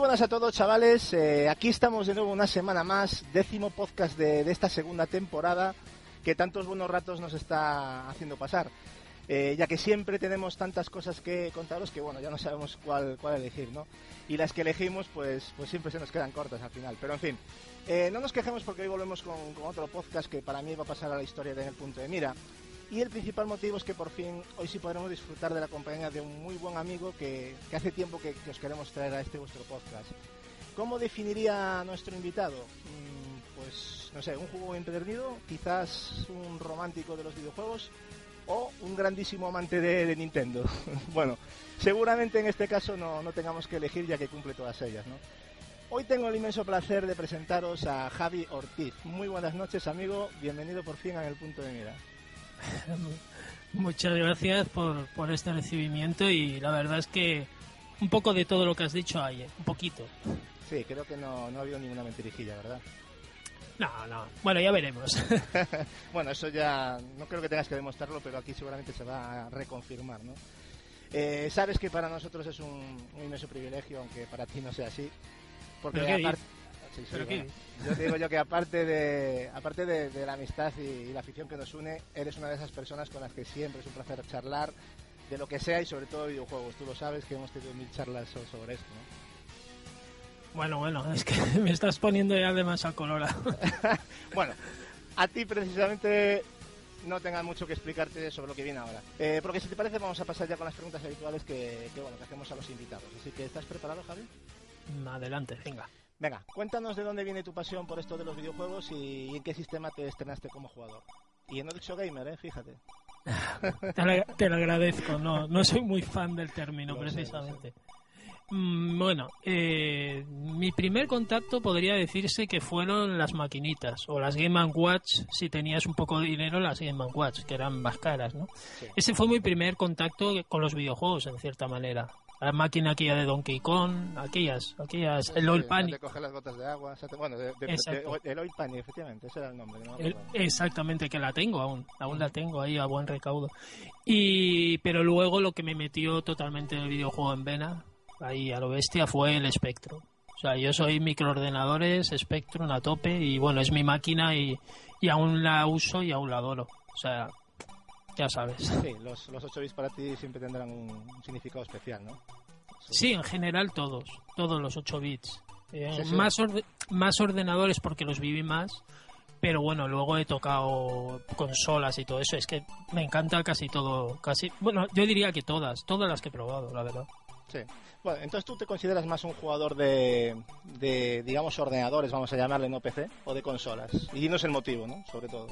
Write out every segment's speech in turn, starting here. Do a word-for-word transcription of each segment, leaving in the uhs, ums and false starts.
buenas a todos, chavales. Eh, aquí estamos de nuevo una semana más, décimo podcast de, de esta segunda temporada que tantos buenos ratos nos está haciendo pasar. Eh, ya que siempre tenemos tantas cosas que contaros que bueno, ya no sabemos cuál, cuál elegir, ¿no? Y las que elegimos pues, pues siempre se nos quedan cortas al final, pero en fin, eh, no nos quejemos porque hoy volvemos con, con otro podcast que para mí va a pasar a la historia de En el Punto de Mira, y el principal motivo es que por fin hoy sí podremos disfrutar de la compañía de un muy buen amigo que, que hace tiempo que, que os queremos traer a este vuestro podcast. ¿Cómo definiría a nuestro invitado? Mm, pues no sé, un juego empedernido, quizás un romántico de los videojuegos, o un grandísimo amante de, de Nintendo. Bueno, seguramente en este caso no, no tengamos que elegir ya que cumple todas ellas, ¿no? Hoy tengo el inmenso placer de presentaros a Javi Ortiz. Muy buenas noches, amigo. Bienvenido por fin a En el Punto de Mira. Muchas gracias por, por este recibimiento y la verdad es que un poco de todo lo que has dicho hay, ¿eh? Un poquito. Sí, creo que no, no ha habido ninguna mentirijilla, ¿verdad? No, no. Bueno, ya veremos. Bueno, eso ya no creo que tengas que demostrarlo, pero aquí seguramente se va a reconfirmar, ¿no? Eh, sabes que para nosotros es un, un inmenso privilegio, aunque para ti no sea así. Porque aparte... Sí, sí, ¿Pero bueno, qué? yo te digo yo que aparte de aparte de, de la amistad y, y la afición que nos une, eres una de esas personas con las que siempre es un placer charlar de lo que sea y sobre todo de videojuegos. Tú lo sabes que hemos tenido mil charlas sobre esto, ¿no? Bueno, bueno, es que me estás poniendo ya de más a colorado. Bueno, a ti precisamente no tengan mucho que explicarte sobre lo que viene ahora. Eh, porque si te parece vamos a pasar ya con las preguntas habituales que, que, bueno, que hacemos a los invitados. Así que, ¿estás preparado, Javi? Adelante, venga. Venga, cuéntanos de dónde viene tu pasión por esto de los videojuegos y, y en qué sistema te estrenaste como jugador. Y no he dicho gamer, eh, fíjate. Te lo, te lo agradezco, no, no soy muy fan del término, Lo precisamente. sé, lo sé. Bueno, eh, mi primer contacto podría decirse que fueron las maquinitas o las Game and Watch. Si tenías un poco de dinero, las Game and Watch, que eran más caras, ¿no? Sí. Ese fue mi primer contacto con los videojuegos, en cierta manera. La máquina aquella de Donkey Kong, aquellas, aquellas, el Oil Sí, Panic. te coge las gotas de agua, te, bueno, de, de, Exacto. de, el Oil Panic, efectivamente, ese era el nombre. ¿No? El, exactamente, que la tengo aún, aún la tengo ahí a buen recaudo. Y pero luego lo que me metió totalmente el videojuego en vena, ahí a lo bestia, fue el Spectrum. O sea, yo soy microordenadores, Spectrum a tope y bueno, es mi máquina y, y aún la uso y aún la adoro. O sea, ya sabes. Sí, los, los ocho bits para ti siempre tendrán un, un significado especial, ¿no? Sí, en general todos, todos los ocho bits. Eh, Sí, sí. Más, orde- más ordenadores porque los viví más, pero bueno, luego he tocado consolas y todo eso. Es que me encanta casi todo, casi, bueno, yo diría que todas, todas las que he probado, la verdad. Sí. Bueno, entonces tú te consideras más un jugador de, de, digamos, ordenadores, vamos a llamarle, no P C, o de consolas. Y no es el motivo, ¿no? Sobre todo.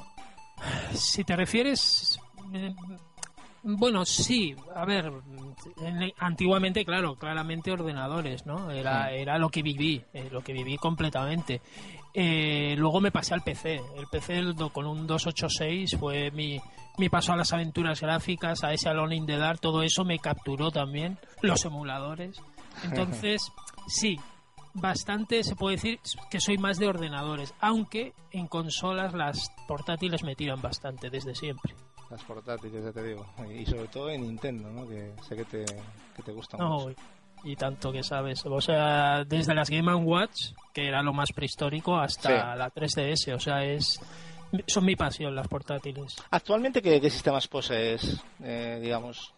Si te refieres... eh, Bueno, sí, a ver, en- antiguamente, claro, claramente ordenadores, ¿no? Era, Sí. era lo que viví, eh, lo que viví completamente. Eh, luego me pasé al P C. El P C el do- con un doscientos ochenta y seis fue mi, mi paso a las aventuras gráficas, a ese Alone in the Dark, todo eso me capturó también, los emuladores. Entonces, sí, bastante se puede decir que soy más de ordenadores, aunque en consolas las portátiles me tiran bastante desde siempre. Las portátiles, ya te digo. Y sobre todo en Nintendo, ¿no? Que sé que te, que te gusta No, mucho. y tanto que sabes. O sea, desde las Game and Watch, que era lo más prehistórico, hasta Sí. la tres D S. O sea, es son mi pasión las portátiles. Actualmente, ¿qué, qué sistemas posees, eh, digamos?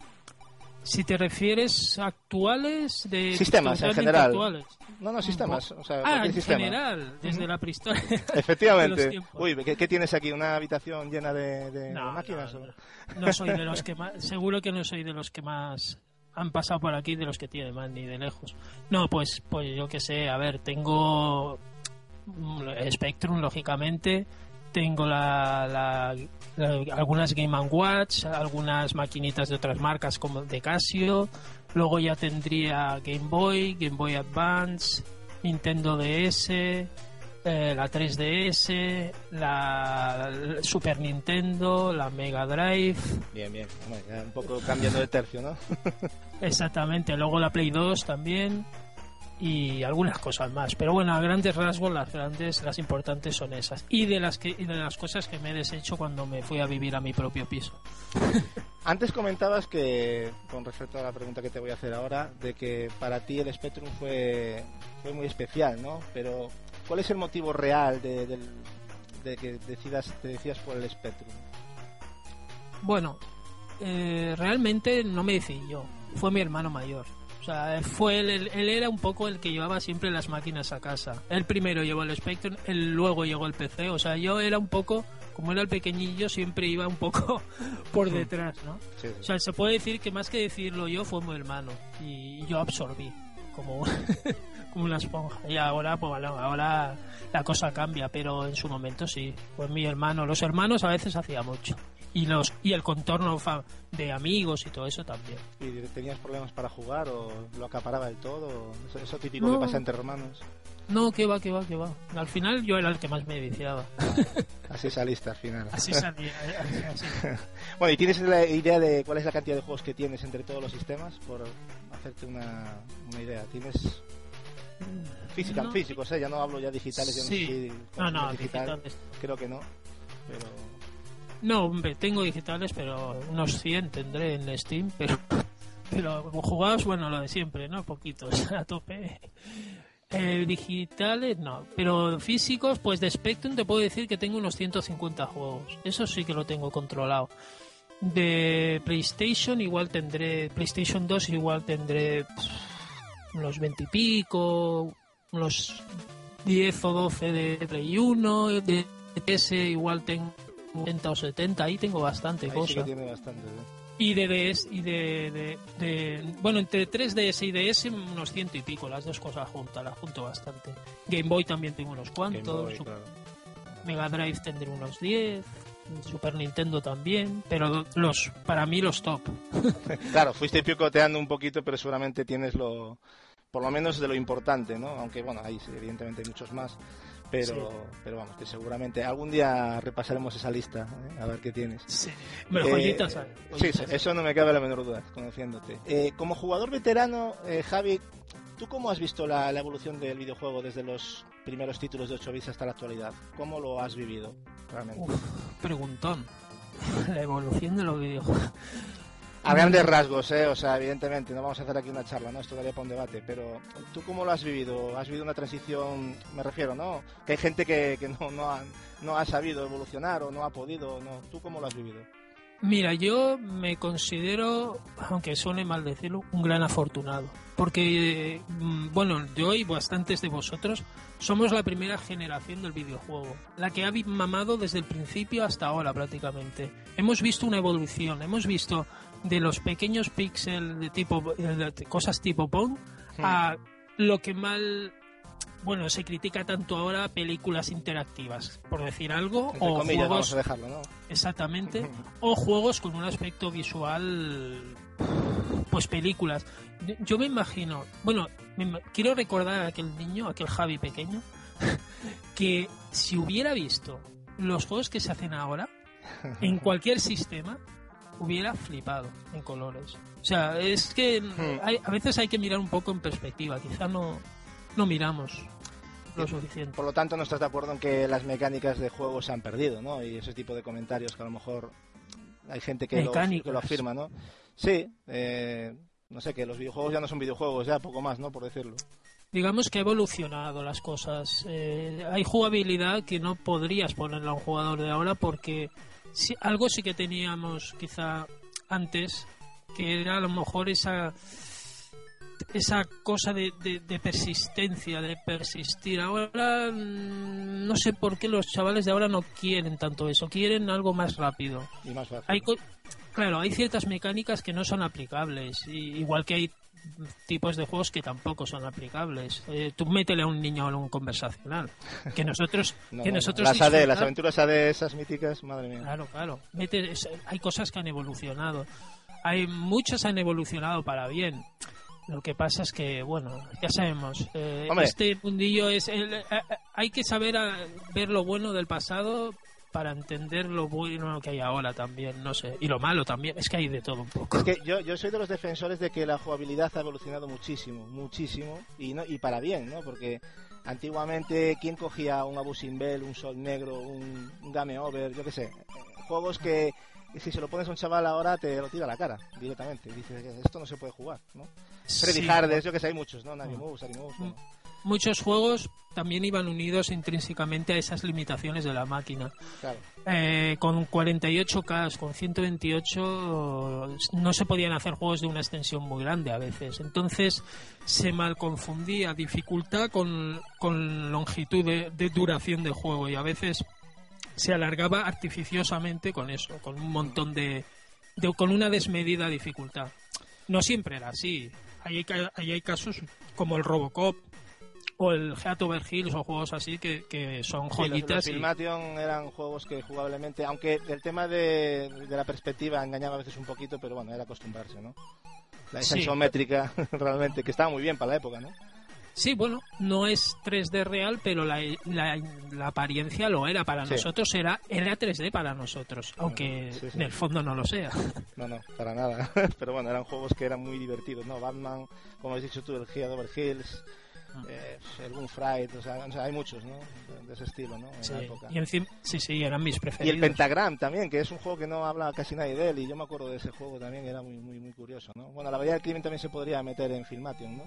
Si te refieres actuales, de Sistemas, en totalmente general. Actuales. No, no, sistemas. O sea, Ah, cualquier en sistema. general, desde Ujú. la prehistoria. de los Efectivamente. tiempos. Uy, ¿qué, qué tienes aquí? ¿Una habitación llena de, de- No, de máquinas? no, o? no. No soy de los que más, seguro que no soy de los que más han pasado por aquí, de los que tiene más, ni de lejos. No, pues, pues yo qué sé, a ver, tengo mm, Spectrum, lógicamente, tengo la, la- la- algunas Game and Watch, algunas maquinitas de otras marcas como de Casio, luego ya tendría Game Boy, Game Boy Advance, Nintendo D S, eh, la tres D S, la, la Super Nintendo, la Mega Drive, Bien, bien. Bueno, ya un poco cambiando de tercio, ¿no? exactamente, luego la Play dos también. y algunas cosas más, pero bueno, a grandes rasgos las grandes, las importantes son esas, y de las que y de las cosas que me he deshecho cuando me fui a vivir a mi propio piso. Antes comentabas que, con respecto a la pregunta que te voy a hacer ahora, de que para ti el Spectrum fue fue muy especial, ¿no? Pero ¿cuál es el motivo real de, de, de que decidas te decidas por el Spectrum? Bueno, eh, realmente no me decidí yo, fue mi hermano mayor. O sea, fue él, él, él era un poco el que llevaba siempre las máquinas a casa. Él primero llevó el Spectrum, él luego llegó el P C. O sea, yo era un poco, como era el pequeñillo, siempre iba un poco por detrás, ¿no? Sí, sí. O sea, se puede decir que más que decirlo yo, fue mi hermano. Y yo absorbí, como, como una esponja. Y ahora, pues bueno, ahora la cosa cambia, pero en su momento sí, fue mi hermano. Los hermanos a veces hacía mucho. Y los y el contorno de amigos y todo eso también. ¿Y tenías problemas para jugar o lo acaparaba del todo? Eso, eso típico No. que pasa entre hermanos. No, que va, que va, que va. Al final yo era el que más me viciaba. Así saliste al final. Así salía. Así. Bueno, ¿y tienes la idea de cuál es la cantidad de juegos que tienes entre todos los sistemas? Por hacerte una, una idea. ¿Tienes física, no. físicos, eh? Ya no hablo ya digitales. Ya Sí. no, No, no, digital. digitales. Creo que no, pero... No, hombre, tengo digitales, pero unos cien tendré en Steam, pero pero jugados, bueno, lo de siempre, ¿no? Poquitos, a tope. Eh, digitales, no. Pero físicos, pues de Spectrum te puedo decir que tengo unos ciento cincuenta juegos. Eso sí que lo tengo controlado. De PlayStation igual tendré... PlayStation dos igual tendré pff, unos veinte y pico, unos diez o doce de Play uno, de P S igual tengo setenta o setenta, ahí tengo bastante ahí cosa. Sí que tiene bastante, ¿eh? Y de D S y de, de, de bueno, entre tres D S y D S unos ciento y pico, las dos cosas juntas, las junto bastante. Game Boy también tengo unos cuantos, Boy, Super, claro. Mega Drive tendré unos diez, Super Nintendo también, pero los para mí los top. Claro, fuiste picoteando un poquito, pero seguramente tienes lo, por lo menos de lo importante, ¿no? Aunque bueno, hay evidentemente hay muchos más. Pero, sí. pero vamos, que seguramente algún día repasaremos esa lista, ¿eh? A ver qué tienes. Sí, Hombre, joyitas, eh, joyitas. Sí, eso no me cabe la menor duda, conociéndote. Eh, como jugador veterano, eh, Javi, ¿tú cómo has visto la, la evolución del videojuego desde los primeros títulos de ocho bits hasta la actualidad? ¿Cómo lo has vivido realmente? Uf, preguntón. La evolución de los videojuegos. A grandes rasgos, ¿eh? O sea, evidentemente, no vamos a hacer aquí una charla, ¿no? Esto daría para un debate, pero ¿tú cómo lo has vivido? ¿Has vivido una transición, me refiero, ¿no? Que hay gente que, que no, no, ha, no ha sabido evolucionar o no ha podido, ¿no? ¿Tú cómo lo has vivido? Mira, yo me considero, aunque suene mal decirlo, un gran afortunado. Porque, bueno, yo y bastantes de vosotros somos la primera generación del videojuego. La que ha mamado desde el principio hasta ahora prácticamente. Hemos visto una evolución, hemos visto de los pequeños píxeles de tipo de cosas tipo Pong sí. a lo que mal... Bueno, se critica tanto ahora películas interactivas, por decir algo, Entre o comillas, juegos, vamos a dejarlo, ¿no? Exactamente, o juegos con un aspecto visual, pues películas. Yo me imagino, bueno, me, quiero recordar a aquel niño, aquel Javi pequeño, que si hubiera visto los juegos que se hacen ahora, en cualquier sistema, hubiera flipado en colores. O sea, es que hay, a veces hay que mirar un poco en perspectiva, quizá no, no miramos lo suficiente. Por lo tanto, no estás de acuerdo en que las mecánicas de juego se han perdido, ¿no? Y ese tipo de comentarios que a lo mejor hay gente que, lo, que lo afirma, ¿no? Sí, eh, no sé, que los videojuegos ya no son videojuegos, ya poco más, ¿no? Por decirlo. Digamos que ha evolucionado las cosas. Eh, hay jugabilidad que no podrías ponerle a un jugador de ahora porque si, algo sí que teníamos quizá antes, que era a lo mejor esa... esa cosa de, de, de persistencia, de persistir. Ahora no sé por qué los chavales de ahora no quieren tanto eso, quieren algo más rápido. Y más fácil. Hay, claro, hay ciertas mecánicas que no son aplicables, y, igual que hay tipos de juegos que tampoco son aplicables. Eh, tú métele a un niño a un conversacional, que nosotros... no, que no, nosotros las A D, las aventuras A D, esas míticas, madre mía. Claro, claro. Mete, hay cosas que han evolucionado. Hay muchas han evolucionado para bien. Lo que pasa es que, bueno, ya sabemos, eh, este mundillo es... El, eh, hay que saber a, ver lo bueno del pasado para entender lo bueno que hay ahora también, no sé, y lo malo también, es que hay de todo un poco. Es que yo, yo soy de los defensores de que la jugabilidad ha evolucionado muchísimo, muchísimo, y no y para bien, ¿no? Porque antiguamente, ¿quién cogía un Abu Simbel, un Sol Negro, un, un Game Over, yo qué sé? Juegos que si se lo pones a un chaval ahora te lo tira a la cara directamente. Dices, esto no se puede jugar, ¿no? Freddy Sí, Hardes, yo que sé, hay muchos, ¿no? Navi Moves, Ari Moves, ¿no? Muchos juegos también iban unidos intrínsecamente a esas limitaciones de la máquina. Claro. Eh, con cuarenta y ocho K, con ciento veintiocho no se podían hacer juegos de una extensión muy grande a veces. Entonces se mal confundía dificultad con, con longitud de, de duración de juego, y a veces se alargaba artificiosamente con eso, con un montón de, de con una desmedida dificultad. No siempre era así. Ahí hay, ahí hay casos como el Robocop o el Heat Over Heels o juegos así que, que son joyitas. Sí, los, los y... Filmation eran juegos que jugablemente, aunque el tema de, de la perspectiva engañaba a veces un poquito, pero bueno, era acostumbrarse, ¿no? La esa sí. isométrica realmente, que estaba muy bien para la época, ¿no? Sí, bueno, no es tres D real, pero la, la, la apariencia lo era para sí. nosotros, era, era tres D para nosotros, aunque sí, sí. en el fondo no lo sea. No, no, para nada. Pero bueno, eran juegos que eran muy divertidos, ¿no? Batman, como has dicho tú, el Heat Over Heels, eh, el Gunfight, o sea, o sea, hay muchos, ¿no? De, de ese estilo, ¿no? En sí. la época. Y encima, sí, sí, eran mis preferidos. Y el Pentagram también, que es un juego que no habla casi nadie de él, y yo me acuerdo de ese juego también, era muy, muy, muy curioso, ¿no? Bueno, la variedad del crimen también se podría meter en Filmation, ¿no?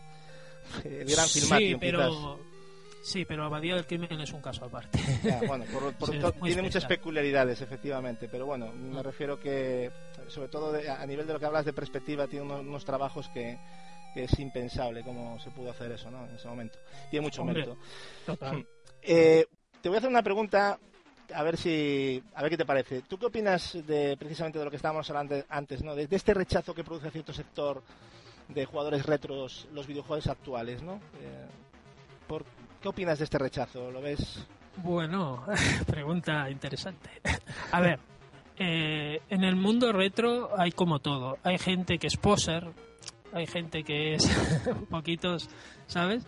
El gran Filmation, sí, pero... quizás. Sí, pero Abadía del Crimen es un caso aparte. Ya, bueno, por, por, sí, to, tiene especial. muchas peculiaridades, efectivamente, pero bueno, me refiero que, sobre todo de, a nivel de lo que hablas de perspectiva, tiene unos, unos trabajos que, que es impensable cómo se pudo hacer eso, ¿no? En ese momento. Tiene mucho Hombre, mérito. Total. Eh, te voy a hacer una pregunta, a ver si, a ver qué te parece. ¿Tú qué opinas de precisamente de lo que estábamos hablando antes, ¿no? De, de este rechazo que produce cierto sector de jugadores retros los videojuegos actuales, ¿no? Eh, por, ¿Qué opinas de este rechazo? ¿Lo ves? Bueno, pregunta interesante. A ver, eh, en el mundo retro hay como todo. Hay gente que es poser, hay gente que es un poquitos, ¿sabes?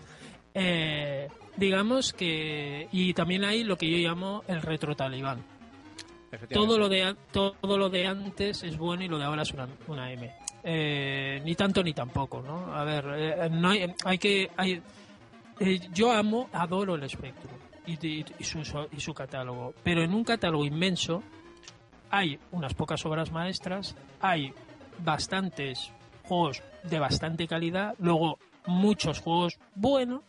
Eh, digamos que... Y también hay lo que yo llamo el retro talibán. Todo lo de todo lo de antes es bueno y lo de ahora es una, una M. Eh, ni tanto ni tampoco, ¿no? A ver, eh, no hay, hay que... Hay, Eh, yo amo, adoro el Spectrum y, y, y, su, y su catálogo, pero en un catálogo inmenso hay unas pocas obras maestras, hay bastantes juegos de bastante calidad, luego muchos juegos buenos,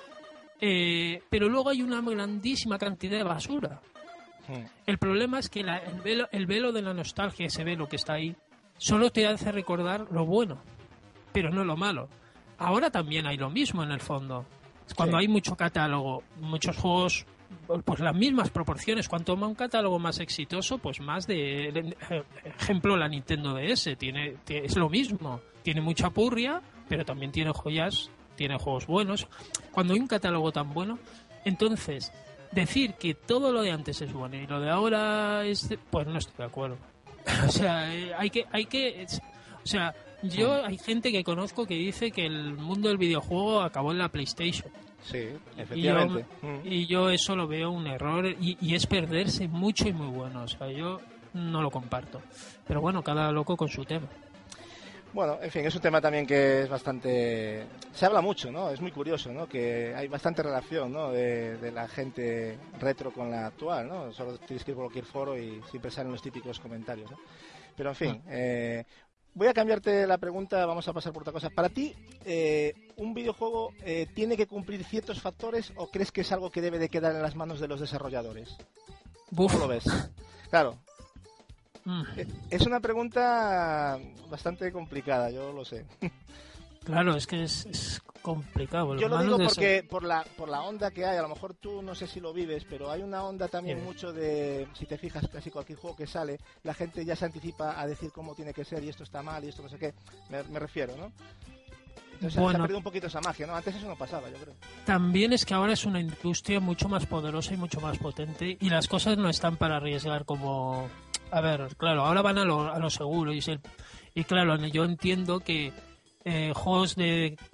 eh, pero luego hay una grandísima cantidad de basura. Hmm. El problema es que la, el, velo, el velo de la nostalgia, ese velo que está ahí, solo te hace recordar lo bueno, pero no lo malo. Ahora también hay lo mismo en el fondo. Cuando sí. hay mucho catálogo, muchos juegos, pues las mismas proporciones. Cuanto más un catálogo más exitoso, pues más de... Ejemplo, la Nintendo D S tiene, tiene es lo mismo. Tiene mucha purria, pero también tiene joyas, tiene juegos buenos. Cuando hay un catálogo tan bueno, entonces, decir que todo lo de antes es bueno y lo de ahora es... De, pues no estoy de acuerdo. O sea, hay que... Hay que o sea... Yo, hay gente que conozco que dice que el mundo del videojuego acabó en la PlayStation. Sí, efectivamente. Y yo, y yo eso lo veo un error y, y es perderse mucho y muy bueno. O sea, yo no lo comparto. Pero bueno, cada loco con su tema. Bueno, en fin, es un tema también que es bastante... Se habla mucho, ¿no? Es muy curioso, ¿no? Que hay bastante relación, ¿no? De, de la gente retro con la actual, ¿no? Solo tienes que ir por cualquier foro y siempre salen los típicos comentarios, ¿no? Pero en fin... Eh, voy a cambiarte la pregunta, vamos a pasar por otra cosa. Para ti, eh, ¿un videojuego eh, tiene que cumplir ciertos factores o crees que es algo que debe de quedar en las manos de los desarrolladores? Buf. ¿Cómo lo ves? Claro. Mm. Es una pregunta bastante complicada, yo lo sé. Claro, es que es, es complicado. Yo lo digo porque por la por la onda que hay, a lo mejor tú no sé si lo vives, pero hay una onda también sí. mucho de, si te fijas, casi cualquier juego que sale, la gente ya se anticipa a decir cómo tiene que ser y esto está mal y esto no sé qué, me, me refiero, ¿no? Entonces bueno, se ha perdido un poquito esa magia, ¿no? Antes eso no pasaba, yo creo. También es que ahora es una industria mucho más poderosa y mucho más potente y las cosas no están para arriesgar como... A ver, claro, ahora van a lo, a lo seguro y, el, y claro, yo entiendo que Eh, juegos de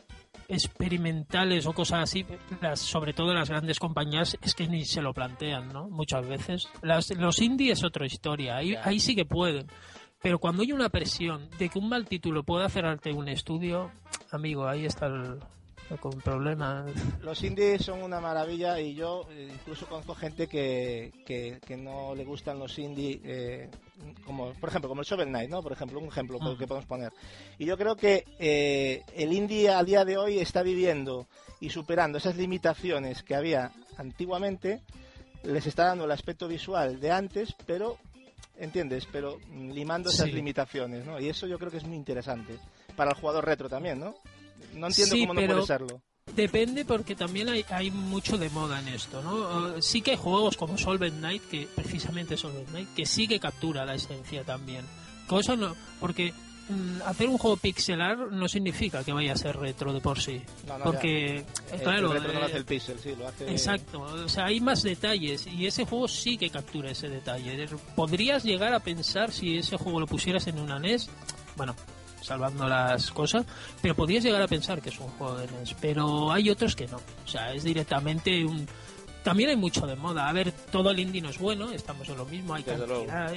experimentales o cosas así, las, sobre todo las grandes compañías, es que ni se lo plantean, ¿no? Muchas veces. Las, los indie es otra historia, ahí, yeah. ahí sí que pueden. Pero cuando hay una presión de que un mal título pueda cerrarte un estudio, amigo, ahí está el... con problemas. Los indies son una maravilla y yo eh, incluso conozco gente que, que, que no le gustan los indies, eh, como por ejemplo como el Shovel Knight, ¿no? Por ejemplo, un ejemplo mm. que podemos poner. Y yo creo que eh, el indie a día de hoy está viviendo y superando esas limitaciones que había antiguamente, les está dando el aspecto visual de antes, pero ¿entiendes? Pero limando esas sí. limitaciones, ¿no? Y eso yo creo que es muy interesante para el jugador retro también, ¿no? No entiendo sí, cómo no puede serlo. Depende, porque también hay, hay mucho de moda en esto, ¿no? Sí que hay juegos como Shovel Knight, que precisamente Shovel Knight, que sí que captura la esencia también. Cosa no, porque mmm, hacer un juego pixelar no significa que vaya a ser retro de por sí. No, no, porque, el, claro... El retro no lo hace el pixel, sí, lo hace... Exacto, o sea, hay más detalles y ese juego sí que captura ese detalle. Podrías llegar a pensar, si ese juego lo pusieras en una N E S, bueno... salvando las cosas, pero podrías llegar a pensar que es un juego de N E S, pero hay otros que no, o sea, es directamente un... También hay mucho de moda, a ver, todo el indie no es bueno, estamos en lo mismo, hay cantidad,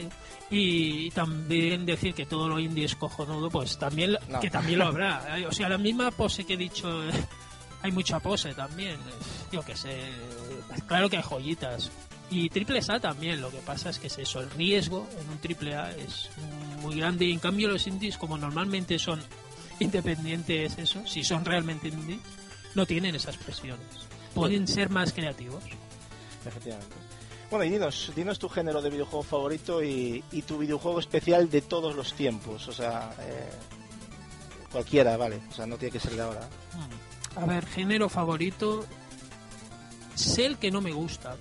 y, y también decir que todo lo indie es cojonudo, pues también, no. que también lo habrá, o sea, la misma pose que he dicho, hay mucha pose también, yo qué sé, claro que hay joyitas. Y triple A también, lo que pasa es que es eso, el riesgo en un triple A es muy grande y en cambio los indies, como normalmente son independientes, eso, si son realmente indies, no tienen esas presiones, pueden ser más creativos. Efectivamente. Bueno, y dinos, dinos tu género de videojuego favorito y, y tu videojuego especial de todos los tiempos, o sea, eh, cualquiera, vale, o sea, no tiene que ser de ahora. A ver, género favorito, sé el que no me gusta.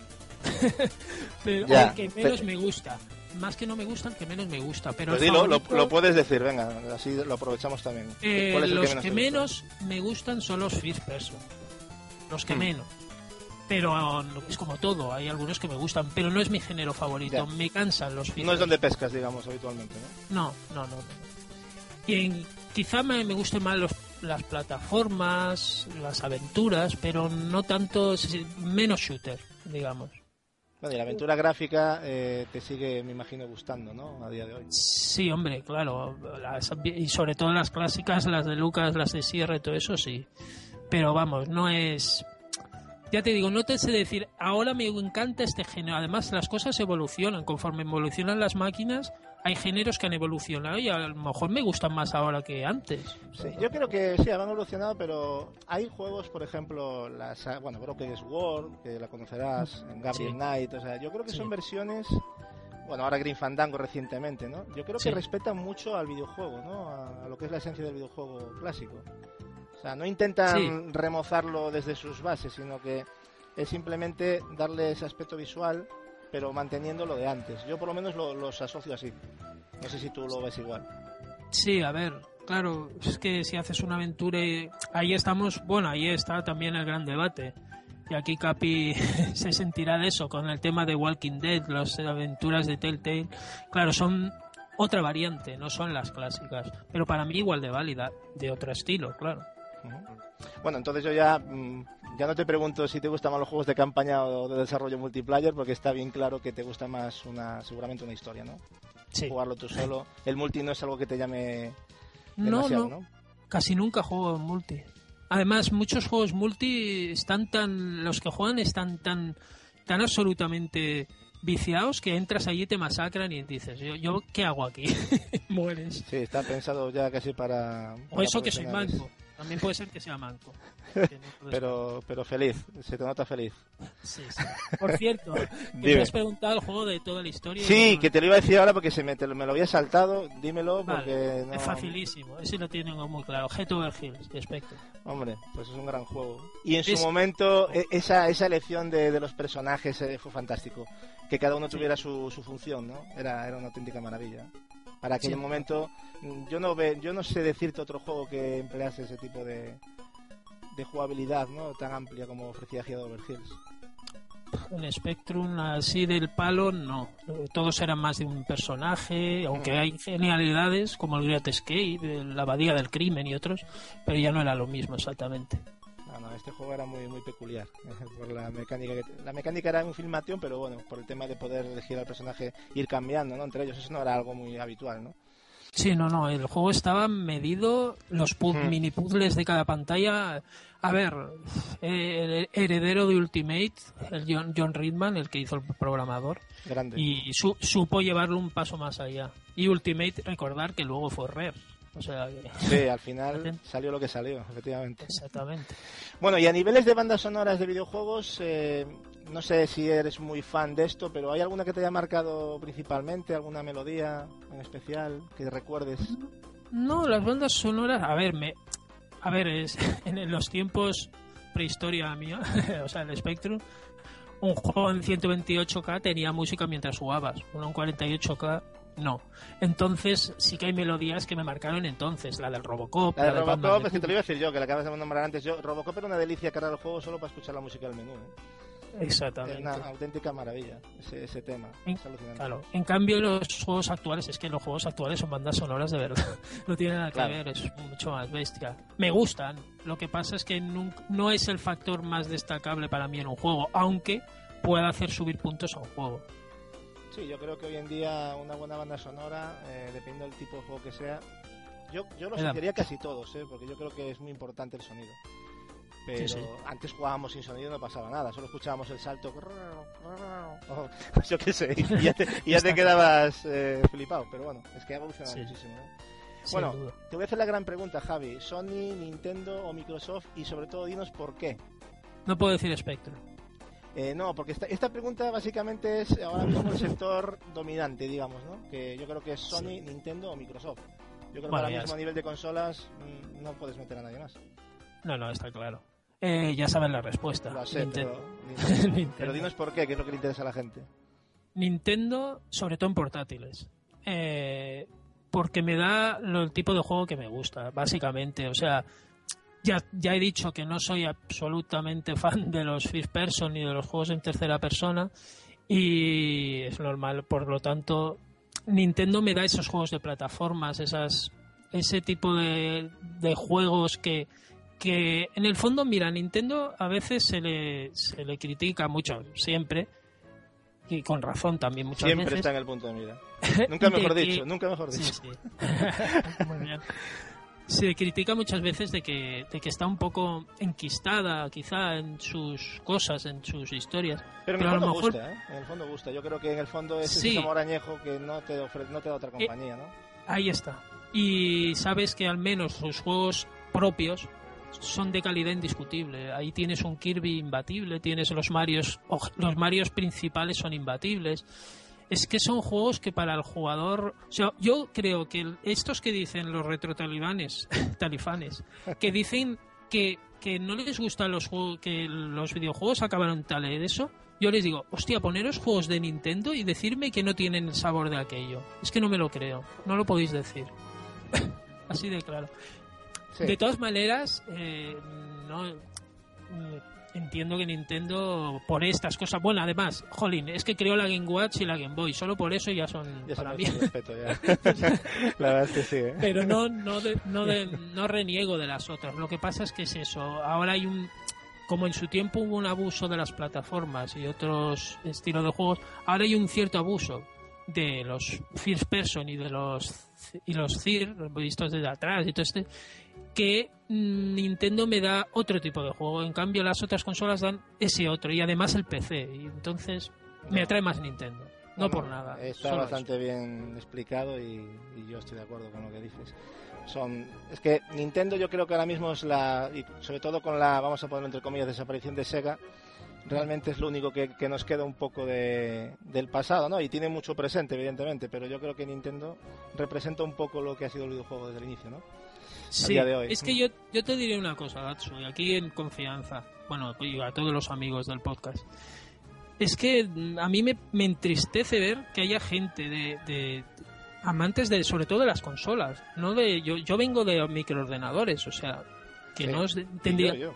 Pero ya, el que menos pero... me gusta, más que no me gusta, el que menos me gusta. Pero pues dilo, favorito... lo, lo puedes decir, venga, así lo aprovechamos también. Eh, ¿Cuál es el los que menos, que menos me gustan son los first person, los que hmm. menos. Pero es como todo, hay algunos que me gustan, pero no es mi género favorito, ya. me cansan los first No es donde pescas, digamos, habitualmente, ¿no? No, no, no. no. Y en, quizá me, me gusten más los, las plataformas, las aventuras, pero no tanto, menos shooter, digamos. Bueno, y la aventura gráfica eh, te sigue, me imagino, gustando, ¿no? A día de hoy. Sí, hombre, claro. Las, y sobre todo las clásicas, las de Lucas, las de Sierra, todo eso sí. Pero vamos, no es... Ya te digo, no te sé decir, ahora me encanta este género. Además, las cosas evolucionan. Conforme evolucionan las máquinas, hay géneros que han evolucionado y a lo mejor me gustan más ahora que antes. Sí, yo creo que sí, han evolucionado, pero hay juegos, por ejemplo, las, bueno, Broken Sword, que la conocerás, en Gabriel sí. Knight, o sea, yo creo que sí. son versiones, bueno, ahora Green Fandango recientemente, ¿no? Yo creo que sí. respetan mucho al videojuego, ¿no? A, a lo que es la esencia del videojuego clásico. O sea, no intentan sí. remozarlo desde sus bases, sino que es simplemente darle ese aspecto visual, pero manteniendo lo de antes. Yo por lo menos lo, los asocio así. No sé si tú lo ves igual. Sí, a ver, claro, es que si haces una aventura y ahí estamos, bueno, ahí está también el gran debate. Y aquí Capi se sentirá de eso, con el tema de Walking Dead, las aventuras de Telltale. Claro, son otra variante, no son las clásicas, pero para mí igual de válida, de otro estilo, claro. Bueno, entonces yo ya ya no te pregunto si te gustan más los juegos de campaña o de desarrollo multiplayer, porque está bien claro que te gusta más una seguramente una historia, ¿no? Sí. Jugarlo tú solo. El multi no es algo que te llame demasiado, no, no. ¿no? Casi nunca juego en multi. Además, muchos juegos multi están tan... Los que juegan están tan tan absolutamente viciados que entras allí y te masacran y dices, ¿yo, yo qué hago aquí? Mueres. Sí, está pensado ya casi para... O para eso que soy manco. También puede ser que sea manco. Que no pero pero feliz, se te nota feliz. Sí, sí. Por cierto, que me has preguntado el juego de toda la historia. Sí, no... que te lo iba a decir ahora porque se me, te, me lo había saltado. Dímelo vale, porque... No... Es facilísimo, ese lo tienen muy claro. Jet Over Hills, de Spectre. Hombre, pues es un gran juego. Y en es... su momento, esa, esa elección de, de los personajes eh, fue fantástico. Que cada uno tuviera sí. su, su función, ¿no? Era, era una auténtica maravilla. Para aquel sí. momento, yo no ve, yo no sé decirte otro juego que emplease ese tipo de, de jugabilidad, ¿no? Tan amplia como ofrecía Jet Over Hills. en Spectrum así del palo no, todos eran más de un personaje, aunque hay genialidades como el Great Escape, la Abadía del Crimen y otros, pero ya no era lo mismo exactamente. No, no, este juego era muy muy peculiar por la mecánica que la mecánica era un filmation, pero bueno, por el tema de poder elegir al personaje, ir cambiando, ¿no? Entre ellos, eso no era algo muy habitual, ¿no? Sí, no, no, el juego estaba medido, los pu- hmm. mini puzzles de cada pantalla. A ver, el heredero de Ultimate, el John, John Ridman, el que hizo el programador, grande, y su, supo llevarlo un paso más allá. Y Ultimate, recordar que luego fue Rare. O sea, que... Sí, al final salió lo que salió, efectivamente. Exactamente. Bueno, y a niveles de bandas sonoras de videojuegos, eh, no sé si eres muy fan de esto, pero ¿hay alguna que te haya marcado principalmente? ¿Alguna melodía en especial que recuerdes? No, las bandas sonoras, a ver, me, a ver, es, en los tiempos prehistoria mía, o sea, el Spectrum, un juego en ciento veintiocho K tenía música mientras jugabas, uno en cuarenta y ocho K no. Entonces sí que hay melodías que me marcaron entonces, la del Robocop. La, la del Robocop, es que te lo iba a decir yo, que la acabas de nombrar antes. Yo, Robocop era una delicia cargar el juego solo para escuchar la música del menú, ¿eh? Exactamente. Es una auténtica maravilla ese, ese tema. En, es alucinante. Claro. En cambio los juegos actuales, es que los juegos actuales son bandas sonoras de verdad. No tienen nada que claro. ver, es mucho más bestia. Me gustan. Lo que pasa es que no, no es el factor más destacable para mí en un juego, aunque pueda hacer subir puntos a un juego. Sí, yo creo que hoy en día una buena banda sonora, eh, dependiendo del tipo de juego que sea, yo, yo lo asociaría casi todos, ¿eh? Porque yo creo que es muy importante el sonido. Pero sí, sí. Antes jugábamos sin sonido y no pasaba nada, solo escuchábamos el salto, oh, yo qué sé, y ya te, y ya te quedabas eh, flipado, pero bueno, es que ha evolucionado sí. muchísimo, ¿eh? Bueno, te voy a hacer la gran pregunta, Javi, ¿Sony, Nintendo o Microsoft? Y sobre todo dinos por qué. No puedo decir Spectrum. Eh, no, porque esta, esta pregunta básicamente es ahora mismo el sector dominante, digamos, ¿no? Que yo creo que es Sony, sí. Nintendo o Microsoft. Yo creo que bueno, ahora mismo a nivel de consolas mmm, no puedes meter a nadie más. No, no, está claro. Eh, ya saben la respuesta. Lo sé, Nintendo. Pero, Nintendo. Pero dinos por qué, qué es lo que le interesa a la gente. Nintendo, sobre todo en portátiles. Eh, porque me da lo, el tipo de juego que me gusta, básicamente. O sea... Ya, ya he dicho que no soy absolutamente fan de los first person ni de los juegos en tercera persona y es normal, por lo tanto Nintendo me da esos juegos de plataformas, esas ese tipo de, de juegos que, que en el fondo, mira, Nintendo a veces se le, se le critica mucho, siempre, y con razón también muchas siempre veces. Siempre está en el punto de mira. Nunca mejor de dicho, que... nunca mejor dicho. Sí, sí. Muy bien. Se critica muchas veces de que, de que está un poco enquistada quizá en sus cosas, en sus historias. Pero en pero el fondo a lo mejor... gusta, ¿eh? En el fondo gusta. Yo creo que en el fondo es sí. ese amor añejo que no te, ofre... no te da otra compañía, ¿no? Ahí está. Y sabes que al menos sus juegos propios son de calidad indiscutible. Ahí tienes un Kirby imbatible, tienes los Marios, los Marios principales son imbatibles. Es que son juegos que para el jugador... O sea, yo creo que estos que dicen los retro-talibanes, talifanes, que dicen que, que no les gustan los juegos, que los videojuegos acabaron tal de eso, yo les digo, hostia, poneros juegos de Nintendo y decirme que no tienen el sabor de aquello. Es que no me lo creo, no lo podéis decir. Así de claro. Sí. De todas maneras, eh, no... Entiendo que Nintendo, por estas cosas, bueno, además, jolín, es que creó la Game Watch y la Game Boy, solo por eso ya son ya para mí. Respeto, ya. La verdad es que sí, ¿eh? Pero no, no, de, no, de, no reniego de las otras. Lo que pasa es que es eso. Ahora hay un, como en su tiempo hubo un abuso de las plataformas y otros estilos de juegos, ahora hay un cierto abuso de los first person y de los y los C I R, los vistos desde atrás y todo este, que Nintendo me da otro tipo de juego, en cambio las otras consolas dan ese otro y además el P C, y entonces me atrae más Nintendo, no, no por nada. Está bastante eso. Bien explicado y, y yo estoy de acuerdo con lo que dices. Son, es que Nintendo yo creo que ahora mismo es la, y sobre todo con la, vamos a poner entre comillas, desaparición de Sega, realmente es lo único que, que nos queda un poco de, del pasado, ¿no? Y tiene mucho presente, evidentemente, pero yo creo que Nintendo representa un poco lo que ha sido el videojuego desde el inicio, ¿no? Sí, día de hoy. Es que yo, yo te diré una cosa, Gatsu, y aquí en confianza, bueno, a todos los amigos del podcast, es que a mí me, me entristece ver que haya gente de, de amantes de, sobre todo de las consolas, no de, yo, yo vengo de microordenadores, o sea, que sí, no os tendría... Yo, yo.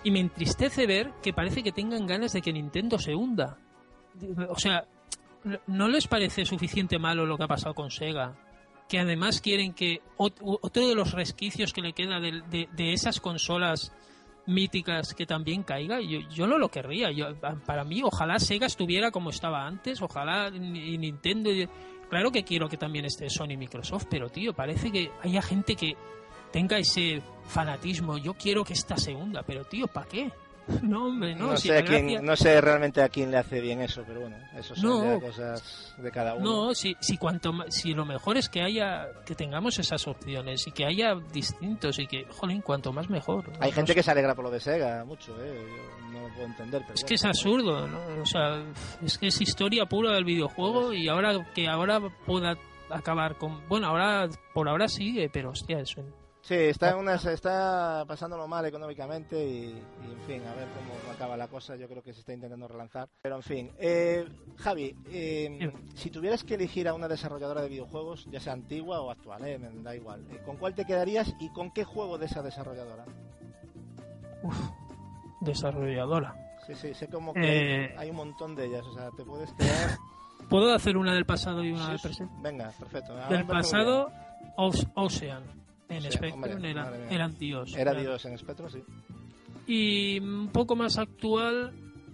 Y me entristece ver que parece que tengan ganas de que Nintendo se hunda. O sea, ¿no les parece suficiente malo lo que ha pasado con Sega? Que además quieren que otro de los resquicios que le queda de, de, de esas consolas míticas que también caiga. Yo, yo no lo querría. Yo, para mí, ojalá Sega estuviera como estaba antes, ojalá y Nintendo. Claro que quiero que también esté Sony y Microsoft, pero tío, parece que haya gente que tenga ese fanatismo. Yo quiero que esta se hunda, pero tío, ¿para qué? No, hombre, no. No, si sé a gracia... quién, no sé realmente a quién le hace bien eso, pero bueno, eso son no, ya cosas de cada uno. No, si, si, cuanto, si lo mejor es que haya, que tengamos esas opciones y que haya distintos y que, jolín, cuanto más mejor. Hay no gente sé. que se alegra por lo de Sega, mucho, ¿eh? Yo no lo puedo entender. Pero es bueno, que es absurdo, ¿no? O sea, es que es historia pura del videojuego y ahora que ahora pueda acabar con... Bueno, ahora por ahora sigue, pero hostia, eso... Sí, está, en una, está pasándolo mal económicamente y, y, en fin, a ver cómo acaba la cosa. Yo creo que se está intentando relanzar. Pero, en fin, eh, Javi, eh, si tuvieras que elegir a una desarrolladora de videojuegos, ya sea antigua o actual, eh, me da igual, eh, ¿con cuál te quedarías y con qué juego de esa desarrolladora? Uf, desarrolladora. Sí, sí, sé como que eh... hay, hay un montón de ellas, o sea, te puedes quedar... ¿Puedo hacer una del pasado y una sí, del presente? Venga, perfecto. Del pasado, Ocean. En sí, Spectrum hombre, era, eran Dios. Era Dios en Spectrum, sí. Y un poco más actual,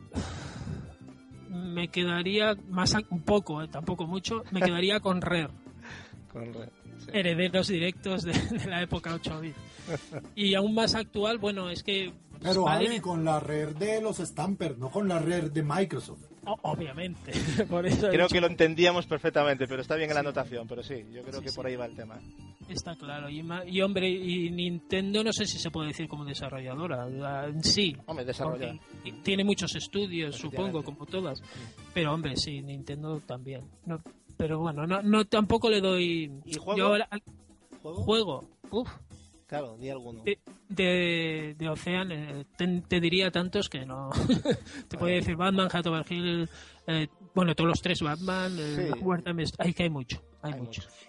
me quedaría, más un poco, eh, tampoco mucho, me quedaría con Rare. Con Rare, sí. Herederos directos de, de la época ocho bit. Y aún más actual, bueno, es que... Pero vale, Ale, con la Rare de los Stampers, no con la Rare de Microsoft. Oh, obviamente. Por eso creo dicho... que lo entendíamos perfectamente, pero está bien en la anotación, pero sí, yo creo sí, que por sí. ahí va el tema. Está claro. Y, y hombre, y Nintendo no sé si se puede decir como desarrolladora. Sí. Hombre, desarrolladora. Tiene muchos estudios, supongo, como todas. Sí. Pero hombre, sí, Nintendo también. No, pero bueno, no, no tampoco le doy... ¿Y juego? Yo, ¿Juego? Juego. Uf. Claro, di alguno. De, de, de Ocean eh, te, te diría tantos que no. Te podría decir Batman, Hat Over Hill, eh, bueno, todos los tres Batman, eh, sí. Huerta, hay que hay mucho, hay, hay mucho. mucho.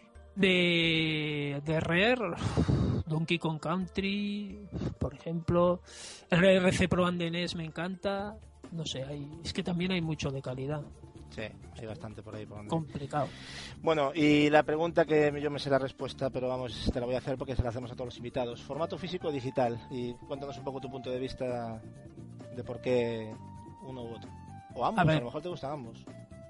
De, de Rare, Donkey Kong Country, por ejemplo, el R C Pro and the N E S me encanta, no sé, hay, es que también hay mucho de calidad. Sí, hay bastante por ahí. Por donde... Complicado. Bueno, y la pregunta que yo me sé la respuesta, pero vamos, te la voy a hacer porque se la hacemos a todos los invitados. ¿Formato físico o digital? Y cuéntanos un poco tu punto de vista de por qué uno u otro. O ambos, a, a lo mejor te gustan ambos.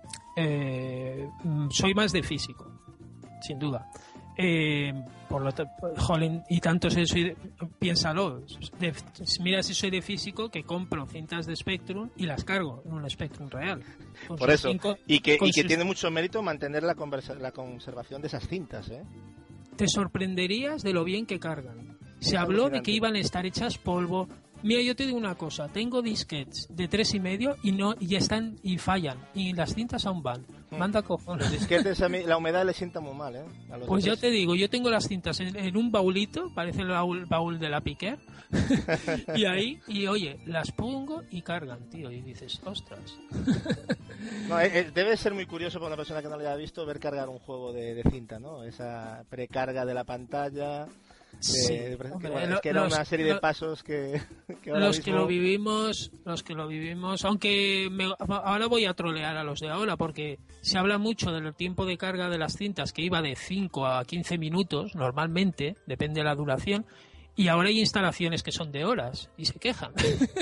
Eh, soy más de físico, sin duda. Eh, por lo jolín, y tanto soy de, piénsalo, de, mira si soy de físico que compro cintas de Spectrum y las cargo en un Spectrum real. Por eso, cinco, y que, y que sus... tiene mucho mérito mantener la, conversa, la conservación de esas cintas, ¿eh? Te sorprenderías de lo bien que cargan. Se habló de que iban a estar hechas polvo. Mira, yo te digo una cosa, tengo disquets de tres y medio y no y están y fallan y las cintas aún van. Manda cojones. Los disquetes a mí, la humedad le sienta muy mal, ¿eh? A los pues yo te digo, yo tengo las cintas en, en un baulito, parece el baúl, baúl de la Piquer, y ahí, y oye, las pongo y cargan, tío, y dices, ostras. No, eh, debe ser muy curioso para una persona que no lo haya visto ver cargar un juego de, de cinta, ¿no? Esa precarga de la pantalla. De, sí, de, de, hombre, bueno, es que era los, una serie lo, de pasos que, que ahora los mismo... que lo vivimos los que lo vivimos aunque me, ahora voy a trolear a los de ahora porque se habla mucho del tiempo de carga de las cintas que iba de cinco a quince minutos normalmente, depende de la duración, y ahora hay instalaciones que son de horas y se quejan.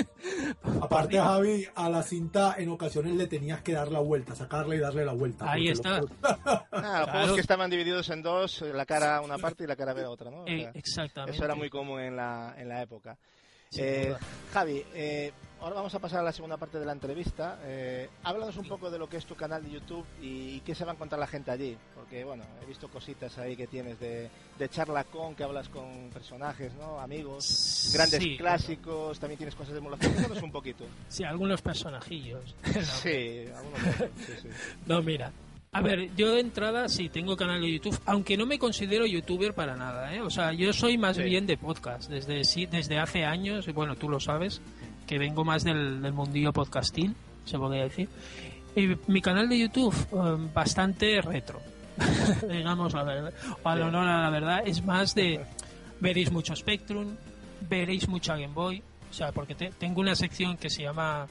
Aparte, Javi, a la cinta en ocasiones le tenías que dar la vuelta, sacarla y darle la vuelta. Ahí está. Los... ah, los claro. Juegos que estaban divididos en dos, la cara a una parte y la cara B a otra, ¿no? O sea, eh, exactamente. Eso era muy común en la, en la época. Sí, eh, Javi, eh, ahora vamos a pasar a la segunda parte de la entrevista. Eh, háblanos un poco de lo que es tu canal de YouTube y, y qué se va a encontrar la gente allí. Porque, bueno, he visto cositas ahí que tienes de, de charla con, que hablas con personajes, ¿no? Amigos, grandes sí, clásicos, también tienes cosas de emulación. Cuéntanos un poquito. Sí, algunos personajillos. no, sí, algunos. Sí, sí. No, mira. A ver, yo de entrada sí tengo canal de YouTube, aunque no me considero youtuber para nada, ¿eh? O sea, yo soy más sí. bien de podcast, desde sí, desde hace años, y bueno, tú lo sabes, que vengo más del, del mundillo podcastil, se podría decir. Y mi canal de YouTube, um, bastante retro, digamos la verdad, o al honor a la verdad, es más de, veréis mucho Spectrum, veréis mucha Game Boy, O sea, porque te, tengo una sección que se llama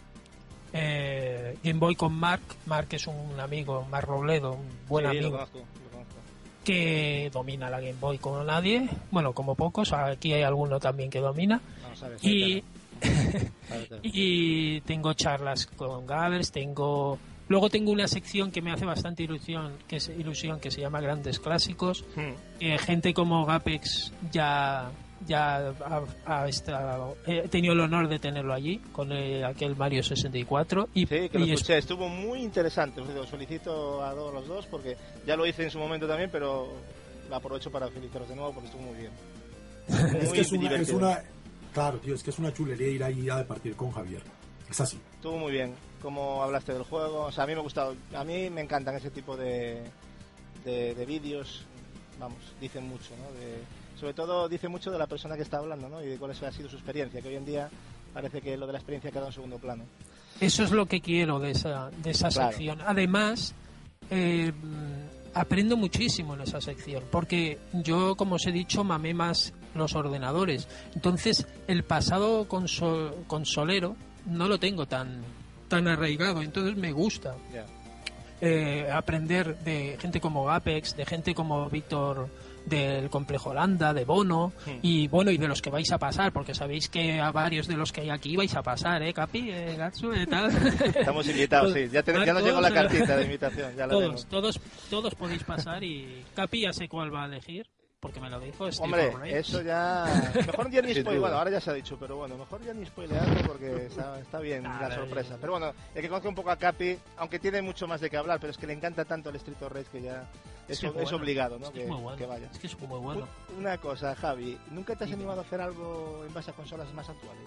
eh, Game Boy con Mark. Mark es un amigo, Mark Robledo, un buen sí, amigo. Lo conozco, lo conozco. Que domina la Game Boy como nadie, bueno, como pocos, aquí hay alguno también que domina. No, sabes, y, sabes, y tengo charlas con Gavers, tengo luego tengo una sección que me hace bastante ilusión, que es ilusión que se llama Grandes Clásicos, hmm. que gente como Gapex ya ya ha, ha estado, he tenido el honor de tenerlo allí con el, aquel Mario sesenta y cuatro y, sí, que lo y escuché, estuvo muy interesante. Os felicito a todos los dos porque ya lo hice en su momento también, pero aprovecho para felicitaros de nuevo porque estuvo muy bien. Muy es que es una, es divertido. una claro, tío, es que es una chulería ir ahí a departir con Javier. Es así. Estuvo muy bien. Como hablaste del juego, o sea, a mí me ha gustado. A mí me encantan ese tipo de de, de vídeos. Vamos, dicen mucho, ¿no? De, sobre todo dice mucho de la persona que está hablando, ¿no? Y de cuál ha sido su experiencia, que hoy en día parece que lo de la experiencia queda en segundo plano. Eso es lo que quiero de esa de esa Claro. sección. Además, eh, aprendo muchísimo en esa sección, porque yo, como os he dicho, mamé más los ordenadores. Entonces, el pasado consol, consolero no lo tengo tan tan arraigado, entonces me gusta. Yeah. Eh, aprender de gente como Gapex, de gente como Víctor del Complejo Holanda, de Bono, sí. y bueno, y de los que vais a pasar, porque sabéis que a varios de los que hay aquí vais a pasar, ¿eh, Capi? ¿Eh, Gatsu? ¿Eh, tal? Estamos invitados, sí. Ya, te, ya nos llegó la cartita de invitación. Ya la todos, tengo. todos, todos podéis pasar y Capi ya sé cuál va a elegir, porque me lo dijo. Hombre, eso ya... Mejor ya ni spoiler, bueno, ahora ya se ha dicho, pero bueno, mejor ya ni spoilearlo porque está, está bien Ah, la sorpresa. Pero bueno, el que conozca un poco a Capi, aunque tiene mucho más de qué hablar, pero es que le encanta tanto el Street of Rage que ya es, es, que es bueno, obligado, ¿no? Es que, que, es muy bueno, que vaya. Es que es muy bueno. Una cosa, Javi, ¿nunca te has animado a hacer algo en base a consolas más actuales?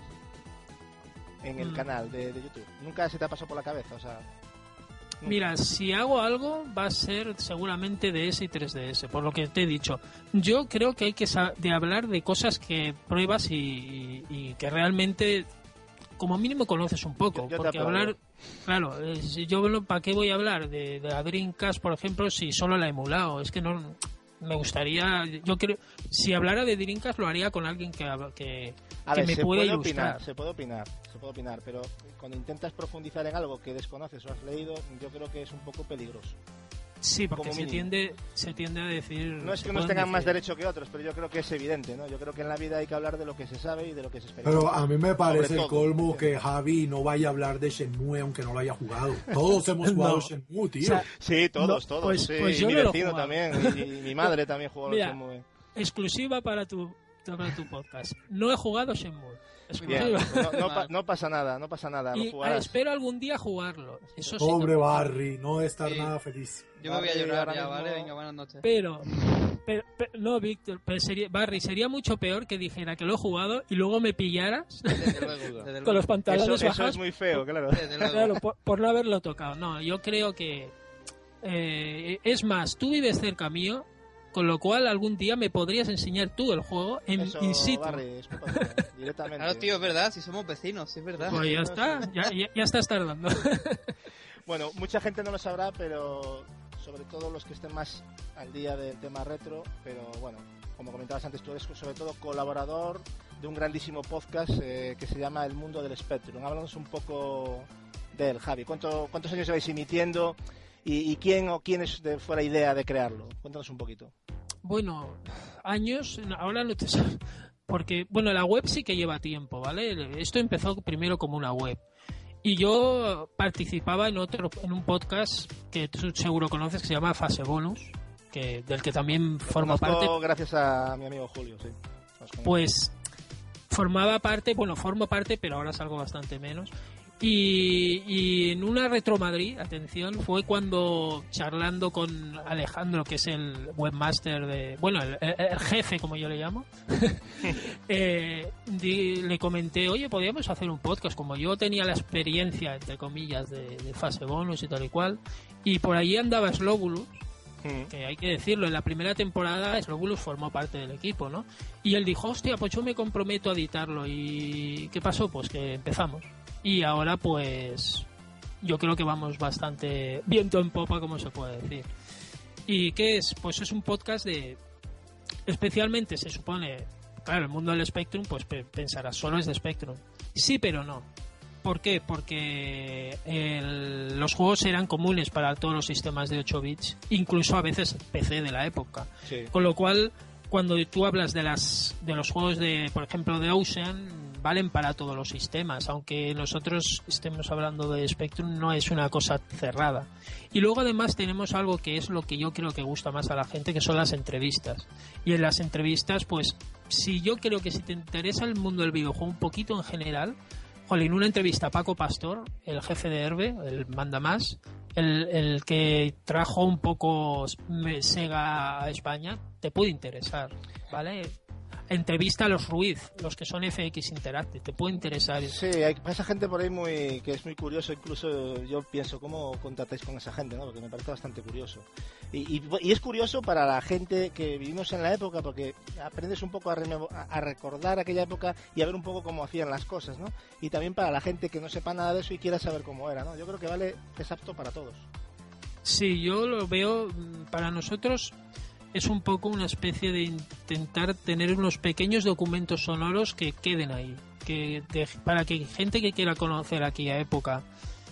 En el mm. canal de, de YouTube. ¿Nunca se te ha pasado por la cabeza? O sea... Mira, si hago algo va a ser seguramente D S y tres D S, por lo que te he dicho. Yo creo que hay que de hablar de cosas que pruebas y, y, y que realmente como mínimo conoces un poco. Yo, yo porque hablar, claro, si yo ¿para qué voy a hablar de, de la Dreamcast, por ejemplo, si solo la he emulado? Es que no me gustaría, yo creo, si hablara de Dreamcast lo haría con alguien que, que, a que ver, me se pueda puede ilustrar. Opinar, se puede opinar, se puede opinar, pero cuando intentas profundizar en algo que desconoces o has leído, yo creo que es un poco peligroso. Sí, porque se tiende, se tiende a decir... No es que unos tengan más derecho que otros, pero yo creo que es evidente, ¿no? Yo creo que en la vida hay que hablar de lo que se sabe y de lo que se espera. Pero a mí me parece Sobre el todo, colmo que Javi no vaya a hablar de Shenmue aunque no lo haya jugado. Todos hemos jugado no. Shenmue, tío. O sea, sí, todos, no, todos. Pues, sí. pues y yo mi no vecino lo también, y, y mi madre también jugó Mira, Shenmue. Exclusiva para tu, para tu podcast. No he jugado Shenmue. Bien, no, no, pa, no pasa nada, no pasa nada. Y lo espero algún día jugarlo. Eso sí. Pobre no. Barry, no debe estar sí. nada feliz. Yo me voy a llorar ya, mismo... ¿vale? Venga, buenas noches. Pero, pero, pero no, Víctor, pero sería, Barry, sería mucho peor que dijera que lo he jugado y luego me pillaras desde luego, desde luego. con los pantalones eso, bajados. Eso es muy feo, claro. Claro, por, por no haberlo tocado. No, yo creo que... Eh, es más, tú vives cerca mío, con lo cual algún día me podrías enseñar tú el juego en Eso, in situ. Barry, es directamente. Claro, tío, es verdad, si somos vecinos, sí es verdad. Pues ya está, ya, ya, ya estás tardando. Bueno, mucha gente no lo sabrá, pero sobre todo los que estén más al día del tema retro, pero bueno, como comentabas antes, tú eres sobre todo colaborador de un grandísimo podcast eh, que se llama El Mundo del Spectrum. Háblanos un poco de él, Javi. ¿Cuánto, ¿Cuántos años lleváis emitiendo? ¿Y, y quién o quién es de, fue la idea de crearlo? Cuéntanos un poquito. Bueno, años, ahora no te sabes, porque, bueno, la web sí que lleva tiempo, ¿vale? Esto empezó primero como una web. Y yo participaba en otro, en un podcast que tú seguro conoces, que se llama Fase Bonus, que, del que también forma parte. Gracias a mi amigo Julio, sí. Pues formaba parte, bueno, formo parte, pero ahora salgo bastante menos. Y, y en una Retro Madrid, atención, fue cuando charlando con Alejandro, que es el webmaster de, bueno, el, el, el jefe, como yo le llamo, eh, di, le comenté, oye, podríamos hacer un podcast, como yo tenía la experiencia, entre comillas, de, de Fase Bonus y tal y cual, y por allí andaba Slobulus, que hay que decirlo, en la primera temporada Slobulus formó parte del equipo, ¿no? Y él dijo, hostia, pues yo me comprometo a editarlo. ¿Y qué pasó? Pues que empezamos. Y ahora pues yo creo que vamos bastante viento en popa, como se puede decir. ¿Y qué es? Pues es un podcast de... Especialmente se supone... Claro, el mundo del Spectrum, pues pensarás, solo es de Spectrum. Sí, pero no. ¿Por qué? Porque el, los juegos eran comunes para todos los sistemas de ocho bits, incluso a veces P C de la época. Sí. Con lo cual, cuando tú hablas de las de los juegos de, por ejemplo, de Ocean, valen para todos los sistemas, aunque nosotros estemos hablando de Spectrum, no es una cosa cerrada. Y luego además tenemos algo que es lo que yo creo que gusta más a la gente, que son las entrevistas. Y en las entrevistas, pues, si yo creo que si te interesa el mundo del videojuego un poquito en general, jolín, en una entrevista a Paco Pastor, el jefe de Herbe, el manda más, el, el que trajo un poco Sega a España, te puede interesar, ¿vale? Entrevista a los Ruiz, los que son F X Interactive, te puede interesar. Sí, hay esa gente por ahí muy que es muy curioso, incluso yo pienso cómo contactáis con esa gente, ¿no? Porque me parece bastante curioso. Y, y, y es curioso para la gente que vivimos en la época, porque aprendes un poco a, remevo, a recordar aquella época y a ver un poco cómo hacían las cosas, ¿no? Y también para la gente que no sepa nada de eso y quiera saber cómo era, ¿no? Yo creo que vale, es apto para todos. Sí, yo lo veo, para nosotros es un poco una especie de intentar tener unos pequeños documentos sonoros que queden ahí, que de, para que gente que quiera conocer aquella época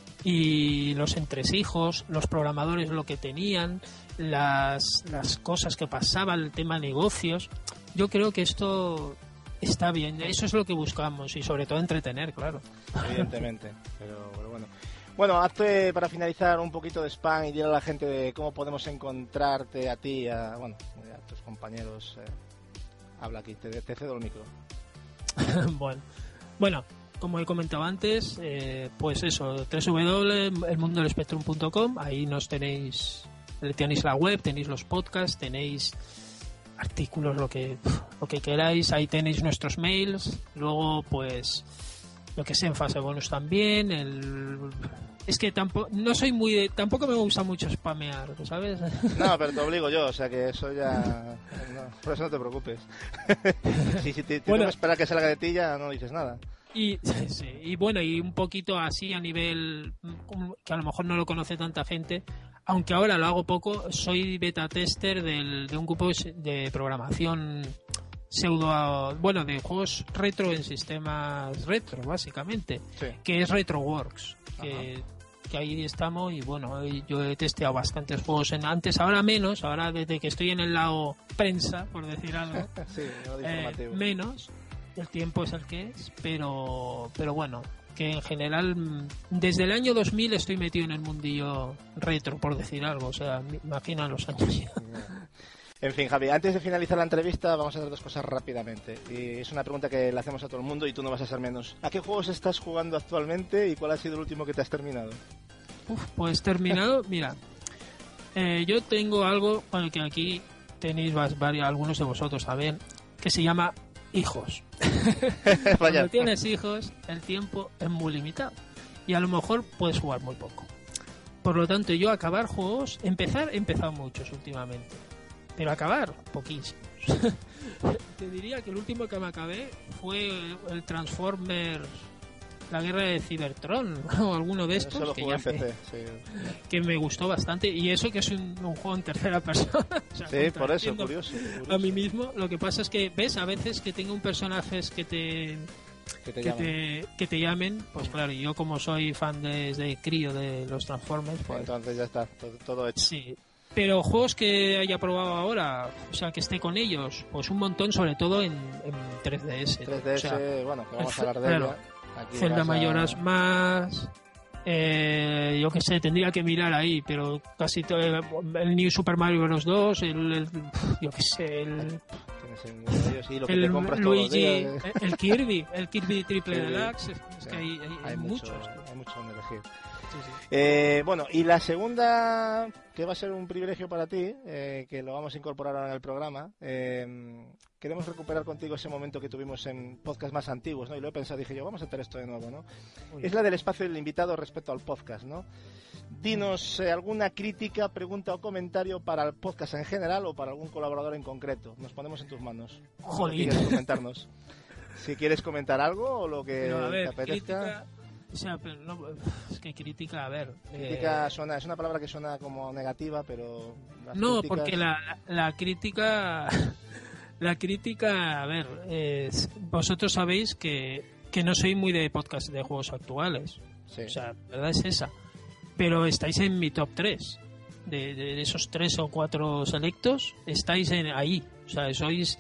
y los entresijos, los programadores lo que tenían, las, las cosas que pasaban, el tema negocios, yo creo que esto está bien, eso es lo que buscamos y sobre todo entretener, claro. Evidentemente, pero, pero bueno. Bueno, hazte para finalizar un poquito de spam y dile a la gente de cómo podemos encontrarte a ti, a, bueno, a tus compañeros. Eh, habla aquí, te, te cedo el micro. bueno, bueno, como he comentado antes, eh, pues eso, doble u doble u doble u punto el mundo del spectrum punto com, ahí nos tenéis, tenéis la web, tenéis los podcasts, tenéis artículos, lo que, lo que queráis, ahí tenéis nuestros mails, luego pues lo que sea en fase bonus también, el... es que tampoco no soy muy de, tampoco me gusta mucho spamear, ¿sabes? No, pero te obligo yo, o sea que eso ya no, por eso no te preocupes. si, si te, te bueno, tengo que esperar que salga de ti ya no dices nada. Y, sí, y bueno, y un poquito así a nivel que a lo mejor no lo conoce tanta gente, aunque ahora lo hago poco, soy beta tester del, de un grupo de programación pseudo, bueno, de juegos retro en sistemas retro, básicamente, sí. Que es RetroWorks, que, que ahí estamos y bueno, yo he testeado bastantes juegos en antes, ahora menos, ahora desde que estoy en el lado prensa, por decir algo, sí, eh, menos, el tiempo es el que es, pero, pero bueno, que en general desde el año dos mil estoy metido en el mundillo retro, por decir algo, o sea, imagina los años ya. En fin, Javi, antes de finalizar la entrevista vamos a hacer dos cosas rápidamente. Y es una pregunta que le hacemos a todo el mundo y tú no vas a ser menos. ¿A qué juegos estás jugando actualmente y cuál ha sido el último que te has terminado? Uf, pues terminado, mira, eh, yo tengo algo, bueno, que aquí tenéis varios, algunos de vosotros también, que se llama hijos. Cuando tienes hijos, el tiempo es muy limitado y a lo mejor puedes jugar muy poco. Por lo tanto, yo acabar juegos, empezar, he empezado muchos últimamente. Pero acabar, poquísimos. Te diría que el último que me acabé fue el, el Transformers, la guerra de Cybertron o alguno de estos. Solo que, jugué ya en P C, sí. Que me gustó bastante. Y eso que es un, un juego en tercera persona. O sea, sí, por eso, curioso, curioso. A mí mismo. Lo que pasa es que, ves, a veces que tengo un personaje que te... Que te, que, te, que te llamen, pues claro, yo como soy fan desde de crío de los Transformers, pues... Entonces ya está, todo, todo hecho. Sí. Pero juegos que haya probado ahora, o sea, que esté con ellos, pues un montón, sobre todo en, en tres D S. tres D S, o sea, bueno, que vamos a hablar de claro, ella. Aquí Zelda a... Majora's Mask, eh, yo qué sé, tendría que mirar ahí, pero casi todo, el New Super Mario Bros. dos, el, el yo qué sé, el... El, sí, lo que el te compras Luigi, todos los días. el Kirby, el Kirby Triple Kirby. Deluxe, es, es que hay, hay, hay, hay muchos. Mucho, hay mucho donde elegir. Sí, sí. Eh, bueno, y la segunda, que va a ser un privilegio para ti, eh, que lo vamos a incorporar ahora en el programa, eh, queremos recuperar contigo ese momento que tuvimos en podcast más antiguos, ¿no? Y lo he pensado, dije yo, vamos a hacer esto de nuevo, ¿no? Uy. Es la del espacio del invitado respecto al podcast, ¿no? Dinos eh, alguna crítica, pregunta o comentario para el podcast en general o para algún colaborador en concreto. Nos ponemos en tus manos. Joder. Si quieres comentarnos. Si quieres comentar algo o lo que Pero, a ver, te apetezca. Crítica... O sea, pero no, es que crítica, a ver... Crítica eh... suena, es una palabra que suena como negativa, pero... Las no, críticas... porque la, la, la crítica... La crítica, a ver, eh, vosotros sabéis que que no soy muy de podcast de juegos actuales. Sí. O sea, la verdad es esa. Pero estáis en mi top tres. De, de, de esos tres o cuatro selectos, estáis en ahí. O sea, sois...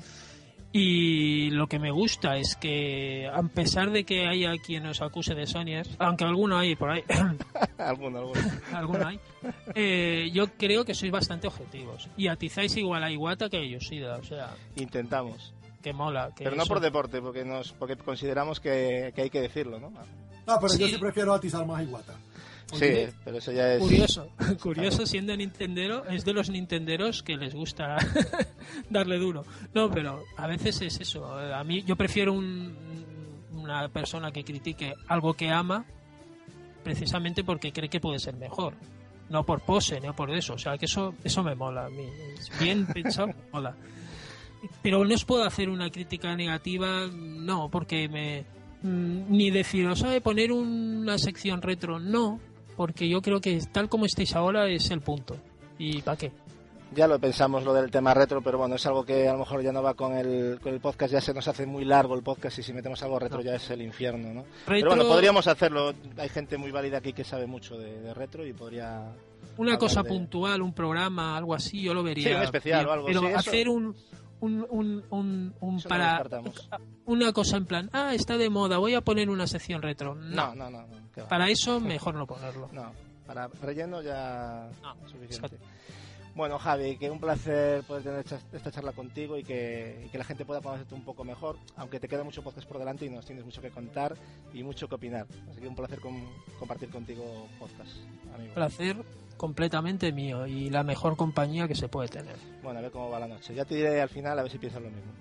Y lo que me gusta es que, a pesar de que haya quien os acuse de Sonyers, aunque alguno hay por ahí, alguno, alguno. alguno hay, eh, yo creo que sois bastante objetivos. Y atizáis igual a Iwata que a Yoshida, o sea... Intentamos. Que mola. Que pero no eso... por deporte, porque nos porque consideramos que, que hay que decirlo, ¿no? Ah, pero Sí. yo sí prefiero atizar más a Iwata. Sí, pero eso ya es... Curioso, curioso siendo nintendero, es de los nintenderos que les gusta darle duro. No, pero a veces es eso. A mí yo prefiero un, una persona que critique algo que ama precisamente porque cree que puede ser mejor. No por pose, no por eso. O sea, que eso eso me mola a mí. Es bien pensado, me mola. Pero no os puedo hacer una crítica negativa, no, porque me... Ni decir, o sea, poner una sección retro, no. Porque yo creo que tal como estáis ahora es el punto. ¿Y para qué? Ya lo pensamos lo del tema retro, pero bueno, es algo que a lo mejor ya no va con el, con el podcast, ya se nos hace muy largo el podcast y si metemos algo retro no. ya es el infierno, ¿no? Retro... Pero bueno, podríamos hacerlo, hay gente muy válida aquí que sabe mucho de, de retro y podría... Una cosa de... puntual, un programa, algo así, yo lo vería. Sí, un especial bien, o algo. Pero sí, hacer eso... un... un, un, un, un eso para no una cosa en plan, ah, está de moda, voy a poner una sección retro. No, no, no. no, no para eso mejor no ponerlo. No, para relleno ya no, es suficiente. Exacto. Bueno, Javi, que un placer poder tener esta charla contigo y que, y que la gente pueda conocerte un poco mejor, aunque te queda mucho podcast por delante y nos tienes mucho que contar y mucho que opinar. Así que un placer con, compartir contigo podcast, amigo. Placer completamente mío y la mejor compañía que se puede tener. Bueno, a ver cómo va la noche. Ya te diré al final a ver si piensas lo mismo.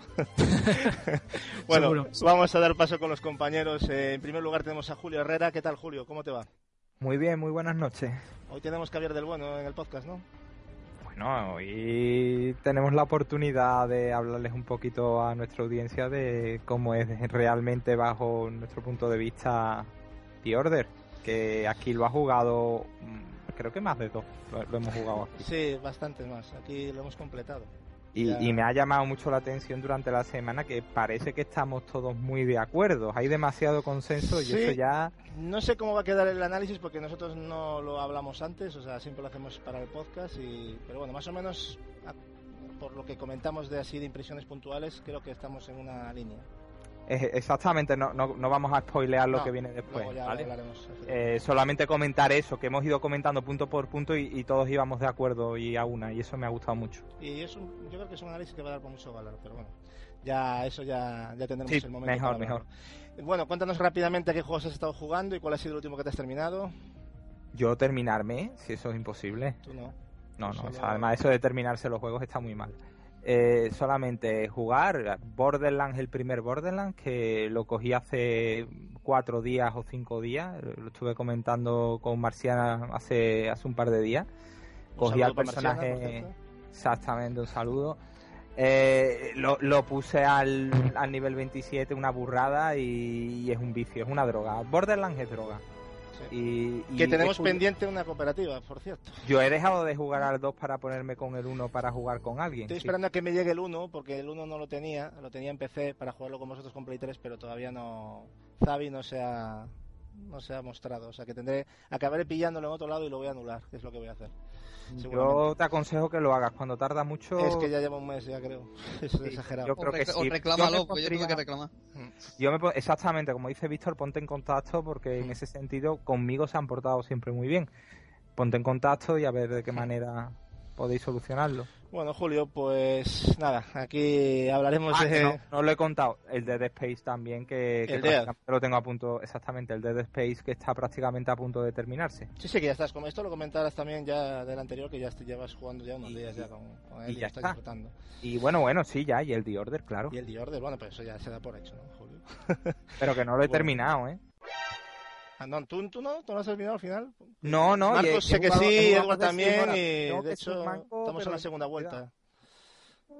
Bueno, seguro, vamos a dar paso con los compañeros. Eh, en primer lugar tenemos a Julio Herrera. ¿Qué tal, Julio? ¿Cómo te va? Muy bien, muy buenas noches. Hoy tenemos caviar del bueno en el podcast, ¿no? Bueno, hoy tenemos la oportunidad de hablarles un poquito a nuestra audiencia de cómo es realmente bajo nuestro punto de vista The Order, que aquí lo ha jugado, creo que más de dos, lo, lo hemos jugado aquí. Sí, bastantes más, aquí lo hemos completado. Y, y me ha llamado mucho la atención durante la semana que parece que estamos todos muy de acuerdo. Hay demasiado consenso y sí, eso ya... No sé cómo va a quedar el análisis porque nosotros no lo hablamos antes, o sea, siempre lo hacemos para el podcast. Y pero bueno, más o menos, por lo que comentamos de así de impresiones puntuales, creo que estamos en una línea. Exactamente, no, no, no vamos a spoilear lo no, que viene después, ya ¿vale? hablaremos, eh, solamente comentar eso, que hemos ido comentando punto por punto y, y todos íbamos de acuerdo y a una, y eso me ha gustado mucho. Y es un, yo creo que es un análisis que va a dar por mucho valor, pero bueno, ya eso ya, ya tendremos sí, el momento. Mejor, mejor. Bueno, cuéntanos rápidamente qué juegos has estado jugando y cuál ha sido el último que te has terminado. Yo terminarme, si eso es imposible. Tú no. No, no, Solo... o sea, además eso de terminarse los juegos está muy mal. Eh, solamente jugar Borderlands, el primer Borderlands, que lo cogí hace cuatro días o cinco días, lo estuve comentando con Marciana hace, hace un par de días. Cogí al personaje, Marciana, exactamente, un saludo. Eh, lo, lo puse al, al nivel veintisiete, una burrada, y, y es un vicio, es una droga. Borderlands es droga. Y, y que tenemos es pendiente una cooperativa, por cierto. Yo he dejado de jugar al dos para ponerme con el uno para jugar con alguien. Estoy sí. esperando a que me llegue el uno, porque el uno no lo tenía, lo tenía en P C para jugarlo con vosotros con Play tres, pero todavía no... Zavi no se ha, no se ha mostrado, o sea que tendré, acabaré pillándolo en otro lado y lo voy a anular, que es lo que voy a hacer. Yo te aconsejo que lo hagas cuando tarda mucho. Es que ya lleva un mes, ya creo. Es sí, exagerado. Yo creo o que sí. O reclámalo, yo pues yo tuve que reclamar. Yo me, exactamente, como dice Víctor, ponte en contacto porque en ese sentido conmigo se han portado siempre muy bien. Ponte en contacto y a ver de qué manera podéis solucionarlo. Bueno, Julio, pues nada, aquí hablaremos ah, de... No, no lo he contado, el Dead Space también, que, que el Dead. lo tengo a punto, exactamente, el Dead Space que está prácticamente a punto de terminarse. Sí, sí, que ya estás, como esto lo comentarás también ya del anterior, que ya te llevas jugando ya unos días ya con, con él y, y ya estás está. disfrutando. Y bueno, bueno, sí, ya, y el The Order, claro. Y el The Order, bueno, pues eso ya se da por hecho, ¿no, Julio? Pero que no lo he bueno. terminado, ¿eh? Ah, no, ¿tú, ¿tú no? ¿Tú no has terminado al final? No, no. Marcos sé que sí, Edward también, y de hecho manco, estamos en la segunda vuelta. Sí.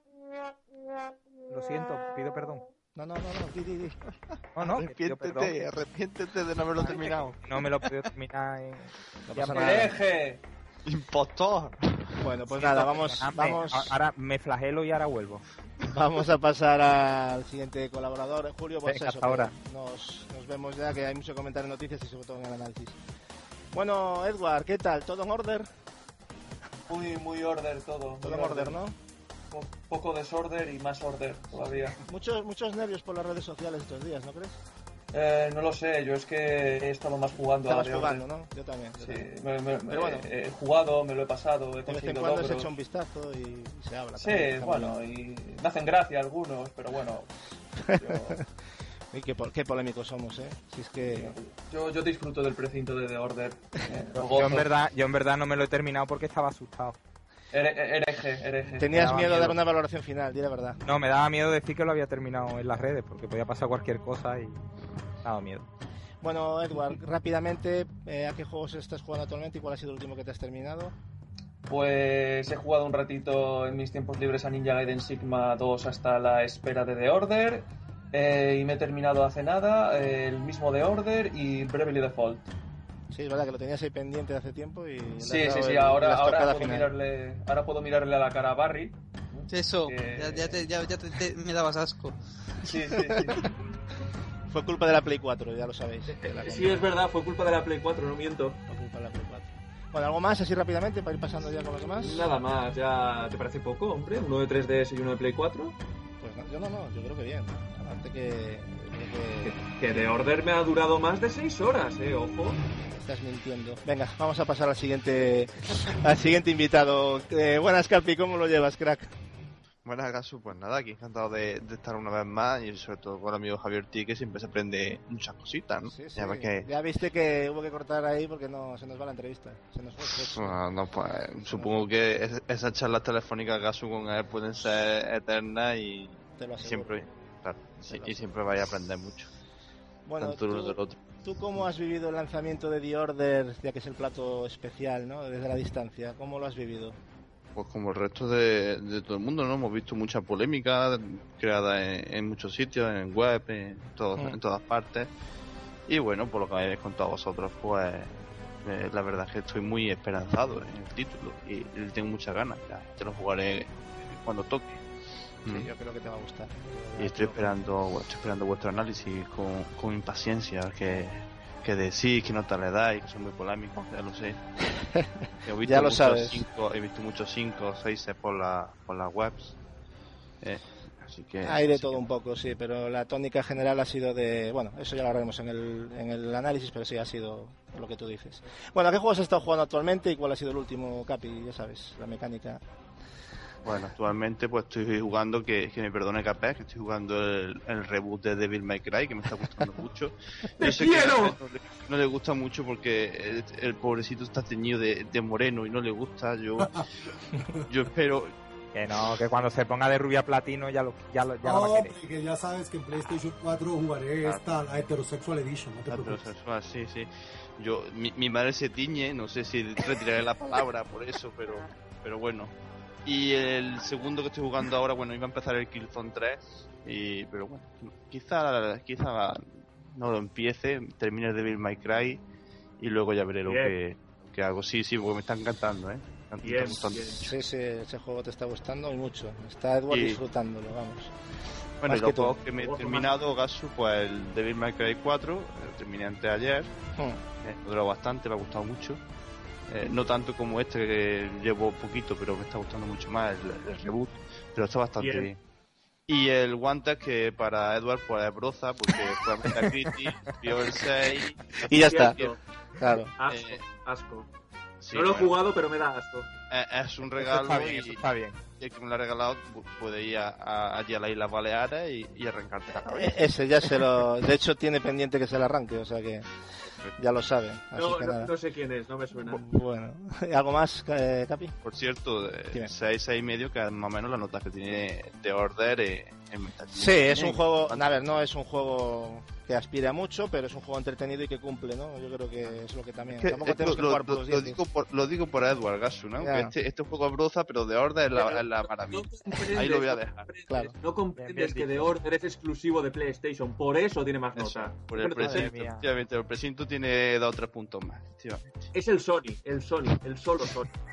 Lo siento, pido perdón. No, no, no, no, di, di, di. No, no, arrepiéntete, arrepiéntete de no haberlo terminado. No me lo puedo terminar en... No pasa nada. ¡Deje! ¡Impostor! Bueno, pues nada, vamos, vamos... Ahora me flagelo y ahora vuelvo. Vamos a pasar al siguiente colaborador. Julio, pues Venga, eso, hasta ahora. Nos, nos vemos ya, que hay mucho comentario en noticias y sobre todo en el análisis. Bueno, Edward, ¿qué tal? ¿Todo en orden? Muy, muy order todo. Todo en muy orden, ¿no? Po- poco desorder y más order todavía. Muchos, muchos nervios por las redes sociales estos días, ¿no crees? Eh, no lo sé, yo es que he estado más jugando Estabas a The jugando, Order. ¿no? Yo también. Yo Sí, también. me, me- Pero bueno. he, he jugado, me lo he pasado, he De vez en conseguido cuando se logros. echa un vistazo y, y se habla. Sí, también, está muy bueno, bien. y me hacen gracia algunos, pero bueno. Yo, Y qué, po- qué polémicos somos, ¿eh? Si es que... yo, yo disfruto del precinto de The Order. eh, lo Yo gozo. en verdad, yo en verdad no me lo he terminado porque estaba asustado. Here- Hereje, hereje. Tenías daba miedo a miedo. dar una valoración final, di la verdad. No, me daba miedo decir que lo había terminado en las redes porque podía pasar cualquier cosa y me daba miedo. Bueno, Edward, rápidamente, eh, ¿a qué juegos estás jugando actualmente y cuál ha sido el último que te has terminado? Pues he jugado un ratito en mis tiempos libres a Ninja Gaiden Sigma dos hasta la espera de The Order. eh, y me he terminado hace nada eh, el mismo The Order y Bravely Default. Sí, es verdad que lo tenías ahí pendiente de hace tiempo y... le has Sí, dado sí, sí, el- ahora, la ahora, estocada puedo final. mirarle, ahora puedo mirarle a la cara a Barry. Eso, Eh, ya, ya, te, ya, ya te, te- me dabas asco. Sí, sí, sí. Fue culpa de la Play cuatro, ya lo sabéis. que la Sí, es verdad, fue culpa de la Play cuatro, no miento. Fue culpa de la Play cuatro. Bueno, ¿algo más así rápidamente para ir pasando ya con los demás? Nada más, ya te parece poco, hombre, uno de tres D S y uno de Play cuatro. Pues no, yo no, no, yo creo que bien. Aparte que... creo que Que The Order me ha durado más de seis horas, eh, ojo. estás mintiendo. Venga, vamos a pasar al siguiente al siguiente invitado. Eh, buenas, Capi, ¿cómo lo llevas, crack? Buenas, Gasu, pues nada, aquí encantado de, de estar una vez más y sobre todo con el amigo Javier T, que siempre se aprende muchas cositas, ¿no? Sí, sí. Ya ves que, Ya viste que hubo que cortar ahí porque no se nos va la entrevista. Se nos fue. de hecho. bueno, no, pues, supongo que es- esas charlas telefónicas Gasu con él pueden ser eternas y Te lo aseguro. siempre, claro, Te sí, lo y siempre vaya a aprender mucho, Bueno, tanto el uno tú- del otro. ¿Tú cómo has vivido el lanzamiento de The Order, ya que es el plato especial, ¿no? Desde la distancia, ¿cómo lo has vivido? Pues como el resto de, de todo el mundo, ¿no? Hemos visto mucha polémica creada en, en muchos sitios, en web, en, todos, Mm. en todas partes. Y bueno, por lo que habéis contado vosotros, pues eh, la verdad es que estoy muy esperanzado en el título y, y tengo muchas ganas. Ya te lo jugaré cuando toque. Sí, Mm. yo creo que te va a gustar. Y estoy esperando, estoy esperando vuestro análisis con, con impaciencia, que, que decís, que nota le dais, que son muy polémicos, ya lo sé. He visto Ya lo muchos sabes. cinco- he visto muchos cinco o seis por, la, por las webs. Eh, así que... Hay de así todo que- un poco, sí, pero la tónica general ha sido de... Bueno, eso ya lo haremos en el, en el análisis, pero sí ha sido lo que tú dices. Bueno, ¿a qué juegos has estado jugando actualmente y cuál ha sido el último, Capi? Ya sabes, la mecánica. Bueno, actualmente pues estoy jugando, que, que me perdone Capé, que estoy jugando el, el reboot de Devil May Cry, que me está gustando mucho. Yo sé que a quiero! él no, le, no le gusta mucho porque el, el pobrecito está teñido de, de moreno y no le gusta. Yo, yo espero... Que no, que cuando se ponga de rubia platino ya lo, ya lo, ya lo va a Hombre, querer. que ya sabes que en PlayStation cuatro jugaré Claro. esta, la Heterosexual Edition, no te preocupes. Heterosexual, sí, sí. Yo, mi, mi madre se tiñe, no sé si retiraré la palabra por eso, pero, pero bueno. Y el segundo que estoy jugando ahora, bueno, iba a empezar el Killzone tres, y, pero bueno, quizá, quizá no lo empiece, termine el Devil May Cry y luego ya veré lo Bien. que, que hago. Sí, sí, porque me está encantando, ¿eh? Me está Bien, gustando bien. mucho. Sí, sí, ese juego te está gustando y mucho. Está Edward Y- disfrutándolo, vamos. Bueno, Más y los que tú. juegos que me he terminado, Gasu, pues el Devil May Cry cuatro, lo terminé antes ayer. Hmm. Me ha durado bastante, me ha gustado mucho. Eh, no tanto como este que llevo poquito, pero me está gustando mucho más el, el reboot, pero está bastante Bien. bien. Y el Wanted, que para Edward pues es broza, porque fue a Metacritic, vio el seis... Y ya está, Cierto. claro. Asco, Eh, asco. sí, no lo he bueno, jugado, pero me da asco. es, es un Eso regalo está bien, y, eso está bien. y el que me lo ha regalado pu- puede ir a, a- allí a las Islas Baleares y, y arrancarte la E- cabeza. Ese ya se lo... De hecho, tiene pendiente que se le arranque, o sea que ya lo saben. Así No, que no, nada. no sé quién es, no me suena. Bueno, ¿algo más, eh, Capi? Por cierto, Dime. seis, seis y medio, que es más o menos la nota que tiene The Order eh, en Metacritic. Sí, es un juego... Bastante. A ver, no es un juego que aspira mucho, pero es un juego entretenido y que cumple, ¿no? Yo creo que es lo que también... Que, Tampoco eh, tenemos lo, que jugar lo- por los lo dientes. digo por, lo digo por Edward Gasu, ¿no? Ya. Que este, este juego es broza, pero The Order es la, es la maravilla. Ahí lo voy a dejar. Claro. No comprendes Bien, bien que The dicho. Order es exclusivo de PlayStation, por eso tiene más Eso, nota. por el Es verdad. precinto, mía. efectivamente, el precinto tiene dos o tres puntos más, efectivamente. Es el Sony, el Sony, el solo Sony.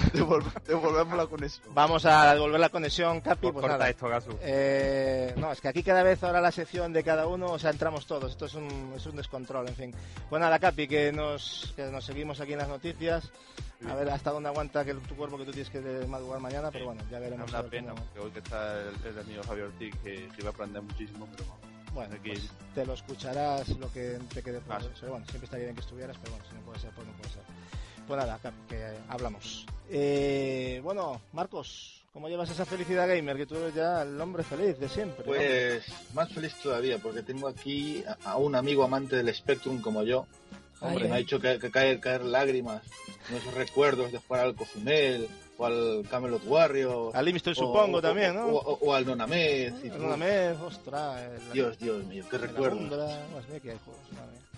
Devol- devolvemos la conexión. Vamos a devolver la conexión, Capi. Pues Corta nada. esto, Gasu. Eh, no, es que aquí cada vez ahora la sección de cada uno, o sea, entramos todos. Esto es un, es un descontrol, en fin. Pues nada, Capi, que nos, que nos seguimos aquí en las noticias. A ver hasta dónde aguanta que tu cuerpo, que tú tienes que madrugar mañana, pero bueno, ya veremos. Es a una ver pena, cómo- porque hoy que está el, el amigo Javier Ortiz, que, que iba a aprender muchísimo, pero vamos. Bueno, Aquí- pues te lo escucharás lo que te quede por Ah, sí. pero bueno, siempre estaría bien que estuvieras, pero bueno, si no puede ser, pues no puede ser. Pues nada, Capi, que hablamos. Eh, bueno, Marcos, ¿cómo llevas esa felicidad gamer? Que tú eres ya el hombre feliz de siempre, ¿no? Pues más feliz todavía, porque tengo aquí a, a un amigo amante del Spectrum como yo. Hombre, Ay, me ha ay. dicho que, que caer, caer lágrimas en esos recuerdos de jugar al Cozumel o al Camelot Warrior. Al Livingston o- supongo o- también, ¿no? O, o- o al Nonamez. y- Perdóname, ostras. el- Dios, Dios mío, qué el recuerdos. Alhambra, más bien que hay juegos, madre mía.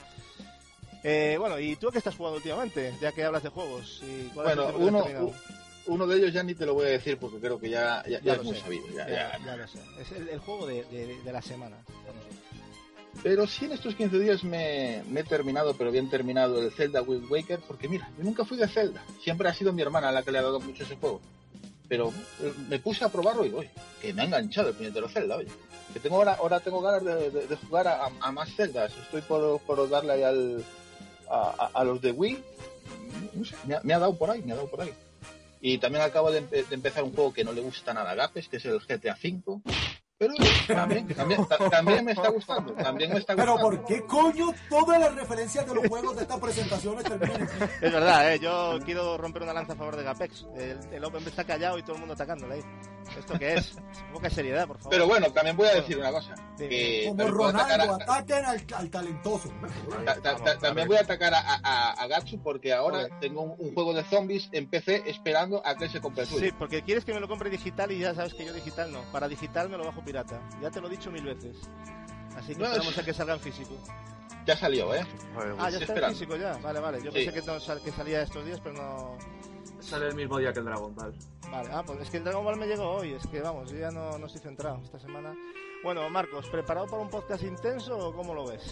Eh, bueno, ¿y tú a qué estás jugando últimamente? Ya que hablas de juegos. ¿Y cuál es el Bueno, último que uno, has terminado? u- uno de ellos ya ni te lo voy a decir porque creo que ya, ya, ya Ya es lo muy sé. sabido. ya- Ya, ya. ya lo sé. Es el, el juego de, de- de la semana para nosotros. Pero sí, en estos quince días me, me he terminado, pero bien terminado, el Zelda Wind Waker, porque mira, yo nunca fui de Zelda. Siempre ha sido mi hermana la que le ha dado mucho ese juego. Pero eh, me puse a probarlo y, oye, que me ha enganchado el puñetero Zelda, oye. Que tengo ahora, ahora tengo ganas de, de- de jugar a, a más Zeldas. Estoy por, por darle ahí al, a, a- a los de Wii. No sé, me ha, me ha dado por ahí, me ha dado por ahí. Y también acabo de, empe- de empezar un juego que no le gusta nada a Gapes, que es el G T A cinco. Pero también, también, ta- también me está gustando, también me está Pero gustando. ¿por qué coño todas las referencias de los juegos de estas presentaciones terminan aquí? Es verdad, ¿eh? Yo quiero romper una lanza a favor de Gapex. El, el Open está callado y todo el mundo atacándole ahí. ¿Esto qué es? Poca seriedad, por favor. Pero bueno, también voy a decir una cosa. Dime. Que Como también voy a atacar Ronaldo, a- ataquen al, al talentoso. ta- ta- ta- también voy a atacar a, a, a Gatsu porque ahora Joder. tengo un, un juego de zombies en P C esperando a que se compre el suyo. Sí, porque quieres que me lo compre digital y ya sabes que yo digital no. Para digital me lo bajo pirata. Ya te lo he dicho mil veces. Así que No, esperamos es- a que salga en físico. Ya salió, ¿eh? Joder, Ah, ya estoy está en esperando. físico ya. Vale, vale. Yo Sí. pensé que, no sal- que salía estos días, pero no... Sale el mismo día que el Dragon Ball. Vale, ah, pues es que el Dragon Ball me llegó hoy. Es que vamos, yo ya no, no estoy centrado esta semana. Bueno, Marcos, ¿preparado para un podcast intenso o cómo lo ves?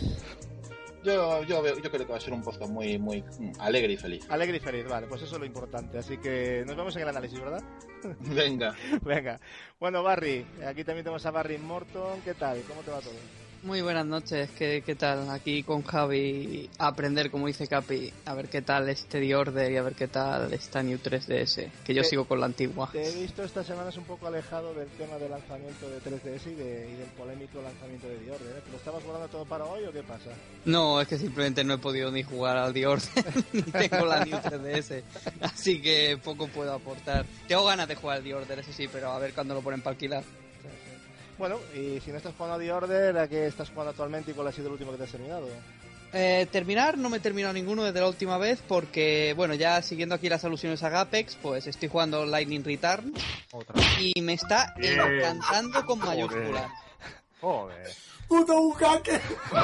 Yo, yo, veo- yo creo que va a ser un podcast muy, muy mm, alegre y feliz. Alegre y feliz, vale, pues eso es lo importante. Así que nos vemos en el análisis, ¿verdad? Venga. Venga. Bueno, Barry, aquí también tenemos a Barry Morton. ¿Qué tal? ¿Cómo te va todo? Muy buenas noches, ¿qué, qué tal? Aquí con Javi a aprender, como dice Capi, a ver qué tal este The Order y a ver qué tal esta New tres D S, que yo Eh, sigo con la antigua. Te he visto estas semanas un poco alejado del tema del lanzamiento de tres D S y, de- y del polémico lanzamiento de The Order, ¿eh? ¿Te lo estabas guardando todo para hoy o qué pasa? No, es que simplemente no he podido ni jugar al The Order, ni tengo la New tres D S, así que poco puedo aportar. Tengo ganas de jugar al The Order, eso sí, pero a ver cuándo lo ponen para alquilar. Sí, sí. Bueno, y si no estás jugando a The Order, ¿a qué estás jugando actualmente y cuál ha sido el último que te has terminado? Eh, terminar, no me he terminado ninguno desde la última vez porque, bueno, ya siguiendo aquí las alusiones a Gapex, pues estoy jugando Lightning Return Otra. y me está Bien. encantando con mayúsculas. Joder. ¡Puto un hacker!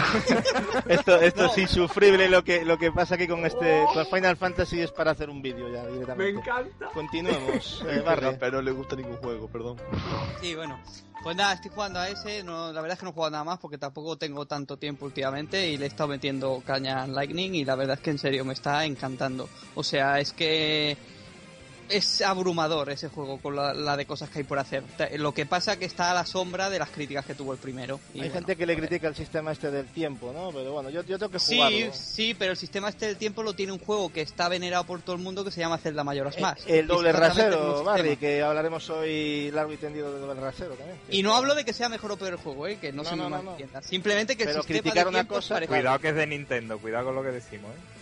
Esto, esto No. es insufrible lo que, lo que pasa aquí con este con Final Fantasy es para hacer un vídeo ya Me directamente. encanta. Continuemos, eh, Barry. Pero no le gusta ningún juego, perdón. Sí, bueno, pues nada, estoy jugando a ese, no, la verdad es que no he jugado nada más porque tampoco tengo tanto tiempo últimamente y le he estado metiendo caña en Lightning y la verdad es que en serio me está encantando. O sea, es que es abrumador ese juego con la, la de cosas que hay por hacer. Te- Lo que pasa que está a la sombra de las críticas que tuvo el primero. Y Hay bueno, gente que le critica el sistema este del tiempo, ¿no? Pero bueno, yo, yo tengo que Sí, jugarlo. sí, pero el sistema este del tiempo lo tiene un juego que está venerado por todo el mundo que se llama Zelda Majora's Mask. Eh, el Y doble es exactamente el rasero, mismo Barry, sistema. que hablaremos hoy largo y tendido de doble rasero también. Y no hablo de que sea mejor o peor el juego, ¿eh? Que no, No, se no, me no, no. malentienda. Simplemente que Pero el sistema criticar de una tiempo es cosa- parecido. Cuidado que es de Nintendo, cuidado con lo que decimos, ¿eh?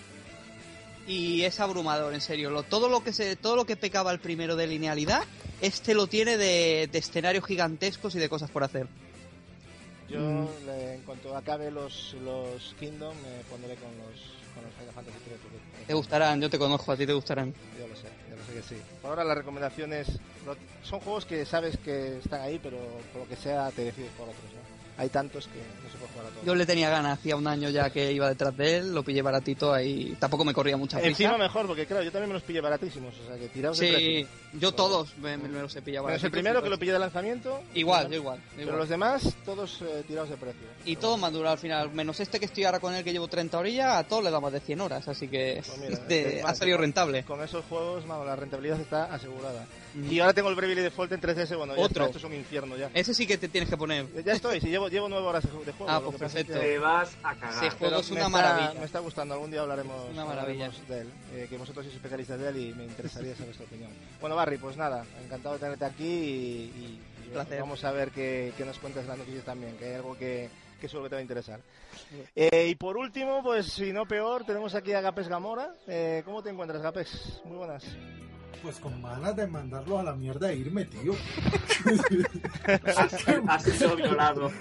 Y es abrumador, en serio. Lo, todo lo que se, todo lo que pecaba el primero de linealidad, este lo tiene de, de escenarios gigantescos y de cosas por hacer. Yo, Mm. le- en cuanto acabe los, los Kingdom, me pondré con los, con los Final Fantasy tres. porque- Te gustarán, yo te conozco, a ti te gustarán. Yo lo sé, yo lo sé que sí. Por ahora las recomendaciones lo- son juegos que sabes que están ahí, pero por lo que sea te decides por otros, ¿no? hay tantos que no se puede jugar a todos. Yo le tenía ganas, hacía un año ya que iba detrás de él, lo pillé baratito ahí, tampoco me corría mucha prisa. Encima mejor, porque claro, yo también me los pillé baratísimos, o sea que tirados de precio. Sí, yo todos me, me los he pillado baratísimos. baratos. Es el primero que lo pillé de lanzamiento. Igual, yo igual, Pero igual. los demás, todos eh, tirados de precio. Y todo me ha durado al final, menos este que estoy ahora con él que llevo treinta orillas, a todo le da más de cien horas, así que pues mira, este, es ha salido con, rentable. Con esos juegos, mano, la rentabilidad está asegurada. Mm. Y ahora tengo el Bravely Default en tres D S, bueno, ya Otro. Está, esto es un infierno ya. Ese sí que te tienes que poner. Ya estoy, si llevo, llevo nueve horas de juego. Ah, pues perfecto. Te vas a cagar. Ese juego es una me maravilla. Está, me está gustando, algún día hablaremos, una maravilla. hablaremos de él, eh, que vosotros sois especialistas de él y me interesaría saber su opinión. Bueno, Barry, pues nada, encantado de tenerte aquí y, y, y bueno, vamos a ver qué, qué nos cuentas las noticias también, que hay algo que, que seguro que te va a interesar. Eh, y por último, pues si no peor, tenemos aquí a Gapes Gamora. Eh, ¿Cómo te encuentras, Gapes? Muy buenas. Pues con ganas de mandarlo a la mierda e irme, tío. Has sido violado.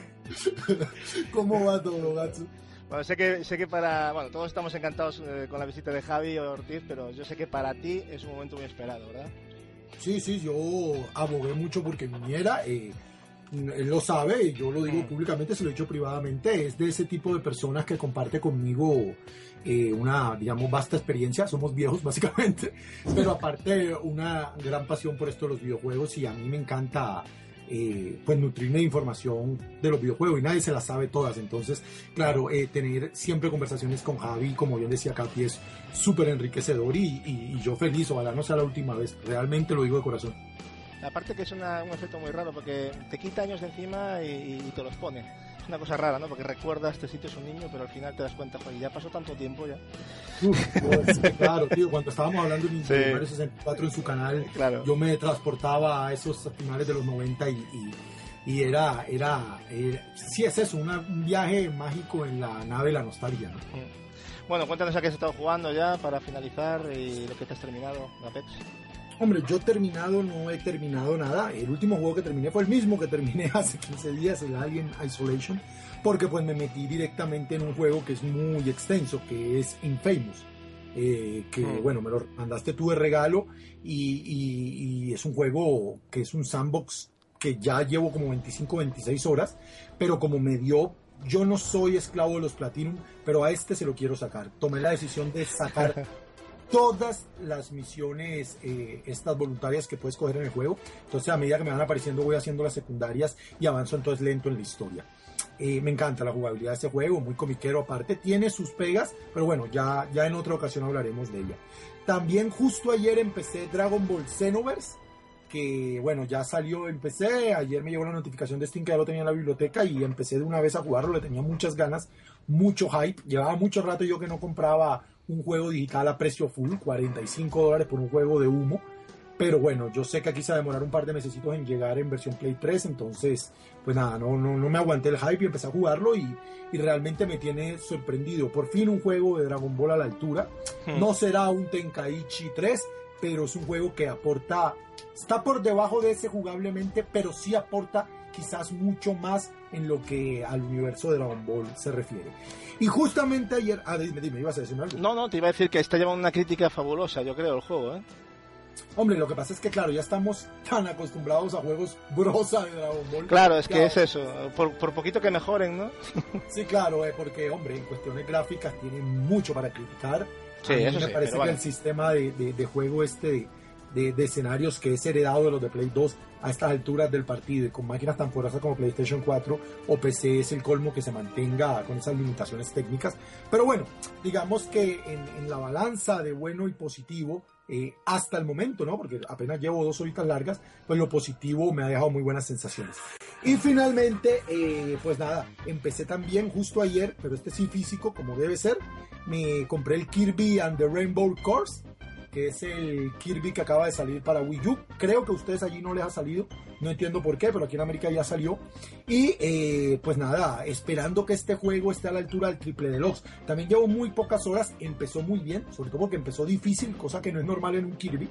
¿Cómo va todo, Gatsu? Bueno, sé que, sé que para... Bueno, todos estamos encantados eh, con la visita de Javi Ortiz, pero yo sé que para ti es un momento muy esperado, ¿verdad? Sí, sí, yo abogué mucho porque viniera. Eh, él lo sabe, yo lo digo públicamente, se lo he dicho privadamente. Es de ese tipo de personas que comparte conmigo eh, una, digamos, vasta experiencia. Somos viejos, básicamente. Pero aparte, una gran pasión por esto de los videojuegos y a mí me encanta... Eh, pues nutrirme de información de los videojuegos y nadie se las sabe todas, entonces claro, eh, tener siempre conversaciones con Javi, como bien decía Capi, es súper enriquecedor y, y, y yo feliz, ojalá no sea la última vez, realmente lo digo de corazón. Aparte que es una, un efecto muy raro porque te quita años de encima y, y te los pone. Es una cosa rara, ¿no? Porque recuerdas, este sitio es un niño, pero al final te das cuenta, joder, ya pasó tanto tiempo ya. Uf, pues, claro, tío, cuando estábamos hablando de Nintendo sí. Mario sesenta y cuatro en su canal, claro. Yo me transportaba a esos finales de los noventa y, y, y era, era, era, sí es eso, una, un viaje mágico en la nave de la nostalgia, ¿no? Bueno, cuéntanos a qué has estado jugando ya para finalizar y lo que te has terminado, Apex. Hombre, yo terminado no he terminado nada. El último juego que terminé fue el mismo que terminé hace quince días, el Alien Isolation, porque pues me metí directamente en un juego que es muy extenso, que es Infamous. Eh, que mm. bueno, me lo mandaste tú de regalo y, y, y es un juego que es un sandbox que ya llevo como veinticinco, veintiséis horas, pero como me dio... Yo no soy esclavo de los Platinum, pero a este se lo quiero sacar. Tomé la decisión de sacar... todas las misiones eh, estas voluntarias que puedes coger en el juego, entonces a medida que me van apareciendo voy haciendo las secundarias y avanzo entonces lento en la historia. Eh, me encanta la jugabilidad de este juego, muy comiquero aparte, tiene sus pegas, pero bueno, ya, ya en otra ocasión hablaremos de ella. También justo ayer empecé Dragon Ball Xenoverse, que bueno, ya salió, empecé, ayer me llegó la notificación de Steam que ya lo tenía en la biblioteca y empecé de una vez a jugarlo, le tenía muchas ganas, mucho hype, llevaba mucho rato yo que no compraba un juego digital a precio full, cuarenta y cinco dólares por un juego de humo, pero bueno, yo sé que aquí se va a demorar un par de mesecitos en llegar en versión Play tres, entonces pues nada, no, no, no me aguanté el hype y empecé a jugarlo y, y realmente me tiene sorprendido, por fin un juego de Dragon Ball a la altura, hmm. no será un Tenkaichi tres, pero es un juego que aporta, está por debajo de ese jugablemente, pero sí aporta quizás mucho más en lo que al universo de Dragon Ball se refiere. Y justamente ayer... Ah, dime, dime, ¿ibas a decir algo? No, no, te iba a decir que está llevando una crítica fabulosa, yo creo, el juego, ¿eh? Hombre, lo que pasa es que, claro, ya estamos tan acostumbrados a juegos brosa de Dragon Ball. Claro, es que claro. es eso, por, por poquito que mejoren, ¿no? Sí, claro, eh, porque, hombre, en cuestiones gráficas tienen mucho para criticar. Sí, a mí eso me sí, parece que vale. el sistema de, de, de juego este... De, De, de escenarios que es heredado de los de Play dos a estas alturas del partido y con máquinas tan poderosas como PlayStation cuatro o P C es el colmo que se mantenga con esas limitaciones técnicas, pero bueno, digamos que en, en la balanza de bueno y positivo eh, hasta el momento, ¿no? Porque apenas llevo dos horitas largas, pues lo positivo me ha dejado muy buenas sensaciones. Y finalmente, eh, pues nada, empecé también justo ayer, pero este sí físico como debe ser, me compré el Kirby and the Rainbow Course, que es el Kirby que acaba de salir para Wii U. Creo que a ustedes allí no les ha salido, no entiendo por qué, pero aquí en América ya salió. Y eh, pues nada, esperando que este juego esté a la altura del Triple Deluxe. También llevo muy pocas horas, empezó muy bien, sobre todo porque empezó difícil, cosa que no es normal en un Kirby.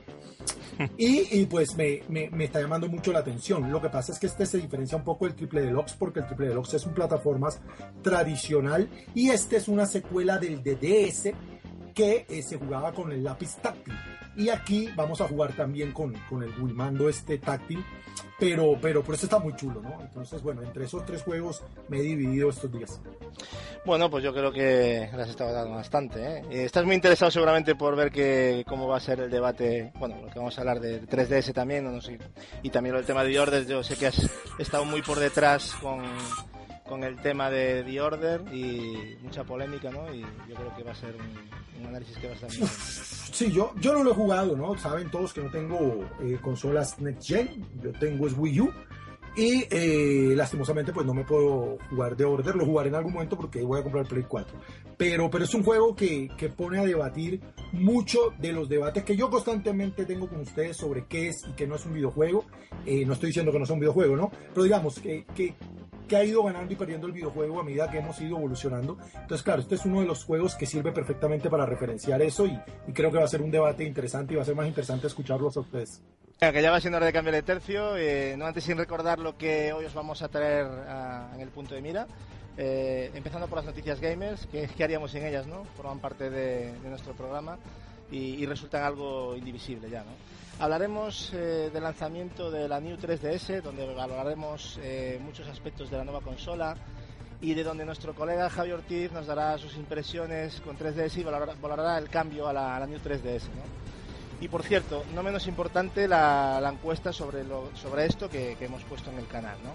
Y, y pues me, me, me está llamando mucho la atención. Lo que pasa es que este se diferencia un poco del Triple Deluxe, porque el Triple Deluxe es un plataformas tradicional y este es una secuela del de D S, que eh, se jugaba con el lápiz táctil. Y aquí vamos a jugar también con, con el Wimando este táctil, pero, pero por eso está muy chulo, ¿no? Entonces, bueno, entre esos tres juegos me he dividido estos días. Bueno, pues yo creo que las has estado dando bastante, ¿eh? Estás muy interesado seguramente por ver que, cómo va a ser el debate, bueno, lo que vamos a hablar del tres D S también, no sé, y también lo del tema de The Order. Yo sé que has estado muy por detrás con, con el tema de The Order y mucha polémica, ¿no? Y yo creo que va a ser un, un análisis que va a estar muy bien. Sí, yo, yo no lo he jugado, ¿no? Saben todos que no tengo eh, consolas Next Gen, yo tengo es Wii U. Y eh, lastimosamente pues no me puedo jugar The Order, lo jugaré en algún momento porque voy a comprar el Play cuatro. Pero, pero es un juego que, que pone a debatir mucho de los debates que yo constantemente tengo con ustedes sobre qué es y qué no es un videojuego. Eh, no estoy diciendo que no sea un videojuego, ¿no? Pero digamos que, que, que ha ido ganando y perdiendo el videojuego a medida que hemos ido evolucionando. Entonces claro, este es uno de los juegos que sirve perfectamente para referenciar eso y, y creo que va a ser un debate interesante y va a ser más interesante escucharlos a ustedes. Que ya va siendo hora de cambiar de tercio, eh, no antes sin recordar lo que hoy os vamos a traer a, en el punto de mira, eh, empezando por las noticias gamers, que, que haríamos sin ellas, ¿no? Forman parte de, de nuestro programa y, y resultan algo indivisible ya, ¿no? Hablaremos eh, del lanzamiento de la New tres D S, donde valoraremos eh, muchos aspectos de la nueva consola y de donde nuestro colega Javi Ortiz nos dará sus impresiones con tres D S y valorará, valorará el cambio a la, a la New tres D S, ¿no? Y por cierto, no menos importante la, la encuesta sobre, lo, sobre esto que, que hemos puesto en el canal, ¿no?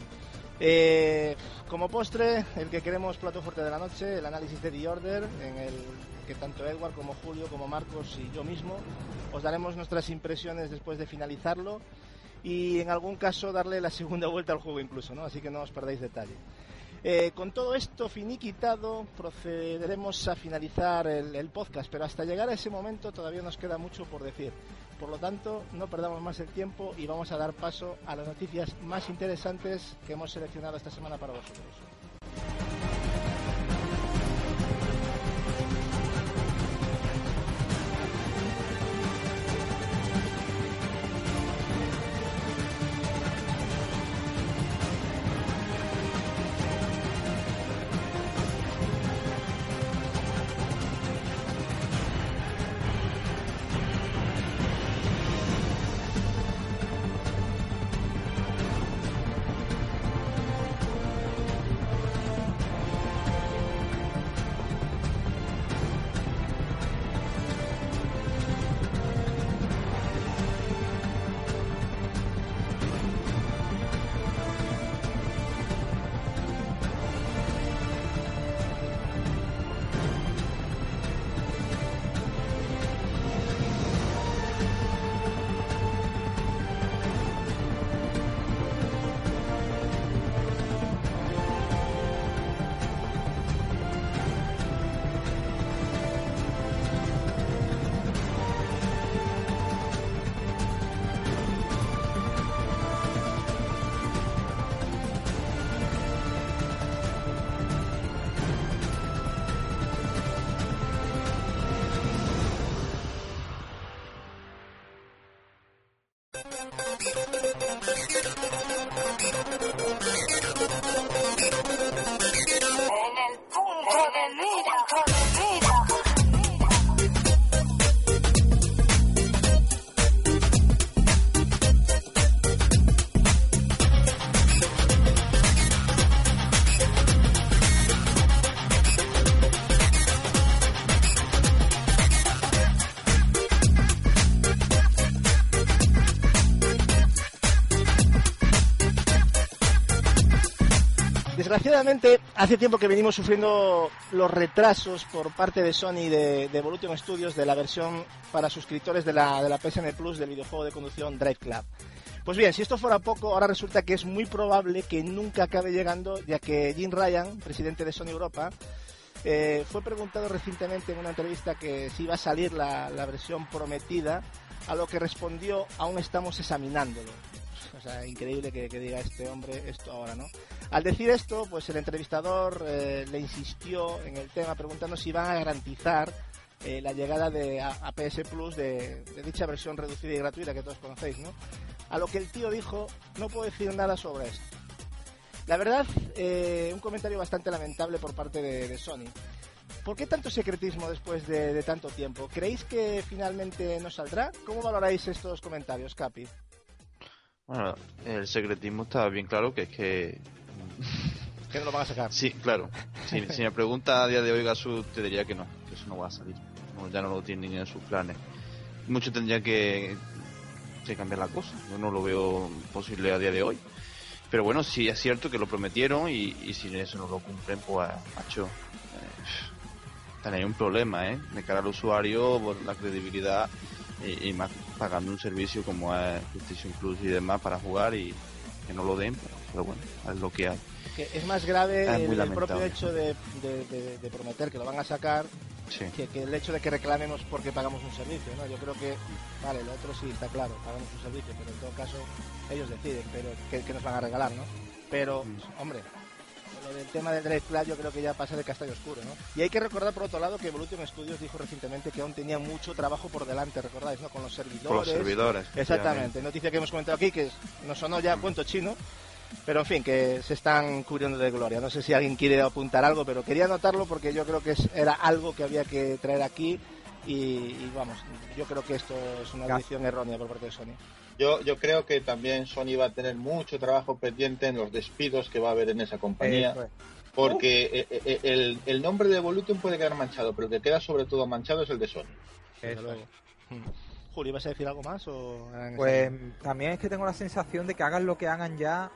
Eh, como postre, el que queremos plato fuerte de la noche, el análisis de The Order, en el que tanto Edward como Julio, como Marcos y yo mismo os daremos nuestras impresiones después de finalizarlo y en algún caso darle la segunda vuelta al juego incluso, ¿no? Así que no os perdáis detalle. Eh, con todo esto finiquitado, procederemos a finalizar el, el podcast, pero hasta llegar a ese momento todavía nos queda mucho por decir. Por lo tanto, no perdamos más el tiempo y vamos a dar paso a las noticias más interesantes que hemos seleccionado esta semana para vosotros. Desgraciadamente, hace tiempo que venimos sufriendo los retrasos por parte de Sony de, de Evolution Studios de la versión para suscriptores de la, de la P S N Plus del videojuego de conducción Drive Club. Pues bien, si esto fuera poco, ahora resulta que es muy probable que nunca acabe llegando, ya que Jim Ryan, presidente de Sony Europa, eh, fue preguntado recientemente en una entrevista que si iba a salir la, la versión prometida, a lo que respondió: aún estamos examinándolo. O sea, increíble que, que diga este hombre esto ahora, ¿no? Al decir esto, pues el entrevistador eh, le insistió en el tema preguntando si van a garantizar eh, la llegada de a, a P S Plus de, de dicha versión reducida y gratuita que todos conocéis, ¿no? A lo que el tío dijo: no puedo decir nada sobre esto. La verdad, eh, un comentario bastante lamentable por parte de, de Sony. ¿por qué tanto secretismo después de, de tanto tiempo? ¿Creéis que finalmente no saldrá? ¿Cómo valoráis estos comentarios, Capi? Bueno, el secretismo está bien claro, que es que... ¿Que no lo van a sacar? Sí, claro. Si, si me pregunta a día de hoy Gasu, te diría que no, que eso no va a salir. No, ya no lo tiene ni en sus planes. Mucho tendría que, que cambiar la cosa. Yo no lo veo posible a día de hoy. Pero bueno, sí es cierto que lo prometieron y, y si eso no lo cumplen, pues, macho, eh, tenéis un problema, ¿eh? De cara al usuario, por la credibilidad y, y más pagando un servicio como es PlayStation Plus y demás para jugar y que no lo den, pero, pero bueno, es lo que hay. Que es más grave es el, el propio hecho de, de, de, de prometer que lo van a sacar, sí, que, que el hecho de que reclamemos porque pagamos un servicio, ¿no? Yo creo que, vale, lo otro sí está claro, pagamos un servicio, pero en todo caso ellos deciden, pero que, que nos van a regalar, ¿no? Pero, mm. hombre, lo del tema del Drive Club yo creo que ya pasa de castaño oscuro, ¿no? Y hay que recordar, por otro lado, que Evolution Studios dijo recientemente que aún tenía mucho trabajo por delante, ¿recordáis, no? Con los servidores. Con los servidores. Exactamente, noticia que hemos comentado aquí, que nos sonó ya cuento chino. Pero en fin, que se están cubriendo de gloria. No sé si alguien quiere apuntar algo, pero quería anotarlo porque yo creo que es, era algo que había que traer aquí y, y vamos, yo creo que esto es una decisión errónea por parte de Sony. Yo, yo creo que también Sony va a tener mucho trabajo pendiente en los despidos que va a haber en esa compañía, eh, porque uh. el, el, el nombre de Evolution puede quedar manchado, pero el que queda sobre todo manchado es el de Sony. Eso. Luego. Juli, ¿vas a decir algo más? O... Pues también es que tengo la sensación de que hagan lo que hagan ya,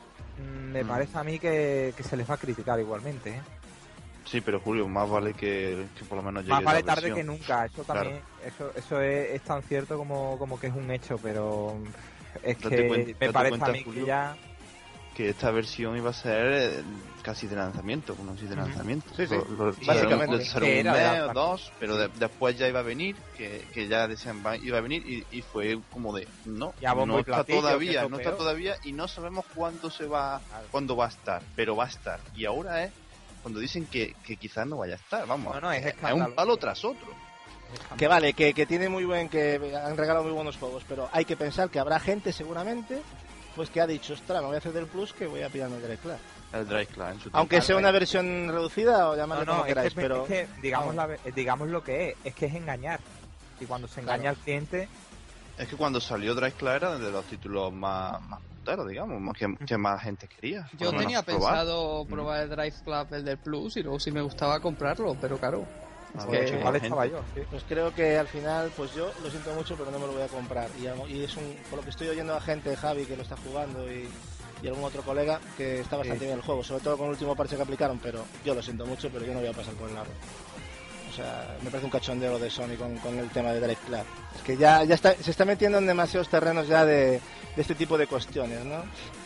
me mm. parece a mí que, que se les va a criticar igualmente, ¿eh? Sí, pero Julio, más vale que, que por lo menos llegue más vale la tarde versión. que nunca, eso también, claro. eso eso es, es tan cierto como, como que es un hecho, pero es que cuenta, me parece cuenta, a mí Julio, que ya... que esta versión iba a ser casi de lanzamiento, bueno, sí de lanzamiento. Sí, sí. Lo, lo, sí básicamente. Será un mes o dos, pero de, después ya iba a venir, que, que ya decían va, iba a venir y, y fue como de no, ya no está platillo, todavía, no peor. está todavía y no sabemos cuándo se va, claro. cuándo va a estar, pero va a estar. Y ahora es cuando dicen que, que quizás no vaya a estar, vamos, no, no, es, es un palo tras otro. Que vale, que, que tiene muy buen, que han regalado muy buenos juegos, pero hay que pensar que habrá gente seguramente pues que ha dicho, ostras, me voy a hacer del Plus que voy a pillarme el Drive Club. El Drive Club, en su aunque sea una versión reducida o llamarlo no, no, como queráis, es que, pero... Es que, digamos, la, digamos lo que es, es que es engañar. Y cuando se engaña claro. al cliente... Es que cuando salió Drive Club era de los títulos más, más punteros, digamos, más que, que más gente quería. Yo tenía pensado probar, probar el Drive Club, el del Plus, y luego si me gustaba comprarlo, pero claro... Es que igual estaba yo, sí. Pues creo que al final, pues yo lo siento mucho, pero no me lo voy a comprar. Y, y es un, por lo que estoy oyendo a gente, Javi, que lo está jugando y, y algún otro colega, que está bastante sí. bien el juego, sobre todo con el último parche que aplicaron, pero yo lo siento mucho, pero yo no voy a pasar por el largo. O sea, me parece un cachondeo de Sony con, con el tema de Drive Club. Es que ya, ya está, se está metiendo en demasiados terrenos ya de, de este tipo de cuestiones, ¿no?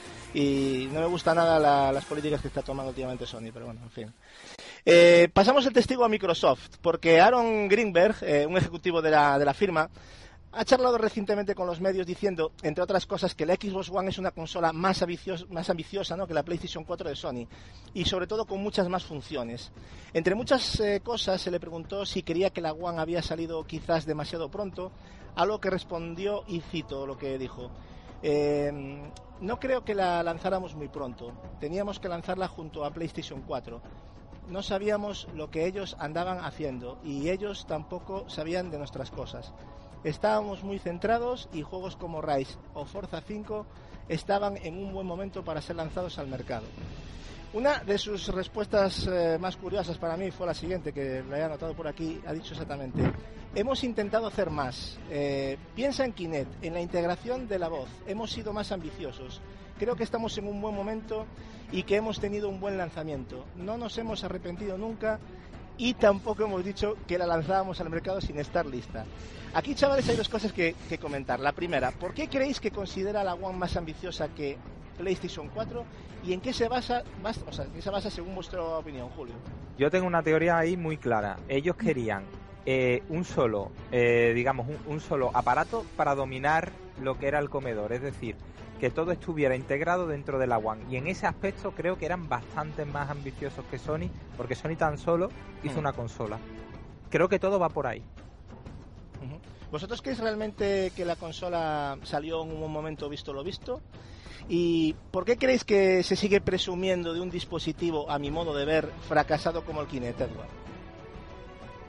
Y no me gusta nada la, las políticas que está tomando últimamente Sony, pero bueno, en fin. Eh, pasamos el testigo a Microsoft, porque Aaron Greenberg, eh, un ejecutivo de la, de la firma, ha charlado recientemente con los medios diciendo, entre otras cosas, que la Xbox One es una consola más, ambiciosa, más ambiciosa, ¿no?, que la PlayStation cuatro de Sony, y sobre todo con muchas más funciones. Entre muchas eh, cosas se le preguntó si creía que la One había salido quizás demasiado pronto, a lo que respondió, y cito lo que dijo: eh, no creo que la lanzáramos muy pronto, teníamos que lanzarla junto a PlayStation cuatro. No sabíamos lo que ellos andaban haciendo y ellos tampoco sabían de nuestras cosas. Estábamos muy centrados y juegos como Rise o Forza cinco estaban en un buen momento para ser lanzados al mercado. Una de sus respuestas eh, más curiosas para mí fue la siguiente, que la he anotado por aquí. Ha dicho exactamente: hemos intentado hacer más. Eh, piensa en Kinect, en la integración de la voz. Hemos sido más ambiciosos. Creo que estamos en un buen momento y que hemos tenido un buen lanzamiento. No nos hemos arrepentido nunca y tampoco hemos dicho que la lanzábamos al mercado sin estar lista. Aquí, chavales, hay dos cosas que, que comentar. La primera, ¿por qué creéis que considera la One más ambiciosa que PlayStation cuatro y en qué se basa, basa, o sea, en qué se basa según vuestra opinión, Julio? Yo tengo una teoría ahí muy clara. Ellos querían eh, un solo, eh, digamos, un, un solo aparato para dominar lo que era el comedor, es decir, que todo estuviera integrado dentro de la One, y en ese aspecto creo que eran bastante más ambiciosos que Sony, porque Sony tan solo hizo mm. una consola. Creo que todo va por ahí. Uh-huh. ¿Vosotros creéis realmente que la consola salió en un momento visto lo visto? ¿Y por qué creéis que se sigue presumiendo de un dispositivo, a mi modo de ver, fracasado como el Kinect, Edward?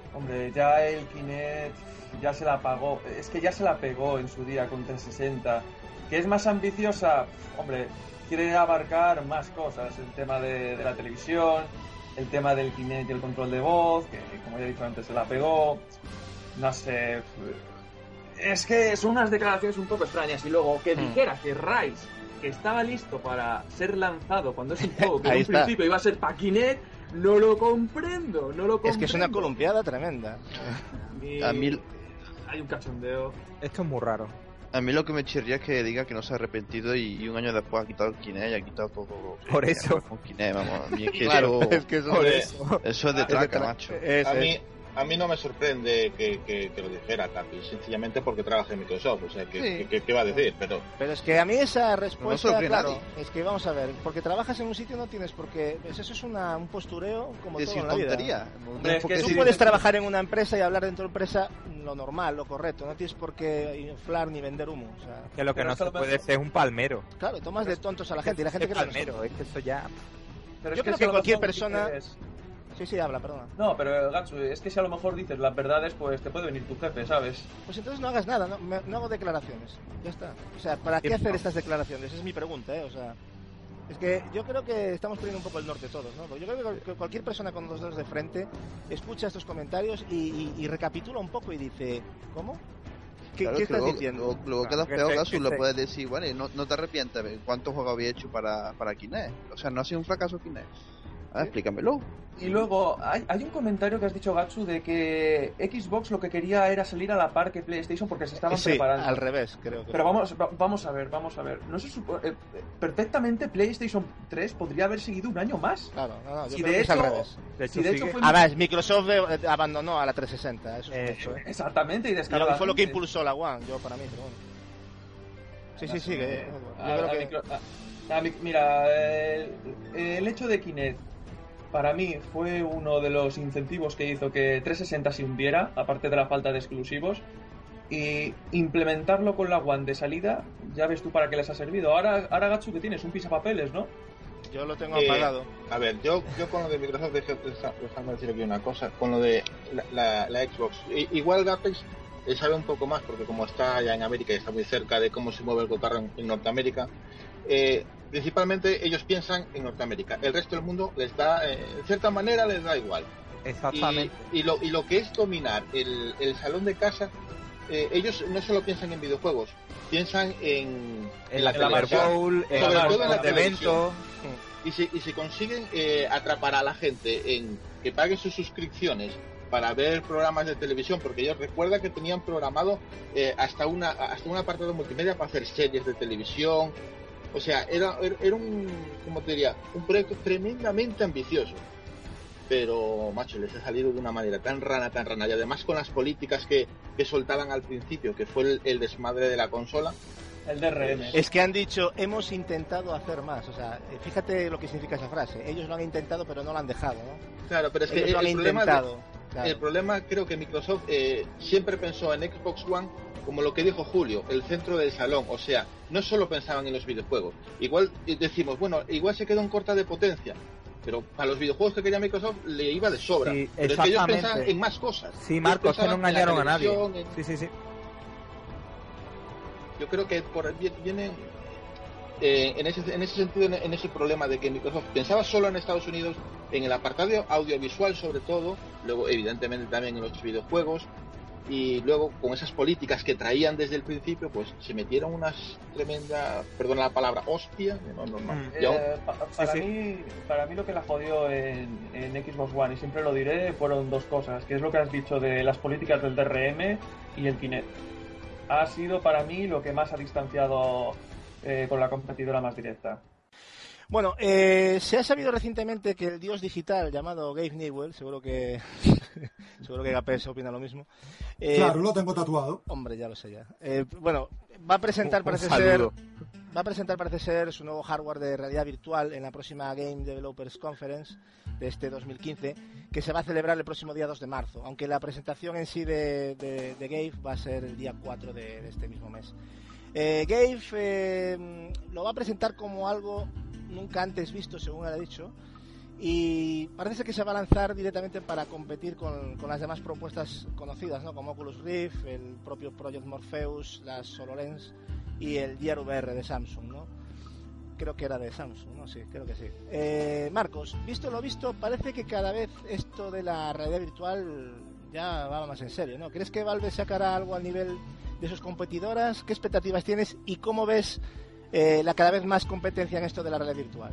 Hombre, ya el Kinect ya se la pagó. Es que ya se la pegó en su día con trescientos sesenta. ¿Que es más ambiciosa? Hombre, quiere abarcar más cosas. El tema de, de la televisión, el tema del Kinect y el control de voz, que como ya he dicho antes se la pegó. No sé. Es que son unas declaraciones un poco extrañas. Y luego que dijera que Rise, que estaba listo para ser lanzado cuando es un juego que en un está. principio iba a ser para Kinect, no lo comprendo, no lo comprendo. Es que es una columpiada tremenda. Y A mí, hay un cachondeo. Esto es muy raro. a mí lo que me chirría es que diga que no se ha arrepentido y, y un año después ha quitado el Kinect y ha quitado todo lo que Por tenía eso. con Kinect, vamos. A mí es que Claro, eso, es que eso, Hombre, es, eso es de es de traca, tra- macho. es- A es- mí, a mí no me sorprende que, que, que lo dijera Capi, sencillamente porque trabaja en Microsoft, o sea, que, Sí. que, que- ¿qué va a decir? Pero Pero es que a mí esa respuesta, sorprende a claro, nadie. es que vamos a ver, porque trabajas en un sitio no tienes por qué, pues eso es una, un postureo como Es todo sin en la vida. tontería. Hombre, es que Tú sí, puedes dices- trabajar en una empresa y hablar dentro de la empresa lo normal, lo correcto, no tienes por qué inflar ni vender humo, o sea, Que lo que Pero no esto se lo puede mejor- ser es un palmero. claro, tomas de tontos a la gente y la gente es cree que palmero, son- es que eso ya... Pero Yo es creo si que a lo cualquier mejor persona- dices- Sí, sí, habla, perdona. No, pero Gatsu, es que si a lo mejor dices las verdades, pues te puede venir tu jefe, ¿sabes? Pues entonces no hagas nada, no, me- no hago declaraciones, ya está. O sea, ¿para qué hacer estas declaraciones? Esa es mi pregunta, ¿eh? O sea, es que yo creo que estamos perdiendo un poco el norte todos, ¿no? Porque yo creo que cualquier persona con los dedos de frente escucha estos comentarios y, y- y recapitula un poco y dice, ¿cómo? ¿Qué, Claro, ¿qué que estás luego, diciendo? luego- luego Claro, quedas que peor, se- Gasu, que le se- puedes decir, vale, no, no te arrepientes, ¿cuántos juegos había hecho para, para Kinect? O sea, no ha sido un fracaso Kinect. Ah, explícamelo. Y luego, hay, hay un comentario que has dicho, Gatsu, de que Xbox lo que quería era salir a la par que PlayStation porque se estaban Sí, preparando. al revés, creo que. Pero vamos, va- vamos a ver, vamos a ver. No se supone, eh, eh, perfectamente PlayStation tres podría haber seguido un año más. Claro, no, no, yo Si creo de que es al hecho- revés. De hecho, Si de hecho sigue- fue Además, Microsoft eh, abandonó a la trescientos sesenta, eso es un Eh, hecho, ¿eh? Exactamente, y Y lo que descargadamente. fue lo que impulsó la One, yo para mí, pero bueno. Sí, sí, sí, que, yo A- creo a que... micro- a- a mi- mira, el, el hecho de Kinect para mí fue uno de los incentivos que hizo que trescientos sesenta se hundiera, aparte de la falta de exclusivos, y implementarlo con la One de salida, ya ves tú para qué les ha servido. Ahora, ahora Gatsu, que tienes un pisapapeles, ¿no? Yo lo tengo Eh, apagado. A ver, yo, yo con lo de Microsoft, deje- deja- déjame decir aquí una cosa, con lo de la, la- la Xbox, I- igual Gapex eh, sabe un poco más, porque como está ya en América y está muy cerca de cómo se mueve el cotarro en, en Norteamérica, eh, principalmente ellos piensan en Norteamérica, el resto del mundo les da, eh, en cierta manera les da igual. Exactamente. Y, y lo, y lo que es dominar el, el salón de casa, eh, ellos no solo piensan en videojuegos, piensan en, En la en la Super televisión. Bowl, en Sobre los todo en la eventos. Y si, y si consiguen eh, atrapar a la gente en que pague sus suscripciones para ver programas de televisión, porque ellos recuerda que tenían programado eh, hasta una hasta un apartado multimedia para hacer series de televisión. O sea, era, era, era un, ¿cómo te diría? Un proyecto tremendamente ambicioso. Pero, macho, les ha salido de una manera tan rana, tan rana. Y además con las políticas que, que soltaban al principio, que fue el, el desmadre de la consola. El D R M. Es que han dicho, hemos intentado hacer más. O sea, eh, fíjate lo que significa esa frase. Ellos lo han intentado, pero no lo han dejado, ¿no? Claro, pero es que Ellos el, lo han el problema de- intentado. claro. El problema creo que Microsoft eh, siempre pensó en Xbox One como lo que dijo Julio, el centro del salón. O sea, no solo pensaban en los videojuegos. Igual eh, decimos, bueno, igual se quedó en corta de potencia. Pero para los videojuegos que quería Microsoft le iba de sobra. Sí, pero es que ellos exactamente. pensaban en más cosas. Sí, Ellos Marcos, que no pensaban en la engañaron a nadie. televisión, en- Sí, sí, sí. Yo creo que por vienen eh, en, ese, en ese sentido, en, en ese problema de que Microsoft pensaba solo en Estados Unidos, en el apartado audiovisual sobre todo, luego evidentemente también en los videojuegos, y luego con esas políticas que traían desde el principio, pues se metieron unas tremenda, perdona la palabra, hostia. No, no, no. Mm. Y aún- Eh, pa- para, sí. Mí, para mí lo que la jodió en, en Xbox One, y siempre lo diré, fueron dos cosas, que es lo que has dicho de las políticas del D R M y el Kinect. Ha sido para mí lo que más ha distanciado eh, con la competidora más directa. Bueno, eh, se ha sabido recientemente que el dios digital llamado Gabe Newell, seguro que seguro que Gapes opina lo mismo. eh, Claro, lo tengo tatuado. Hombre, ya lo sé ya. Eh, bueno, va a presentar, Un- un parece ser, saludo. va a presentar, parece ser, su nuevo hardware de realidad virtual en la próxima Game Developers Conference de este dos mil quince, que se va a celebrar el próximo día dos de marzo, aunque la presentación en sí de, de, de Gabe va a ser el día cuatro de, de este mismo mes. Eh, Gabe eh, lo va a presentar como algo nunca antes visto, según él ha dicho, y parece ser que se va a lanzar directamente para competir con, con las demás propuestas conocidas, ¿no? Como Oculus Rift, el propio Project Morpheus, las HoloLens y el Gear V R de Samsung, ¿no? Creo que era de Samsung, ¿no? Sí, creo que sí. Eh, Marcos, visto lo visto, parece que cada vez esto de la realidad virtual ya va más en serio, ¿no? ¿Crees que Valve sacará algo al nivel de sus competidoras? ¿Qué expectativas tienes y cómo ves eh, la cada vez más competencia en esto de la realidad virtual?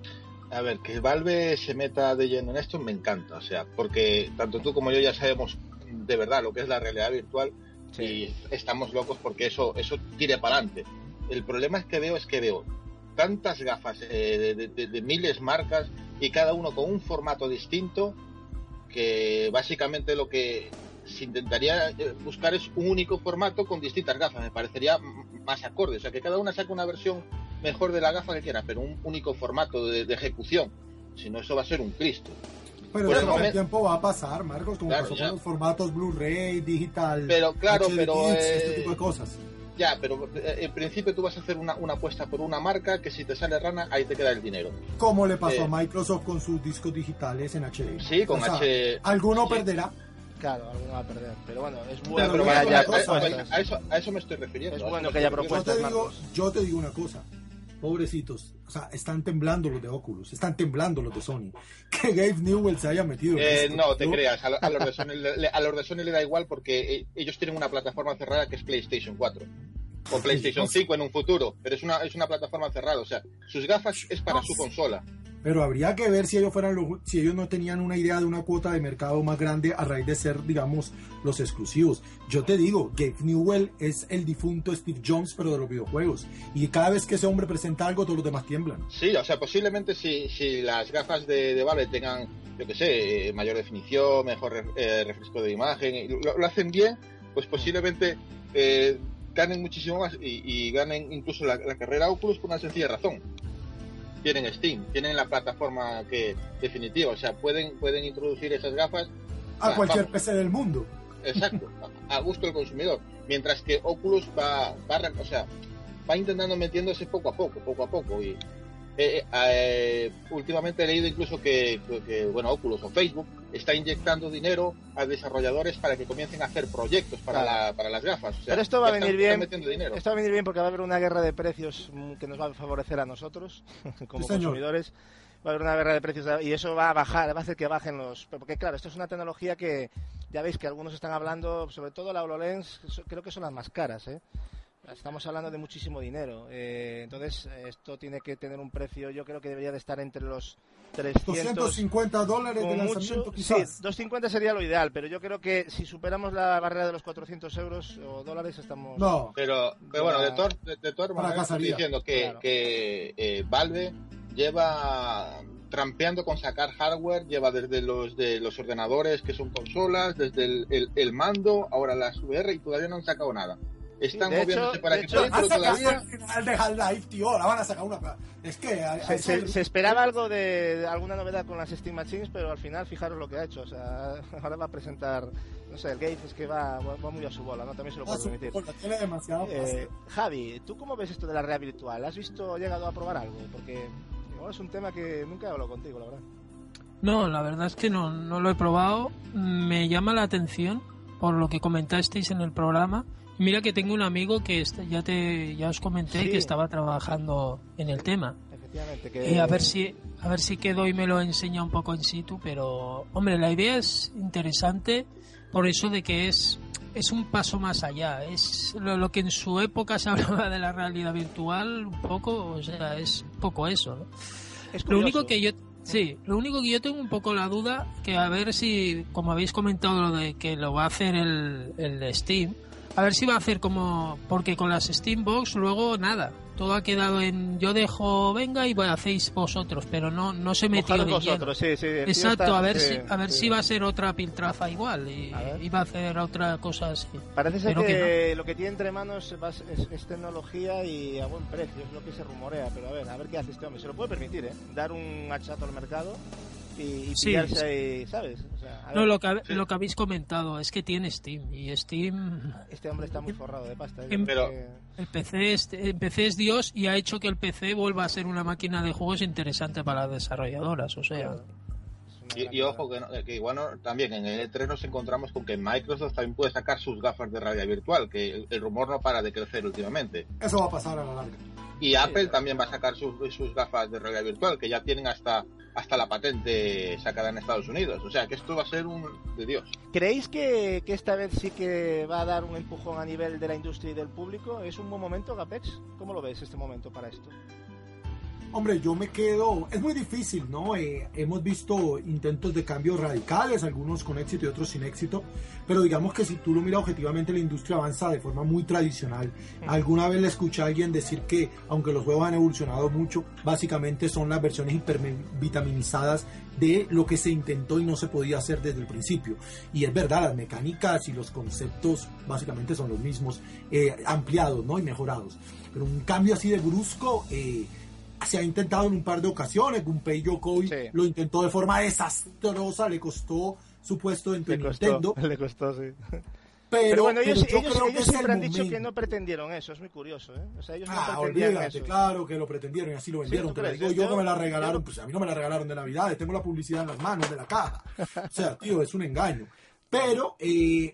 A ver, que Valve se meta de lleno en esto me encanta, o sea, porque tanto tú como yo ya sabemos de verdad lo que es la realidad virtual, sí. Y estamos locos porque eso eso tire para adelante. El problema es que veo es que veo tantas gafas eh, de, de, de miles marcas y cada uno con un formato distinto, que básicamente lo que se intentaría buscar es un único formato con distintas gafas. Me parecería más acorde, o sea, que cada una saque una versión mejor de la gafa que quiera, pero un único formato de, de ejecución. Si no, eso va a ser un Cristo. Pero Por eso con el momento, tiempo va a pasar, Marcos, como claro, pasó ya. con los formatos Blu-ray, digital, pero claro, H D pero Kids, eh, este tipo de cosas. Ya, pero eh, en principio tú vas a hacer una, una apuesta por una marca que si te sale rana, ahí te queda el dinero. Como le pasó eh, a Microsoft con sus discos digitales en H D. Sí, con o sea, H... alguno sí. perderá. Claro, alguno va a perder, pero bueno, es Ya, bueno pero que bueno, haya a, a- propuestas. a eso, a eso me estoy refiriendo. Es a eso bueno me que haya estoy propuestas. Yo te, digo, Marcos. yo te digo una cosa, pobrecitos, o sea, están temblando los de Oculus, están temblando los de Sony. Que Gabe Newell se haya metido en Eh, esto. no, te Yo- creas, a, a los de Sony le, a los de Sony le da igual porque eh, ellos tienen una plataforma cerrada que es PlayStation cuatro. O PlayStation cinco en un futuro, pero es una, es una plataforma cerrada, o sea, sus gafas es para su consola. Pero habría que ver si ellos fueran los, si ellos no tenían una idea de una cuota de mercado más grande a raíz de ser, digamos, los exclusivos. Yo te digo, Gabe Newell es el difunto Steve Jobs, pero de los videojuegos. Y cada vez que ese hombre presenta algo, todos los demás tiemblan. Sí, o sea, posiblemente si, si las gafas de, de Valve tengan, yo que sé, eh, mayor definición, mejor re- eh, refresco de imagen, y lo, lo hacen bien, pues posiblemente eh, ganen muchísimo más y, y ganen incluso la, la carrera Oculus por una sencilla razón. Tienen Steam, tienen la plataforma que definitiva, o sea, pueden pueden introducir esas gafas A ah, cualquier vamos, P C del mundo. exacto, a, a gusto del consumidor, mientras que Oculus va, va, o sea, va intentando metiéndose poco a poco, poco a poco y eh, eh, últimamente he leído incluso que, que, que, bueno, Oculus o Facebook está inyectando dinero a desarrolladores para que comiencen a hacer proyectos para, Claro. la, para las gafas. O sea, Pero esto va a ya están- venir están bien. metiendo dinero. Esto va a venir bien porque va a haber una guerra de precios mm, que nos va a favorecer a nosotros como Sí, señor. consumidores. Va a haber una guerra de precios y eso va a bajar, va a hacer que bajen los. Porque claro, esto es una tecnología que ya veis que algunos están hablando, sobre todo la HoloLens, so- creo que son las más caras, ¿eh? Estamos hablando de muchísimo dinero. Eh, entonces, eh, esto tiene que tener un precio, yo creo que debería de estar entre los trescientos. doscientos cincuenta dólares de como lanzamiento, mucho, quizás. sí, doscientos cincuenta sería lo ideal, pero yo creo que si superamos la barrera de los cuatrocientos euros o dólares estamos... No, Pero, pero bueno, de, todas de, de todas maneras estoy Fracasaría. diciendo que, Claro. que eh, Valve lleva trampeando con sacar hardware, lleva desde los de los ordenadores que son consolas, desde el, el, el mando, ahora las V R y todavía no han sacado nada. Están Sí, de moviéndose hecho- para de que hecho, puedan, han pero sacado todavía... el final de Half-Life, tío. Ahora van a sacar una. Es que. a- a Se, ese- se- se esperaba algo de, de alguna novedad con las Steam Machines, pero al final fijaros lo que ha hecho. O sea, ahora va a presentar, no sé, el Gates es que va, va, va muy a su bola, ¿no? También se lo a puede su- permitir. porque tiene demasiado Eh, fácil. Javi, ¿tú cómo ves esto de la realidad virtual? ¿Has visto, llegado a probar algo? Porque igual es un tema que nunca he hablado contigo, la verdad. No, la verdad es que no, no lo he probado. Me llama la atención por lo que comentasteis en el programa. Mira que tengo un amigo que est- ya te ya os comenté Sí. que estaba trabajando en el tema. Efectivamente. Que... Y a ver si a ver si quedo y me lo enseña un poco in situ, pero hombre, la idea es interesante por eso de que es es un paso más allá, es lo, lo que en su época se hablaba de la realidad virtual, un poco, o sea, es un poco eso, ¿no? Es Lo curioso. único que yo sí, lo único que yo tengo un poco la duda que a ver si, como habéis comentado lo de que lo va a hacer el, el de Steam, a ver si va a hacer como, porque con las Steambox luego nada, todo ha quedado en yo dejo, venga y hacéis vosotros, pero no no se metió Mojaros de lleno. vosotros, sí, sí. el tío Exacto, está- a ver sí, si a ver sí. si va a ser otra piltrafa igual y, A ver. y va a hacer otra cosa así. Parece ser Pero que, que lo que tiene entre manos va a ser- es, es tecnología y a buen precio, es lo que se rumorea. Pero a ver, a ver qué hace este hombre. Se lo puede permitir, ¿eh? Dar un hachazo al mercado y, y Sí, pillarse sí. ahí, ¿sabes? O sea, a No, ver, lo que, sí. lo que habéis comentado es que tiene Steam y Steam, este hombre está muy forrado de pasta. ¿eh? En- Yo creo Pero- que- el P C, es, el P C es Dios y ha hecho que el P C vuelva a ser una máquina de juegos interesante para las desarrolladoras, o sea, es una Y, gran y ojo cosa. que, no- que igual no- también en el E tres nos encontramos con que Microsoft también puede sacar sus gafas de realidad virtual, que el, el rumor no para de crecer últimamente. Eso va a pasar a la larga. Y Apple también va a sacar sus, sus gafas de realidad virtual, que ya tienen hasta hasta la patente sacada en Estados Unidos. O sea, que esto va a ser un de Dios. ¿Creéis que, que esta vez sí que va a dar un empujón a nivel de la industria y del público? ¿Es un buen momento, Gapex? ¿Cómo lo ves este momento para esto? Hombre, yo me quedo... Es muy difícil, ¿no? Eh, hemos visto intentos de cambios radicales, algunos con éxito y otros sin éxito, pero digamos que si tú lo miras objetivamente, la industria avanza de forma muy tradicional. Alguna vez le escuché a alguien decir que, aunque los juegos han evolucionado mucho, básicamente son las versiones hipervitaminizadas de lo que se intentó y no se podía hacer desde el principio. Y es verdad, las mecánicas y los conceptos básicamente son los mismos, eh, ampliados, ¿no? Y mejorados. Pero un cambio así de brusco... Eh, se ha intentado en un par de ocasiones. Gunpei Yokoi Sí. lo intentó de forma desastrosa, le costó su puesto dentro Le de costó, Nintendo, le costó, sí. pero, Pero bueno, ellos, pero yo ellos, creo ellos que es siempre el han dicho momento. que no pretendieron eso, es muy curioso, ¿eh? O sea, ellos Ah, no pretendían olvídate, eso. claro que lo pretendieron y así lo vendieron. ¿tú Te lo crees? digo Yo- yo que me la yo- regalaron, yo- pues a mí no me la regalaron de Navidad, tengo la publicidad en las manos de la caja. O sea, tío, es un engaño. Pero eh,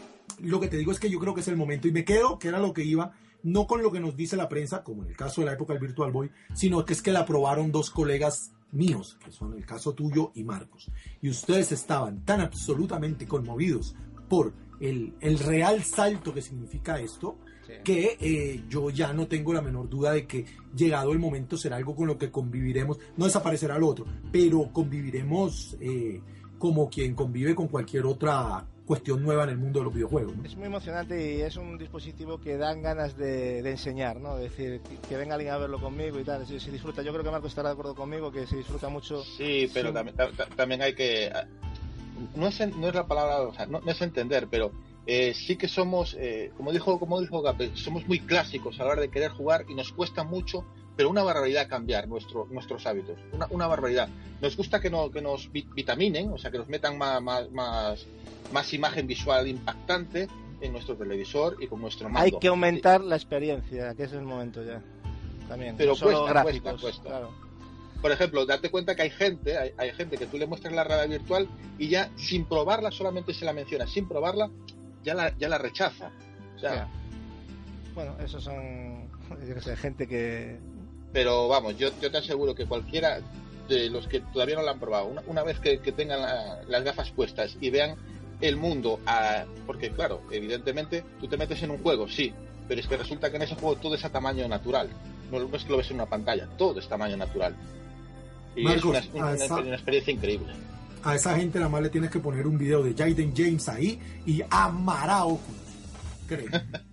lo que te digo es que yo creo que es el momento y me quedo, que era lo que iba, no con lo que nos dice la prensa, como en el caso de la época del Virtual Boy, sino que es que la aprobaron dos colegas míos, que son el caso tuyo y Marcos. Y ustedes estaban tan absolutamente conmovidos por el, el real salto que significa esto, Sí. que eh, yo ya no tengo la menor duda de que llegado el momento será algo con lo que conviviremos, no desaparecerá lo otro, pero conviviremos eh, como quien convive con cualquier otra cuestión nueva en el mundo de los videojuegos, ¿no? Es muy emocionante y es un dispositivo que dan ganas de, de enseñar, ¿no? Es decir, que, que venga alguien a verlo conmigo y tal, se, se disfruta. Yo creo que Marco estará de acuerdo conmigo, que se disfruta mucho. Sí, pero Sí. También, ta- ta- también hay que... No es, en- no es la palabra, o sea, no, no es entender, pero eh, sí que somos, eh, como dijo como dijo Gape, somos muy clásicos a la hora de querer jugar y nos cuesta mucho, pero una barbaridad cambiar nuestro, nuestros hábitos, una, una barbaridad. Nos gusta que, no, que nos vi- vitaminen, o sea, que nos metan más, más, más, más imagen visual impactante en nuestro televisor y con nuestro mando. Hay que aumentar la experiencia, que es el momento ya. También. Pero no solo cuesta, gráficos, cuesta, cuesta. claro. Por ejemplo, date cuenta que hay gente, hay, hay gente que tú le muestras la realidad virtual y ya sin probarla, solamente se la menciona, sin probarla, ya la, ya la rechaza. O sea, Ya. Bueno, esos son, yo qué sé, gente que... pero vamos, yo, yo te aseguro que cualquiera de los que todavía no la han probado, una, una vez que, que tengan la- las gafas puestas y vean el mundo, a, porque claro, evidentemente tú te metes en un juego, sí, pero es que resulta que en ese juego todo es a tamaño natural, no, no es que lo ves en una pantalla, todo es tamaño natural. Y Marcos, es una, a una- esa- una experiencia increíble. A esa gente nada más le tienes que poner un video de Jaden James ahí y amará Oculus. Creo.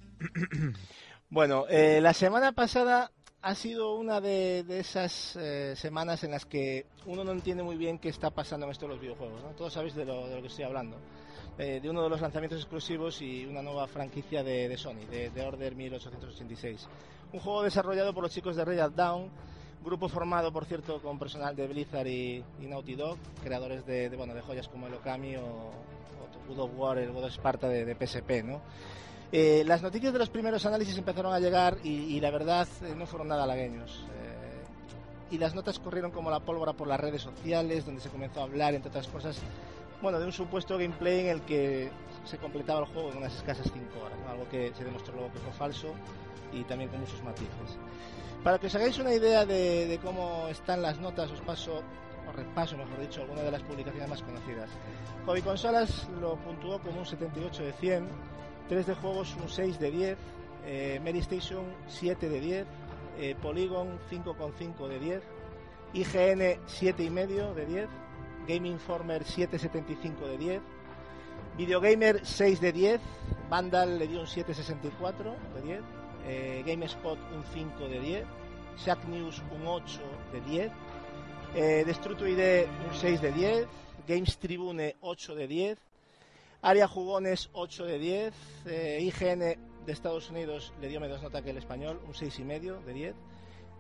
Bueno, eh, la semana pasada ha sido una de, de esas eh, semanas en las que uno no entiende muy bien qué está pasando en esto de los videojuegos, ¿no? Todos sabéis de lo, de lo que estoy hablando. Eh, de uno de los lanzamientos exclusivos y una nueva franquicia de, de Sony, de, de Order mil ochocientos ochenta y seis. Un juego desarrollado por los chicos de Red Hat Down, grupo formado, por cierto, con personal de Blizzard y, y Naughty Dog, creadores de, de, bueno, de joyas como el Okami o, o God of War, el God of Sparta de, de P S P, ¿no? Eh, las noticias de los primeros análisis empezaron a llegar y, y la verdad eh, no fueron nada halagüeños. Eh, y las notas corrieron como la pólvora por las redes sociales, donde se comenzó a hablar, entre otras cosas, bueno, de un supuesto gameplay en el que se completaba el juego en unas escasas cinco horas, ¿no? Algo que se demostró luego que fue falso y también con muchos matices. Para que os hagáis una idea de, de cómo están las notas, os paso, o repaso, mejor dicho, algunas de las publicaciones más conocidas. Hobby Consolas lo puntuó como un setenta y ocho de cien, tres de Juegos un seis de diez, eh, Mary Station siete de diez, eh, Polygon cinco coma cinco de diez, I G N siete coma cinco de diez, Game Informer siete coma setenta y cinco de diez, Videogamer seis de diez, Vandal le dio un siete coma sesenta y cuatro de diez, eh, GameSpot un cinco de diez, Shack News un ocho de diez, eh, Destructo I D un seis de diez, Games Tribune ocho de diez, Aria Jugones ocho de diez, eh, I G N de Estados Unidos le dio menos nota que el español, un seis coma cinco de diez,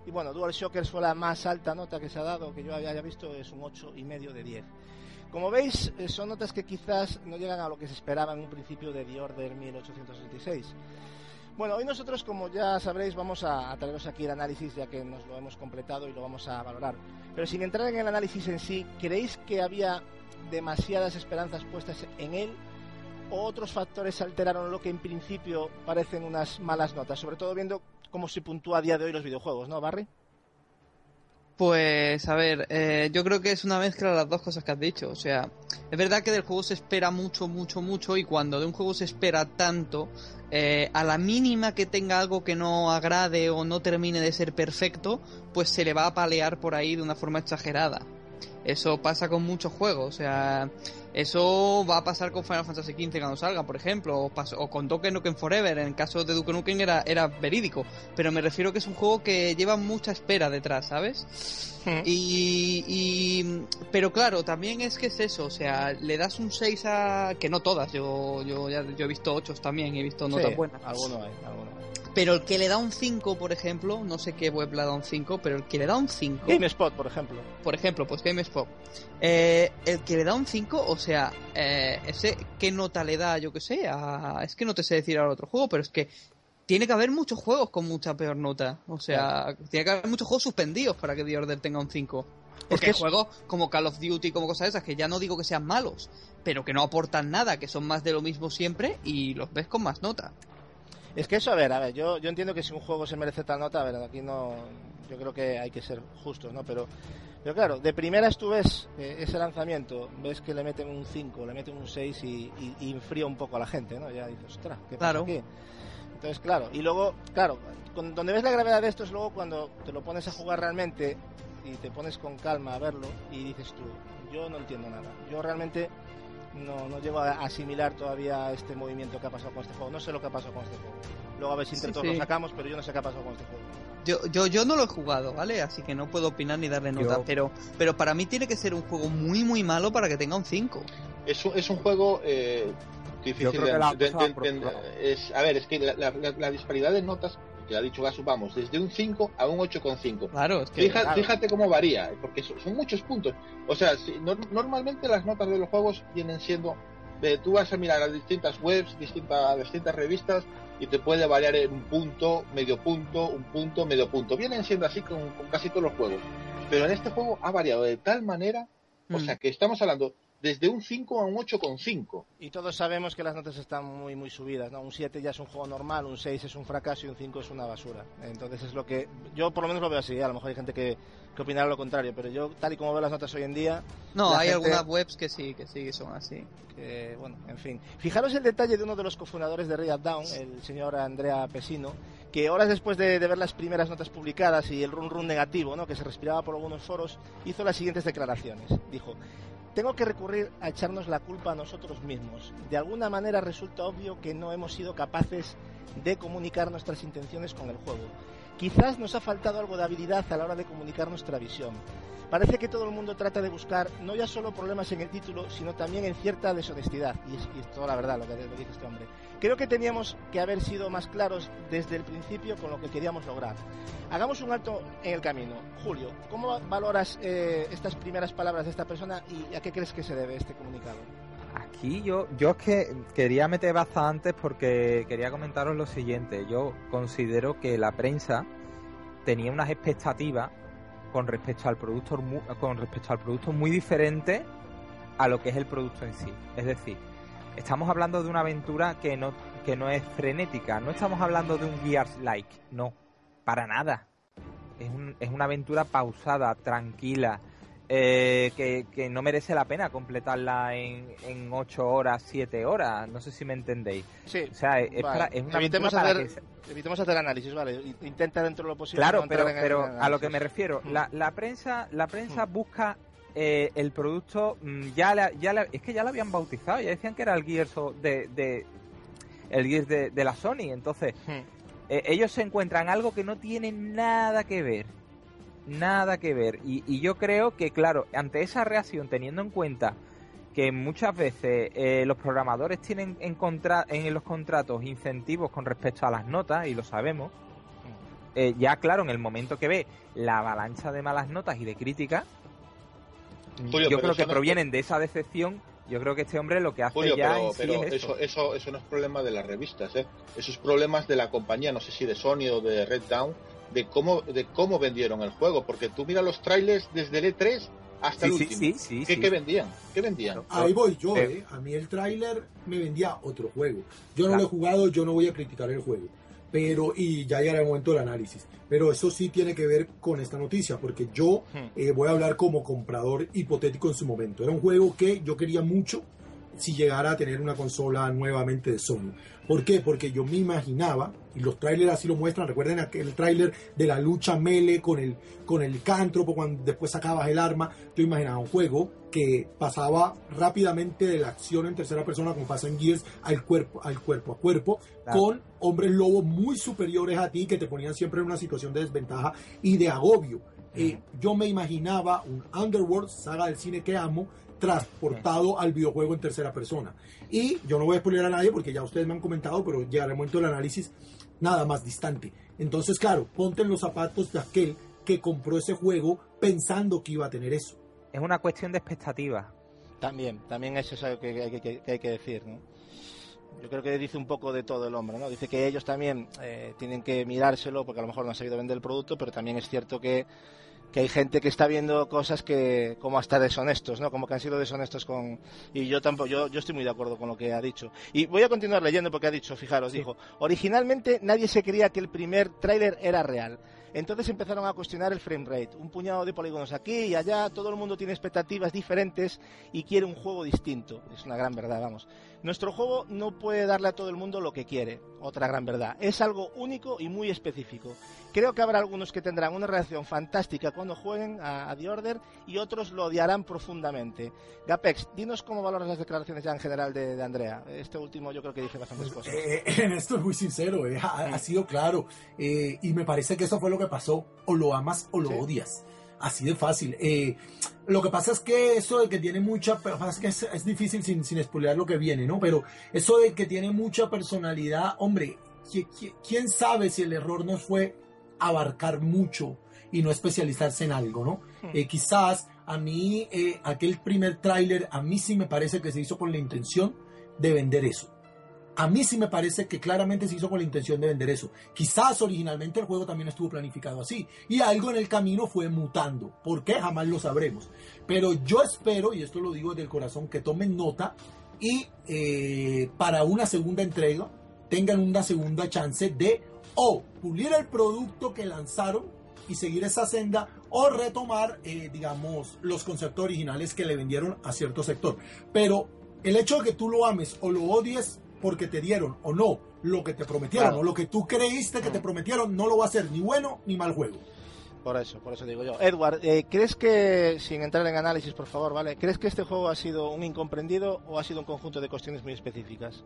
y bueno, DualShockers fue la más alta nota que se ha dado, que yo haya visto, es un ocho y medio de diez. Como veis, eh, son notas que quizás no llegan a lo que se esperaba en un principio de The Order mil ochocientos sesenta y seis. Bueno, hoy nosotros, como ya sabréis, vamos a, a traeros aquí el análisis, ya que nos lo hemos completado y lo vamos a valorar. Pero sin entrar en el análisis en sí, ¿creéis que había demasiadas esperanzas puestas en él o otros factores alteraron lo que en principio parecen unas malas notas? Sobre todo viendo cómo se puntúa a día de hoy los videojuegos, ¿no, Barry? Pues, a ver, eh, yo creo que es una mezcla de las dos cosas que has dicho. O sea, es verdad que del juego se espera mucho, mucho, mucho, y cuando de un juego se espera tanto, eh, a la mínima que tenga algo que no agrade o no termine de ser perfecto, pues se le va a palear por ahí de una forma exagerada. Eso pasa con muchos juegos, o sea, eso va a pasar con Final Fantasy quince cuando salga, por ejemplo, o, pas- o con Duke Nukem Forever. En el caso de Duke Nukem era, era verídico, pero me refiero que es un juego que lleva mucha espera detrás, ¿sabes? Hmm. Y, y pero claro, también es que es eso, o sea, le das un seis a... que no todas, yo yo ya yo he visto ocho también, he visto notas Sí, buenas. alguno hay, alguno hay. Pero el que le da un cinco, por ejemplo, no sé qué web le da un cinco, pero el que le da un cinco... GameSpot, por ejemplo. Por ejemplo, pues GameSpot. Eh, el que le da un cinco, o sea, eh, ese ¿qué nota le da, yo que sé? A... Es que no te sé decir al otro juego, pero es que tiene que haber muchos juegos con mucha peor nota. O sea, claro, tiene que haber muchos juegos suspendidos para que The Order tenga un cinco. Porque hay es... juegos como Call of Duty, como cosas esas, que ya no digo que sean malos, pero que no aportan nada, que son más de lo mismo siempre y los ves con más nota. Es que eso, a ver, a ver, yo, yo entiendo que si un juego se merece tal nota, a ver, aquí no, yo creo que hay que ser justos, ¿no? Pero, pero claro, de primeras tú ves eh, ese lanzamiento, ves que le meten un cinco, le meten un seis y, y, y enfría un poco a la gente, ¿no? Ya dices, ostras, ¿qué pasa Claro. aquí? Entonces, claro, y luego, claro, con, donde ves la gravedad de esto es luego cuando te lo pones a jugar realmente y te pones con calma a verlo y dices tú, yo no entiendo nada, yo realmente... No, no llego a asimilar todavía este movimiento que ha pasado con este juego. No sé lo que ha pasado con este juego. Luego a ver si entre Sí, todos sí. lo sacamos, pero yo no sé qué ha pasado con este juego. Yo, yo, yo no lo he jugado, ¿vale? Así que no puedo opinar ni darle nota, Yo- pero, pero para mí tiene que ser un juego muy, muy malo para que tenga un cinco. Es un, es un juego eh, difícil Yo creo de, que la de- cosa de ha entender. probado. Es, a ver, es que la, la- la disparidad de notas, que ha dicho Gasu, vamos, desde un cinco a un ocho coma cinco. Claro, es que... Fija- claro. Fíjate cómo varía, eh, porque son, son muchos puntos. O sea, si, no- normalmente las notas de los juegos vienen siendo... de- tú vas a mirar a distintas webs, distintas, distintas revistas, y te puede variar en un punto, medio punto, un punto, medio punto. Vienen siendo así con, con casi todos los juegos. Pero en este juego ha variado de tal manera, o Mm. sea, que estamos hablando desde un cinco a un ocho coma cinco. Y todos sabemos que las notas están muy muy subidas, ¿no? Un siete ya es un juego normal, un seis es un fracaso y un cinco es una basura. Entonces es lo que... Yo por lo menos lo veo así, ¿eh? A lo mejor hay gente que, que opinará lo contrario, pero yo tal y como veo las notas hoy en día... No, la hay gente- algunas webs que sí, que sí, que son así. que, bueno, en fin. Fijaros el detalle de uno de los cofundadores de Riot Down, el señor Andrea Pesino, que horas después de, de ver las primeras notas publicadas y el run run negativo, ¿no?, que se respiraba por algunos foros, hizo las siguientes declaraciones. Dijo: tengo que recurrir a echarnos la culpa a nosotros mismos. De alguna manera resulta obvio que no hemos sido capaces de comunicar nuestras intenciones con el juego. Quizás nos ha faltado algo de habilidad a la hora de comunicar nuestra visión. Parece que todo el mundo trata de buscar no ya solo problemas en el título, sino también en cierta deshonestidad. Y es, y es toda la verdad lo que, lo que dice este hombre. Creo que teníamos que haber sido más claros desde el principio con lo que queríamos lograr. Hagamos un alto en el camino. Julio, ¿cómo valoras eh, estas primeras palabras de esta persona y a qué crees que se debe este comunicado? Aquí yo, yo es que quería meter baza antes porque quería comentaros lo siguiente. Yo considero que la prensa tenía unas expectativas con respecto al producto mu- con respecto al producto muy diferentes a lo que es el producto en sí. Es decir, estamos hablando de una aventura que no que no es frenética. No estamos hablando de un Gears-like. No, para nada. Es, un, es una aventura pausada, tranquila. Eh, que, que no merece la pena completarla en, en ocho horas, siete horas, no sé si me entendéis. Sí, O sea, es, es vale. para, es una evitemos, aventura hacer, para que se- evitemos hacer análisis, ¿vale? Intenta dentro de lo posible. Claro, no entrar pero, en el- pero en el a lo que análisis. me refiero, Mm. la, la prensa la prensa Mm. busca eh, el producto, mm, ya, la- ya la- es que ya lo habían bautizado, ya decían que era el Gears o- de, de el Gears de, de la Sony, entonces Mm. eh, ellos se encuentran algo que no tiene nada que ver, nada que ver, y, y yo creo que, claro, ante esa reacción, teniendo en cuenta que muchas veces eh, los programadores tienen en, contra en los contratos incentivos con respecto a las notas, y lo sabemos, Eh, ya, claro, en el momento que ve la avalancha de malas notas y de críticas, Julio, yo pero creo eso que no- provienen de esa decepción. Yo creo que este hombre lo que hace Julio, ya pero, en sí pero es eso, esto. eso, eso no es problema de las revistas, ¿eh? Eso es problemas de la compañía, no sé si de Sony o de Red Dawn, de cómo, de cómo vendieron el juego, porque tú mira los trailers desde el E tres hasta Sí, el sí, último. sí, sí, ¿Qué, sí. qué vendían? ¿Qué vendían? Ahí voy yo, Eh. eh. A mí el tráiler me vendía otro juego. Yo no Claro. lo he jugado, yo no voy a criticar el juego. Pero, y ya llegará el momento del análisis. Pero eso sí tiene que ver con esta noticia, porque yo eh, voy a hablar como comprador hipotético en su momento. Era un juego que yo quería mucho si llegara a tener una consola nuevamente de Sony. ¿Por qué? Porque yo me imaginaba, y los trailers así lo muestran, recuerden aquel tráiler de la lucha melee con el, con el licántropo, cuando después sacabas el arma. Yo imaginaba un juego que pasaba rápidamente de la acción en tercera persona, como pasa en Gears, al cuerpo, al cuerpo a cuerpo, Claro. con hombres lobos muy superiores a ti, que te ponían siempre en una situación de desventaja y de agobio. Eh, yo me imaginaba un Underworld, saga del cine que amo, transportado al videojuego en tercera persona. Y yo no voy a spoiler a nadie porque ya ustedes me han comentado, pero llegará el momento del análisis nada más distante. Entonces, claro, ponte en los zapatos de aquel que compró ese juego pensando que iba a tener eso. Es una cuestión de expectativas. También, también eso es algo que hay que, que- que hay que decir, ¿no? Yo creo que dice un poco de todo el hombre, ¿no? Dice que ellos también eh, tienen que mirárselo porque a lo mejor no han sabido vender el producto, pero también es cierto que, que hay gente que está viendo cosas que como hasta deshonestos, ¿no? Como que han sido deshonestos con... Y yo tampoco, yo, yo estoy muy de acuerdo con lo que ha dicho. Y voy a continuar leyendo porque ha dicho, fijaros, Sí. dijo, originalmente nadie se creía que el primer tráiler era real. Entonces empezaron a cuestionar el frame rate, un puñado de polígonos aquí y allá, todo el mundo tiene expectativas diferentes y quiere un juego distinto. Es una gran verdad, vamos. Nuestro juego no puede darle a todo el mundo lo que quiere, otra gran verdad. Es algo único y muy específico. Creo que habrá algunos que tendrán una reacción fantástica cuando jueguen a, a The Order y otros lo odiarán profundamente. Gapex, dinos cómo valoras las declaraciones ya en general de, de Andrea. Este último yo creo que dice bastantes cosas. Eh, en esto es muy sincero, eh, ha, ha sido claro. Eh, y me parece que eso fue lo que pasó. O lo amas o lo Sí. odias. Así de fácil. Eh, lo que pasa es que eso de que tiene mucha... Pero pasa es que es, es difícil sin, sin spoilear lo que viene, ¿no? Pero eso de que tiene mucha personalidad, hombre, ¿qui- qui- ¿quién sabe si el error no fue abarcar mucho y no especializarse en algo, ¿no? Eh, quizás a mí, eh, aquel primer tráiler, a mí sí me parece que se hizo con la intención de vender eso. A mí sí me parece que claramente se hizo con la intención de vender eso. Quizás originalmente el juego también estuvo planificado así. Y algo en el camino fue mutando. ¿Por qué? Jamás lo sabremos. Pero yo espero, y esto lo digo desde el corazón, que tomen nota y eh, para una segunda entrega tengan una segunda chance de o pulir el producto que lanzaron y seguir esa senda o retomar, eh, digamos, los conceptos originales que le vendieron a cierto sector. Pero el hecho de que tú lo ames o lo odies porque te dieron o no lo que te prometieron, Claro. o lo que tú creíste que te prometieron, no lo va a hacer ni bueno ni mal juego. Por eso, por eso digo yo. Edward, eh, ¿crees que, sin entrar en análisis, por favor, ¿vale? ¿Crees que este juego ha sido un incomprendido o ha sido un conjunto de cuestiones muy específicas?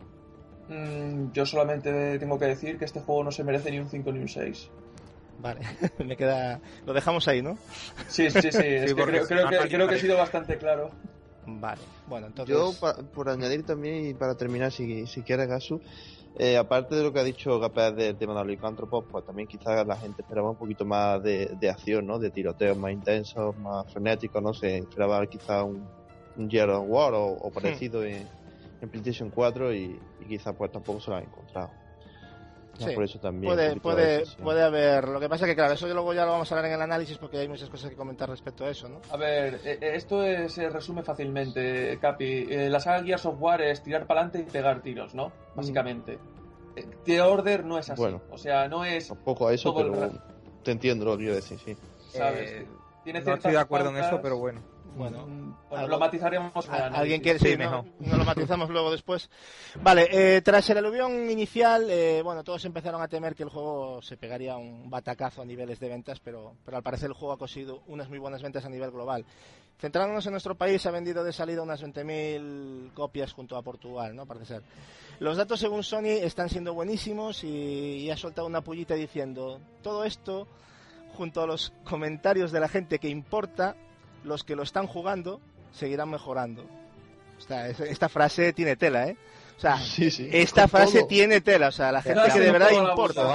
Mm, yo solamente tengo que decir que este juego no se merece ni un cinco ni un seis. Vale, me queda... Lo dejamos ahí, ¿no? Sí, sí, sí, es que porque creo, creo que, aparte- creo que he sido bastante claro. Vale, bueno, entonces... Yo, pa- por añadir también, y para terminar, si, si quieres, Gasu, eh, aparte de lo que ha dicho Gapaz del tema de los licántropos, pues también quizás la gente esperaba un poquito más de, de acción, ¿no? De tiroteos más intensos, más frenéticos, no sé, esperaba quizás un, un Gears of War o, o parecido en, en PlayStation cuatro y, y quizás pues tampoco se lo han encontrado. Ya, Sí, por eso también. un Puede, poquito de puede, decepción. puede haber... Lo que pasa que, claro, eso luego ya lo vamos a hablar en el análisis porque hay muchas cosas que comentar respecto a eso, ¿no? A ver, eh, eh, esto es- se resume fácilmente, Capi. Eh, la saga Gears of War es tirar para adelante y pegar tiros, ¿no? Básicamente. Eh, The Order no es así. Bueno. O sea, no es, Tampoco a eso, todo el pero ra- te entiendo lo que quiero decir, sí. ¿sabes? Eh, Tiene no ciertas estoy de acuerdo en pautas. eso, pero bueno. Bueno, Bueno, algo- lo matizaremos en el ¿Al- análisis. ¿Alguien quiere? Sí, Sí, mejor. no, no lo matizamos luego después. Vale, eh, tras el aluvión inicial, eh, bueno, todos empezaron a temer que el juego se pegaría un batacazo a niveles de ventas, pero, pero al parecer el juego ha conseguido unas muy buenas ventas a nivel global. Centrándonos en nuestro país, ha vendido de salida unas veinte mil copias junto a Portugal, ¿no? Parece ser. Los datos, según Sony, están siendo buenísimos y, y ha soltado una pullita diciendo, todo esto, junto a los comentarios de la gente que importa, los que lo están jugando seguirán mejorando. O sea, es- esta frase tiene tela, ¿eh? O sea, Sí, sí. esta con frase todo. tiene tela. O sea, la gente Frase que de no verdad toda la importa. bolsa. vamos.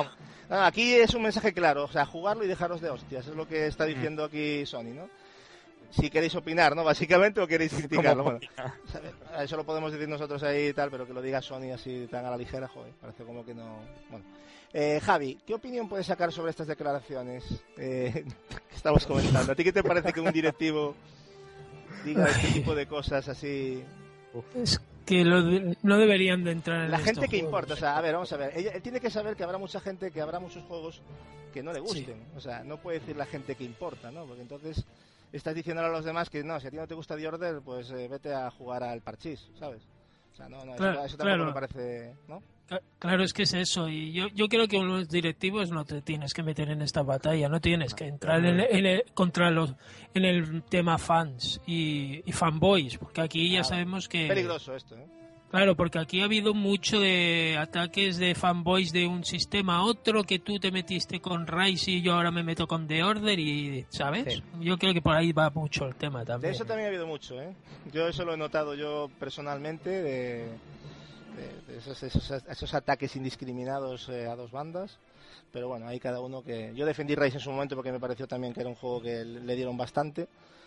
Ah, aquí es un mensaje claro, o sea, jugarlo y dejaros de hostias, es lo que está diciendo aquí Sony, ¿no? Si queréis opinar, ¿no? Básicamente, o queréis criticarlo. Bueno, eso lo podemos decir nosotros ahí y tal, pero que lo diga Sony así tan a la ligera, joder, parece como que no... Bueno. Eh, Javi, ¿qué opinión puedes sacar sobre estas declaraciones eh, que estamos comentando? ¿A ti qué te parece que un directivo diga este tipo de cosas así? Es que lo de, no deberían de entrar en la gente que juegos. importa, o sea, a ver, vamos a ver, Ella, él tiene que saber que habrá mucha gente, que habrá muchos juegos que no le gusten, sí. O sea, no puede decir la gente que importa, ¿no? Porque entonces estás diciendo a los demás que no, si a ti no te gusta The Order, pues eh, vete a jugar al parchís, ¿sabes? O sea, no, no, claro, eso, eso tampoco claro. me parece, ¿no? Claro, es que es eso, y yo, yo creo que los directivos no te tienes que meter en esta batalla, no tienes que entrar en, en el, contra los en el tema fans y, y fanboys, porque aquí ya claro. sabemos que... Peligroso esto, ¿eh? Claro, porque aquí ha habido mucho de ataques de fanboys de un sistema a otro, que tú te metiste con Rise y yo ahora me meto con The Order y, ¿sabes? Sí. Yo creo que por ahí va mucho el tema también. De eso también ha habido mucho, ¿eh? Yo eso lo he notado yo personalmente, de... De esos, esos, esos ataques indiscriminados eh, a dos bandas, pero bueno, hay cada uno que... Yo defendí Rise en su momento porque me pareció también que era un juego que le dieron bastante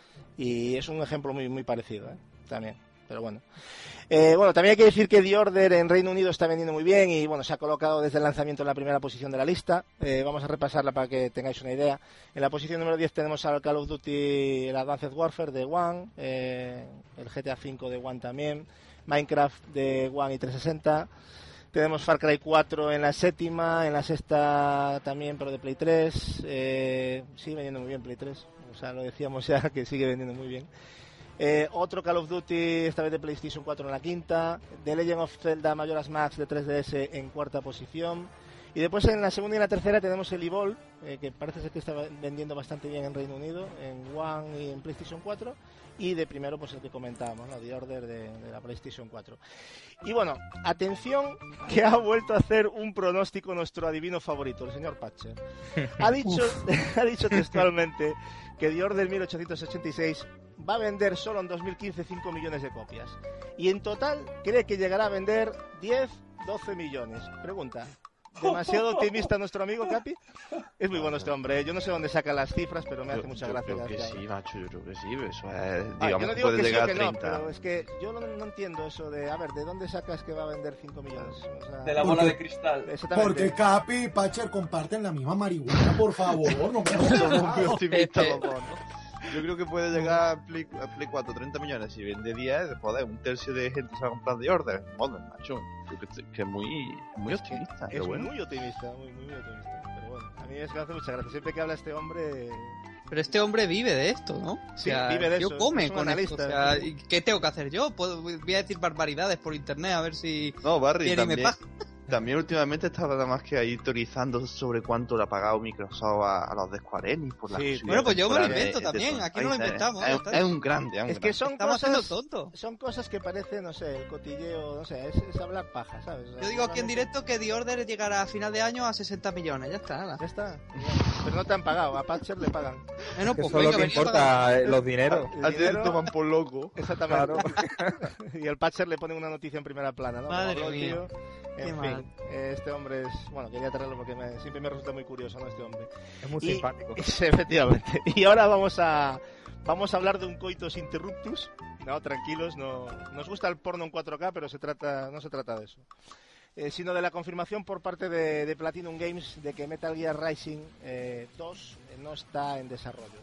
y es un ejemplo muy muy parecido, ¿eh? También, pero bueno. Eh, bueno, también hay que decir que The Order en Reino Unido está vendiendo muy bien y bueno, se ha colocado desde el lanzamiento en la primera posición de la lista. Eh, vamos a repasarla para que tengáis una idea. En la posición número diez tenemos al Call of Duty, el Advanced Warfare de One, eh, el G T A cinco de One también, Minecraft de One y trescientos sesenta. Tenemos Far Cry cuatro en la séptima, en la sexta también, pero de Play tres. Eh, sigue vendiendo muy bien Play tres, o sea, lo decíamos ya que sigue vendiendo muy bien. Eh, otro Call of Duty, esta vez de PlayStation cuatro en la quinta. The Legend of Zelda Majora's Mask de tres D S en cuarta posición. Y después en la segunda y la tercera tenemos el Evolve, eh, que parece ser que está vendiendo bastante bien en Reino Unido, en One y en PlayStation cuatro. Y de primero, pues el que comentábamos, ¿no? The Order de, de la PlayStation cuatro. Y bueno, atención, que ha vuelto a hacer un pronóstico nuestro adivino favorito, el señor Patcher. Ha dicho, ha dicho textualmente que The Order mil ochocientos ochenta y seis va a vender solo en dos mil quince cinco millones de copias. Y en total cree que llegará a vender diez, doce millones. Pregunta, ¿demasiado optimista nuestro amigo Capi? Es muy bueno este hombre, yo no sé dónde saca las cifras, pero me hace yo, mucha yo gracia. Creo que sí, macho, yo creo que sí, eso es, digamos, ah, yo no digo puede que sí llegar o que a treinta. No, pero es que yo no, no entiendo eso de, a ver, ¿de dónde sacas que va a vender cinco millones? O sea, de la bola porque, de cristal. Porque Capi y Patcher comparten la misma marihuana, por favor, no me somos muy optimistas los dos, ¿no? Yo creo que puede llegar a Play, a Play cuatro treinta millones. Si vende diez, joder, un tercio de gente se va a comprar The Order. Joder, macho. Creo que, que es muy, muy optimista. Es bueno. muy optimista, muy, muy optimista. Pero bueno, a mí es que me hace mucha gracia. Siempre que habla este hombre... Pero este hombre vive de esto, ¿no? O sea, sí, vive de yo eso. come es con analista, esto. O sea, ¿qué tengo que hacer yo? ¿Puedo, voy a decir barbaridades por internet a ver si... No, Barry, también... Me paga. También últimamente está nada más que ahí teorizando sobre cuánto le ha pagado Microsoft a, a los de Square Enix por la sí, bueno, pues yo me lo invento de, también, de aquí no lo inventamos. Es, es, es un grande, es un Es que son Estamos cosas, tontos. Son cosas que parecen, no sé, el cotilleo, no sé, es, es hablar paja, ¿sabes? O sea, yo digo aquí en directo que The Order llegará a final de año a sesenta millones, ya está, nada. Ya está. Pero no te han pagado, a Patcher le pagan. Bueno, pues eso es lo que importa, los dineros. A ti te toman por loco. Exactamente. Claro. Y el Patcher le pone una noticia en primera plana, ¿no? Madre Como mía. Tío. En Qué fin, mal. este hombre es... Bueno, quería traerlo porque me, siempre me resulta muy curioso, ¿no? Este hombre. Es muy y, simpático. Sí, efectivamente. Y ahora vamos a... Vamos a hablar de un coitus interruptus. No, tranquilos, no... Nos gusta el porno en cuatro K, pero se trata, no se trata de eso. Eh, sino de la confirmación por parte de, de Platinum Games de que Metal Gear Rising eh, dos eh, no está en desarrollo.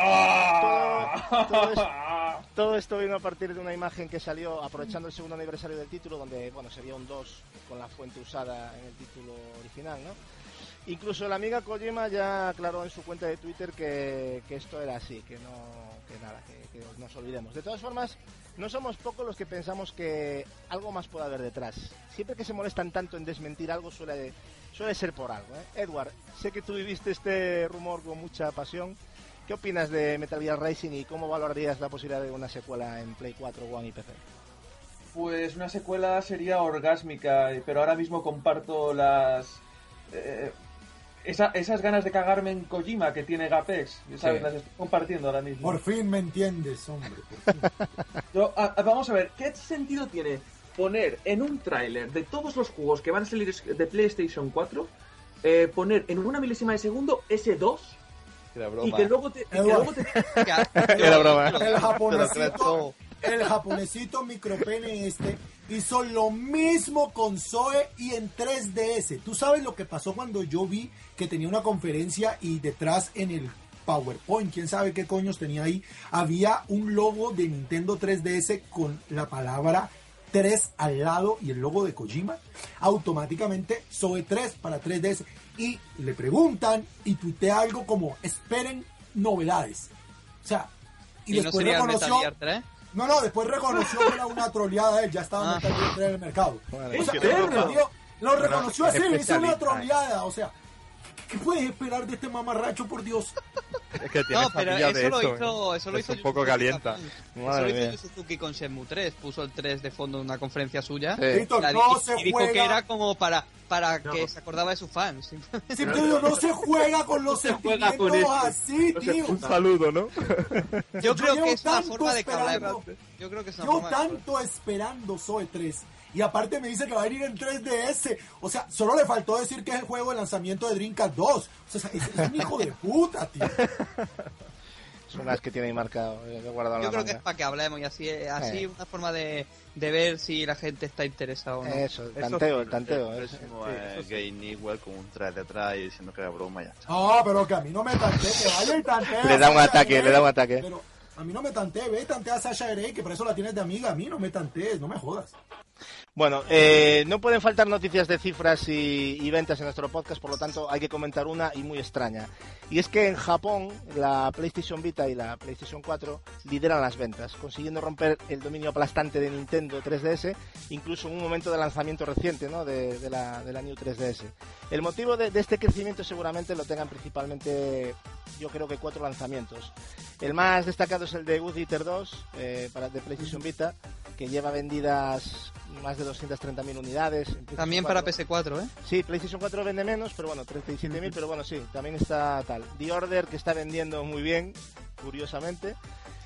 Todo, todo, esto, todo esto vino a partir de una imagen que salió aprovechando el segundo aniversario del título, donde bueno se veía un dos con la fuente usada en el título original, ¿no? Incluso la amiga Kojima ya aclaró en su cuenta de Twitter que, que esto era así, que no, que nada, que, que nos olvidemos. De todas formas, no somos pocos los que pensamos que algo más puede haber detrás. Siempre que se molestan tanto en desmentir algo suele, suele ser por algo, ¿eh? Edward, sé que tú viviste este rumor con mucha pasión. ¿Qué opinas de Metal Gear Rising y cómo valorarías la posibilidad de una secuela en Play cuatro, One y P C? Pues una secuela sería orgásmica, pero ahora mismo comparto las... Eh, esa, esas ganas de cagarme en Kojima que tiene Gapex, ¿sabes? Sí. Las estoy compartiendo ahora mismo. Por fin me entiendes, hombre. Por fin. Yo, a, a, vamos a ver, ¿qué sentido tiene poner en un tráiler de todos los juegos que van a salir de PlayStation cuatro eh, poner en una milésima de segundo ese dos Era broma. y que luego te... y que Eh, luego te- Era broma. El japonesito, el japonesito micropene este hizo lo mismo con Zoe y en tres D S. ¿Tú sabes lo que pasó cuando yo vi que tenía una conferencia y detrás en el PowerPoint, quién sabe qué coños tenía ahí, había un logo de Nintendo tres D S con la palabra tres al lado y el logo de Kojima? Automáticamente Zoe tres para tres D S. Y le preguntan y tuitea algo como esperen novedades. O sea, y, ¿Y no después sería el reconoció... Metal Gear tres? No, no, después reconoció que era una troleada él, ya estaba Ah. Metal Gear tres en el mercado. Bueno, O sea, qué él broma. lo, dio- lo reconoció así, hizo una especialista. troleada. O sea, ¿qué, qué puedes esperar de este mamarracho, por Dios? Es que tiene No, pero zapilla eso de lo eso, hizo, ¿eh? eso lo Es hizo un poco Yu calienta. Suzuki también. Eso Madre lo hizo mía. Yu Suzuki con Shenmue tres, puso el tres de fondo en una conferencia suya. Sí. Víctor, La- no y, se y dijo juega. que era como para, para No. que se acordaba de sus fans. Sí, tío, no se juega con los se juega sentimientos con esto. así, No se tío. Un saludo, ¿no? Yo Yo creo llevo que es una tanto forma de cablar. esperando. Yo creo que es una Yo forma de cablar. tanto esperando Zoe tres. Y aparte me dice que va a venir en tres D S. O sea, solo le faltó decir que es el juego de lanzamiento de Dreamcast dos. O sea, es, es un hijo de puta, tío. Son las que tiene ahí marcado, eh, que he guardado en Yo la creo que es manga. para que hablemos y así, así Eh. una forma de, de ver si la gente está interesada o no. Eso, el tanteo, el El tanteo. eh. próximo es Gay Newell con un traje de atrás y diciendo que era broma y ya está. Ah, pero que a mí no me tantee, que vaya y tantee. Le a da un Sasha ataque, Grey. le da un ataque. Pero a mí no me tantee, ve, tantea a Sasha Grey, que por eso la tienes de amiga. A mí no me tantees, no me jodas. Bueno, eh, no pueden faltar noticias de cifras y, y ventas en nuestro podcast, por lo tanto hay que comentar una y muy extraña. Y es que en Japón la PlayStation Vita y la PlayStation cuatro lideran las ventas, consiguiendo romper el dominio aplastante de Nintendo tres D S, incluso en un momento de lanzamiento reciente, ¿no?, de, de la, de la New tres D S. El motivo de, de este crecimiento seguramente lo tengan principalmente, yo creo que cuatro lanzamientos. El más destacado es el de Good Eater dos, eh, para, de PlayStation Vita, que lleva vendidas más de doscientas treinta mil unidades. en PlayStation También para cuatro. P S cuatro, ¿eh? Sí, PlayStation cuatro vende menos, pero bueno, treinta y siete mil, pero bueno, sí, también está tal. The Order, que está vendiendo muy bien, curiosamente.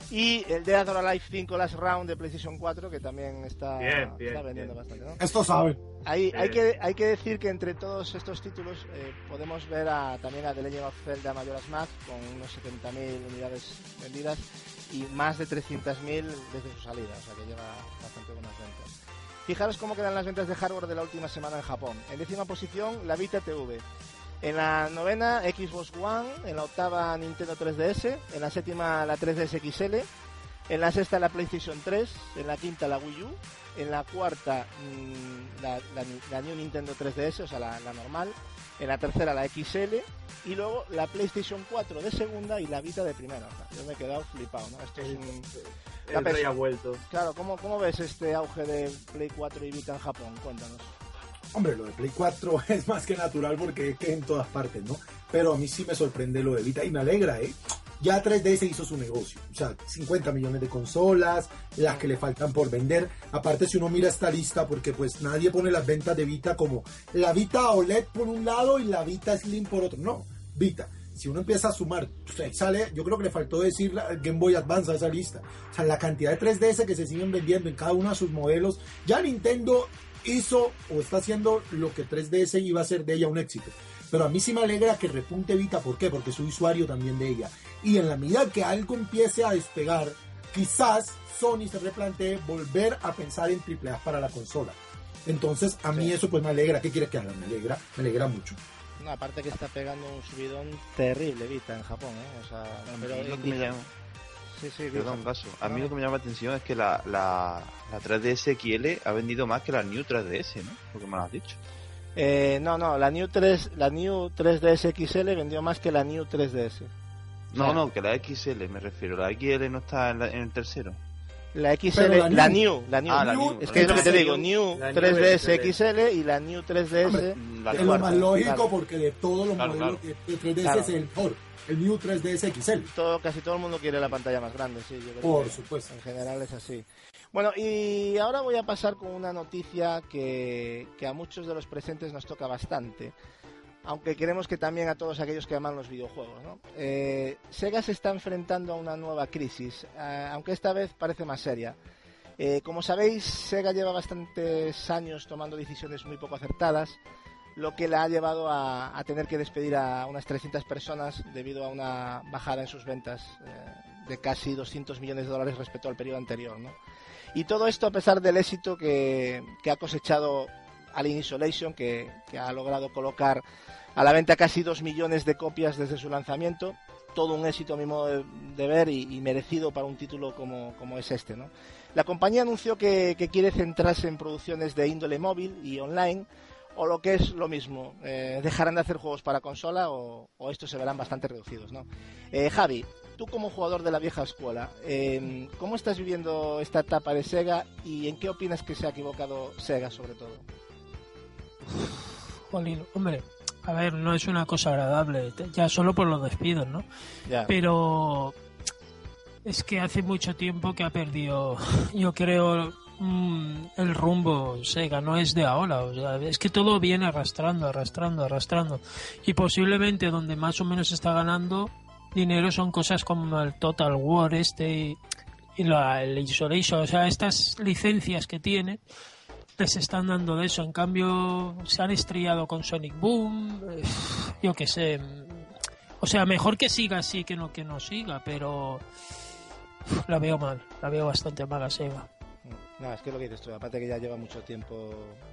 Y el Dead or Alive cinco Last Round de PlayStation cuatro, que también está, Bien, bien, está vendiendo bien. bastante, ¿no? Esto saben. Hay, hay, Sí. que, hay que decir que entre todos estos títulos eh, podemos ver a, también a The Legend of Zelda Majora's Mask con unos setenta mil unidades vendidas y más de trescientas mil desde su salida, o sea que lleva bastante buenas ventas. Fijaros cómo quedan las ventas de hardware de la última semana en Japón. En décima posición, la Vita T V. En la novena, Xbox One. En la octava, Nintendo tres D S. En la séptima, la tres D S X L. En la sexta, la PlayStation tres. En la quinta, la Wii U. En la cuarta, mmm, la, la, la New Nintendo tres D S, o sea, la, la normal. En la tercera, la X L. Y luego la PlayStation cuatro de segunda y la Vita de primera. O sea, yo me he quedado flipado, ¿no? Esto es un... El rey ha vuelto. Claro, ¿cómo, ¿cómo ves este auge de Play cuatro y Vita en Japón? Cuéntanos. Hombre, lo de Play cuatro es más que natural porque es que en todas partes, ¿no? Pero a mí sí me sorprende lo de Vita y me alegra, ¿eh? Ya tres D S hizo su negocio, o sea, cincuenta millones de consolas, las que le faltan por vender. Aparte, si uno mira esta lista, porque pues nadie pone las ventas de Vita como la Vita O L E D por un lado y la Vita Slim por otro. No, Vita. Si uno empieza a sumar, o sea, sale, yo creo que le faltó decir la Game Boy Advance a esa lista. O sea, la cantidad de tres D S que se siguen vendiendo en cada uno de sus modelos. Ya Nintendo hizo o está haciendo lo que tres D S iba a ser de ella un éxito. Pero a mí sí me alegra que repunte Vita. ¿Por qué? Porque soy usuario también de ella. Y en la medida que algo empiece a despegar, quizás Sony se replantee volver a pensar en triple A para la consola. Entonces, a mí Sí. eso pues me alegra. ¿Qué quieres que haga? Me alegra, me alegra mucho. No, aparte que está pegando un subidón terrible Vita en Japón, ¿eh? O sea, pero A mí lo que me llama- sí, sí, Perdón, Vita. paso. A mí lo que me llama la atención es que la, la, la tres D S X L ha vendido más que la New tres D S, ¿no? Lo que me lo has dicho. Eh, no, no, la New tres, la New tres D S X L vendió más que la New tres D S. No, Claro. no, que la X L me refiero. La X L no está en, la- en el tercero. La X L, Pero la la, New. New, la New, Ah, la New, New. es que es lo que te La digo, New. New La New tres D S X L. X L y la New tres D S. Hombre, La es cuarta, lo más lógico claro. porque de todos los Claro, modelos claro. de tres D S Claro. es el mejor. El New tres D S X L. Todo, casi todo el mundo quiere la pantalla más grande, sí. Yo creo Por que supuesto. En general es así. Bueno, y ahora voy a pasar con una noticia que, que a muchos de los presentes nos toca bastante. Aunque queremos que también a todos aquellos que aman los videojuegos, ¿no? Eh, Sega se está enfrentando a una nueva crisis, eh, aunque esta vez parece más seria. Eh, como sabéis, Sega lleva bastantes años tomando decisiones muy poco acertadas, lo que la ha llevado a, a tener que despedir a unas trescientas personas debido a una bajada en sus ventas eh, de casi doscientos millones de dólares respecto al periodo anterior, ¿no? Y todo esto a pesar del éxito que, que ha cosechado Alien Isolation, que, que ha logrado colocar a la venta casi dos millones de copias desde su lanzamiento. Todo un éxito a mi modo de, de ver y, y merecido para un título como, como es este, ¿no? La compañía anunció que, que quiere centrarse en producciones de índole móvil y online, o lo que es lo mismo, eh, dejarán de hacer juegos para consola o, o estos se verán bastante reducidos, ¿no? Eh, Javi, tú como jugador de la vieja escuela, eh, ¿cómo estás viviendo esta etapa de Sega y en qué opinas que se ha equivocado Sega sobre todo? Jolín, hombre, a ver, no es una cosa agradable, ya solo por los despidos, ¿no? Ya. Pero es que hace mucho tiempo que ha perdido, yo creo, mmm, el rumbo Sega, no es de ahora, o sea, es que todo viene arrastrando, arrastrando, arrastrando, y posiblemente donde más o menos está ganando dinero son cosas como el Total War este y, y la, el Isolation, o sea, estas licencias que tiene les están dando de eso. En cambio se han estrellado con Sonic Boom, eh, yo qué sé, o sea, mejor que siga así que no que no siga, pero uf, la veo mal, la veo bastante mal a Sega. No, es que lo que dices tú, aparte que ya lleva mucho tiempo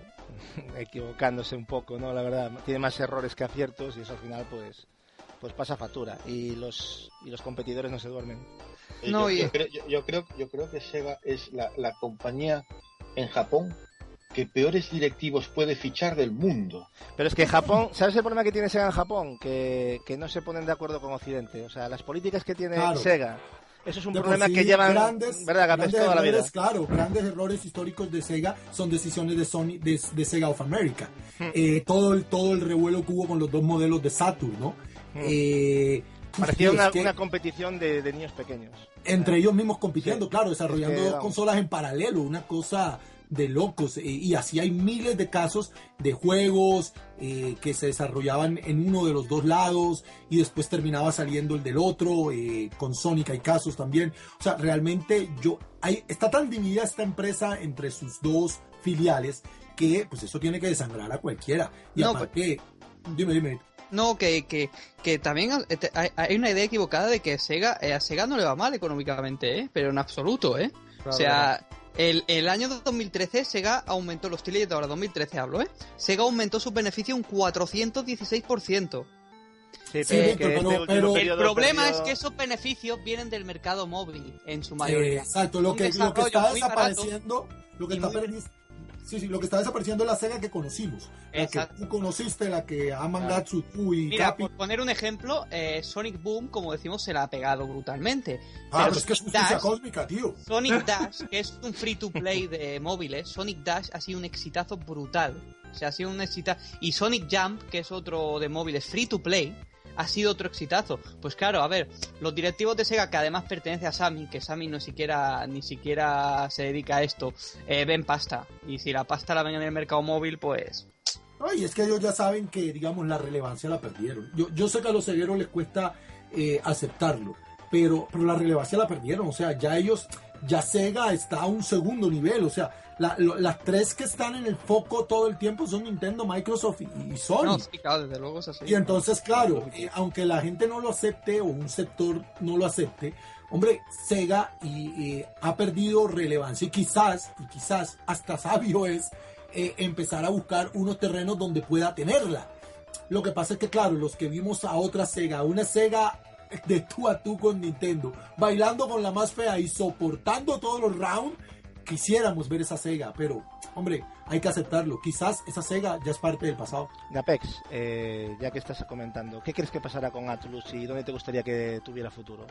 equivocándose un poco, ¿no? La verdad, tiene más errores que aciertos y eso al final pues pues pasa factura y los y los competidores no se duermen. No, yo, y... yo, creo, yo, yo creo yo creo que Sega es la, la compañía en Japón que peores directivos puede fichar del mundo. Pero es que Japón, ¿sabes el problema que tiene Sega en Japón? Que, que no se ponen de acuerdo con Occidente. O sea, las políticas que tiene claro. Sega, eso es un de problema sí, que llevan grandes, ¿verdad, grandes toda errores, la vida. Claro, grandes errores históricos de Sega son decisiones de Sony, de, de Sega of America. Hmm. Eh, todo, el, todo el revuelo que hubo con los dos modelos de Saturn, ¿no? Hmm. Eh, Parecía una, una competición de, de niños pequeños. Entre ellos mismos compitiendo, sí. claro, desarrollando es que, dos consolas en paralelo, una cosa de locos, eh, y así hay miles de casos de juegos eh, que se desarrollaban en uno de los dos lados y después terminaba saliendo el del otro, eh, con Sonic hay casos también, o sea, realmente yo hay, está tan dividida esta empresa entre sus dos filiales que pues eso tiene que desangrar a cualquiera, y no, aparte, pues... dime, dime. No, que, que, que también hay una idea equivocada de que Sega, eh, a Sega no le va mal económicamente, ¿eh? Pero en absoluto, ¿eh? Claro, o sea... Claro. El, el año dos mil trece Sega aumentó, lo estoy leyendo ahora, dos mil trece hablo, ¿eh? Sega aumentó su beneficio un cuatrocientos dieciséis por ciento. Sí, pero, que pero, este pero el problema periodo... es que esos beneficios vienen del mercado móvil, en su mayoría. Eh, exacto, lo que, lo que está desapareciendo, lo que está perdiendo... Sí, sí, lo que está desapareciendo es la Sega que conocimos. La Exacto. que tú conociste, la que Amangatsu, tú y Mira, Capi. por poner un ejemplo, eh, Sonic Boom, como decimos, se la ha pegado brutalmente. Ah, pero, pero es que es justicia Dash, cósmica, tío. Sonic Dash, que es un free-to-play de móviles, Sonic Dash ha sido un exitazo brutal. O sea, ha sido un exitazo. Y Sonic Jump, que es otro de móviles free-to-play, ha sido otro exitazo. Pues claro, a ver, los directivos de Sega, que además pertenece a Sammy, que Sammy no siquiera ni siquiera se dedica a esto, eh, ven pasta. Y si la pasta la ven en el mercado móvil, pues... Ay, es que ellos ya saben que, digamos, la relevancia la perdieron. Yo, yo sé que a los cegueros les cuesta eh, aceptarlo, pero, pero la relevancia la perdieron. O sea, ya ellos, ya Sega está a un segundo nivel. O sea, La, lo, las tres que están en el foco todo el tiempo son Nintendo, Microsoft y, y Sony. No, sí, claro, desde luego es así. Y entonces, claro, eh, aunque la gente no lo acepte o un sector no lo acepte, hombre, Sega y, y, ha perdido relevancia y quizás, y quizás hasta sabio es eh, empezar a buscar unos terrenos donde pueda tenerla. Lo que pasa es que, claro, los que vimos a otra Sega, una Sega de tú a tú con Nintendo, bailando con la más fea y soportando todos los rounds, quisiéramos ver esa Sega, pero, hombre, hay que aceptarlo. Quizás esa Sega ya es parte del pasado. Apex, eh, ya que estás comentando, ¿qué crees que pasará con Atlus y dónde te gustaría que tuviera futuro?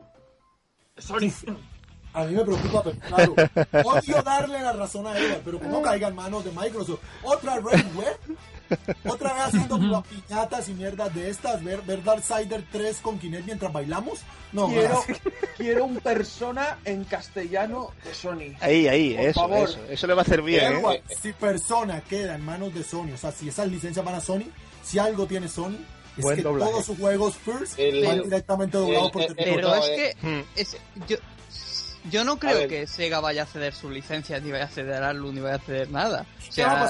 Sonic. A mí me preocupa, pero claro, odio darle la razón a ella, pero que no caiga en manos de Microsoft. Otra Red Web, otra vez haciendo como piñatas y mierdas de estas, ver, ver Darksider tres con Kinect mientras bailamos. No, quiero, quiero un Persona en castellano de Sony. Ahí, ahí, por eso, favor. eso, eso le va a hacer bien. Pero, ¿eh? Si Persona queda en manos de Sony, o sea, si esas licencias van a Sony, si algo tiene Sony, es Buen que doblaje. Todos sus juegos first el, van directamente doblados por el, Pero es que es, yo, yo no creo que Sega vaya a ceder sus licencias, ni vaya a ceder a Atlus, ni vaya a ceder nada. O sea, ¿qué va a pasar?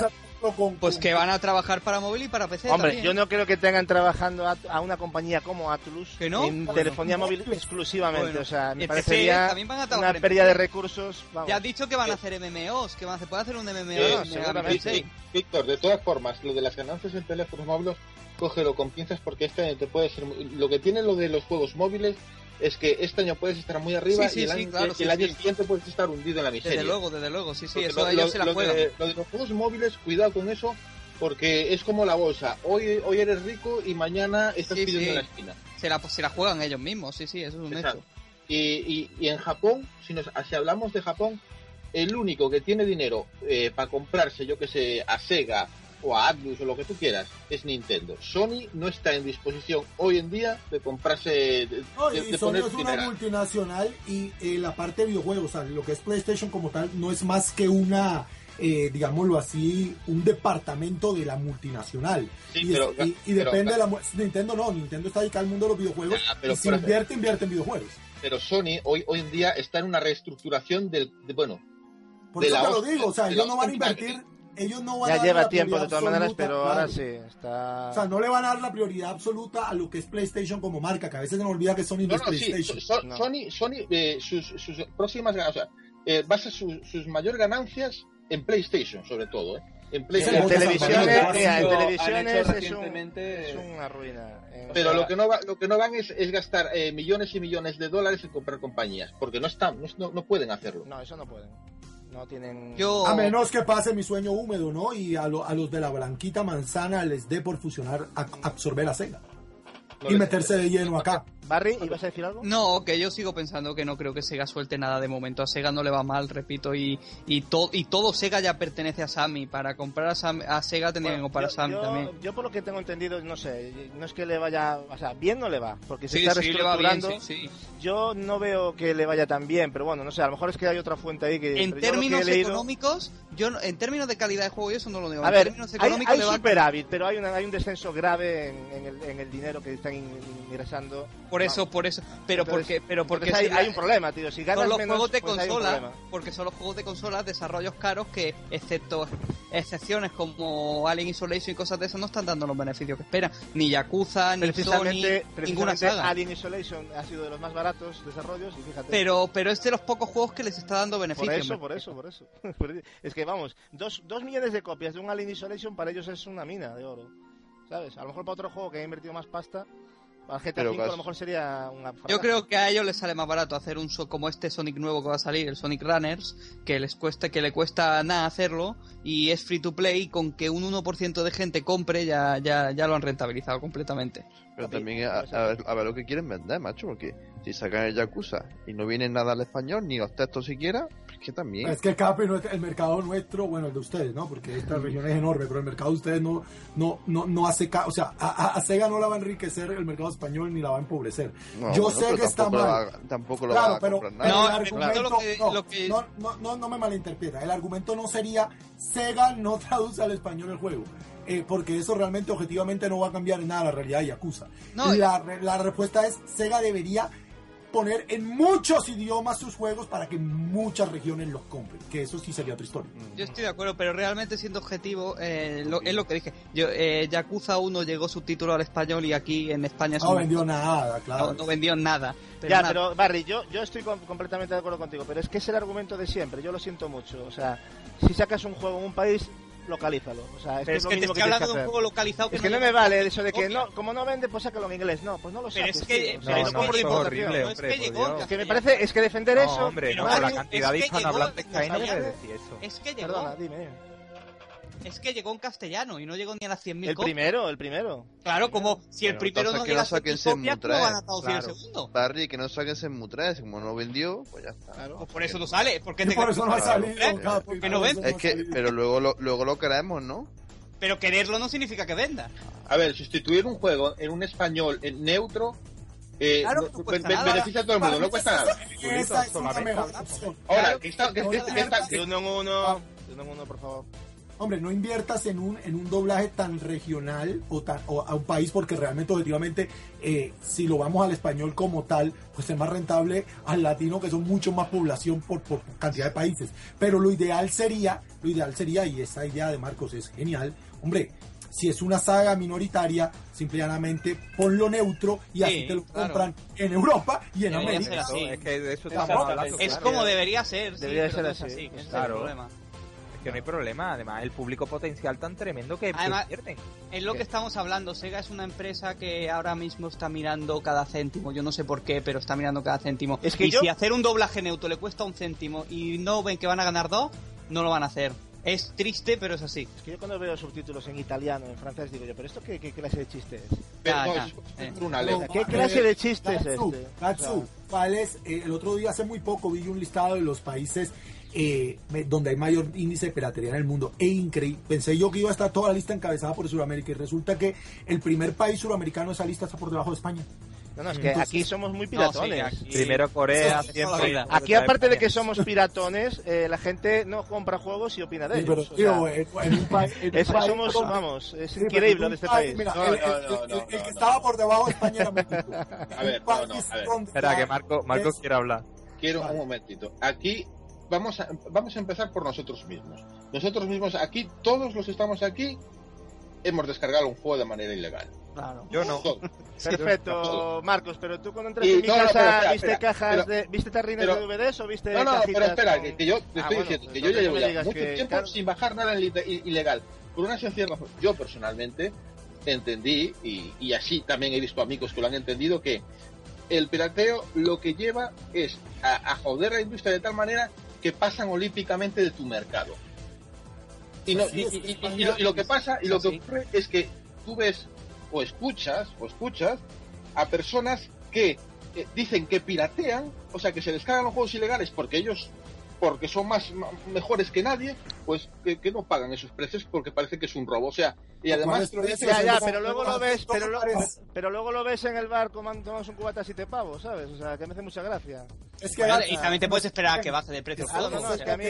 con, Pues con- que van a trabajar para móvil y para P C Hombre, también. yo no creo que tengan trabajando a, a una compañía como Atlus ¿Que no? en Bueno, telefonía no, móvil pues, exclusivamente. bueno, o sea, me en P C parecería también van a una trabajar en pérdida P C. de recursos. Vamos. Ya has dicho que van a hacer M M Os, que van a hacer, puede hacer un M M O. Eh, en seguramente. P C. Víctor, de todas formas, lo de las ganancias en teléfonos móviles, cógelo con pinzas porque este año te puede ser... muy- Lo que tiene lo de los juegos móviles es que este año puedes estar muy arriba Sí, sí, y el sí, año, claro, y sí, el año sí. siguiente puedes estar hundido en la miseria. Desde luego, desde luego, sí, sí, Porque eso lo, ellos lo- se la lo juegan. de, lo de los juegos móviles, cuidado con eso, porque es como la bolsa. Hoy, hoy eres rico y mañana estás Sí, pidiendo sí. en la esquina. Se la, se la juegan ellos mismos, sí, sí, eso es un Exacto. hecho. Y, y, y en Japón, si, nos, si hablamos de Japón, el único que tiene dinero eh, para comprarse, yo que sé, a Sega o a Atlus o lo que tú quieras, es Nintendo. Sony no está en disposición hoy en día de comprarse, de, No, de- y de Sony poner es una dinero. multinacional y eh, la parte de videojuegos, o sea, lo que es PlayStation como tal, no es más que una, eh, digámoslo así, un departamento de la multinacional. Sí, y, es- pero- y- y pero- depende de la... mu- Nintendo no, Nintendo está dedicado al mundo de los videojuegos Ya, pero y si por ejemplo- invierte, invierte en videojuegos. Pero Sony hoy, hoy en día está en una reestructuración del, de, bueno, Por de eso la te lo hostia, digo, o sea, de ellos la no van a hostia invertir, ellos no van a Ya dar lleva la tiempo de prioridad todas maneras, absoluta, pero claro. ahora sí está. O sea, no le van a dar la prioridad absoluta a lo que es PlayStation como marca, que a veces se nos olvida que Sony no, No, es no, sí, PlayStation. So- No. Sony, Sony eh, sus, sus próximas ganancias, o sea, eh, basa su- sus mayores ganancias en PlayStation, sobre todo, ¿eh? En en PlayStation. botas televisiones, amarillas, mira, en han hecho televisiones es, un- recientemente- es una ruina. Eh, o Pero sea, lo que no va, lo que no van es, es gastar eh, millones y millones de dólares en comprar compañías, porque no están, no, no pueden hacerlo. No, eso no pueden. No tienen. Yo, A menos que pase mi sueño húmedo, ¿no? Y a, lo- a los de la blanquita manzana les dé por fusionar, a- absorber a Sega. No y les- meterse de lleno acá. Barry, ¿ibas a decir algo? No, que yo sigo pensando que no creo que Sega suelte nada de momento. A Sega no le va mal, repito, y y, to- y todo Sega ya pertenece a Sammy. Para comprar a, Sam- a Sega tendrían que Bueno, comprar a yo, Sammy yo- también. yo por lo que tengo entendido, no sé, no es que le vaya, o sea, bien no le va, porque se Sí, está sí, le va bien, reestructurando. sí, sí. Yo no veo que le vaya tan bien, pero bueno, no sé, a lo mejor es que hay otra fuente ahí que... En pero yo lo que términos he leído- económicos, yo no- en términos de calidad de juego y eso no lo digo. A en ver, términos hay, económicos hay le va- superávit, pero hay, una- hay un descenso grave en, en el, en el dinero que están in- ingresando. por eso, por eso, pero Entonces- porque, pero porque Entonces hay, se- hay un problema, tío. Si ganas son los menos, juegos de pues hay un consola, problema. porque son los juegos de consola, desarrollos caros que, excepto excepciones como Alien Isolation y cosas de esas, no están dando los beneficios que esperan. Ni Yakuza, ni Sony, Precisamente, ninguna precisamente saga. Alien Isolation ha sido de los más baratos desarrollos y fíjate. Pero, pero es de los pocos juegos que les está dando por beneficios. eso, por eso, por eso. Es que vamos, dos, dos millones de copias de un Alien Isolation para ellos es una mina de oro. ¿Sabes? A lo mejor para otro juego que ha invertido más pasta, para G T A Pero cinco a lo casi- mejor sería una Yo fracasa. creo que a ellos les sale más barato hacer un so como este Sonic nuevo que va a salir, el Sonic Runners, que les cuesta, que le cuesta nada hacerlo y es free to play, y con que un uno por ciento de gente compre ya, ya, ya lo han rentabilizado completamente. Pero Papi, también a, puede ser. a ver, a ver lo que quieren vender, macho, porque si sacan el Yakuza y no viene nada al español, ni los textos siquiera, es que también... Es que el Capi, no es- el mercado nuestro, bueno, el de ustedes, ¿no? Porque esta región es enorme, pero el mercado de ustedes no, no, no, no hace ca- o sea, a, a- a Sega no la va a enriquecer el mercado español ni la va a empobrecer. No, Yo bueno, sé pero que está tampoco lo mal. va- tampoco lo Claro, va a pero, comprar pero nadie. el No, argumento, lo que- no, lo que- no, no, no, no me malinterpreta. El argumento no sería Sega no traduce al español el juego. Eh, porque eso realmente objetivamente no va a cambiar en nada la realidad de Yakuza. No, la, re- la respuesta es Sega debería poner en muchos idiomas sus juegos para que muchas regiones los compren, que eso sí sería otra historia. Yo estoy de acuerdo, pero realmente siendo objetivo, eh, lo- es lo que dije. Yo, eh, Yakuza uno llegó subtítulo al español y aquí en España es No un- vendió nada, claro. no, no vendió nada. Pero Ya, nada. pero Barry, yo, yo estoy com- completamente de acuerdo contigo, pero es que es el argumento de siempre, yo lo siento mucho. O sea, si sacas un juego en un país, localízalo. O sea, es Pero que es lo que te mínimo estoy tienes hablando de un hacer. juego localizado que Es que no llega me vale a eso de que copia. no, como no vende, pues sácalo en inglés. No, pues no lo Pero saques. es que- tío. O pero sea, es no que compro llegó- importación. horrible, No, es hombre, que por llegó Dios. Es que me parece, es que defender No, eso... hombre, pero no, Mario, la es cantidad que de llegó hispanohablantes en que hay no castellano. quiere decir eso. Es que llegó, Perdona, dime. es que llegó en castellano y no llegó ni a las cien mil El copias. primero, el primero. Claro, como si el Bueno, primero entonces no que llega no a cien saquen mil Shenmue copias, tres, ¿cómo van a traducir claro. el segundo? Barry, que no saquen Shenmue tres, como no vendió, pues ya está. Claro. Pues por eso no sale, porque Y te por eso no ha Claro, salido, ¿eh? Capi, Porque por no eso vende. Es ha que, salido. pero luego lo, luego lo queremos, ¿no? Pero quererlo no significa que venda. A ver, sustituir un juego en un español en neutro eh, Claro, no- no cuesta be- nada. beneficia a todo el mundo, no cuesta nada. Esa es una solamente. mejor opción. Ahora, Claro, que está, que, no que- cuesta que está- De uno en uno, de uno en uno, por favor. Ok, hombre, no inviertas en un en un doblaje tan regional o, tan, o a un país, porque realmente, objetivamente, eh, si lo vamos al español como tal, pues es más rentable al latino, que son mucho más población por, por cantidad de países. Pero lo ideal sería, lo ideal sería, y esa idea de Marcos es genial, hombre, si es una saga minoritaria, simplemente ponlo neutro y Sí, así te lo claro. compran en Europa y en Debería América. ser así. Es que de eso Exacto. estamos hablando. Es claro. como debería ser, sí, Debería pero ser no es así, así, que ese es el claro. problema. Es que no hay problema. Además, el público potencial tan tremendo que, que Además, pierden. Es lo que estamos hablando. Sega es una empresa que ahora mismo está mirando cada céntimo. Yo no sé por qué, pero está mirando cada céntimo. Es que y yo- si hacer un doblaje neutro le cuesta un céntimo y no ven que van a ganar dos, no lo van a hacer. Es triste, pero es así. Es que yo cuando veo subtítulos en italiano, en francés, digo yo, ¿pero esto qué, qué clase de chiste es? Pero Ya, no, ya, es- eh. es por una O ley. sea, ¿qué clase de chiste es Gatsu, este? Gatsu, O sea, ¿cuál es? Eh, el otro día, hace muy poco, vi un listado de los países eh, me- donde hay mayor índice de piratería en el mundo. E increíble. Pensé yo que iba a estar toda la lista encabezada por Sudamérica y resulta que el primer país suramericano de esa lista está por debajo de España. No, no, es que Entonces- aquí somos muy No, piratones. sí, aquí- Primero Corea, Sí, siempre. sí, Aquí, aparte de que somos piratones, eh, la gente no compra juegos y opina de Sí, ellos. pero, o tío, sea, en, en un país, en un eso país somos, donde- vamos, es Sí, pero increíble en un de este país, país. mira, No, el, no, el- no, el- no, el que no, estaba no. por debajo de España era México. A ver, Un no, no, país a ver. donde Espera, que la- Marco, Marco es- quiere hablar. Quiero Vale. un momentito. Aquí vamos a, vamos a empezar por nosotros mismos. Nosotros mismos aquí, todos los que estamos aquí, hemos descargado un juego de manera ilegal. Claro. Yo no. Todos. Perfecto, Marcos, pero tú cuando entraste Y- en mi no, no, casa, pero espera, ¿viste espera, cajas pero- de... ¿Viste tarrines pero- de D V Ds o viste No, no, cajitas pero espera, con- que, que yo te Ah, estoy bueno, diciendo que entonces yo ya no llevo me ya digas mucho que- tiempo claro. sin bajar nada en li- ilegal. Por una sencilla razón. Yo personalmente entendí, y, y así también he visto amigos que lo han entendido, que el pirateo lo que lleva es a, a joder la industria de tal manera que pasan olímpicamente de tu mercado. Y, no, Así y, es, y- y- España y lo, y lo que pasa, y lo que así. ocurre es que tú ves o escuchas, o escuchas a personas que eh, dicen que piratean, o sea, que se descargan los juegos ilegales porque ellos, porque son más ma- mejores que nadie, pues que, que no pagan esos precios porque parece que es un robo. O sea, y además ¿Cuál es tu Ya, ya, Eso pero no- luego no- lo ves, no pero, lo- parece. pero luego lo ves en el bar tomando un cubata a siete pavos, ¿sabes? O sea, que me hace mucha gracia. Es que Vale, hay- y también te puedes esperar a que baje de precio el Ah, juego. no, no, o es sea, que a mí,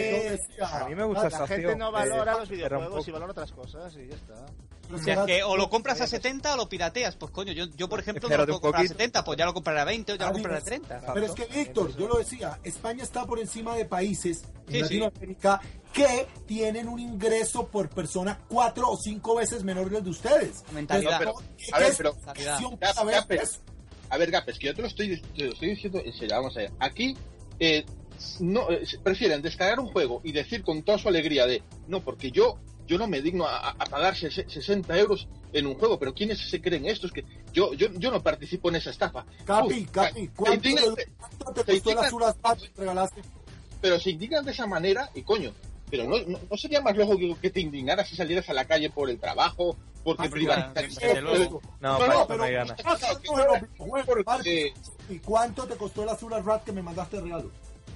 A mí me gusta esa la gente opción. no valora Eh, los era un videojuegos poco- y valora otras cosas y ya está. O sea, es que o lo compras a setenta o lo pirateas. Pues coño, yo, yo por ejemplo no lo Espérate puedo un comprar a poquito. setenta, pues ya lo compraré a veinte o ya lo Ah, compraré a digo, treinta. Pero es que, Víctor, yo lo decía, España está por encima de países en Sí, Latinoamérica que tienen un ingreso por persona cuatro o cinco veces menor del de ustedes. Mentalidad. Entonces, a ver, ¿qué pero- explicación Gap, cabe Gap, eso? A ver, Gapes, que yo te lo estoy, te lo estoy diciendo en serio, vamos a ver. Aquí eh, no eh, prefieren descargar un juego y decir con toda su alegría de no, porque yo yo no me digno a, a pagar ses- sesenta euros en un juego, pero ¿quiénes se creen esto? Es que yo yo, yo no participo en esa estafa. Capi, Uy, Capi, te ¿cuánto indignan- te, cuánto te te costó indignan- las Uras Pad que regalaste? pero se indignan de esa manera y coño, pero no, no, no sería más lógico que te indignaras si salieras a la calle por el trabajo, porque Ah, privatizas- desde luego. No, No, para no, eso pero- no hay ganas. No, no, que No, fuera- no, bueno, porque- Marcos, ¿y cuánto te costó las Uras Rat que me mandaste de regalo?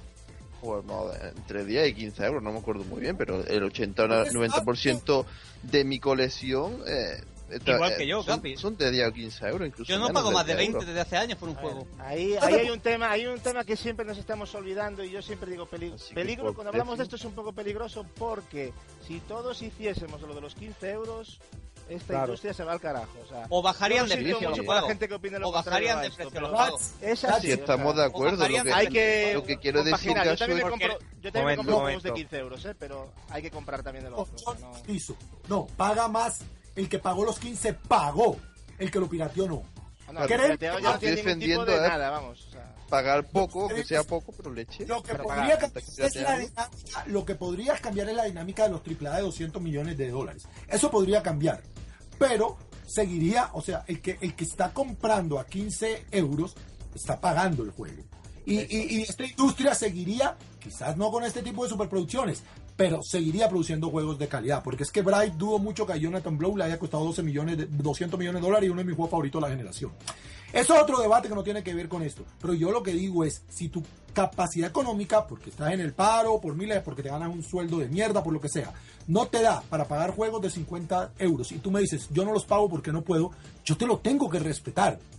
Pues no, entre diez y quince euros, no me acuerdo muy bien, pero el ochenta o Pues noventa por ciento de mi colección eh, está- Igual que eh, yo, son, Capi. son de diez o quince euros, incluso. Yo no menos pago más de diez veinte euros. desde hace años por un A ver, juego. Ahí, ahí hay un tema, hay un tema que siempre nos estamos olvidando y yo siempre digo peli- Así que peligro. por Cuando hablamos de precio. esto es un poco peligroso porque si todos hiciésemos lo de los quince euros, esta Claro. industria se va al carajo. O, sea, O bajarían yo de lo siento precio mucho los por la juegos. gente que opine lo O contrario bajarían a de esto, precio pero los juegos. es Sí, así. o estamos sea, de acuerdo. Lo bajarían que, de hay que lo que quiero decir, compaginar. Yo Gaso, también, me es- compro, yo también me Momento, compro juegos de momento. quince euros, ¿eh? Pero hay que comprar también el otro. o sea, no. Hizo. No, paga más el que pagó los quince, pagó. El que lo pirateó no. No, ¿Querés? el pirateado ya no Estoy tiene ningún tipo defendiendo, de eh. nada, vamos. O sea, pagar poco, que sea poco, pero leche. Lo que, Pero podría pagar, cambiar es la pirateando. dinámica, lo que podría cambiar es la dinámica de los triple A de doscientos millones de dólares. Eso podría cambiar. Pero seguiría, o sea, el que, el que está comprando a quince euros está pagando el juego. Y, y, y esta industria seguiría, quizás no con este tipo de superproducciones, pero seguiría produciendo juegos de calidad. Porque es que Bright dudo mucho que a Jonathan Blow le haya costado doce millones de, doscientos millones de dólares y uno de mis juegos favoritos de la generación. Eso es otro debate que no tiene que ver con esto. Pero yo lo que digo es, si tu capacidad económica, porque estás en el paro, por miles, porque te ganas un sueldo de mierda, por lo que sea, no te da para pagar juegos de cincuenta euros y tú me dices, yo no los pago porque no puedo, yo te lo tengo que respetar.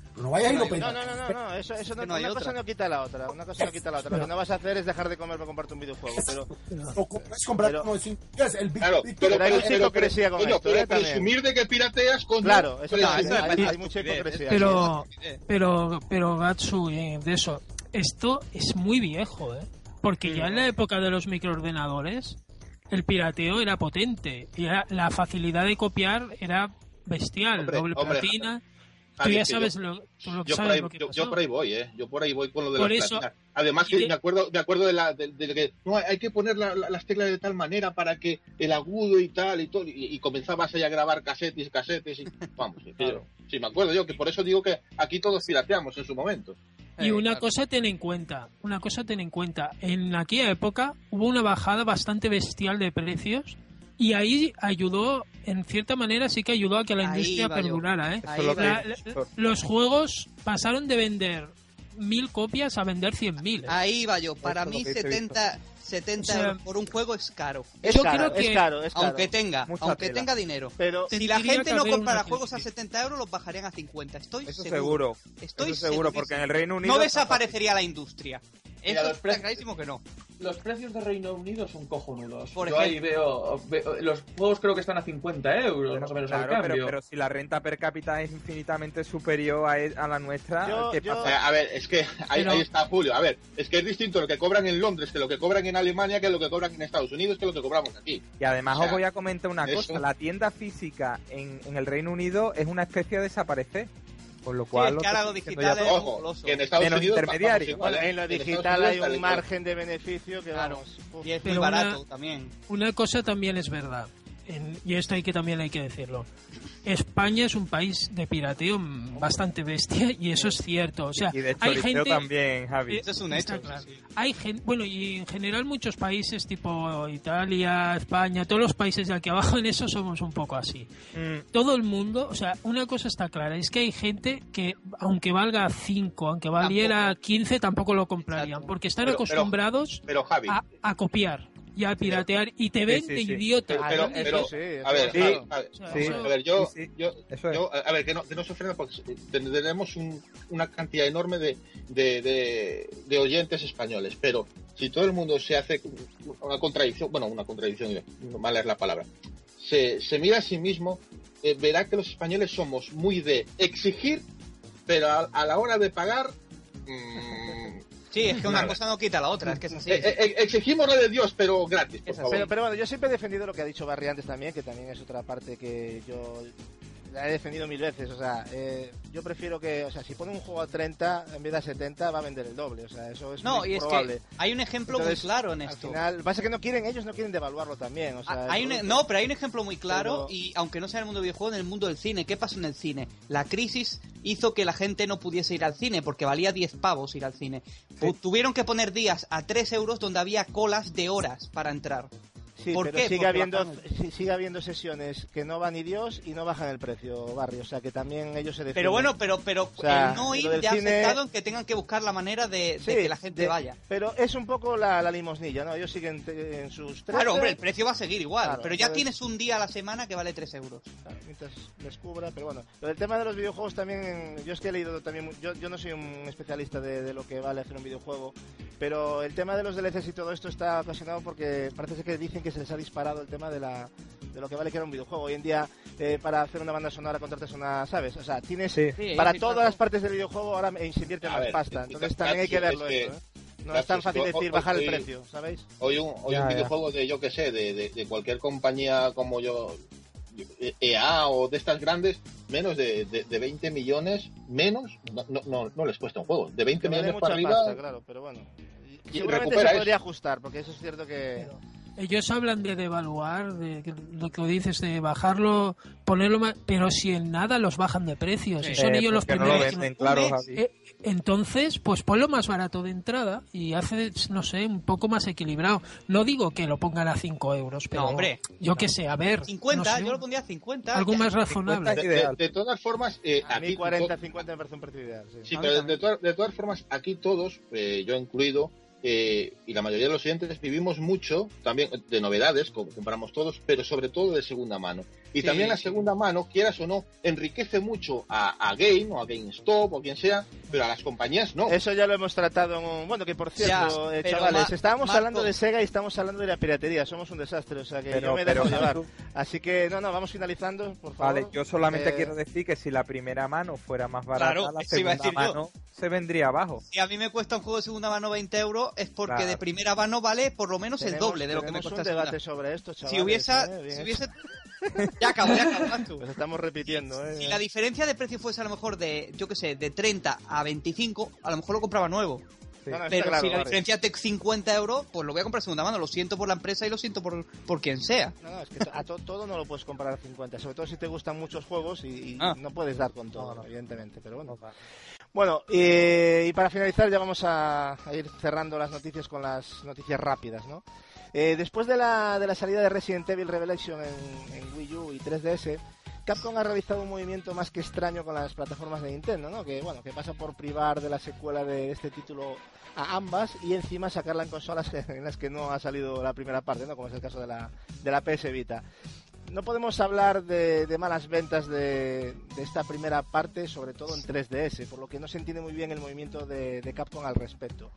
No vayas y lo No, pegas. no, no, no, no, eso, eso no, no hay una cosa otra. no quita la otra, una cosa no quita la otra. Lo que no vas a hacer es dejar de comer para comprarte un videojuego, pero... O puedes comprar Pero- como decir, es el Big Claro, Big- pero, Pero hay pero, mucha pero, hipocresía con coño, esto, pero ¿eh? También. presumir de que pirateas con... Claro, eso No, también, eso me hay, parece hay mucha estupidez, hipocresía. Pero, pero, pero Gatsu, eh, de eso, esto es muy viejo, ¿eh? Porque ya en la época de los microordenadores, el pirateo era potente. Y era- la facilidad de copiar era bestial. Hombre, Doble hombre, platina. Tú Javi, ya que sabes yo- lo, tú lo que Yo por, sabes ahí, lo que yo, pasó. yo por ahí voy, ¿eh? Yo por ahí voy con lo de Por las eso- platinas. Además, y que que- me acuerdo, me acuerdo de, la, de, de que no, hay que poner la- la- las teclas de tal manera para que el agudo y tal y todo. Y, y comenzabas ahí a grabar casetes y casetes. Y, vamos, sí, Claro. sí, me acuerdo yo, que por eso digo que aquí todos pirateamos en su momento. Y Eh, una claro. cosa ten en cuenta, una cosa ten en cuenta, en aquella época hubo una bajada bastante bestial de precios y ahí ayudó, en cierta manera sí que ayudó a que la Ahí industria iba yo. perdurara, ¿eh? Eso Ahí es lo que- La- la- los juegos pasaron de vender mil copias a vender cien mil. Ahí va yo. Para Eso es lo mí que te he setenta, setenta O sea, euros por un juego es caro. Es Yo caro, creo que- es caro, es caro. Aunque tenga, Mucha aunque tela. tenga dinero. Pero Si la Tendría gente que no haber comprara una juegos a crisis. setenta euros, los bajarían a cincuenta. Estoy Eso seguro. seguro. Estoy Eso seguro, porque en el Reino Unido... No desaparecería la industria. Mira, Eso los está precios- clarísimo que no. Los precios de Reino Unido son cojonudos. Por Yo ahí ejemplo. veo, veo- los juegos creo que están a cincuenta euros más o menos al Claro, cambio. pero, pero si la renta per cápita es infinitamente superior a, e- a la nuestra, Yo- ¿qué yo- pasa? Eh, a ver, es que ahí, Pero- ahí está Julio. A ver, es que es distinto lo que cobran en Londres que lo que cobran en Alemania que lo que cobran en Estados Unidos que lo que cobramos aquí. Y además O sea, os voy a comentar una eso- cosa, la tienda física en, en el Reino Unido es una especie de desaparecer, con lo cual... es que ahora lo estoy diciendo digital ya es- todo. Ojo, fabuloso. que en Estados Menos Unidos intermediario. vamos igual, Bueno, ¿eh? en lo En Estados digital Unidos hay tal un y cual. margen de beneficio que Claro. vamos. uf. Y es muy Pero barato una- también. Una cosa también es verdad, en- y esto hay que también hay que decirlo. España es un país de pirateo mm, bastante bestia y eso es cierto. O sea, Y de hay choriceo gente también, Javi. Eh, Eso es un está hecho, claro. sí, sí. Hay gen- bueno, y en general muchos países tipo Italia, España, todos los países de aquí abajo en eso somos un poco así. Mm, Todo el mundo, o sea, una cosa está clara, es que hay gente que aunque valga cinco, aunque valiera quince, tampoco lo comprarían, Exacto. porque están Pero- pero- acostumbrados Pero Javi, a, a copiar y a piratear y te ven sí, de sí. idiota. pero, pero, Ah, eso pero- sí, a ver, eso sí. Javi, a ver, O sea, Sí. eso- a ver, yo, Sí, sí. yo, Eso es. yo, a ver, que no, que no se ofenda porque tenemos un- una cantidad enorme de, de, de, de oyentes españoles, pero si todo el mundo se hace una contradicción, bueno, una contradicción, no mala es la palabra, se, se mira a sí mismo, eh, verá que los españoles somos muy de exigir, pero a, a la hora de pagar... mm, Sí, es que una Nada. cosa no quita la otra, es que es así. eh, eh, exigimos lo de Dios, pero gratis, por Es así. favor. Pero, pero bueno, yo siempre he defendido lo que ha dicho Barry antes también, que también es otra parte que yo la he defendido mil veces. O sea, eh, yo prefiero que, o sea, si pone un juego a treinta en vez de a setenta, va a vender el doble. O sea, eso es No, muy y es probable. que hay un ejemplo Entonces, muy claro en Al esto. final, pasa que no quieren, ellos no quieren devaluarlo también. O sea, Ah, hay el un- producto- no, pero hay un ejemplo muy claro Pero- y aunque no sea en el mundo del videojuego, en el mundo del cine. ¿Qué pasó en el cine? La crisis hizo que la gente no pudiese ir al cine porque valía diez pavos ir al cine. Pu- Tuvieron que poner días a tres euros donde había colas de horas para entrar. Sí, ¿Por pero qué? Sigue Porque habiendo, bajaron sí- sigue habiendo sesiones que no van ni Dios y no bajan el precio, Barry. O sea, que también ellos se defienden. Pero bueno, pero pero O sea, el no lo ir del ya ha cine- afectado en que tengan que buscar la manera de, de Sí, que la gente de- vaya. Pero es un poco la, la limosnilla, ¿no? Ellos siguen te- en sus trece. Claro, hombre, el precio va a seguir igual, Claro, pero ya entonces- tienes un día a la semana que vale tres euros. Claro, mientras les cubra, pero bueno. Lo del tema de los videojuegos también, yo es que he leído también, mu- yo, yo no soy un especialista de, de lo que vale hacer un videojuego, pero el tema de los D L Cs y todo esto está ocasionado porque parece ser que dicen que se les ha disparado el tema de la de lo que vale que era un videojuego. Hoy en día, eh, para hacer una banda sonora contratas una, ¿sabes? O sea, tienes Sí. Sí, para sí, todas claro. las partes del videojuego ahora se invierte A más ver, pasta. es- Entonces es- también hay que es verlo que- esto, ¿eh? No Nacho, es tan es fácil que decir hoy- bajar el hoy- precio, ¿sabéis? Hoy un, hoy Ya, un ya. videojuego de, yo que sé, de, de, de cualquier compañía como yo, E A o de estas grandes, menos de, de, de veinte millones, menos, no, no, no, no les cuesta un juego. De veinte Que vale millones mucha para arriba, pasta, claro, pero bueno. Y Seguramente recupera se podría eso. ajustar, porque eso es cierto que... Ellos hablan de devaluar, de que- lo que dices, de bajarlo, ponerlo más, pero si en nada los bajan de precios, Sí. y son Eh, ellos los porque no lo primeros. que venden, lo- claro, mes, Javi. Eh, entonces, pues ponlo más barato de entrada y hace, no sé, un poco más equilibrado. No digo que lo pongan a cinco euros, pero No, hombre. yo qué sé, a ver. cincuenta, no sé, yo lo pondría a cincuenta. algo ya. más razonable. de, ideal. de- de todas formas, eh, A mí aquí cuarenta, cincuenta me parece un precio ideal, sí. Sí, A mí pero de, también. todas- de todas formas, aquí todos, eh, yo incluido, eh, y la mayoría de los oyentes vivimos mucho también de novedades, como compramos todos, pero sobre todo de segunda mano. Y Sí, también la sí. segunda mano, quieras o no, enriquece mucho a, a Game o a GameStop o quien sea, pero a las compañías no. Eso ya lo hemos tratado en un... Bueno, que por cierto, Ya, eh, pero chavales, Ma- estábamos Marco- hablando de Sega y estamos hablando de la piratería. Somos un desastre, o sea que Pero- yo me pero, dejo llevar. Marco- Así que, no, no, vamos finalizando, por favor. Vale, yo solamente Eh, quiero decir que si la primera mano fuera más barata, Claro, la eso iba a segunda decir yo. mano se vendría abajo. Si a mí me cuesta un juego de segunda mano veinte euros, es porque Claro. de primera mano vale por lo menos el tenemos- doble de lo que me tenemos cuesta un segunda. debate sobre esto, chavales. Si hubiese, eh, bien si hecho. hubiese... Ya acabo, ya acabo, vas tú. Pues estamos repitiendo, ¿eh? Si la diferencia de precio fuese a lo mejor de, yo qué sé, de treinta a veinticinco, a lo mejor lo compraba nuevo. Sí. No, no, está Pero claro, si la Barry. diferencia es de cincuenta euros, pues lo voy a comprar segunda mano. Lo siento por la empresa y lo siento por, por quien sea. No, no, es que to- a to- todo no lo puedes comprar a cincuenta, sobre todo si te gustan muchos juegos y, y Ah. no puedes dar con todo, No, no. evidentemente, pero bueno. No, vale. Bueno, eh, y para finalizar ya vamos a, a ir cerrando las noticias con las noticias rápidas, ¿no? Eh, después de la, de la salida de Resident Evil Revelation en, en Wii U y tres D S, Capcom ha realizado un movimiento más que extraño con las plataformas de Nintendo, ¿no? Que, bueno, que pasa por privar de la secuela de este título a ambas y encima sacarla en consolas en las que no ha salido la primera parte, ¿no? Como es el caso de la, de la P S Vita. No podemos hablar de, de malas ventas de, de esta primera parte, sobre todo en tres D S, por lo que no se entiende muy bien el movimiento de, de Capcom al respecto.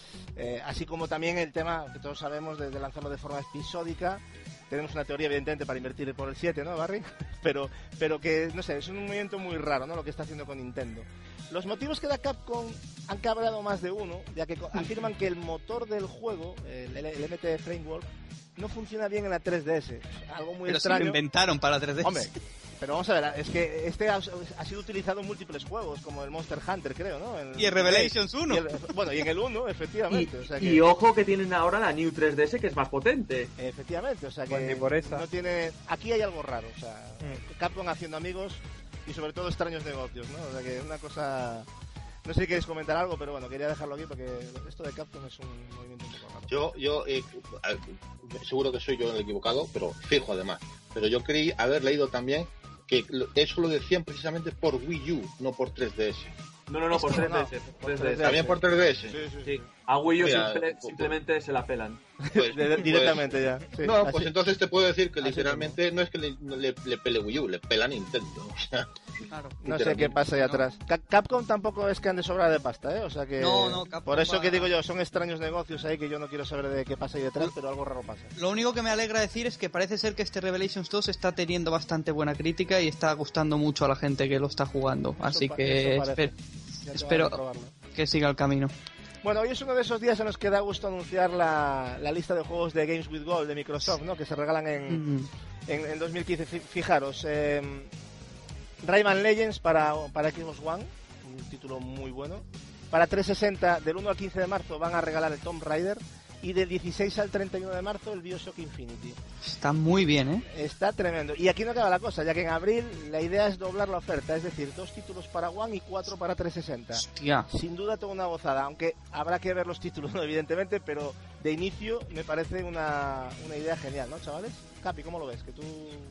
Eh, así como también el tema que todos sabemos de, de lanzarlo de forma episódica. Tenemos una teoría evidentemente para invertir por el siete, ¿no, Barry? Pero, pero que, no sé, es un movimiento muy raro, ¿no? Lo que está haciendo con Nintendo. Los motivos que da Capcom han cabreado más de uno, ya que co- afirman que el motor del juego, el, el M T Framework, no funciona bien en la tres D S. Algo muy Pero sí lo extraño. inventaron para tres D S. Hombre, pero vamos a ver, es que este ha, ha sido utilizado en múltiples juegos, como el Monster Hunter, creo, ¿no? En- Y en Revelations uno. y el- bueno, y en el uno, efectivamente. Y, o sea que, y ojo que tienen ahora la New tres D S que es más potente. Efectivamente, o sea que Pues ni por esa. no tiene... Aquí hay algo raro, o sea, Mm. Capcom haciendo amigos y sobre todo extraños negocios, ¿no? O sea que es una cosa... No sé si queréis comentar algo, pero bueno, quería dejarlo aquí porque esto de Capcom es un movimiento un poco raro. Yo, yo eh, a- seguro que soy yo el equivocado, pero fijo además. Pero yo creí haber leído también que lo- eso lo decían precisamente por Wii U, no por tres D S. No, no, no, por Esto tres D no, S. por tres D S. tres D S. También por tres D S. Sí, sí, Sí. A Wii U Mira, simple- pues- simplemente se la pelan. Pues- De- de- pues- directamente ya. sí, no, así. pues entonces te puedo decir que así literalmente no es que le, le, le pele Wii U, le pela Nintendo. O sea, Claro. No sé qué pasa ahí No. atrás. Ca- Capcom tampoco es que ande sobra de pasta, ¿eh? O sea que... No, no, Capcom Por eso va- que digo yo, son extraños negocios ahí que yo no quiero saber de qué pasa ahí detrás, pero algo raro pasa. Lo único que me alegra decir es que parece ser que este Revelations dos está teniendo bastante buena crítica y está gustando mucho a la gente que lo está jugando. Así Eso pa- que eso parece. espero Ya tengo espero- que probarlo. que siga el camino. Bueno, hoy es uno de esos días en los que da gusto anunciar la, la lista de juegos de Games with Gold de Microsoft, ¿no? Que se regalan en, Mm. en, en dos mil quince. Fi- Fijaros, eh, Rayman Legends para, para Xbox One, un título muy bueno. Para trescientos sesenta, del uno al quince de marzo van a regalar el Tomb Raider. Y del dieciséis al treinta y uno de marzo el Bioshock Infinity. Está muy bien, ¿eh? Está tremendo. Y aquí no acaba la cosa, ya que en abril la idea es doblar la oferta, es decir, dos títulos para One y cuatro para trescientos sesenta. Hostia. Sin duda toda una gozada, aunque habrá que ver los títulos, ¿no? Evidentemente, pero de inicio me parece una, una idea genial, ¿no, chavales? Capi, ¿cómo lo ves? Que tú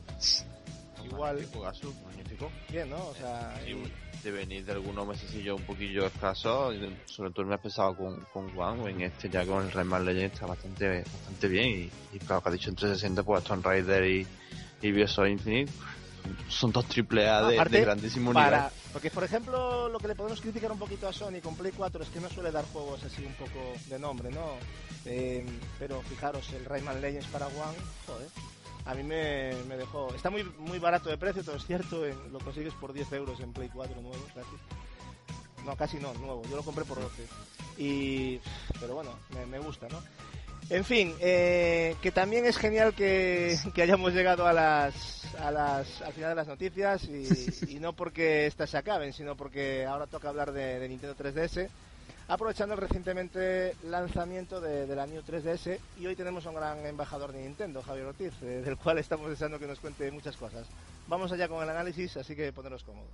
igual... Magnífico, Gasu, magnífico. Bien, ¿no? O sea... Sí, y- de venir de algunos mesecillos un poquillo escasos, sobre todo me ha pesado con, con One, en este ya con el Rayman Legends está bastante bastante bien y, y claro que ha dicho en trescientos sesenta pues Tomb Raider y, y Bioshock Infinite son dos triple A de, Aparte, de grandísimo para, nivel. porque por ejemplo lo que le podemos criticar un poquito a Sony con Play cuatro es que no suele dar juegos así un poco de nombre, ¿no? Eh, pero fijaros, el Rayman Legends para One, joder, a mí me, me dejó... Está muy muy barato de precio, todo es cierto, en- lo consigues por diez euros en Play cuatro nuevo, casi. No, casi no, nuevo, yo lo compré por doce. Y... pero bueno, me, me gusta, ¿no? En fin, eh, que también es genial que, que hayamos llegado a las, a las al final de las noticias y, y no porque estas se acaben, sino porque ahora toca hablar de, de Nintendo tres D S, aprovechando el recientemente lanzamiento de, de la New tres D S, y hoy tenemos a un gran embajador de Nintendo, Javier Ortiz, eh, del cual estamos deseando que nos cuente muchas cosas. Vamos allá con el análisis, así que poneros cómodos.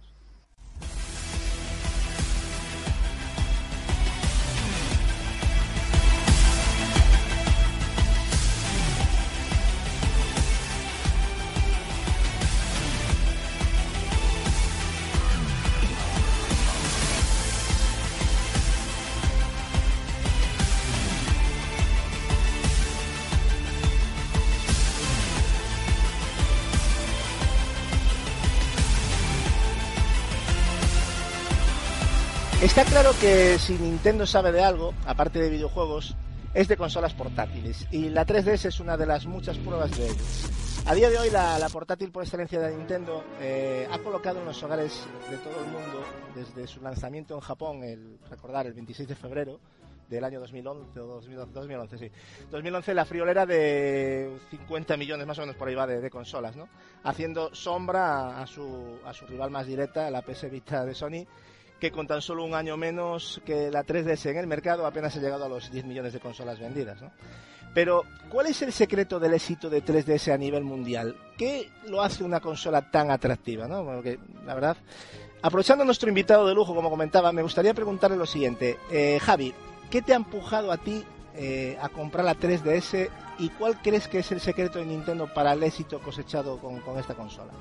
Está claro que si Nintendo sabe de algo, aparte de videojuegos, es de consolas portátiles, y la tres D S es una de las muchas pruebas de ello. A día de hoy la, la portátil por excelencia de Nintendo eh, ha colocado en los hogares de todo el mundo desde su lanzamiento en Japón, el recordar el veintiséis de febrero del año dos mil once o dos mil once, dos mil once, sí. dos mil once la friolera de cincuenta millones más o menos por ahí va de, de consolas, ¿no? Haciendo sombra a, a su a su rival más directa, la P S Vita de Sony, que con tan solo un año menos que la tres D S en el mercado apenas ha llegado a los diez millones de consolas vendidas, ¿no? Pero, ¿cuál es el secreto del éxito de tres D S a nivel mundial? ¿Qué lo hace una consola tan atractiva, ¿no? Porque, la verdad, aprovechando a nuestro invitado de lujo, como comentaba, me gustaría preguntarle lo siguiente. Eh, Javi, ¿qué te ha empujado a ti eh, a comprar la tres D S y cuál crees que es el secreto de Nintendo para el éxito cosechado con, con esta consola?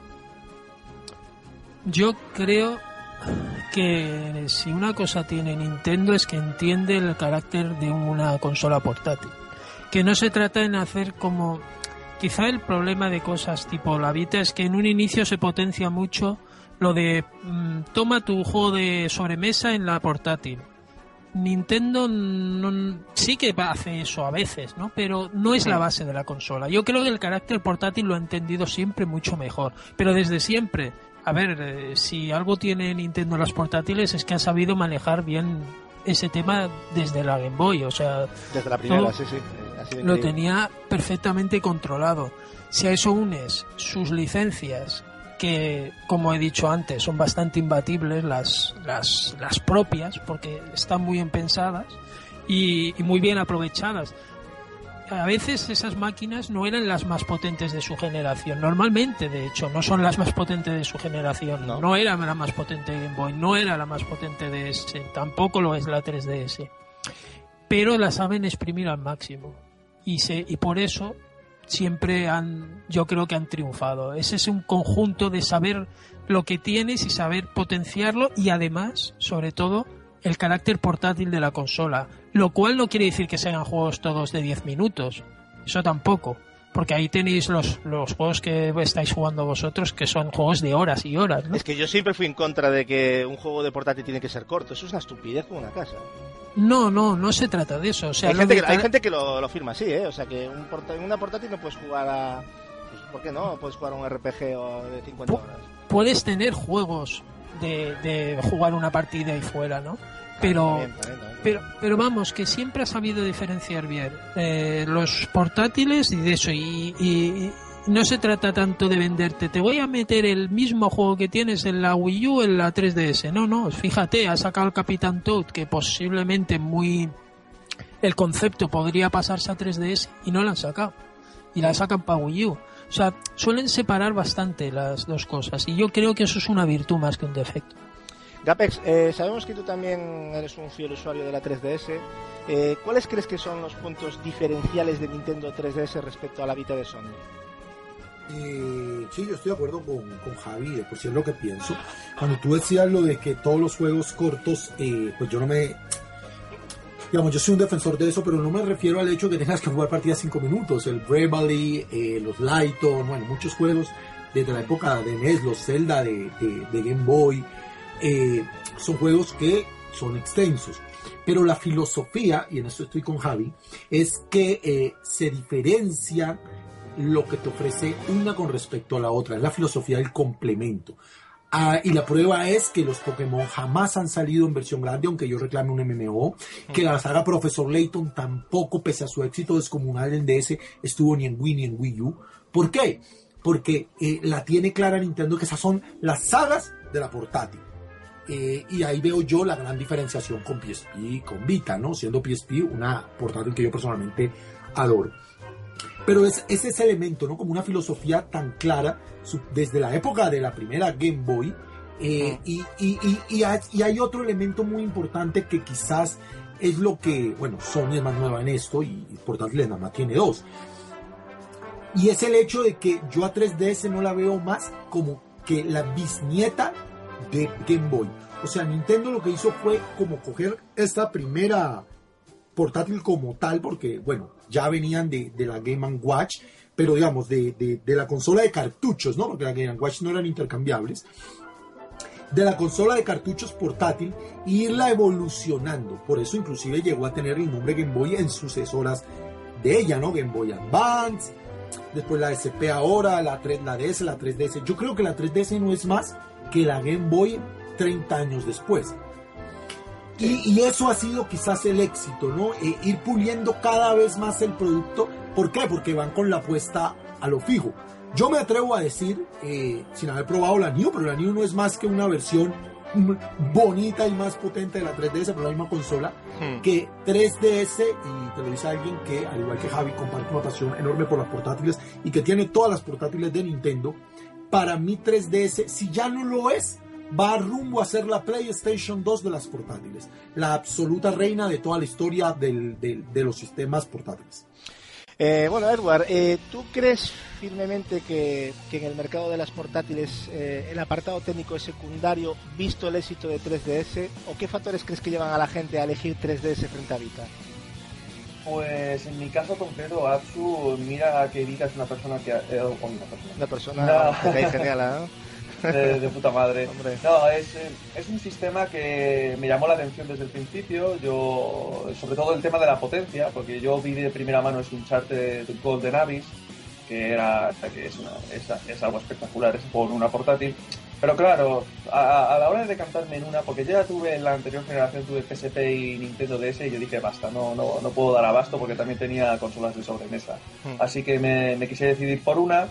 Yo creo que si una cosa tiene Nintendo es que entiende el carácter de una consola portátil. Que no se trata en hacer como... Quizá el problema de cosas tipo la Vita es que en un inicio se potencia mucho lo de mmm, toma tu juego de sobremesa en la portátil. Nintendo no, sí que hace eso a veces, ¿no? Pero no es la base de la consola. Yo creo que el carácter portátil lo ha entendido siempre mucho mejor. Pero desde siempre, a ver, eh, si algo tiene Nintendo en las portátiles es que ha sabido manejar bien ese tema desde la Game Boy, o sea... Desde la primera, todo, sí, sí. Lo tenía perfectamente controlado. Si a eso unes sus licencias, que como he dicho antes son bastante imbatibles, las, las, las propias, porque están muy bien pensadas y, y muy bien aprovechadas. A veces esas máquinas no eran las más potentes de su generación. Normalmente, de hecho, no son las más potentes de su generación. No, no era la más potente de Game Boy, no era la más potente de D S, tampoco lo es la tres D S. Pero la saben exprimir al máximo. Y, se, y por eso siempre han, yo creo que han triunfado. Ese es un conjunto de saber lo que tienes y saber potenciarlo, y además, sobre todo, el carácter portátil de la consola, lo cual no quiere decir que sean juegos todos de diez minutos, eso tampoco, porque ahí tenéis los, los juegos que estáis jugando vosotros, que son juegos de horas y horas, ¿no? Es que yo siempre fui en contra de que un juego de portátil tiene que ser corto, eso es una estupidez como una casa. No, no, no se trata de eso. O sea, hay, gente que, car- hay gente que lo, lo firma así, ¿eh? O sea, que un porta- en una portátil no puedes jugar a... Pues, ¿por qué no? Puedes jugar a un R P G o de cincuenta horas. Puedes tener juegos de, de jugar una partida y fuera, ¿no? Pero, también, también, también. pero pero vamos, que siempre ha sabido diferenciar bien eh, los portátiles y de eso, y, y, y no se trata tanto de venderte, te voy a meter el mismo juego que tienes en la Wii U en la tres D S. No, no, fíjate, ha sacado el Capitán Toad, que posiblemente muy el concepto podría pasarse a tres D S y no la han sacado, y la sacan para Wii U. O sea, suelen separar bastante las dos cosas, y yo creo que eso es una virtud más que un defecto. Gapex, eh, sabemos que tú también eres un fiel usuario de la tres D S. Eh, ¿Cuáles crees que son los puntos diferenciales de Nintendo tres D S respecto a la Vita de Sony? Eh, sí, yo estoy de acuerdo con, con Javi, de por sí es lo que pienso. Cuando tú decías lo de que todos los juegos cortos, eh, pues yo no me... Digamos, yo soy un defensor de eso, pero no me refiero al hecho de que tengas que jugar partidas cinco minutos. El Bravely, eh, los Lighton, bueno, muchos juegos desde la época de N E S, los Zelda de, de, de Game Boy, eh, son juegos que son extensos. Pero la filosofía, y en esto estoy con Javi, es que eh, se diferencia lo que te ofrece una con respecto a la otra. Es la filosofía del complemento. Ah, y la prueba es que los Pokémon jamás han salido en versión grande, aunque yo reclame un M M O, que la saga Profesor Layton tampoco, pese a su éxito descomunal en D S, estuvo ni en Wii ni en Wii U. ¿Por qué? Porque eh, la tiene clara Nintendo, que esas son las sagas de la portátil. Eh, y ahí veo yo la gran diferenciación con P S P y con Vita, ¿no? Siendo P S P una portátil que yo personalmente adoro. Pero es, es ese elemento, ¿no? Como una filosofía tan clara su, desde la época de la primera Game Boy. Eh, y, y, y, y, hay, y hay otro elemento muy importante que quizás es lo que, bueno, Sony es más nueva en esto y, y portátiles nada más tiene dos. Y es el hecho de que yo a tres D S no la veo más como que la bisnieta de Game Boy. O sea, Nintendo lo que hizo fue como coger esta primera portátil como tal, porque, bueno, ya venían de, de la Game and Watch, pero digamos, de, de, de la consola de cartuchos, ¿no? Porque la Game and Watch no eran intercambiables. de la consola de cartuchos portátil e irla evolucionando. Por eso inclusive llegó a tener el nombre Game Boy en sucesoras de ella, ¿no? Game Boy Advance, después la S P ahora, la, tres, la D S, la tres D S. Yo creo que la tres D S no es más que la Game Boy treinta años después. Y, y eso ha sido quizás el éxito, ¿no? Eh, ir puliendo cada vez más el producto. ¿Por qué? Porque van con la apuesta a lo fijo. Yo me atrevo a decir, eh, sin haber probado la New, pero la New no es más que una versión bonita y más potente de la tres D S, pero la misma consola, hmm. que tres D S, y te lo dice alguien que, al igual que Javi, comparte una pasión enorme por las portátiles y que tiene todas las portátiles de Nintendo. Para mí tres D S, si ya no lo es, va rumbo a ser la PlayStation dos de las portátiles, la absoluta reina de toda la historia del, del, de los sistemas portátiles. Eh, bueno, Edward, eh, ¿tú crees firmemente que, que en el mercado de las portátiles eh, el apartado técnico es secundario, visto el éxito de tres D S? ¿O qué factores crees que llevan a la gente a elegir tres D S frente a Vita? Pues en mi caso concreto, Atsu, mira que Vita es una persona que... Eh, una persona, una persona no. que genial, ¿no? De, de puta madre. Hombre. No, es, es un sistema que me llamó la atención desde el principio. Yo, sobre todo el tema de la potencia, porque yo vi de primera mano es un Uncharted Golden Abyss, que era que es, una, es, es algo espectacular, es por una portátil. Pero claro, a, a la hora de decantarme en una, porque yo ya tuve en la anterior generación, tuve P S P y Nintendo D S, y yo dije basta, no, no, no puedo dar abasto porque también tenía consolas de sobremesa. Hmm. Así que me, me quise decidir por una.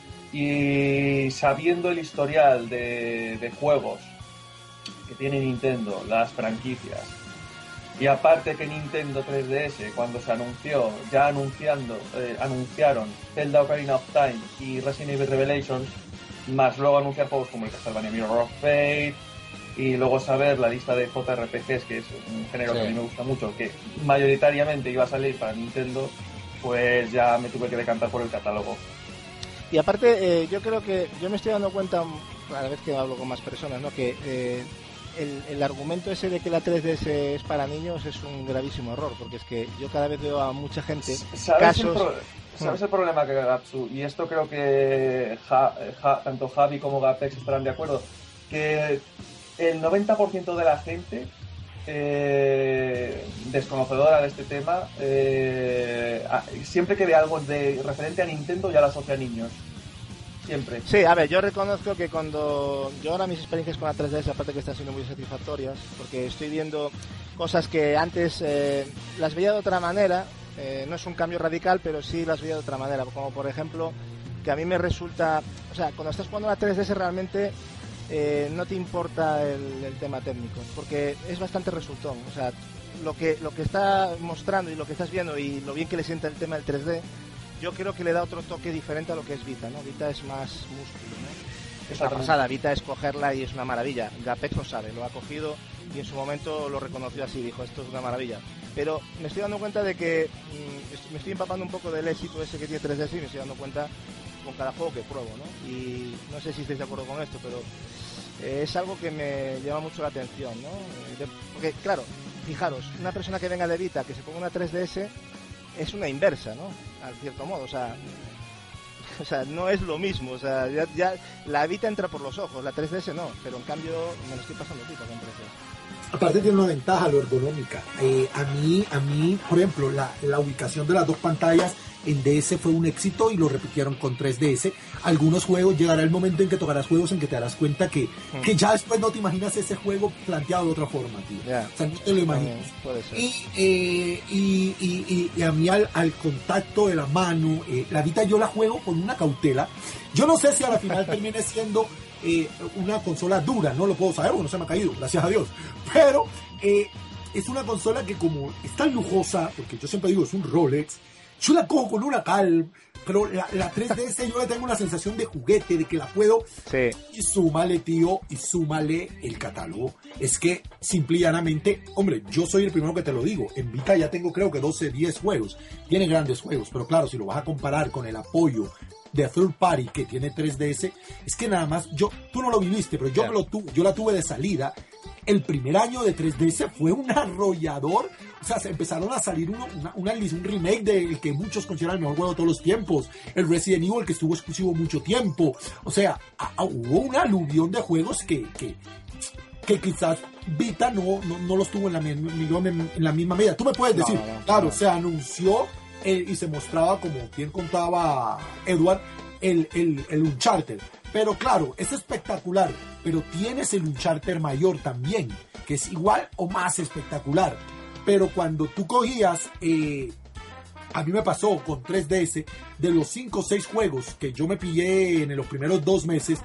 Y sabiendo el historial de, de juegos que tiene Nintendo, las franquicias, y aparte que Nintendo tres D S cuando se anunció, ya anunciando, eh, anunciaron Zelda Ocarina of Time y Resident Evil Revelations, más luego anunciar juegos como el Castlevania Mirror of Fate, y luego saber la lista de J R P Gs, que es un género sí. que a mí me gusta mucho, que mayoritariamente iba a salir para Nintendo, pues ya me tuve que decantar por el catálogo. Y aparte, eh, yo creo que yo me estoy dando cuenta, a la vez que hablo con más personas, ¿no? que eh, el, el argumento ese de que la tres D S es para niños es un gravísimo error, porque es que yo cada vez veo a mucha gente ¿Sabes casos... El pro- ¿Sabes el problema que Gatsu? Y esto creo que ja, ja, tanto Javi como Gapex estarán de acuerdo, que el noventa por ciento de la gente eh, desconocedora de este tema eh, siempre que ve algo de referente a Nintendo ya lo asocia a niños. Siempre. Sí, a ver, yo reconozco que cuando yo ahora mis experiencias con la tres D S aparte que están siendo muy satisfactorias, porque estoy viendo cosas que antes eh, las veía de otra manera, eh, no es un cambio radical, pero sí las veía de otra manera, como por ejemplo que a mí me resulta, o sea, cuando estás jugando a la tres D S realmente eh, no te importa el, el tema técnico, porque es bastante resultón, o sea, lo que lo que está mostrando y lo que estás viendo y lo bien que le sienta el tema del tres D, yo creo que le da otro toque diferente a lo que es Vita, ¿no? Vita es más músculo, ¿no? Es una pasada, Vita es cogerla y es una maravilla. Gapex lo sabe, lo ha cogido y en su momento lo reconoció así, dijo, esto es una maravilla. Pero me estoy dando cuenta de que mmm, me estoy empapando un poco del éxito ese que tiene tres D S y me estoy dando cuenta con cada juego que pruebo, ¿no? Y no sé si estáis de acuerdo con esto, pero eh, es algo que me llama mucho la atención, ¿no? De, porque, claro, fijaros, una persona que venga de Vita, que se ponga una tres D S, es una inversa, ¿no? Al cierto modo, o sea, o sea, no es lo mismo, o sea, ya, ya la Vita entra por los ojos, la tres D S no, pero en cambio me lo estoy pasando Vita con tres D S. Aparte tiene una ventaja, lo ergonómica. Eh, a mí, a mí, por ejemplo, la, la ubicación de las dos pantallas en D S fue un éxito y lo repitieron con tres D S. Algunos juegos, llegará el momento en que tocarás juegos en que te darás cuenta que, mm. que ya después no te imaginas ese juego planteado de otra forma, tío. Yeah. O sea, no te lo imaginas. Mm, y, eh, y, y, y a mí al, al contacto de la mano, eh, la Vita yo la juego con una cautela. Yo no sé si a la final termine siendo eh, una consola dura, no lo puedo saber porque no se me ha caído, gracias a Dios. Pero eh, es una consola que como es tan lujosa, porque yo siempre digo es un Rolex, yo la cojo con una calma, pero la, la tres D S yo le tengo una sensación de juguete, de que la puedo... Sí. Y súmale, tío, y súmale el catálogo. Es que, simple y llanamente, hombre, yo soy el primero que te lo digo. En Vita ya tengo creo que doce, diez juegos. Tiene grandes juegos, pero claro, si lo vas a comparar con el apoyo de Third Party que tiene tres D S, es que nada más, yo, tú no lo viviste, pero yo, yeah. lo tu, yo la tuve de salida. El primer año de tres D S fue un arrollador. O sea, se empezaron a salir uno, una, una, un remake del que muchos consideran el mejor juego de todos los tiempos. El Resident Evil, que estuvo exclusivo mucho tiempo. O sea, a, a, hubo una aluvión de juegos que, que, que quizás Vita no, no, no los tuvo en la, en la misma medida. Tú me puedes decir, no, no, claro, no. se anunció eh, y se mostraba, como bien contaba Edward, el, el, el Uncharted. Pero claro, es espectacular, pero tienes el Uncharted mayor también, que es igual o más espectacular. Pero cuando tú cogías, eh, a mí me pasó con tres D S, de los cinco o seis juegos que yo me pillé en los primeros dos meses,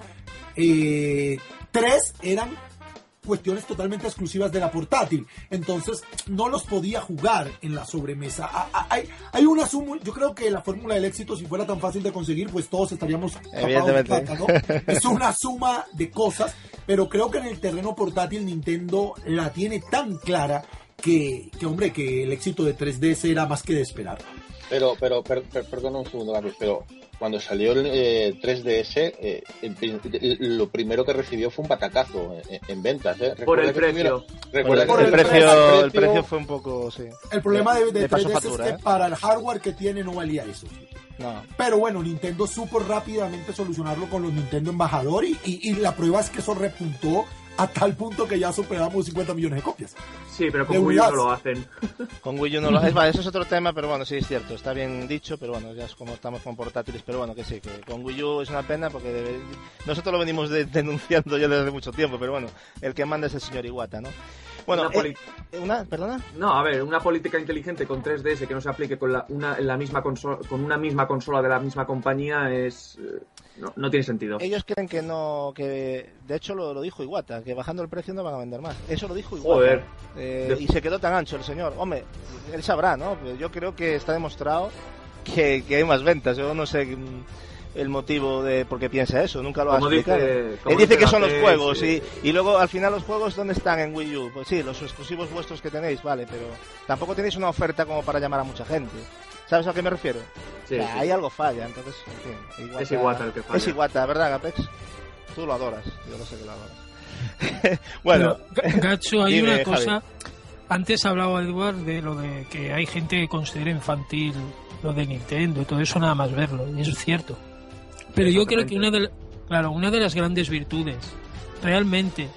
eh, tres eran cuestiones totalmente exclusivas de la portátil, entonces no los podía jugar en la sobremesa. A, a, hay, hay una suma, yo creo que la fórmula del éxito, si fuera tan fácil de conseguir, pues todos estaríamos tapados de plata, ¿no? Es una suma de cosas, pero creo que en el terreno portátil Nintendo la tiene tan clara que, que hombre, que el éxito de tres D S era más que de esperar. Pero, pero, per, per, perdona un segundo, Carlos, pero cuando salió el eh, tres D S, eh, el, el, lo primero que recibió fue un batacazo en, en ventas, ¿eh? Por el precio. Recuerda por que el, el, precio, precio, el precio fue un poco, sí. El problema de, de, de tres D S factura, es que ¿eh? para el hardware que tiene no valía eso. No. Pero bueno, Nintendo supo rápidamente solucionarlo con los Nintendo Embajador y, y, y la prueba es que eso repuntó a tal punto que ya superamos cincuenta millones de copias. Sí, pero con De Wii U unidades. no lo hacen. Con Wii U no lo es, vale, eso es otro tema, pero bueno, sí es cierto, está bien dicho, pero bueno, ya es como estamos con portátiles, pero bueno, que sí, que con Wii U es una pena porque debe... nosotros lo venimos de, denunciando ya desde mucho tiempo, pero bueno, el que manda es el señor Iwata, ¿no? Bueno, Una poli- eh, ¿una? ¿Perdona? No, a ver, una política inteligente con tres D S que no se aplique con la, una, la misma consola, con una misma consola de la misma compañía es... eh, no, no tiene sentido. Ellos creen que no, que de hecho lo, lo dijo Iwata, que bajando el precio no van a vender más. Eso lo dijo Iwata. Joder. Eh, De- y se quedó tan ancho el señor. Hombre, él sabrá, ¿no? Pero yo creo que está demostrado que, que hay más ventas. Yo no sé mm, el motivo de por qué piensa eso, nunca lo ha Como explicado. dice- Él como dice dice que son la los P S, juegos sí. y, y luego al final los juegos ¿dónde están en Wii U? Pues sí, los exclusivos vuestros que tenéis, vale, pero tampoco tenéis una oferta como para llamar a mucha gente. ¿Sabes a qué me refiero? Sí, O sea, sí. ahí algo falla, entonces, en fin, Iwata- Es Iwata el que falla. Es Iwata, ¿verdad, Gapex? Tú lo adoras, yo lo sé que lo adoras. Bueno, Pero, Ga- Gacho, hay dime, una cosa. Javi. Antes hablaba Edward de lo de que hay gente que considera infantil lo de Nintendo y todo eso, nada más verlo, y eso es cierto. Pero yo creo que una de, la- claro, una de las grandes virtudes realmente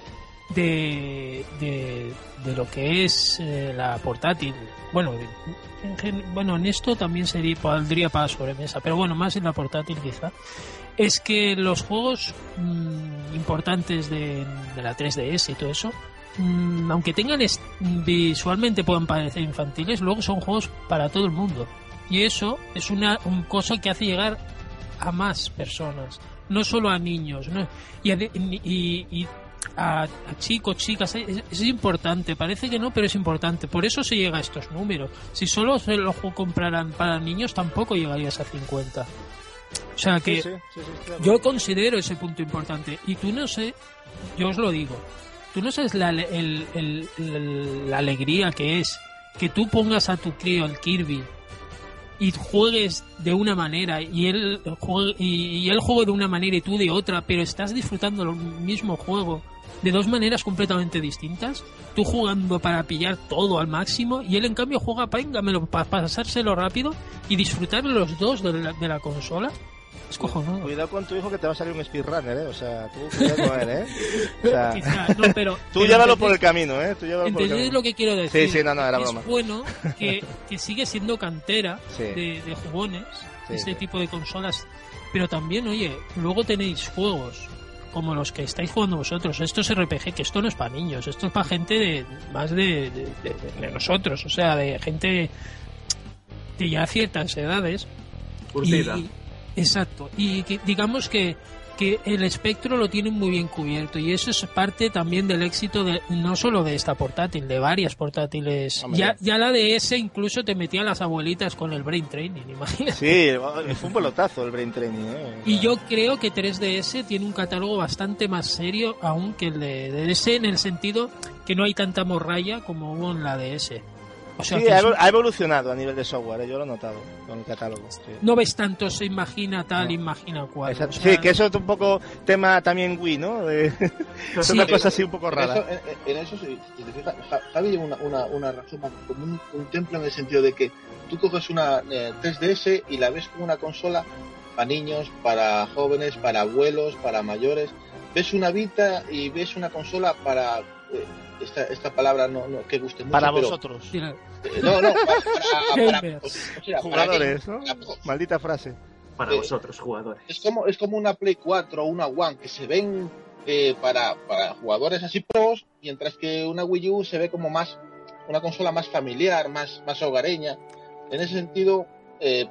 de, de, de lo que es eh, la portátil, bueno, en, gen- bueno, en esto también sería, valdría para sobremesa, pero bueno, más en la portátil quizá, es que los juegos mmm, importantes de, de la tres D S y todo eso, mmm, aunque tengan est- visualmente puedan parecer infantiles, luego son juegos para todo el mundo. Y eso es una, un cosa que hace llegar a más personas, no solo a niños, ¿no? y, a, y, y a, a chicos, chicas, es, es importante, parece que no, pero es importante, por eso se llega a estos números. Si solo se lo compraran para niños, tampoco llegarías a cincuenta. O sea que sí, sí, sí, sí, estoy de acuerdo. yo considero ese punto importante, y tú no sé, yo os lo digo, tú no sabes la, el, el, el, la alegría que es que tú pongas a tu crío el Kirby y juegues de una manera y él juegue, y, y él juegue de una manera y tú de otra, pero estás disfrutando el mismo juego de dos maneras completamente distintas, tú jugando para pillar todo al máximo y él en cambio juega para para pasárselo rápido y disfrutar los dos de la, de la consola. Es cojonudo. Cuidado con tu hijo que te va a salir un speedrunner, ¿eh? O sea, tú cuidado con él, ¿eh? O sea, Quizá, no, pero, tú pero llévalo entendéis- por el camino, ¿eh? Tú llévalo por el ¿Entendéis camino. lo que quiero decir? Sí, sí, no, no, era es broma. bueno que, que sigue siendo cantera Sí. de, de jugones, Sí, este sí. tipo de consolas, pero también, oye, luego tenéis juegos como los que estáis jugando vosotros, estos R P G, que esto no es para niños, esto es para gente de más de, de, de- de nosotros, o sea, de gente de ya ciertas edades. Curtida. Y- exacto, y que, digamos que, que el espectro lo tienen muy bien cubierto y eso es parte también del éxito de no solo de esta portátil, de varias portátiles. Hombre. Ya, ya la D S incluso te metía a las abuelitas con el brain training, imagínate. Sí, fue un pelotazo el brain training, ¿eh? Y yo creo que tres D S tiene un catálogo bastante más serio aún que el de D S, en el sentido que no hay tanta morralla como hubo en la D S. O sea, Sí, que ha es un- evol- ha evolucionado a nivel de software, ¿eh? Yo lo he notado con el catálogo. Sí. no ves tanto se imagina tal, No. imagina cual. Exacto. O sea, Sí, que eso es un poco tema también Wii, ¿no? De- es Sí, una que- cosa así un poco En rara. eso, en, en eso sí, si te fijas, Ja- Javi lleva una, una, una razón como un, un templo en el sentido de que tú coges una eh, tres D S y la ves como una consola para niños, para jóvenes, para abuelos, para mayores. ves una Vita y ves una consola para... Eh, esta, esta palabra no, no que guste mucho, para pero, vosotros. Eh, no, no, para, para, para, o sea, jugadores, para ¿no? para Maldita frase. Para eh, vosotros, jugadores. Es como, es como una Play cuatro o una One que se ven eh, para, para jugadores así pros, mientras que una Wii U se ve como más una consola más familiar, más, más hogareña. En ese sentido, eh,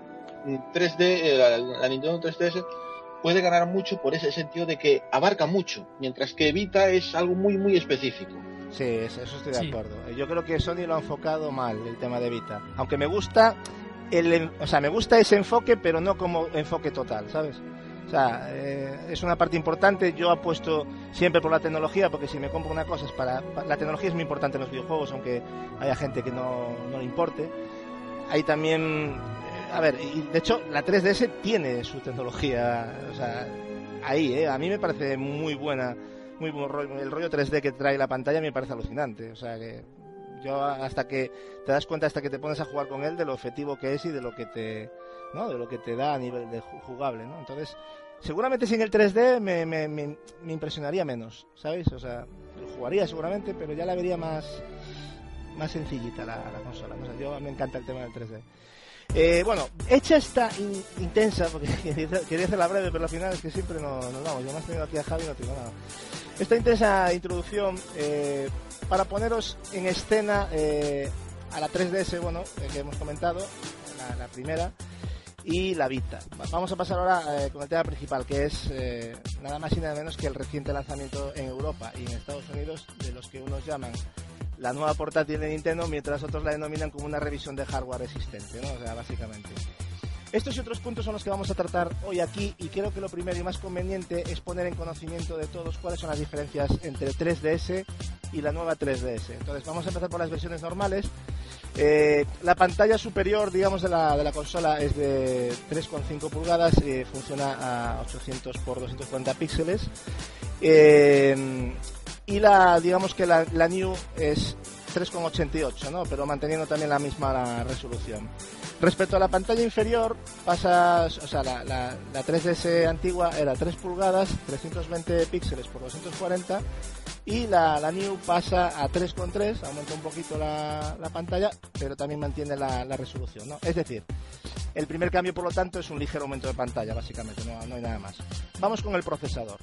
tres D, eh, la, la Nintendo tres D S puede ganar mucho por ese sentido de que abarca mucho, mientras que Vita es algo muy, muy específico. Sí, eso estoy de Sí. acuerdo. Yo creo que Sony lo ha enfocado mal, el tema de Vita. Aunque me gusta, el, o sea, me gusta ese enfoque, pero no como enfoque total, ¿sabes? O sea, eh, es una parte importante. Yo apuesto siempre por la tecnología, porque si me compro una cosa es para... para la tecnología es muy importante en los videojuegos, aunque haya gente que no, no le importe. Hay también... A ver, y de hecho la tres D S tiene su tecnología, o sea, ahí, ¿eh? A mí me parece muy buena, muy buen rollo, el rollo tres D que trae la pantalla me parece alucinante, o sea que yo hasta que te das cuenta, hasta que te pones a jugar con él, de lo efectivo que es y de lo que te, ¿no? De lo que te da a nivel de jugable, ¿no? Entonces, seguramente sin el tres D me, me, me, me impresionaría menos, ¿sabéis? O sea, lo jugaría seguramente, pero ya la vería más, más sencillita la, la consola, o sea, yo me encanta el tema del tres D. Eh, bueno, hecha esta in, intensa, porque quería hacerla breve, pero al final es que siempre nos, nos vamos. Yo me he tenido aquí a Javi y no tengo nada. Esta intensa introducción, eh, para poneros en escena eh, a la tres D S, bueno, eh, que hemos comentado, la, la primera, y la Vita. Vamos a pasar ahora eh, con el tema principal, que es eh, nada más y nada menos que el reciente lanzamiento en Europa y en Estados Unidos de los que unos llaman la nueva portátil de Nintendo, mientras otros la denominan como una revisión de hardware existente, ¿no? O sea, básicamente. Estos y otros puntos son los que vamos a tratar hoy aquí, y creo que lo primero y más conveniente es poner en conocimiento de todos cuáles son las diferencias entre tres D S y la nueva tres D S. Entonces vamos a empezar por las versiones normales. Eh, la pantalla superior, digamos, de la, de la consola es de tres coma cinco pulgadas, eh, funciona a ochocientos por doscientos cuarenta píxeles. Eh, y la, digamos que la, la New es tres coma ochenta y ocho, ¿no? Pero manteniendo también la misma la resolución. Respecto a la pantalla inferior, pasa, o sea, la, la, la tres D S antigua era tres pulgadas, trescientos veinte píxeles por doscientos cuarenta, y la, la New pasa a tres coma tres, aumenta un poquito la, la pantalla, pero también mantiene la, la resolución, ¿no? Es decir, el primer cambio, por lo tanto, es un ligero aumento de pantalla, básicamente, no, no hay nada más. Vamos con el procesador.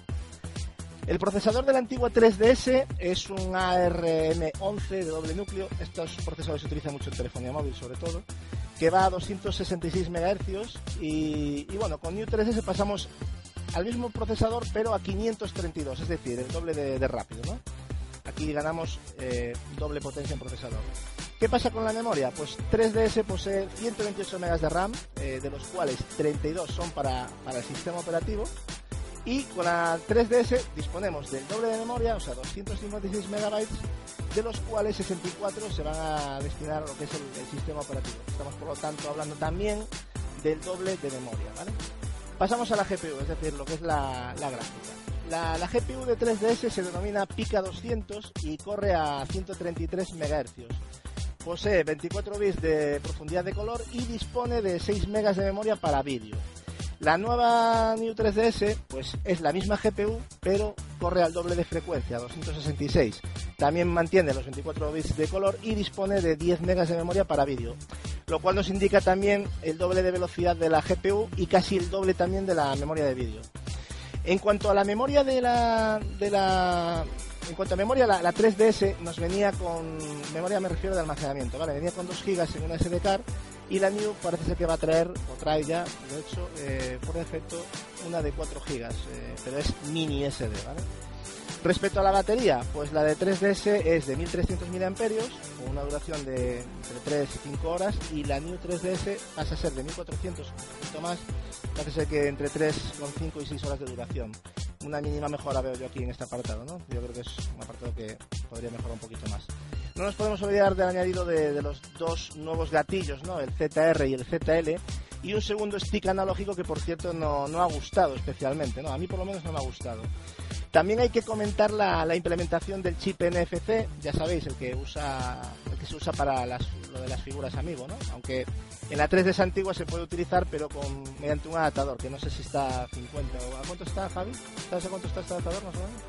El procesador de la antigua tres D S es un A R M once de doble núcleo. Estos procesadores se utilizan mucho en telefonía móvil, sobre todo, que va a doscientos sesenta y seis megahercios. Y, y bueno, con New tres D S pasamos al mismo procesador, pero a quinientos treinta y dos, es decir, el doble de, de rápido, ¿no? Aquí ganamos eh, doble potencia en procesador. ¿Qué pasa con la memoria? Pues tres D S posee ciento veintiocho megas de RAM, eh, de los cuales treinta y dos son para, para el sistema operativo. Y con la tres D S disponemos del doble de memoria, o sea, doscientos cincuenta y seis megabytes, de los cuales sesenta y cuatro se van a destinar a lo que es el, el sistema operativo. Estamos, por lo tanto, hablando también del doble de memoria, ¿vale? Pasamos a la G P U, es decir, lo que es la, la gráfica. La, la G P U de tres D S se denomina Pica doscientos y corre a ciento treinta y tres megahercios. Posee veinticuatro bits de profundidad de color y dispone de seis megas de memoria para vídeo. La nueva New tres D S pues es la misma G P U, pero corre al doble de frecuencia, doscientos sesenta y seis. También mantiene los veinticuatro bits de color y dispone de diez megas de memoria para vídeo, lo cual nos indica también el doble de velocidad de la G P U y casi el doble también de la memoria de vídeo. En cuanto a la memoria de la... De la en cuanto a memoria, la, la tres D S nos venía con... Memoria me refiero de almacenamiento, ¿vale? Venía con dos gigas en una S D card, y la New parece ser que va a traer, o trae ya, de hecho, eh, por defecto, una de cuatro gigas, eh, pero es mini S D, ¿vale? Respecto a la batería, pues la de tres D S es de mil trescientos miliamperios, con una duración de entre tres y cinco horas, y la New tres D S pasa a ser de mil cuatrocientos, un poquito más, parece ser que entre tres coma cinco y seis horas de duración. Una mínima mejora veo yo aquí en este apartado, ¿no? Yo creo que es un apartado que podría mejorar un poquito más. No nos podemos olvidar del añadido de, de los dos nuevos gatillos, ¿no? El Z R y el Z L, y un segundo stick analógico que, por cierto, no, no ha gustado especialmente, ¿no? A mí por lo menos no me ha gustado. También hay que comentar la, la implementación del chip N F C, ya sabéis, el que usa el que se usa para las, lo de las figuras amigo, ¿no? Aunque en la tres D S antigua se puede utilizar, pero con mediante un adaptador, que no sé si está a cincuenta o... ¿A cuánto está, Javi? ¿Sabes a cuánto está este adaptador, más o menos?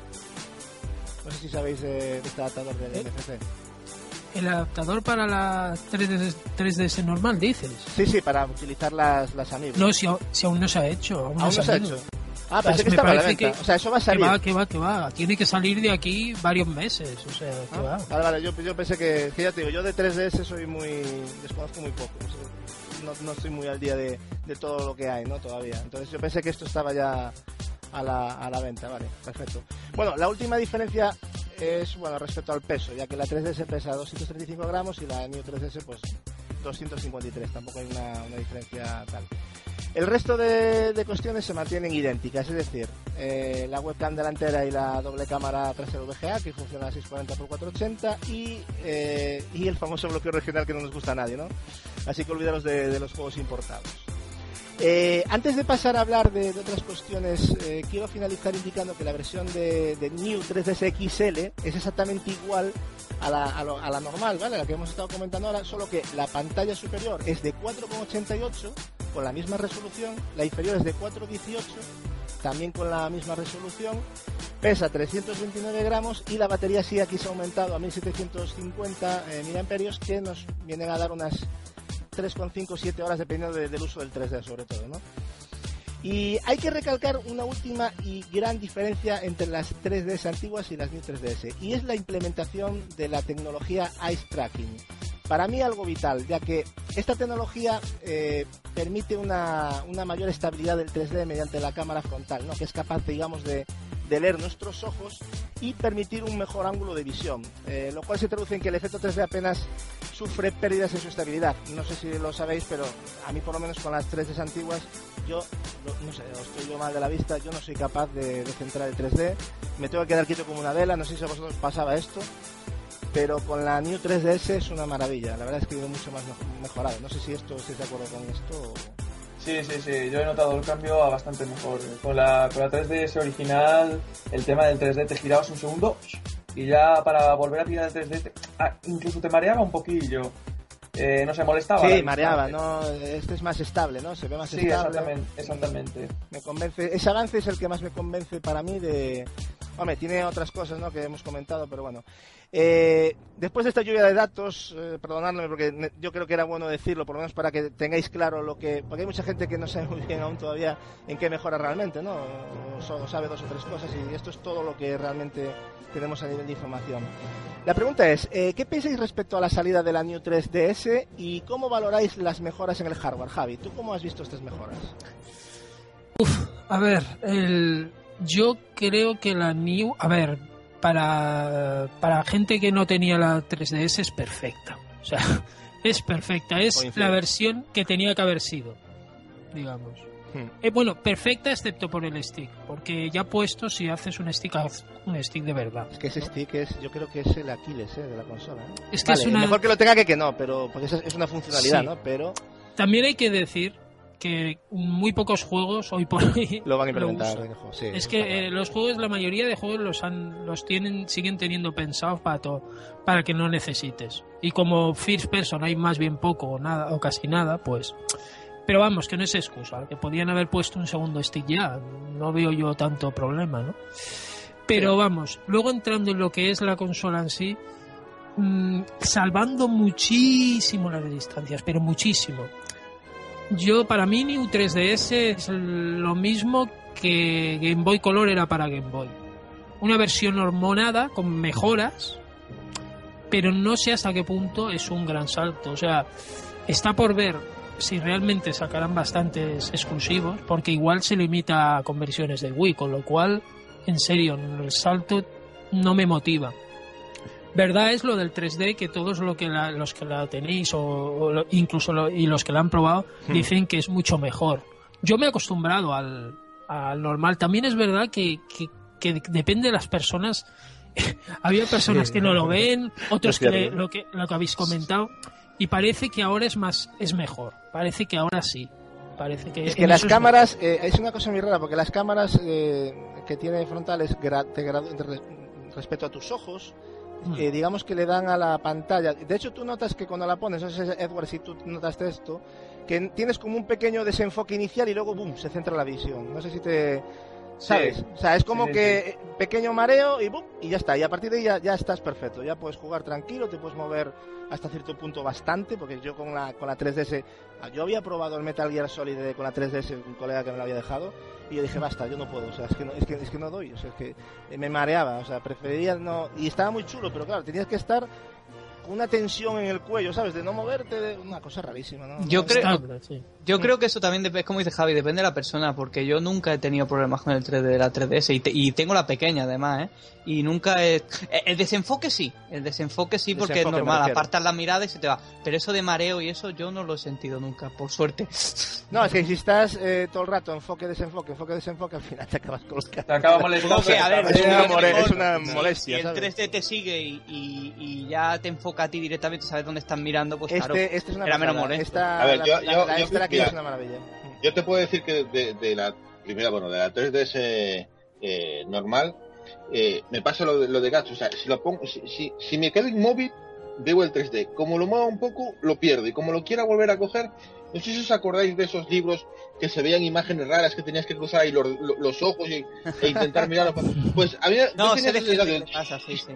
No sé si sabéis de, de este adaptador del ¿Eh? N F C. El adaptador para la tres D S normal, dices. Sí, sí, para utilizar las, las Amiibo. No, si, si aún no se ha hecho. Aún, ¿Aún no, no se, se ha hecho? Ah, pensé que estaba a la venta. Que, o sea, eso va a salir. Que va, que va, que va. Tiene que salir de aquí varios meses. O sea, que ah, va. Vale, vale. Yo, yo pensé que, que ya te digo, yo de tres D S soy muy... desconozco muy poco. O sea, no, no estoy muy al día de, de todo lo que hay, ¿no? Todavía. Entonces yo pensé que esto estaba ya a la, a la venta. Vale, perfecto. Bueno, la última diferencia es, bueno, respecto al peso, ya que la tres D S pesa doscientos treinta y cinco gramos y la Neo tres D S, pues, doscientos cincuenta y tres. Tampoco hay una, una diferencia tal. El resto de, de cuestiones se mantienen idénticas, es decir, eh, la webcam delantera y la doble cámara trasera V G A, que funciona a seiscientos cuarenta por cuatrocientos ochenta, y, eh, y el famoso bloqueo regional que no nos gusta a nadie, ¿no? Así que olvidaros de, de los juegos importados. Eh, antes de pasar a hablar de, de otras cuestiones, eh, quiero finalizar indicando que la versión de, de New tres D S X L es exactamente igual a la, a, lo, a la normal, ¿vale? La que hemos estado comentando ahora, solo que la pantalla superior es de cuatro coma ochenta y ocho con la misma resolución, la inferior es de cuatro coma dieciocho también con la misma resolución, pesa trescientos veintinueve gramos y la batería sí aquí se ha aumentado a mil setecientos cincuenta eh, miliamperios, que nos vienen a dar unas tres coma cinco a siete horas dependiendo de, del uso del tres D sobre todo, ¿no? Y hay que recalcar una última y gran diferencia entre las tres D S antiguas y las New tres D S, y es la implementación de la tecnología Eye Tracking. Para mí algo vital, ya que esta tecnología eh, permite una, una mayor estabilidad del tres D mediante la cámara frontal, ¿no? Que es capaz, digamos, de, de leer nuestros ojos y permitir un mejor ángulo de visión, eh, lo cual se traduce en que el efecto tres D apenas sufre pérdidas en su estabilidad. No sé si lo sabéis, pero a mí por lo menos con las tres D S antiguas, yo, no sé, estoy yo mal de la vista, yo no soy capaz de, de centrar el tres D, me tengo que quedar quieto como una vela, no sé si a vosotros pasaba esto, pero con la New tres D S es una maravilla, la verdad es que ha ido mucho más mejorado. No sé si esto, si estáis de acuerdo con esto o... Sí, sí, sí, yo he notado el cambio a bastante mejor. Con la, con la tres D S original, el tema del tres D te girabas un segundo y ya para volver a tirar el tres D, te, ah, incluso te mareaba un poquillo. Eh, no se molestaba. Sí, mareaba, ¿no? Este es más estable, ¿no? Se ve más sí, estable. Exactamente, exactamente. Me convence, ese avance es el que más me convence para mí de... Hombre, tiene otras cosas, ¿no?, que hemos comentado, pero bueno. Eh, después de esta lluvia de datos, eh, perdonadme porque yo creo que era bueno decirlo, por lo menos para que tengáis claro lo que... Porque hay mucha gente que no sabe muy bien aún todavía en qué mejora realmente, ¿no? O, o sabe dos o tres cosas y esto es todo lo que realmente tenemos a nivel de información. La pregunta es, eh, ¿qué pensáis respecto a la salida de la New tres D S y cómo valoráis las mejoras en el hardware? Javi, ¿tú cómo has visto estas mejoras? Uf, a ver, el... yo creo que la New... A ver, para, para gente que no tenía la tres D S es perfecta. O sea, es perfecta. Es la versión que tenía que haber sido, digamos. Hmm. Eh, bueno, perfecta excepto por el stick. Porque ya puesto, si haces un stick, un stick de verdad. Es que ese stick es, yo creo que es el Aquiles, ¿eh?, de la consola, ¿eh? Es que vale, es una... mejor que lo tenga que que no, pero porque es una funcionalidad, sí, ¿no? Pero... También hay que decir que muy pocos juegos hoy por hoy lo van a implementar. Sí, es que eh, los juegos, la mayoría de juegos los han, los tienen, siguen teniendo pensados para todo, para que no necesites. Y como first person hay más bien poco o nada o casi nada, pues. Pero vamos, que no es excusa, que podían haber puesto un segundo stick ya. No veo yo tanto problema, ¿no? Pero sí, vamos, luego entrando en lo que es la consola en sí, mmm, salvando muchísimo las distancias, pero muchísimo. Yo, para mí, New tres D S es lo mismo que Game Boy Color era para Game Boy. Una versión hormonada con mejoras, pero no sé hasta qué punto es un gran salto. O sea, está por ver si realmente sacarán bastantes exclusivos, porque igual se limita a conversiones de Wii, con lo cual, en serio, el salto no me motiva. Verdad es lo del tres D, que todos lo que la, los que la tenéis o, o incluso lo, y los que la han probado hmm. dicen que es mucho mejor. Yo me he acostumbrado al, al normal. También es verdad que, que, que depende de las personas. Había personas sí, que no lo ven, otros que le, lo que lo que habéis comentado, y parece que ahora es más es mejor. Parece que ahora sí. Parece que es que las cámaras, eh, es una cosa muy rara, porque las cámaras eh, que tiene frontales gra- te gra- respecto a tus ojos, mm. eh, digamos que le dan a la pantalla. De hecho, tú notas que cuando la pones, no sé, Edward, si tú notaste esto, que tienes como un pequeño desenfoque inicial y luego, boom, se centra la visión. No sé si te... ¿Sabes? Sí. O sea, es como sí, que sí. pequeño mareo y boom, y ya está. Y a partir de ahí ya, ya estás perfecto. Ya puedes jugar tranquilo, te puedes mover hasta cierto punto bastante, porque yo con la con la tres D S, yo había probado el Metal Gear Solid de, con la tres D S, un colega que me lo había dejado, y yo dije, basta, yo no puedo, o sea, es que no, es que, es que no doy, o sea, es que me mareaba, o sea, prefería no... Y estaba muy chulo, pero claro, tenías que estar con una tensión en el cuello, ¿sabes? De no moverte, de una cosa rarísima, ¿no? Yo, no, creo, no, sí. yo creo que eso también, es como dice Javi, depende de la persona, porque yo nunca he tenido problemas con el tres D de la tres D S, y, te, y tengo la pequeña además, ¿eh? Y nunca he... El desenfoque sí, el desenfoque sí, porque desenfoque es normal, apartas la mirada y se te va. Pero eso de mareo y eso yo no lo he sentido nunca, por suerte. No, es que si estás eh, todo el rato enfoque, desenfoque, enfoque, desenfoque, al final te acabas colocando. Te acaba molestando. Sí, a ver, es, es, una, mejor, es una molestia, si el ¿sabes? tres D te sigue y, y, y ya te enfoca a ti directamente, sabes dónde estás mirando, pues este, claro, este es una era menos pasada. molesto. Esta, a ver, la, yo, la, yo, la yo, extra aquí mira, es una maravilla. Yo te puedo decir que de, de la primera, bueno, de la tres D S eh, normal, eh, me pasa lo de, lo de Guts, o sea, si lo pongo, si, si, si me quedo inmóvil, veo el tres D, como lo muevo un poco, lo pierdo, y como lo quiera volver a coger, no sé si os acordáis de esos libros que se veían imágenes raras, que tenías que cruzar ahí los, los, los ojos y, e intentar mirar, pues a mí no, yo tenía sé esa de qué pasa, sí, sí.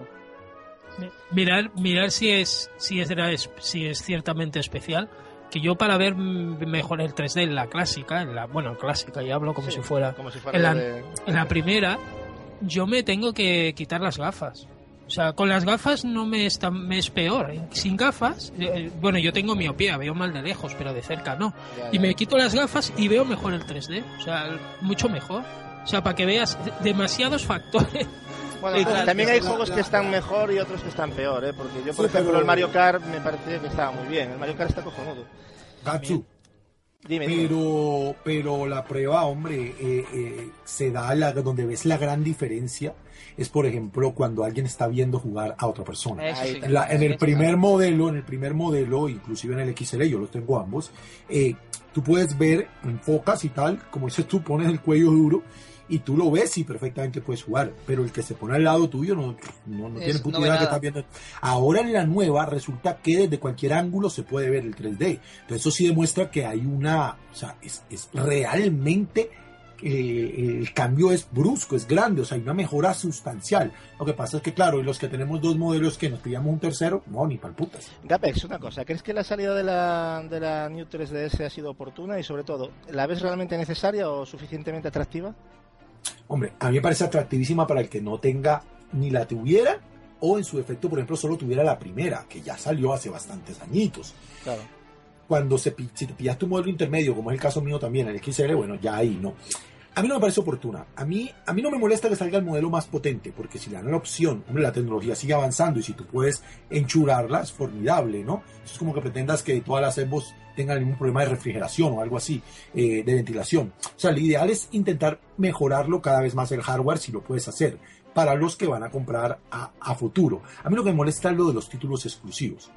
Mirar, mirar si es si es, si es ciertamente especial, que yo para ver mejor el tres D en la clásica, en la bueno, clásica, y hablo como sí, si fuera, como si fuera en, la, de... en la primera, yo me tengo que quitar las gafas. O sea, con las gafas no me es, tan, me es peor. Sin gafas, eh, bueno, yo tengo miopía, veo mal de lejos, pero de cerca no. Ya, y ya. me quito las gafas y veo mejor el tres D. O sea, mucho mejor. O sea, para que veas demasiados factores. Bueno, pues, también hay juegos que están mejor y otros que están peor, ¿eh? Porque yo, por sí, ejemplo, pero... el Mario Kart me parece que estaba muy bien. El Mario Kart está cojonudo. Gatsu. Dime, pero, dime. pero la prueba, hombre, eh, eh, se da la, donde ves la gran diferencia es, por ejemplo, cuando alguien está viendo jugar a otra persona. Sí, en, la, en el primer modelo, en el primer modelo, inclusive en el X L, yo los tengo ambos, eh, tú puedes ver, enfocas y tal, como dices tú, pones el cuello duro y tú lo ves y perfectamente puedes jugar, pero el que se pone al lado tuyo no, no, no tiene puta idea no que está viendo. Ahora en la nueva resulta que desde cualquier ángulo se puede ver el tres D, entonces eso sí demuestra que hay una, o sea, es, es realmente eh, el cambio es brusco, es grande, o sea, hay una mejora sustancial. Lo que pasa es que claro, y los que tenemos dos modelos que nos pillamos un tercero, no, ni pal putas. Gapex, una cosa, ¿crees que la salida de la, de la New tres D S ha sido oportuna y sobre todo, ¿la ves realmente necesaria o suficientemente atractiva? Hombre, a mí me parece atractivísima para el que no tenga ni la tuviera o en su defecto, por ejemplo, solo tuviera la primera, que ya salió hace bastantes añitos. Claro. Cuando se, si te pillas tu modelo intermedio, como es el caso mío también, el X L, bueno, ya ahí no. A mí no me parece oportuna. A mí, a mí no me molesta que salga el modelo más potente, porque si le dan la opción, hombre, la tecnología sigue avanzando y si tú puedes enchurarla, es formidable, ¿no? Eso es como que pretendas que todas las Xbox tengan ningún problema de refrigeración o algo así, eh, de ventilación. O sea, lo ideal es intentar mejorarlo cada vez más el hardware si lo puedes hacer, para los que van a comprar a, a futuro. A mí lo que me molesta es lo de los títulos exclusivos.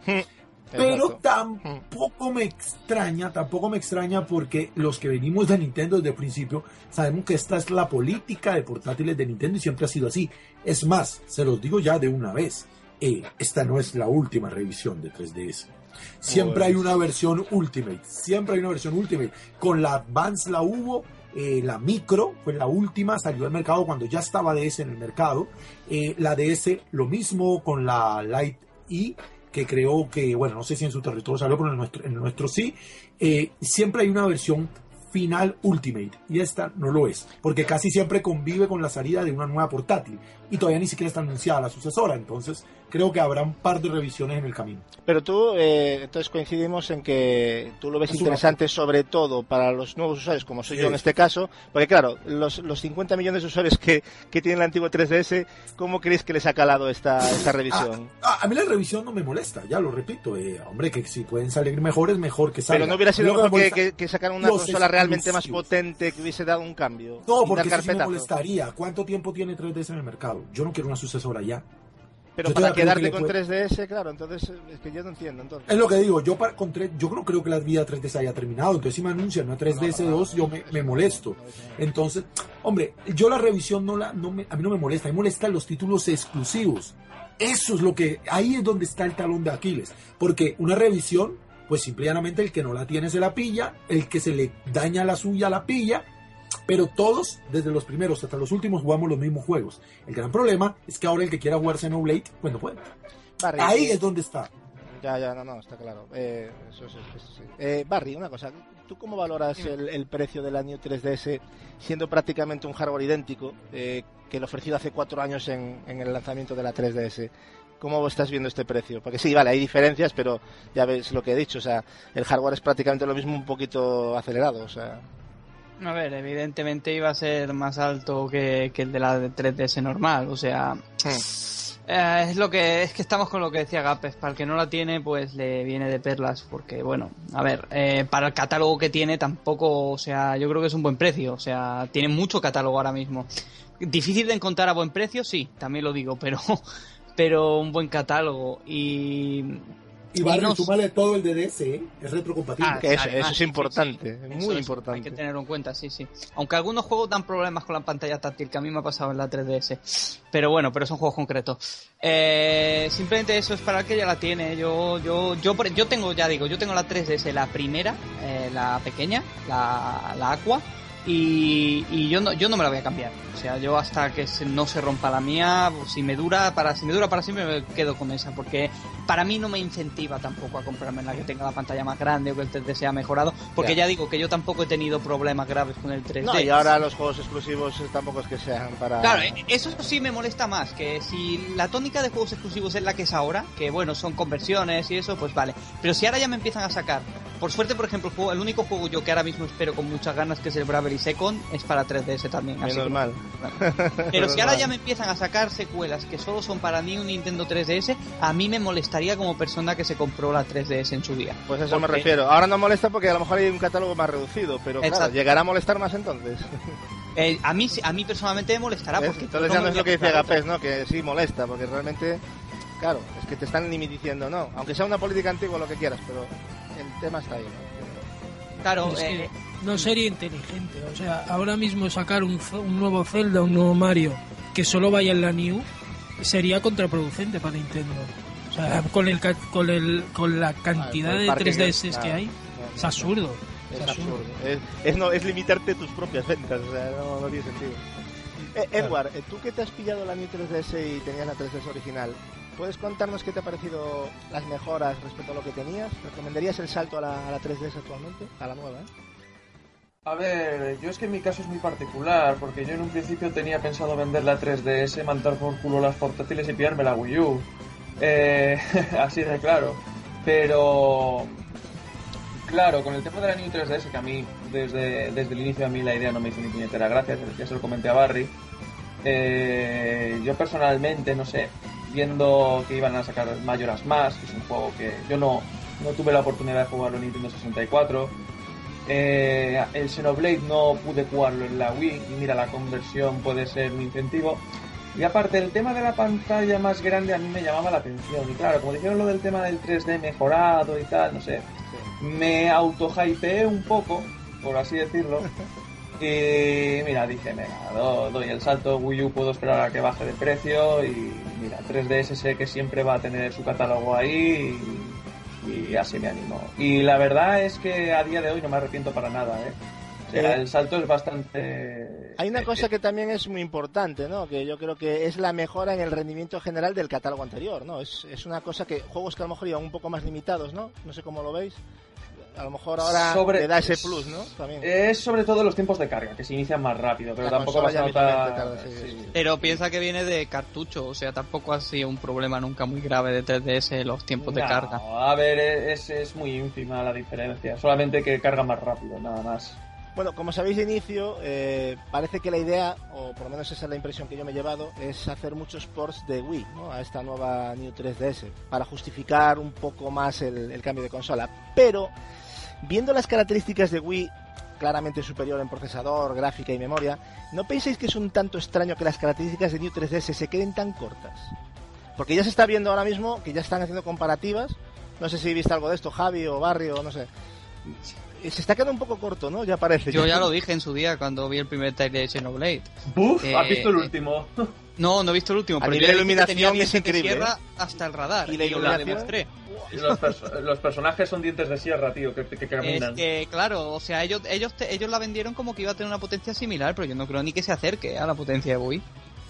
Pero tampoco me extraña, tampoco me extraña porque los que venimos de Nintendo desde el principio sabemos que esta es la política de portátiles de Nintendo y siempre ha sido así. Es más, se los digo ya de una vez, eh, esta no es la última revisión de tres D S. Siempre hay una versión Ultimate, siempre hay una versión Ultimate. Con la Advance la hubo, eh, la Micro fue la última, salió al mercado cuando ya estaba D S en el mercado. Eh, la D S lo mismo con la Lite E, que creo que, bueno, no sé si en su territorio salió, pero en el nuestro, en el nuestro sí. Eh, siempre hay una versión final Ultimate y esta no lo es, porque casi siempre convive con la salida de una nueva portátil y todavía ni siquiera está anunciada la sucesora, entonces creo que habrá un par de revisiones en el camino. Pero tú, eh, entonces coincidimos en que tú lo ves es interesante sobre todo para los nuevos usuarios, como soy sí. yo en este caso, porque claro, los, los cincuenta millones de usuarios que, que tienen la antigua tres D S, ¿cómo crees que les ha calado esta, esta revisión? A, a, a mí la revisión no me molesta, ya lo repito, eh, hombre, que si pueden salir mejores, mejor que salgan. Pero no hubiera sido mejor que, que, que sacaran una consola realmente más potente, que hubiese dado un cambio. No, porque eso sí me molestaría. ¿Cuánto tiempo tiene tres D S en el mercado? Yo no quiero una sucesora ya. Pero para quedarte con tres D S, claro, entonces es que yo no entiendo. Entonces. Es lo que digo, yo para, con tres, yo no creo que la vida tres D S haya terminado, entonces si me anuncian una tres D S dos, yo me, me molesto. Entonces, hombre, yo la revisión no la, no me, a mí no me molesta, a mí me molestan los títulos exclusivos. Eso es lo que, ahí es donde está el talón de Aquiles, porque una revisión, pues simplemente el que no la tiene se la pilla, el que se le daña la suya la pilla, pero todos, desde los primeros hasta los últimos, jugamos los mismos juegos. El gran problema es que ahora el que quiera jugar Xenoblade, pues no puede. Barry, ahí sí. Es donde está. Ya, ya, no, no, está claro. Eh, eso, eso, eso, sí. eh, Barry, una cosa, ¿tú cómo valoras el, el precio de la New tres D S siendo prácticamente un hardware idéntico eh, que lo ofrecido hace cuatro años en, en el lanzamiento de la tres D S? ¿Cómo estás viendo este precio? Porque sí, vale, hay diferencias, pero ya ves lo que he dicho, o sea, el hardware es prácticamente lo mismo, un poquito acelerado, o sea... A ver, evidentemente iba a ser más alto que, que el de la tres D S normal, o sea... Hmm. Eh, es lo que es que estamos con lo que decía Gapes, para el que no la tiene pues le viene de perlas, porque bueno, a ver, eh, para el catálogo que tiene tampoco, o sea, yo creo que es un buen precio, o sea, tiene mucho catálogo ahora mismo. Difícil de encontrar a buen precio, sí, también lo digo, pero pero un buen catálogo y... Y Barry, no, súmale todo el D D S, ¿eh? Es retrocompatible. Ah, que eso, además, eso es importante, sí, sí. Muy eso importante. Hay que tenerlo en cuenta, sí, sí. Aunque algunos juegos dan problemas con la pantalla táctil, que a mí me ha pasado en la tres D S. Pero bueno, pero son juegos concretos. Eh, simplemente eso es para el que ya la tiene. Yo, yo, yo, yo tengo, ya digo, yo tengo la tres D S, la primera, eh, la pequeña, la, la Aqua. Y, y yo no yo no me la voy a cambiar, o sea, yo hasta que se, no se rompa la mía, si me dura para si me dura para siempre me quedo con esa, porque para mí no me incentiva tampoco a comprarme la que tenga la pantalla más grande o que el tres D sea mejorado, porque ya, ya digo que yo tampoco he tenido problemas graves con el tres D. No, y ahora los juegos exclusivos tampoco es que sean para... Claro, eso sí me molesta más, que si la tónica de juegos exclusivos es la que es ahora, que bueno, son conversiones y eso, pues vale, pero si ahora ya me empiezan a sacar, por suerte, por ejemplo, el, juego, el único juego yo que ahora mismo espero con muchas ganas, que es el Bravely Second, es para tres D S también. Menos así que, mal. Bueno. Pero si ahora ya me empiezan a sacar secuelas que solo son para New Nintendo tres D S, a mí me molestaría como persona que se compró la tres D S en su día. Pues a eso porque... me refiero. Ahora no molesta porque a lo mejor hay un catálogo más reducido, pero claro, Exacto. ¿llegará a molestar más entonces? Eh, a mí a mí personalmente me molestará porque... Entonces no ya no es me lo que voy a decía comprar Gapés, ¿no? Que sí molesta, porque realmente... Claro, es que te están diciendo, no, aunque sea una política antigua, lo que quieras, pero el tema está ahí, ¿no? Claro, es eh, que no sería inteligente. O sea, ahora mismo sacar un, un nuevo Zelda, un nuevo Mario que solo vaya en la New sería contraproducente para Nintendo. O sea, con el con el con la cantidad ah, de tres D S que, que hay, claro, es absurdo. Es, es absurdo. Es, es, no, es limitarte tus propias ventas, o sea, no, no tiene sentido. Eh, Edward, eh, tú que te has pillado la New tres D S y tenías la tres D S original, ¿puedes contarnos qué te ha parecido las mejoras respecto a lo que tenías? ¿Recomendarías el salto a la, a la tres D S actualmente? A la nueva, ¿eh? A ver, yo es que en mi caso es muy particular, porque yo en un principio tenía pensado vender la tres D S, mandar por culo las portátiles y pillarme la Wii U. Eh, así de claro. Pero... Claro, con el tema de la New tres D S, que a mí, desde, desde el inicio a mí la idea no me hizo ni puñetera gracia, ya se lo comenté a Barry. Eh, yo personalmente, no sé, viendo que iban a sacar Majora's Mask, que es un juego que yo no, no tuve la oportunidad de jugarlo en Nintendo sesenta y cuatro, eh, el Xenoblade no pude jugarlo en la Wii, y mira, la conversión puede ser un incentivo. Y aparte, el tema de la pantalla más grande a mí me llamaba la atención, y claro, como dijeron lo del tema del tres D mejorado y tal, no sé, me auto-hypeé un poco, por así decirlo. Y mira, dije, venga, do, doy el salto Wii U, puedo esperar a que baje de precio. Y mira, tres D S sé que siempre va a tener su catálogo ahí. Y, y así me animo. Y la verdad es que a día de hoy no me arrepiento para nada, ¿eh? O sea, el salto es bastante... Hay una cosa que también es muy importante, ¿no? Que yo creo que es la mejora en el rendimiento general del catálogo anterior, ¿no? Es, es una cosa que... Juegos que a lo mejor iban un poco más limitados, ¿no? No sé cómo lo veis. A lo mejor ahora sobre, le da ese plus, ¿no? También. Es sobre todo los tiempos de carga, que se inician más rápido, pero la tampoco vas a notar... Tarde, sí, sí. Sí. Pero piensa que viene de cartucho, o sea, tampoco ha sido un problema nunca muy grave de tres D S los tiempos no, de carga. A ver, es, es muy ínfima la diferencia, solamente que carga más rápido, nada más. Bueno, como sabéis de inicio, eh, parece que la idea, o por lo menos esa es la impresión que yo me he llevado, es hacer muchos ports de Wii, ¿no? A esta nueva New tres D S, para justificar un poco más el, el cambio de consola. Pero, viendo las características de Wii, claramente superior en procesador, gráfica y memoria, ¿no pensáis que es un tanto extraño que las características de New tres D S se queden tan cortas? Porque ya se está viendo ahora mismo que ya están haciendo comparativas. No sé si viste algo de esto, Javi o Barrio, no sé. Se está quedando un poco corto, ¿no? Ya parece. Yo ya lo dije en su día cuando vi el primer trailer de Xenoblade. ¡Buf! Eh, ¿Has visto el último? No, no he visto el último. A pero nivel yo de dije que iluminación tenía es dientes de increíble, sierra ¿eh? hasta el radar. Y la y yo la iluminación. demostré. Los, perso- los personajes son dientes de sierra, tío, que, que, que Es caminan. que, claro, o sea, ellos ellos te- ellos la vendieron como que iba a tener una potencia similar, pero yo no creo ni que se acerque a la potencia de Wii.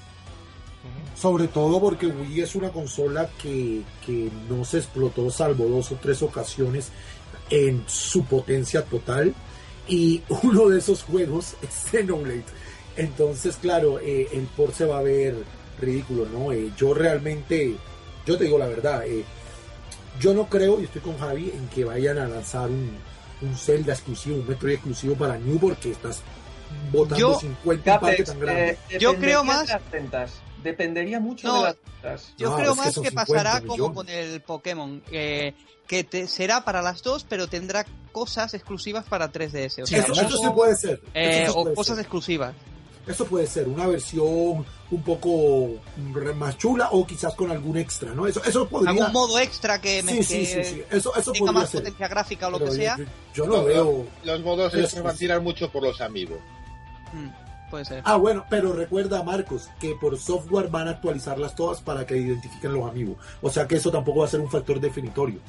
Sobre todo porque Wii es una consola que, que no se explotó salvo dos o tres ocasiones en su potencia total, y uno de esos juegos es Xenoblade. Entonces, claro, eh, el port se va a ver ridículo, ¿no? Eh, yo realmente, yo te digo la verdad, eh, yo no creo, y estoy con Javi, en que vayan a lanzar un, un Zelda exclusivo, un Metroid exclusivo para New, porque estás botando Yo- cincuenta en parque Capex, tan grande. eh, Yo dependería creo más- de las ventas. Dependería mucho No, de las ventas. Yo No, creo es que más son que, cincuenta pasará como millones. con el Pokémon, eh, que te, será para las dos, pero tendrá cosas exclusivas para tres D S. O sea, Eso, no eso sí son, puede ser. eh, Eso sí o puede cosas ser. exclusivas. Eso puede ser una versión un poco más chula o quizás con algún extra, ¿no? Eso, eso podría... Algún modo extra que, me, Sí, sí, que sí, sí. Eso, eso tenga podría más ser. potencia gráfica o lo Pero que yo- sea. Yo, yo no veo... Los modos Eso extras van a sí. tirar mucho por los amigos. Mm, puede ser. Ah, bueno, pero recuerda, Marcos, que por software van a actualizarlas todas para que identifiquen los amigos. O sea que eso tampoco va a ser un factor definitorio.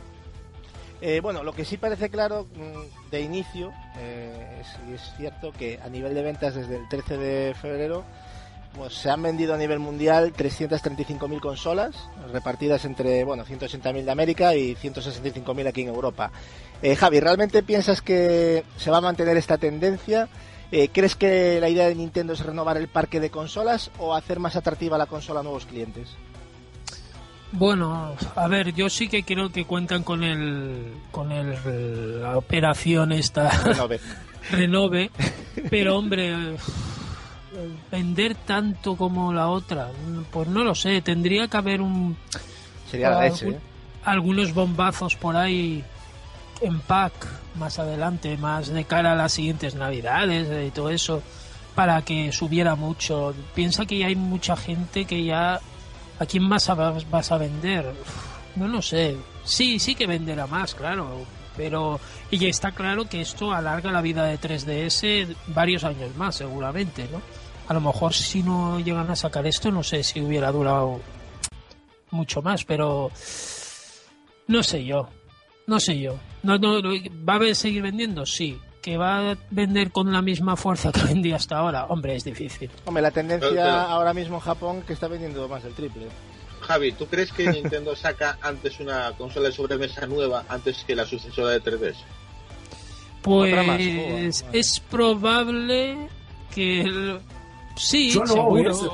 Eh, bueno, lo que sí parece claro mm, de inicio, eh, es, y es cierto que a nivel de ventas desde el trece de febrero, pues se han vendido a nivel mundial trescientas treinta y cinco mil consolas, repartidas entre, bueno, ciento ochenta mil de América y ciento sesenta y cinco mil aquí en Europa. Eh, Javi, ¿realmente piensas que se va a mantener esta tendencia? Eh, ¿Crees que la idea de Nintendo es renovar el parque de consolas o hacer más atractiva la consola a nuevos clientes? Bueno, a ver, yo sí que creo que cuentan con el con el la operación esta Renove. renove, pero hombre, eh, vender tanto como la otra, pues no lo sé, tendría que haber un Sería la leche, algún- ¿eh? algunos bombazos por ahí en pack más adelante, más de cara a las siguientes navidades y todo eso, para que subiera mucho. Piensa que ya hay mucha gente que ya... ¿A quién más vas vas a vender? Uf, no lo sé. Sí, sí que venderá más, claro. Pero y ya está claro que esto alarga la vida de tres D S varios años más, seguramente, ¿no? A lo mejor si no llegan a sacar esto, no sé si hubiera durado mucho más, pero no sé yo. No sé yo. No, no, no, ¿va a seguir vendiendo? Sí. ¿Que va a vender con la misma fuerza que vendía hasta ahora? Hombre, es difícil. Hombre, la tendencia Pero, pero- ahora mismo en Japón que está vendiendo más del triple. Javi, ¿tú crees que Nintendo saca antes una consola de sobremesa nueva antes que la sucesora de tres D S? Otra más, Pues joder. es probable que... el- Sí, Yo no, seguro. ese-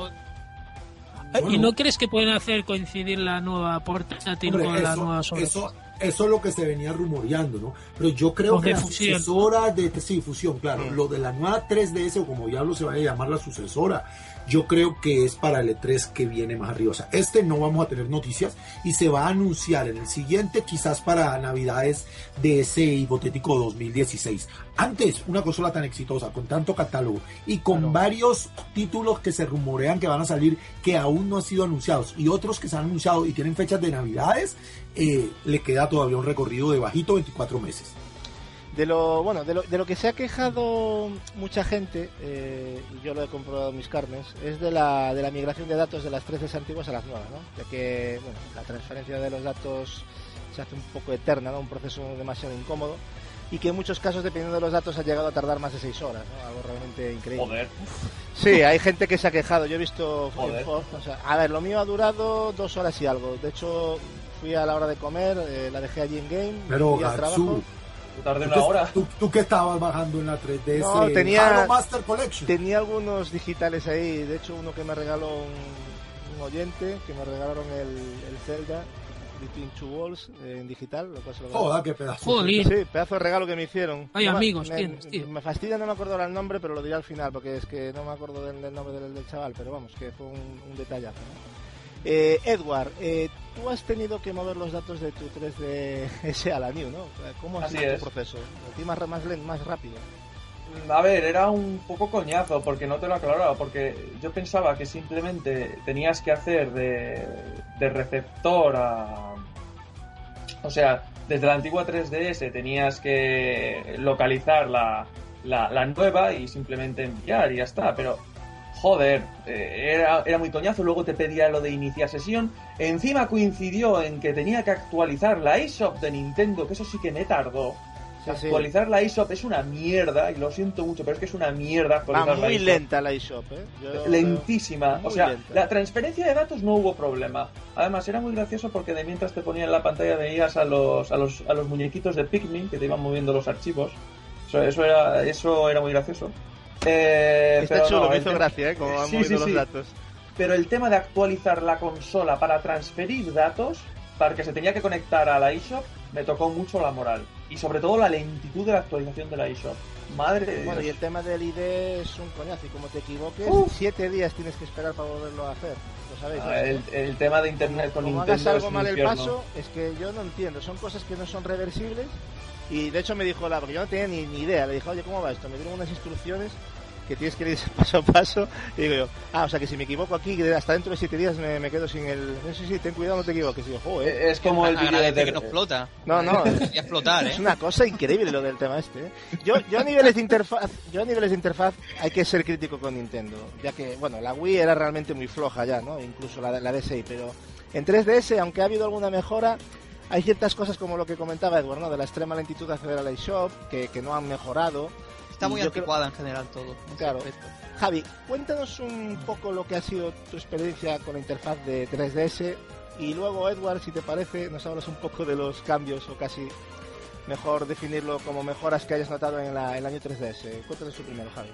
Eh, yo ¿Y no. no crees que pueden hacer coincidir la nueva portátil Hombre, con la eso, nueva sobre- eso, eso es lo que se venía rumoreando, ¿no? Pero yo creo O que de la fusión. sucesora de... Sí, fusión, claro. Mm. Lo de la nueva tres D S, o como diablo se vaya a llamar la sucesora, yo creo que es para el E tres que viene más arriba. O sea, este no vamos a tener noticias y se va a anunciar en el siguiente, quizás para Navidades de ese hipotético dos mil dieciséis. Antes, una consola tan exitosa, con tanto catálogo y con Claro. varios títulos que se rumorean que van a salir que aún no han sido anunciados y otros que se han anunciado y tienen fechas de Navidades, eh, le queda todavía un recorrido de bajito veinticuatro meses. De lo bueno, de lo, de lo que se ha quejado mucha gente, eh, y yo lo he comprobado en mis carnes, es de la, de la migración de datos de las tres D S antiguas a las nuevas, ¿no? Ya que bueno, la transferencia de los datos se hace un poco eterna, ¿no? Un proceso demasiado incómodo y que en muchos casos, dependiendo de los datos, ha llegado a tardar más de seis horas, ¿no? Algo realmente increíble. Joder. Sí, hay gente que se ha quejado. Yo he visto... Joder. O sea, a ver, lo mío ha durado dos horas y algo. De hecho, fui a la hora de comer, eh, la dejé allí en game, Pero fui al Gatsu, trabajo. Tardé ¿tú, una hora. tú, tú qué estabas bajando en la tres D S? No, tenía- Halo Master Collection. Tenía algunos digitales ahí, de hecho uno que me regaló un, un oyente, que me regalaron el, el Zelda Between Two Walls eh, en digital, lo cual se lo Joder, qué pedazo. Jolín. Sí, pedazo de regalo que me hicieron. Ay, No me- amigos me, tienes, tío. Me fastidia, no me acuerdo ahora el nombre, pero lo diré al final, porque es que no me acuerdo del, del nombre del, del chaval, pero vamos, que fue un, un detallazo, ¿no? Eh, Edward, eh, tú has tenido que mover los datos de tu tres D S a la New, ¿no? ¿Cómo ha Así sido es. tu proceso? ¿A ti más, más, len- más rápido? A ver, era un poco coñazo porque no te lo aclaraba, porque yo pensaba que simplemente tenías que hacer de de receptor a... O sea, desde la antigua tres D S tenías que localizar la, la, la nueva y simplemente enviar y ya está, pero joder, eh, era, era muy toñazo. Luego te pedía lo de iniciar sesión. Encima coincidió en que tenía que actualizar la eShop de Nintendo, que eso sí que me tardó. Sí, actualizar sí. la eShop es una mierda, y lo siento mucho, pero es que es una mierda actualizar Va muy la eShop. lenta la eShop, ¿eh? Yo... Lentísima. Muy O sea, lenta. la transferencia de datos no hubo problema. Además, era muy gracioso porque de mientras te ponían en la pantalla veías a los, a los, a los muñequitos de Pikmin que te iban moviendo los archivos. Eso, eso, era, eso era muy gracioso. Eh, Está pero chulo, no, me el hizo te- gracia, ¿eh? Como han Sí, movido sí, los sí. datos. Pero el tema de actualizar la consola para transferir datos, para que se tenía que conectar a la eShop, me tocó mucho la moral. Y sobre todo la lentitud de la actualización de la eShop. Madre de Dios. Bueno, y el tema del I D es un coñazo, y como te equivoques, Uf. siete días tienes que esperar para volverlo a hacer. Lo sabéis, ¿no? Ah, el, el tema de internet con Como Nintendo hagas algo es un mal el infierno. paso, es que yo no entiendo. Son cosas que no son reversibles. Y de hecho me dijo la, porque yo no tenía ni, ni idea. Le dije, oye, ¿cómo va esto? Me dieron unas instrucciones que tienes que ir paso a paso. Y digo yo, ah, o sea que si me equivoco aquí, hasta dentro de siete días me, me quedo sin el. No sé si ten cuidado, no te equivoques. Y digo, joder. Eh, Es como el vídeo de... Agradece que no explota. No, no. Debería explotar, Es ¿eh? una cosa increíble lo del tema este, ¿eh? Yo, yo a niveles de interfaz, yo a niveles de interfaz hay que ser crítico con Nintendo, ya que, bueno, la Wii era realmente muy floja ya, ¿no? Incluso la, la D S I, pero en tres D S, aunque ha habido alguna mejora, hay ciertas cosas como lo que comentaba Edward, ¿no? De la extrema lentitud de acceder a la eShop, que, que no han mejorado. Está Y muy yo creo- anticuada en general todo. en ese Claro. aspecto. Javi, cuéntanos un poco lo que ha sido tu experiencia con la interfaz de tres D S y luego, Edward, si te parece, nos hablas un poco de los cambios o casi mejor definirlo como mejoras que hayas notado en la, el año tres D S. Cuéntanos tú primero, Javi.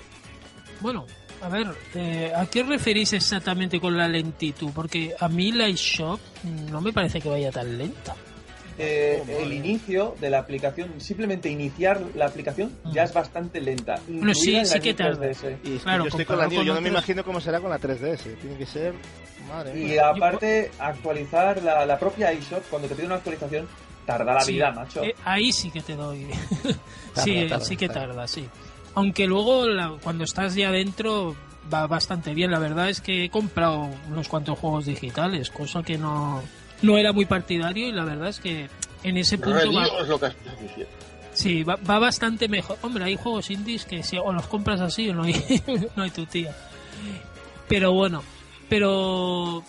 Bueno, a ver, eh, ¿a qué os referís exactamente con la lentitud? Porque a mí la eShop no me parece que vaya tan lenta. Eh, Oh, madre. el inicio de la aplicación, simplemente iniciar la aplicación ya es bastante lenta. Bueno, sí, incluida en sí la que New tres tarda. D S. Y es que Claro, yo estoy con la comparado New, con yo no me otros- imagino cómo será con la tres D S. Tiene que ser... Madre Y mía. aparte, actualizar la, la propia eShop, cuando te pide una actualización, tarda la Sí, vida, macho. eh, ahí sí que te doy. Tarda, sí, tarda, sí que tarda. tarda, sí. Aunque luego la- cuando estás ya dentro va bastante bien. La verdad es que he comprado unos cuantos juegos digitales, cosa que no, no era muy partidario y la verdad es que en ese punto va, Redios es lo que estás diciendo. sí, va, va bastante mejor. Hombre, hay juegos indies que si o los compras así o no hay, no hay tu tía. Pero bueno, pero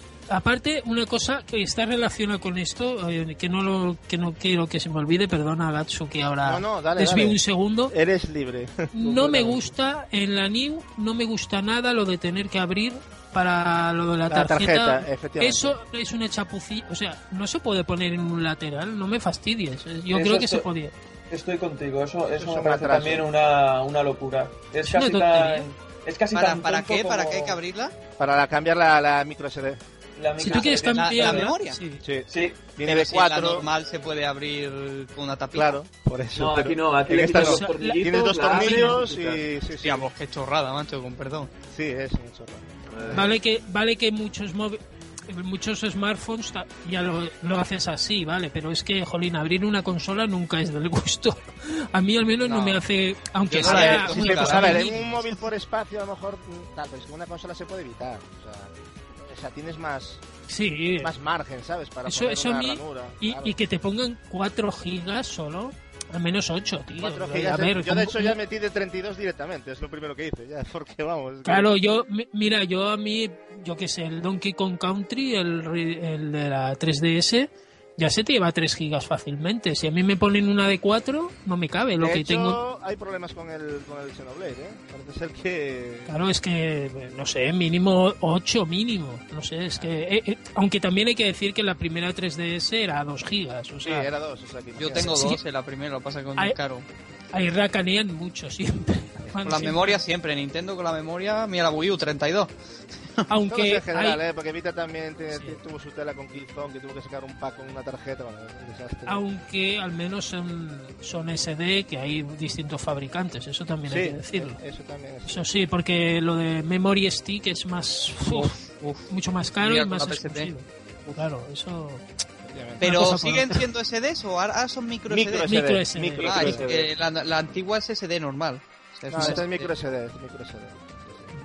aparte una cosa que está relacionada con esto, eh, que no lo que no quiero que se me olvide, perdona Gatsu que ahora No, no, dale, desvío dale. un segundo. Eres libre. No me Completamente. gusta en la New, no me gusta nada lo de tener que abrir para lo de la La tarjeta. tarjeta, efectivamente. Eso es una chapucilla, o sea, no se puede poner en un lateral, no me fastidies. Yo Eso creo que esto- se podía. Estoy contigo, eso, eso es me un parece atraso. también una, una locura. Es, Es una casi tontería. tan. Es casi ¿Para, tan ¿para tonto qué? ¿Para como qué hay que abrirla? Para la- cambiar la, la micro S D. la Si micro tú quieres S D. la- cambiar la memoria. sí. Sí. Sí, Viene Pero de si en la cuatro. normal se puede abrir con una tapita. Claro, por eso. No, pero aquí no, aquí en le esta quitas no. los tornillitos, Tienes dos la abres tornillos y y... ya. Sí, sí. Sí, vamos, qué chorrada, macho, con perdón. Sí, es una chorrada. Vale que vale que muchos móviles muchos smartphones ta- ya lo, lo haces así, vale, pero es que, jolín, abrir una consola nunca es del gusto. A mí al menos no, No. me hace, aunque Yo no la he sea visto Sí, una nunca, pues, cosa a ver, mínima. en un móvil por espacio a lo mejor, mm, tal, pero es que una consola se puede evitar. O sea, o sea tienes más, Sí, más margen, ¿sabes? Para eso, poner eso a una mí, ranura. y, claro. y que te pongan cuatro gigas solo, al menos ocho, tío. Cuatro A gigas, ver, yo de ¿cómo- hecho ya metí de treinta y dos directamente, es lo primero que hice, ya, porque vamos. es que- Claro, yo, mi- mira, yo a mí, yo que sé, el Donkey Kong Country, el, re- el de la tres D S, ya se te lleva tres gigas fácilmente. Si a mí me ponen una de cuatro, no me cabe. Lo de que hecho, tengo, hay problemas con el, con el Xenoblade, ¿eh? Parece ser que... claro, es que, no sé, mínimo ocho mínimo. No sé, es que, eh, eh, aunque también hay que decir que la primera tres D S era dos gigas. O Sí, sea, era dos, o sea que Yo imagínate. tengo Sí. dos en la primera, lo pasa con Ay. caro. ahí racanean mucho siempre. Con la memoria siempre, Nintendo con la memoria, mira la Wii U treinta y dos. Todos Aunque en general, hay- ¿eh? Porque Vita también tiene- Sí. tuvo su tela con Killzone, que tuvo que sacar un pack con una tarjeta, bueno, es un desastre. aunque al menos son, son S D, que hay distintos fabricantes, eso también hay que decirlo. Eso también es. Eso sí, porque lo de Memory Stick es más uf, Uf. mucho más caro Mira, y con más la P S P. exclusivo. Claro, eso. Efectivamente. Pero cosa por siguen otra. siendo S Ds o ahora son micro, Micro S D. S D. Micro S D. Micro Ah, S es D. que la, la antigua es S D normal. O sea, es No, una esta es S D. micro S D, es micro S D. Sí, sí.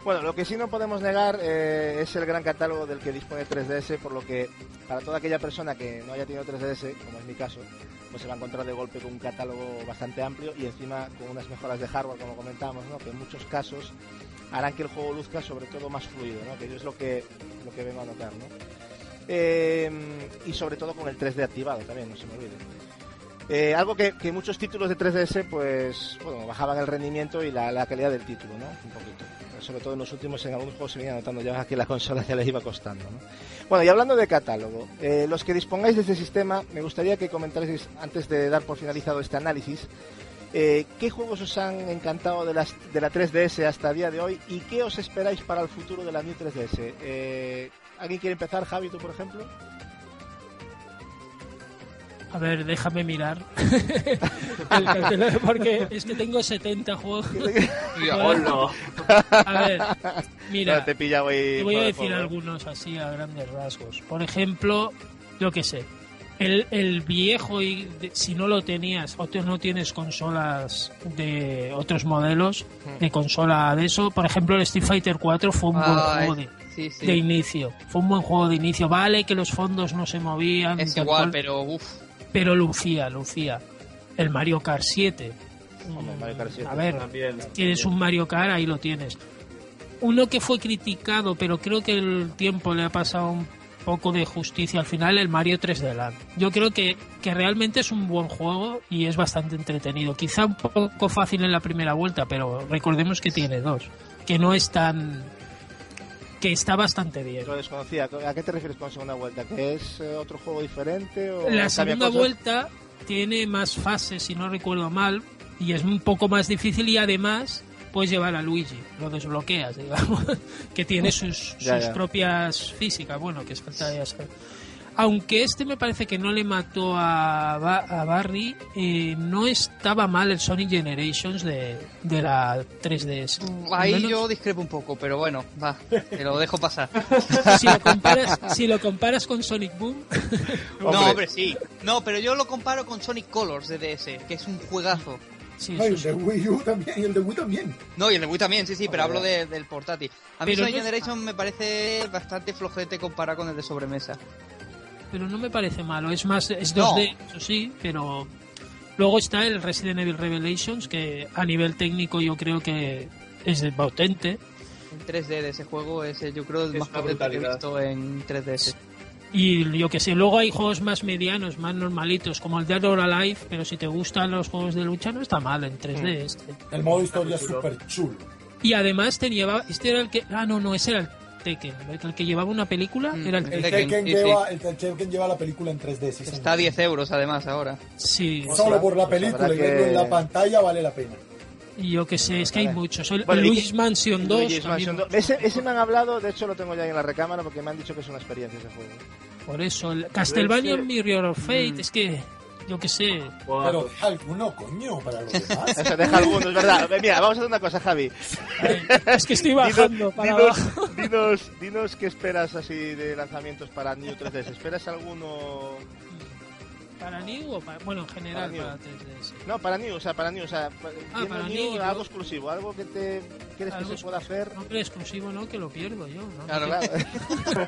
Bueno, lo que sí no podemos negar eh, es el gran catálogo del que dispone tres D S, por lo que para toda aquella persona que no haya tenido tres D S, como es mi caso, pues se va a encontrar de golpe con un catálogo bastante amplio y encima con unas mejoras de hardware, como comentábamos, ¿no? Que en muchos casos harán que el juego luzca sobre todo más fluido, ¿no? Que yo es lo que, lo que vengo a notar, ¿no? Eh, y sobre todo con el tres D activado también, no se me olvide. Eh, algo que, que muchos títulos de tres D S pues bueno, bajaban el rendimiento y la, la calidad del título, ¿no? Un poquito. Sobre todo en los últimos, en algunos juegos se venía notando ya que la consola ya les iba costando, ¿no? Bueno, y hablando de catálogo, eh, los que dispongáis de este sistema, me gustaría que comentarais, antes de dar por finalizado este análisis, eh, qué juegos os han encantado de, las, de la tres D S hasta el día de hoy y qué os esperáis para el futuro de la New tres D S. Eh, ¿Alguien quiere empezar? Javi, tú, por ejemplo. A ver, déjame mirar. El cartel, porque es que tengo setenta juegos. ¡Hola! A ver, mira, no, te, he pillado ahí te voy a decir juego. algunos así a grandes rasgos. Por ejemplo, yo qué sé, el, el viejo, y de, si no lo tenías o te, no tienes consolas de otros modelos de consola de eso, por ejemplo, el Street Fighter cuatro fue un buen Ay, juego de, sí, sí. de inicio. Fue un buen juego de inicio. Vale que los fondos no se movían. Es tal igual, cual, pero uff. pero lucía, lucía. El Mario Kart siete. Hombre, Mario Kart siete. A ver, También, tienes un Mario Kart, ahí lo tienes. Uno que fue criticado, pero creo que el tiempo le ha pasado un poco de justicia al final, el Mario tres D Land. Yo creo que, que realmente es un buen juego y es bastante entretenido. Quizá un poco fácil en la primera vuelta, pero recordemos que tiene dos. Que no es tan... que está bastante bien. Lo desconocía. ¿A qué te refieres con segunda vuelta? ¿Que es eh, otro juego diferente? O La cambia segunda cosas? vuelta tiene más fases, si no recuerdo mal, y es un poco más difícil y además puedes llevar a Luigi, lo desbloqueas, digamos, que tiene sus, Ya, sus ya. propias físicas, bueno, que es falta ya saber. Aunque este me parece que no le mató a, Ba- a Barry, eh, no estaba mal el Sonic Generations de, de la tres D S. Ahí Al menos- yo discrepo un poco, pero bueno, va, te lo dejo pasar. si lo comparas, si lo comparas con Sonic Boom, No, hombre, sí. No, pero yo lo comparo con Sonic Colors de D S, que es un juegazo. sí, No, y eso el de sí. Wii U también, y el de Wii también. No, y el de Wii también, sí, sí, pero hablo de- del portátil. A mí Pero Sonic no es- Generation me parece bastante flojete comparado con el de sobremesa. Pero no me parece malo, es más, es No. dos D, eso sí, pero luego está el Resident Evil Revelations, que a nivel técnico yo creo que es potente, En tres D de ese juego es, eh, yo creo, el Es más una potente que he brutalidad. visto en tres D S. y yo que sé, luego hay juegos más medianos, más normalitos, como el Dead or Alive, pero si te gustan los juegos de lucha no está mal en tres D este. El modo historia es muy chulo. súper chulo. Y además te llevaba, este era el que, ah no, no, ese era el Tekken, el que llevaba una película, Mm, era el El Tekken, Tekken, sí, lleva, el Tekken lleva la película en tres D. Sí, Está señor. a diez euros además ahora. sí, Solo por la Pues película habrá y verlo que- en la pantalla vale la pena. y yo que sé, es que hay muchos, el, Bueno, y Luigi's que- Mansion dos, Luigi's también Mansion dos. Ese, ese me han hablado, de hecho lo tengo ya ahí en la recámara porque me han dicho que es una experiencia ese juego. por eso, el Castlevania ese- Mirror of Fate, Mm. es que, yo que sé, Buah, Pero pues, deja alguno, coño, para los demás. Eso, deja algunos, es verdad. Mira, vamos a hacer una cosa, Javi. ay, es que estoy bajando Dinos, para dinos, abajo. dinos, dinos qué esperas así de lanzamientos para New tres D S. ¿Esperas alguno? ¿Para New o para, bueno, en general Para para, New. tres D S? No, para New, o sea, para New, o sea, pa- viendo para New, New, algo yo- exclusivo, algo que te quieres que Algo se pueda hacer. No, pero exclusivo no, que lo pierdo yo, ¿no? Claro, no, claro.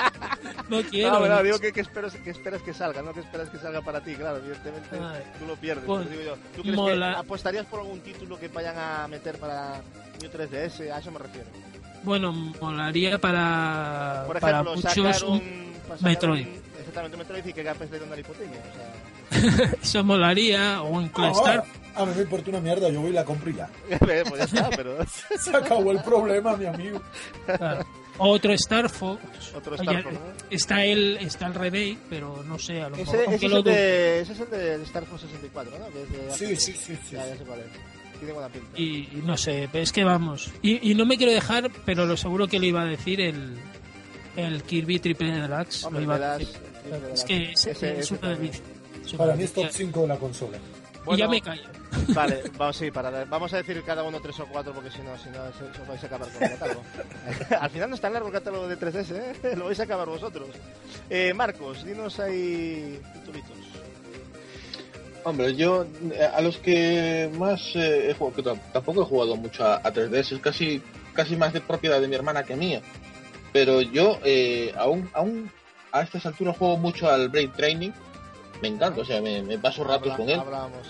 no quiero. No, no, ¿no? digo que, que esperas, que esperas que salga, no que esperas que salga para ti, claro, evidentemente Ay. tú lo pierdes, Pues, pero digo yo. ¿Tú crees mola. que apostarías por algún título que vayan a meter para New tres D S? A eso me refiero. Bueno, molaría para, Por para ejemplo, muchos sacar un... un... para sacar Metroid. un- exactamente, un Metroid y que Gapes le dé una lipotimia, o sea... Eso molaría, o un No, Clash Star. a mí me importa una mierda, yo voy y la compro y ya. pues ya está, pero... Se acabó el problema, mi amigo. Claro. Otro Star Fox. Otro Oye, Star Fox, ¿no? Está el, está el remake, pero no sé, a lo mejor. Ese, ese, aunque es lo el dudo. de, ese es el de Star Fox sesenta y cuatro, ¿no? Que es de- Sí, sí, sí, sí. Ya, ya sé cuál es. Tiene buena pinta. Y, y no sé, es que vamos. Y, y no me quiero dejar, pero lo seguro que lo iba a decir el, el Kirby Triple Deluxe. Hombre, lo iba el a Deluxe, decir. el Triple Es Deluxe. que es, Ese- es ese una también. delicia. Es una Para mí es top delicia. cinco de la consola. Y Bueno, ya me callo. Vale, vamos, sí, para, vamos a decir cada uno tres o cuatro porque si no, si no, se- os vais a acabar con el catálogo. Al final no es tan largo el catálogo de tres D S, ¿eh? Lo vais a acabar vosotros. Eh, Marcos, dinos ahí titulitos. Hombre, yo eh, a los que más eh, he jugado, que tam- tampoco he jugado mucho a, a tres D S, es casi casi más de propiedad de mi hermana que mía. Pero yo eh, aún, aún a estas alturas juego mucho al Brain Training. Me encanta, o sea, me, me paso ratos Habla, con él. Hablamos.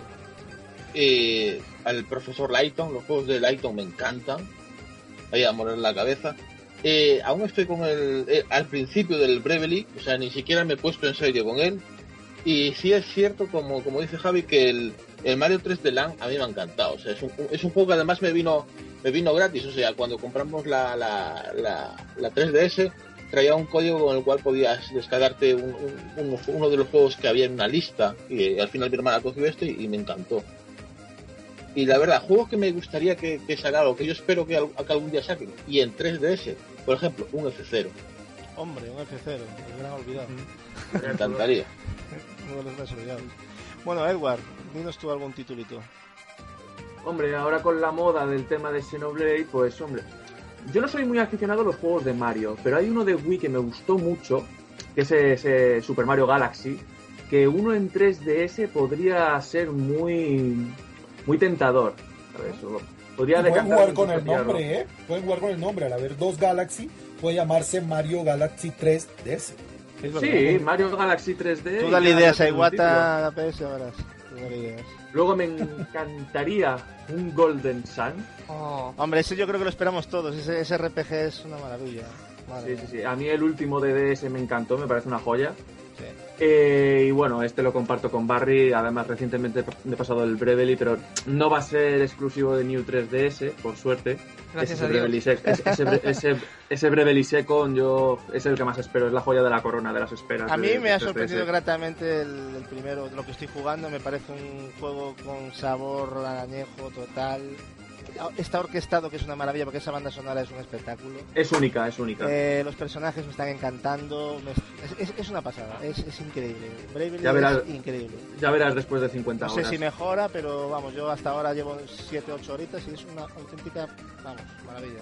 Eh, al profesor Layton, los juegos de Layton me encantan. Ahí a morir la cabeza. Eh, aún estoy con el eh, al principio del Bravely, o sea, ni siquiera me he puesto en serio con él. Y sí es cierto, como, como dice Javi, que el, el Mario tres D Land a mí me ha encantado. O sea, es un, es un juego que además me vino me vino gratis. O sea, cuando compramos la, la, la, la tres D S, traía un código con el cual podías descargarte un, un, uno, uno de los juegos que había en una lista. Y eh, al final mi hermana cogió este y, y me encantó. Y la verdad, juegos que me gustaría que, que sacara, o que yo espero que, al, que algún día saquen, y en tres D S, por ejemplo, un F cero. Hombre, un F cero, el gran olvidado. Me encantaría. Uno de los más olvidados. Bueno, Edward, dinos tú algún titulito. Hombre, ahora con la moda del tema de Xenoblade, pues hombre, yo no soy muy aficionado a los juegos de Mario, pero hay uno de Wii que me gustó mucho, que es ese Super Mario Galaxy, que uno en tres D S podría ser muy muy tentador, ¿sabes? O podría pueden jugar con el pillarlo. nombre, ¿eh? Pueden jugar con el nombre. Al haber dos Galaxy, puede llamarse Mario Galaxy tres D S. Sí, Mario Galaxy tres D. Tú dale ideas a Iwata, a P S, verás. Tú dale ideas. Luego me encantaría un Golden Sun. Oh. Hombre, ese yo creo que lo esperamos todos. Ese, ese R P G es una maravilla. Madre Sí, sí, sí. A mí el último de D S me encantó, me parece una joya. Sí. Eh, y bueno, este lo comparto con Barry. Además, recientemente me he pasado el Bravely, pero no va a ser exclusivo de New tres D S, por suerte. Gracias ese a Dios. Bravely Sec- ese, ese, ese, ese Bravely Second, yo es el que más espero, es la joya de la corona de las esperas. A de- mí me de ha tres D S. sorprendido gratamente el, el primero, lo que estoy jugando. Me parece un juego con sabor añejo total. Está orquestado, que es una maravilla, porque esa banda sonora es un espectáculo. Es única, es única. Eh, los personajes me están encantando. Me- es, es- es una pasada, es, es increíble. Bravely Ya verás. es increíble. Ya verás después de cincuenta No sé horas. si mejora, pero vamos, yo hasta ahora llevo siete ocho horitas y es una auténtica, vamos, maravilla.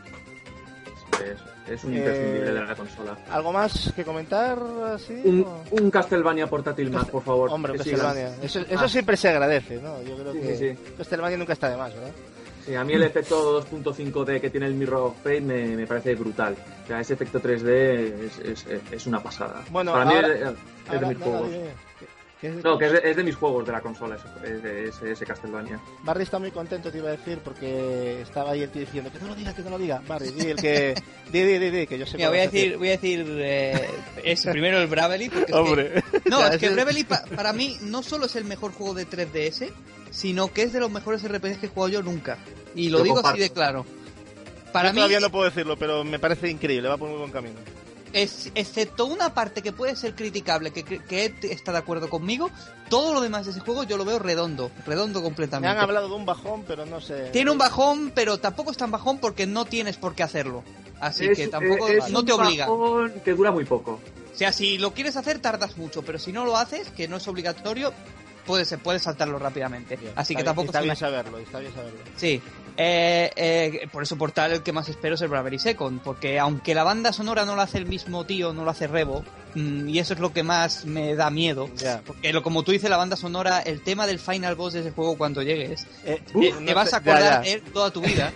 Es, es un imprescindible Eh, de la consola. ¿Algo más que comentar así? Un, o? un Castlevania portátil más, por favor. Hombre, un que sigan. Castlevania. Eso, eso Ah. siempre se agradece, ¿no? Yo creo Sí, que sí, sí. Castlevania nunca está de más, ¿verdad? Sí, a mí el efecto dos punto cinco D que tiene el Mirror of Fate me, me parece brutal. O sea, ese efecto tres D es, es, es una pasada. Bueno, Para mí ahora- es, es Ahora, de mis no, juegos. dime, ¿qué- qué es- No, que es de, es de mis juegos de la consola ese, ese, ese, ese Castlevania. Barry está muy contento, te iba a decir, porque estaba ahí el tío diciendo que no lo diga, que no lo diga. Barry, di el que... Di, di, di, di, que yo sé Mira, cuál voy a vas decir, voy a decir eh, es primero el Bravely. Porque es que- Hombre. no, Ya, es que ese- Bravely pa- para mí no solo es el mejor juego de tres D S, sino que es de los mejores R P Gs que he jugado yo nunca. Y lo Lo digo comparto. así de claro. Para Yo mí, todavía no puedo decirlo, pero me parece increíble, va por muy buen camino. es, excepto una parte que puede ser criticable, que, que que Ed está de acuerdo conmigo, todo lo demás de ese juego yo lo veo redondo, redondo Me completamente. han hablado de un bajón, pero no sé... Tiene un bajón, pero tampoco es tan bajón porque no tienes por qué hacerlo. Así Es- que tampoco es no un te obliga. bajón que dura muy poco. O sea, si lo quieres hacer tardas mucho, pero si no lo haces, que no es obligatorio, puedes, puedes saltarlo rápidamente. Bien, Así está que bien, tampoco Está es bien una- saberlo, está bien saberlo. Sí. Eh, eh, por eso Portal el que más espero es el Bravely Second, porque aunque la banda sonora no lo hace el mismo tío, no lo hace Revo, mm, y eso es lo que más me da miedo. Ya. Porque lo, como tú dices, la banda sonora, el tema del final boss de ese juego cuando llegues, Eh, te, no te vas sé- a acordar ya, ya. él toda tu vida.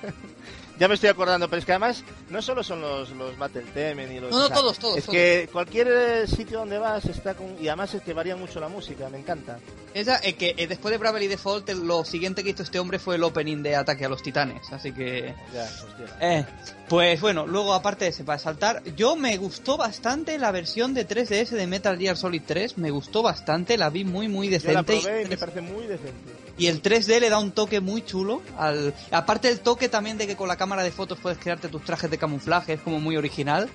Ya me estoy acordando, pero es que además no solo son los, los Battle Temen y los... No, no, todos, todos, Es todos. que cualquier eh, sitio donde vas está con... Y además es que varía mucho la música, me encanta. Esa, eh, que eh, después de Bravely Default, lo siguiente que hizo este hombre fue el opening de Ataque a los Titanes, así que... Ya, hostia. Eh, pues bueno, luego aparte de ese, para saltar, yo me gustó bastante la versión de tres D S de Metal Gear Solid tres, me gustó bastante, la vi muy muy Yo la decente. probé y y, me parece muy decente. y el tres D le da un toque muy chulo, al aparte del toque también de que con la cámara de fotos puedes crearte tus trajes de camuflaje, es como muy original.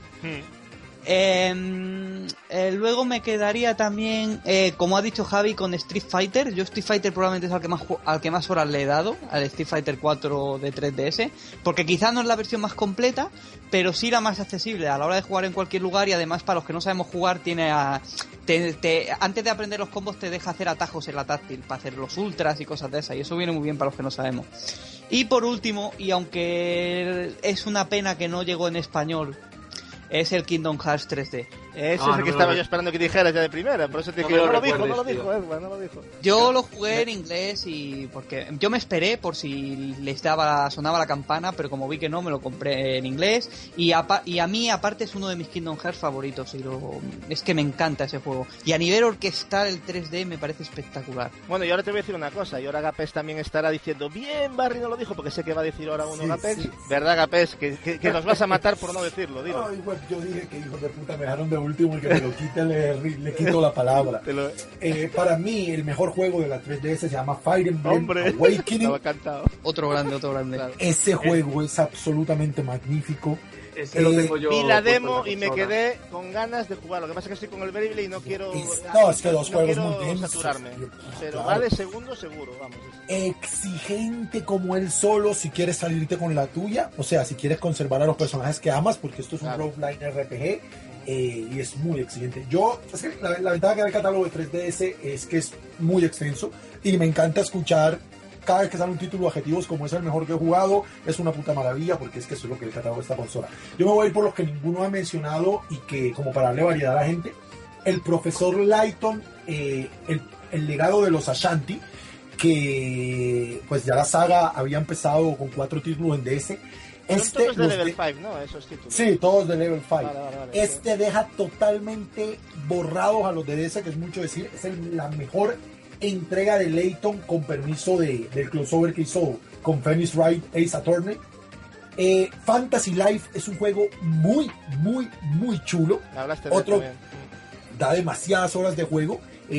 Eh, eh, luego me quedaría también, eh, como ha dicho Javi, con Street Fighter. Yo Street Fighter probablemente es al que más ju- al que más horas le he dado, al Street Fighter cuatro de tres D S, porque quizás no es la versión más completa, pero sí la más accesible a la hora de jugar en cualquier lugar, y además para los que no sabemos jugar tiene a, te- te- antes de aprender los combos te deja hacer atajos en la táctil para hacer los ultras y cosas de esas, y eso viene muy bien para los que no sabemos. Y por último, y aunque es una pena que no llegó en español, es el Kingdom Hearts tres D. Ese No, es el no que me estaba lo- yo esperando que dijeras ya de primera, por eso te No dije, me no, lo lo dijo, no lo recuerdes, dijo, tío. Edward, no lo dijo. Yo lo jugué en inglés y porque yo me esperé por si les daba sonaba la campana, pero como vi que no, me lo compré en inglés y a, y a mí aparte es uno de mis Kingdom Hearts favoritos y lo, es que me encanta ese juego. Y a nivel orquestal el tres D me parece espectacular. Bueno, y ahora te voy a decir una cosa, y ahora Gapés también estará diciendo, bien, Barry no lo dijo, porque sé que va a decir ahora uno Sí, Gapés, sí. ¿verdad, Gapés? Que, que, que nos vas a matar por no decirlo, dilo. Ay, bueno, yo dije que hijos de puta me dejaron de último y que me lo quite le, le quito la palabra. Te lo- Eh, para mí, el mejor juego de la tres D S se llama Fire Emblem Hombre, Awakening. estaba cantado. Otro grande, otro grande. Claro. Ese juego es absolutamente magnífico. Ese lo Eh, tengo yo Vi la puesto en demo la y me consola. quedé con ganas de jugar. Lo que pasa es que estoy con el Beyblade y no quiero. Es- no, es que dos no juegos quiero muy densos. saturarme. Pero Claro. va de segundo seguro, vamos. Exigente como él solo si quieres salirte con la tuya, o sea, si quieres conservar a los personajes que amas, porque esto es un Claro. roguelike R P G eh, y es muy exigente. Yo, es que la, la ventaja que da el catálogo de tres D S es que es muy extenso y me encanta escuchar cada vez que sale un título adjetivos como es el mejor que he jugado, es una puta maravilla porque es que eso es lo que el catálogo de esta consola. Yo me voy a ir por los que ninguno ha mencionado y que como para darle variedad a la gente, el profesor Layton, eh, el, el legado de los Ashanti, que pues ya la saga había empezado con cuatro títulos en D S. Son Este, todos de los level de- cinco, ¿no? Esos títulos. Sí, todos de level cinco. Vale, vale, vale. Este deja totalmente borrados a los de D S, que es mucho decir. Es el- la mejor entrega de Layton con permiso de, del crossover que hizo con Phoenix Wright Ace Attorney. Eh, Fantasy Life es un juego muy, muy, muy chulo. Hablaste de Otro- él también. Da demasiadas horas de juego.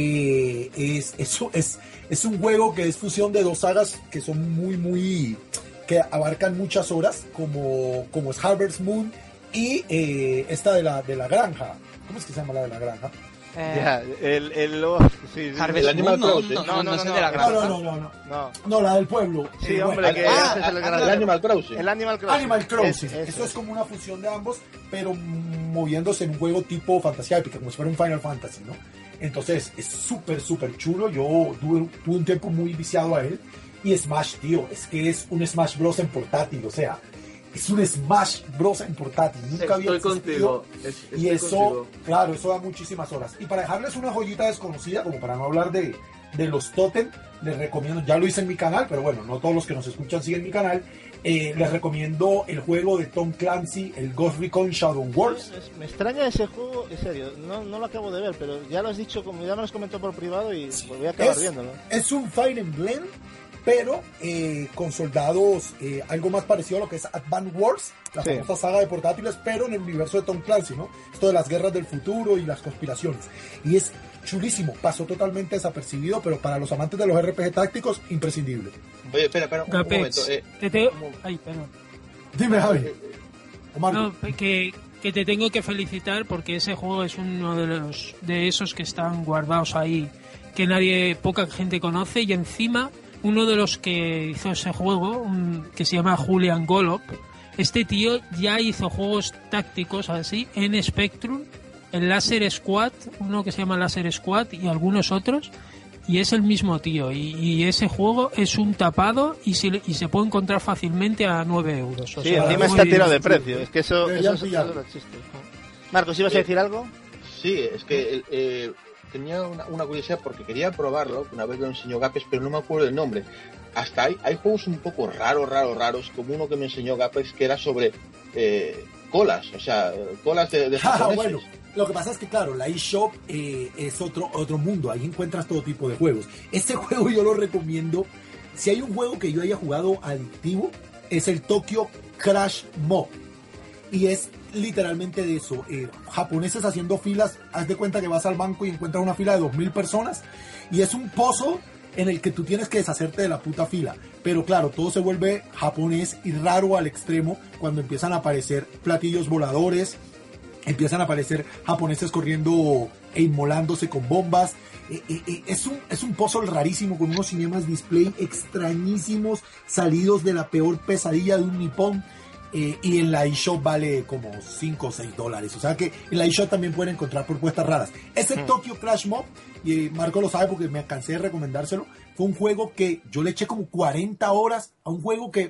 Eh, es, eso es, es un juego que es fusión de dos sagas que son muy, muy. Que abarcan muchas horas, como, como es Harvest Moon y eh, esta de la, de la granja. ¿Cómo es que se llama la de la granja? Eh, Ya, el, el, oh, sí, sí. Harvest El Animal Moon, no, Crossing. no, No, no, no, no, no, sé no, de la no, No, granja. no, no, no, no. No, No, la del pueblo. sí, Eh, hombre, bueno, que Ah, ese es el ah, gran... El Animal Crossing. El Animal Crossing. Animal Crossing. Es- es- Eso es como una fusión de ambos, pero moviéndose en un juego tipo fantasía épica, como si fuera un Final Fantasy, ¿no? Entonces, es súper, súper chulo. Yo tuve, tuve un tiempo muy viciado a él. Y Smash, tío, es que es un Smash Bros. En portátil, o sea, es un Smash Bros. En portátil. Nunca había Estoy existido. contigo. es- Y estoy eso, contigo. claro, eso da muchísimas horas. Y para dejarles una joyita desconocida, como para no hablar de, de los Totem, les recomiendo, ya lo hice en mi canal, pero bueno, no todos los que nos escuchan siguen mi canal. Eh, les recomiendo el juego de Tom Clancy, el Ghost Recon Shadow Wars. Es- Me extraña ese juego, en serio, no, no lo acabo de ver, pero ya lo has dicho, como ya me lo has comentado por privado y pues voy a acabar Es- viéndolo. Es un Fire Emblem, pero eh, con soldados, eh, algo más parecido a lo que es Advance Wars, la Sí. famosa saga de portátiles, pero en el universo de Tom Clancy, ¿no? Esto de las guerras del futuro y las conspiraciones. Y es chulísimo, pasó totalmente desapercibido, pero para los amantes de los R P G tácticos, imprescindible. Oye, espera, espera, un, un Gapex, momento. Eh, que te... Ay, perdón. Dime, Javi. O Marco. No, que, que te tengo que felicitar porque ese juego es uno de los de esos que están guardados ahí, que nadie, poca gente conoce, y encima uno de los que hizo ese juego, un- que se llama Julian Golop, este tío ya hizo juegos tácticos así en Spectrum, en Laser Squad, uno que se llama Laser Squad y algunos otros, y es el mismo tío, y, y ese juego es un tapado y se, y se puede encontrar fácilmente a nueve euros. O Sí, sea, encima muy está tirado de bien. precio, es que eso, Deberían eso, eso, pillarlo. eso no existe. Marcos, ¿ibas a decir algo? sí, es que eh, tenía una, una curiosidad porque quería probarlo, una vez lo enseñó Gapes, pero no me acuerdo el nombre. Hasta hay, hay juegos un poco raros, raros, raros, como uno que me enseñó Gapes, que era sobre eh, colas, o sea, colas de, de Ah, japoneses. bueno. Lo que pasa es que, claro, la eShop eh, es otro, otro mundo. Ahí encuentras todo tipo de juegos. Este juego yo lo recomiendo. Si hay un juego que yo haya jugado adictivo, es el Tokyo Crash Mob. Y es literalmente de eso. Eh, japoneses haciendo filas. Haz de cuenta que vas al banco y encuentras una fila de dos mil personas. Y es un pozo en el que tú tienes que deshacerte de la puta fila. Pero claro, todo se vuelve japonés y raro al extremo cuando empiezan a aparecer platillos voladores. Empiezan a aparecer japoneses corriendo e inmolándose con bombas. Eh, eh, eh, es, un, es un puzzle rarísimo con unos cinemas display extrañísimos salidos de la peor pesadilla de un nipón. Eh, y en la eShop vale como cinco o seis dólares. O sea que en la eShop también pueden encontrar propuestas raras. Ese Hmm. Tokyo Crash Mob, y Marco lo sabe porque me cansé de recomendárselo, fue un juego que yo le eché como cuarenta horas a un juego que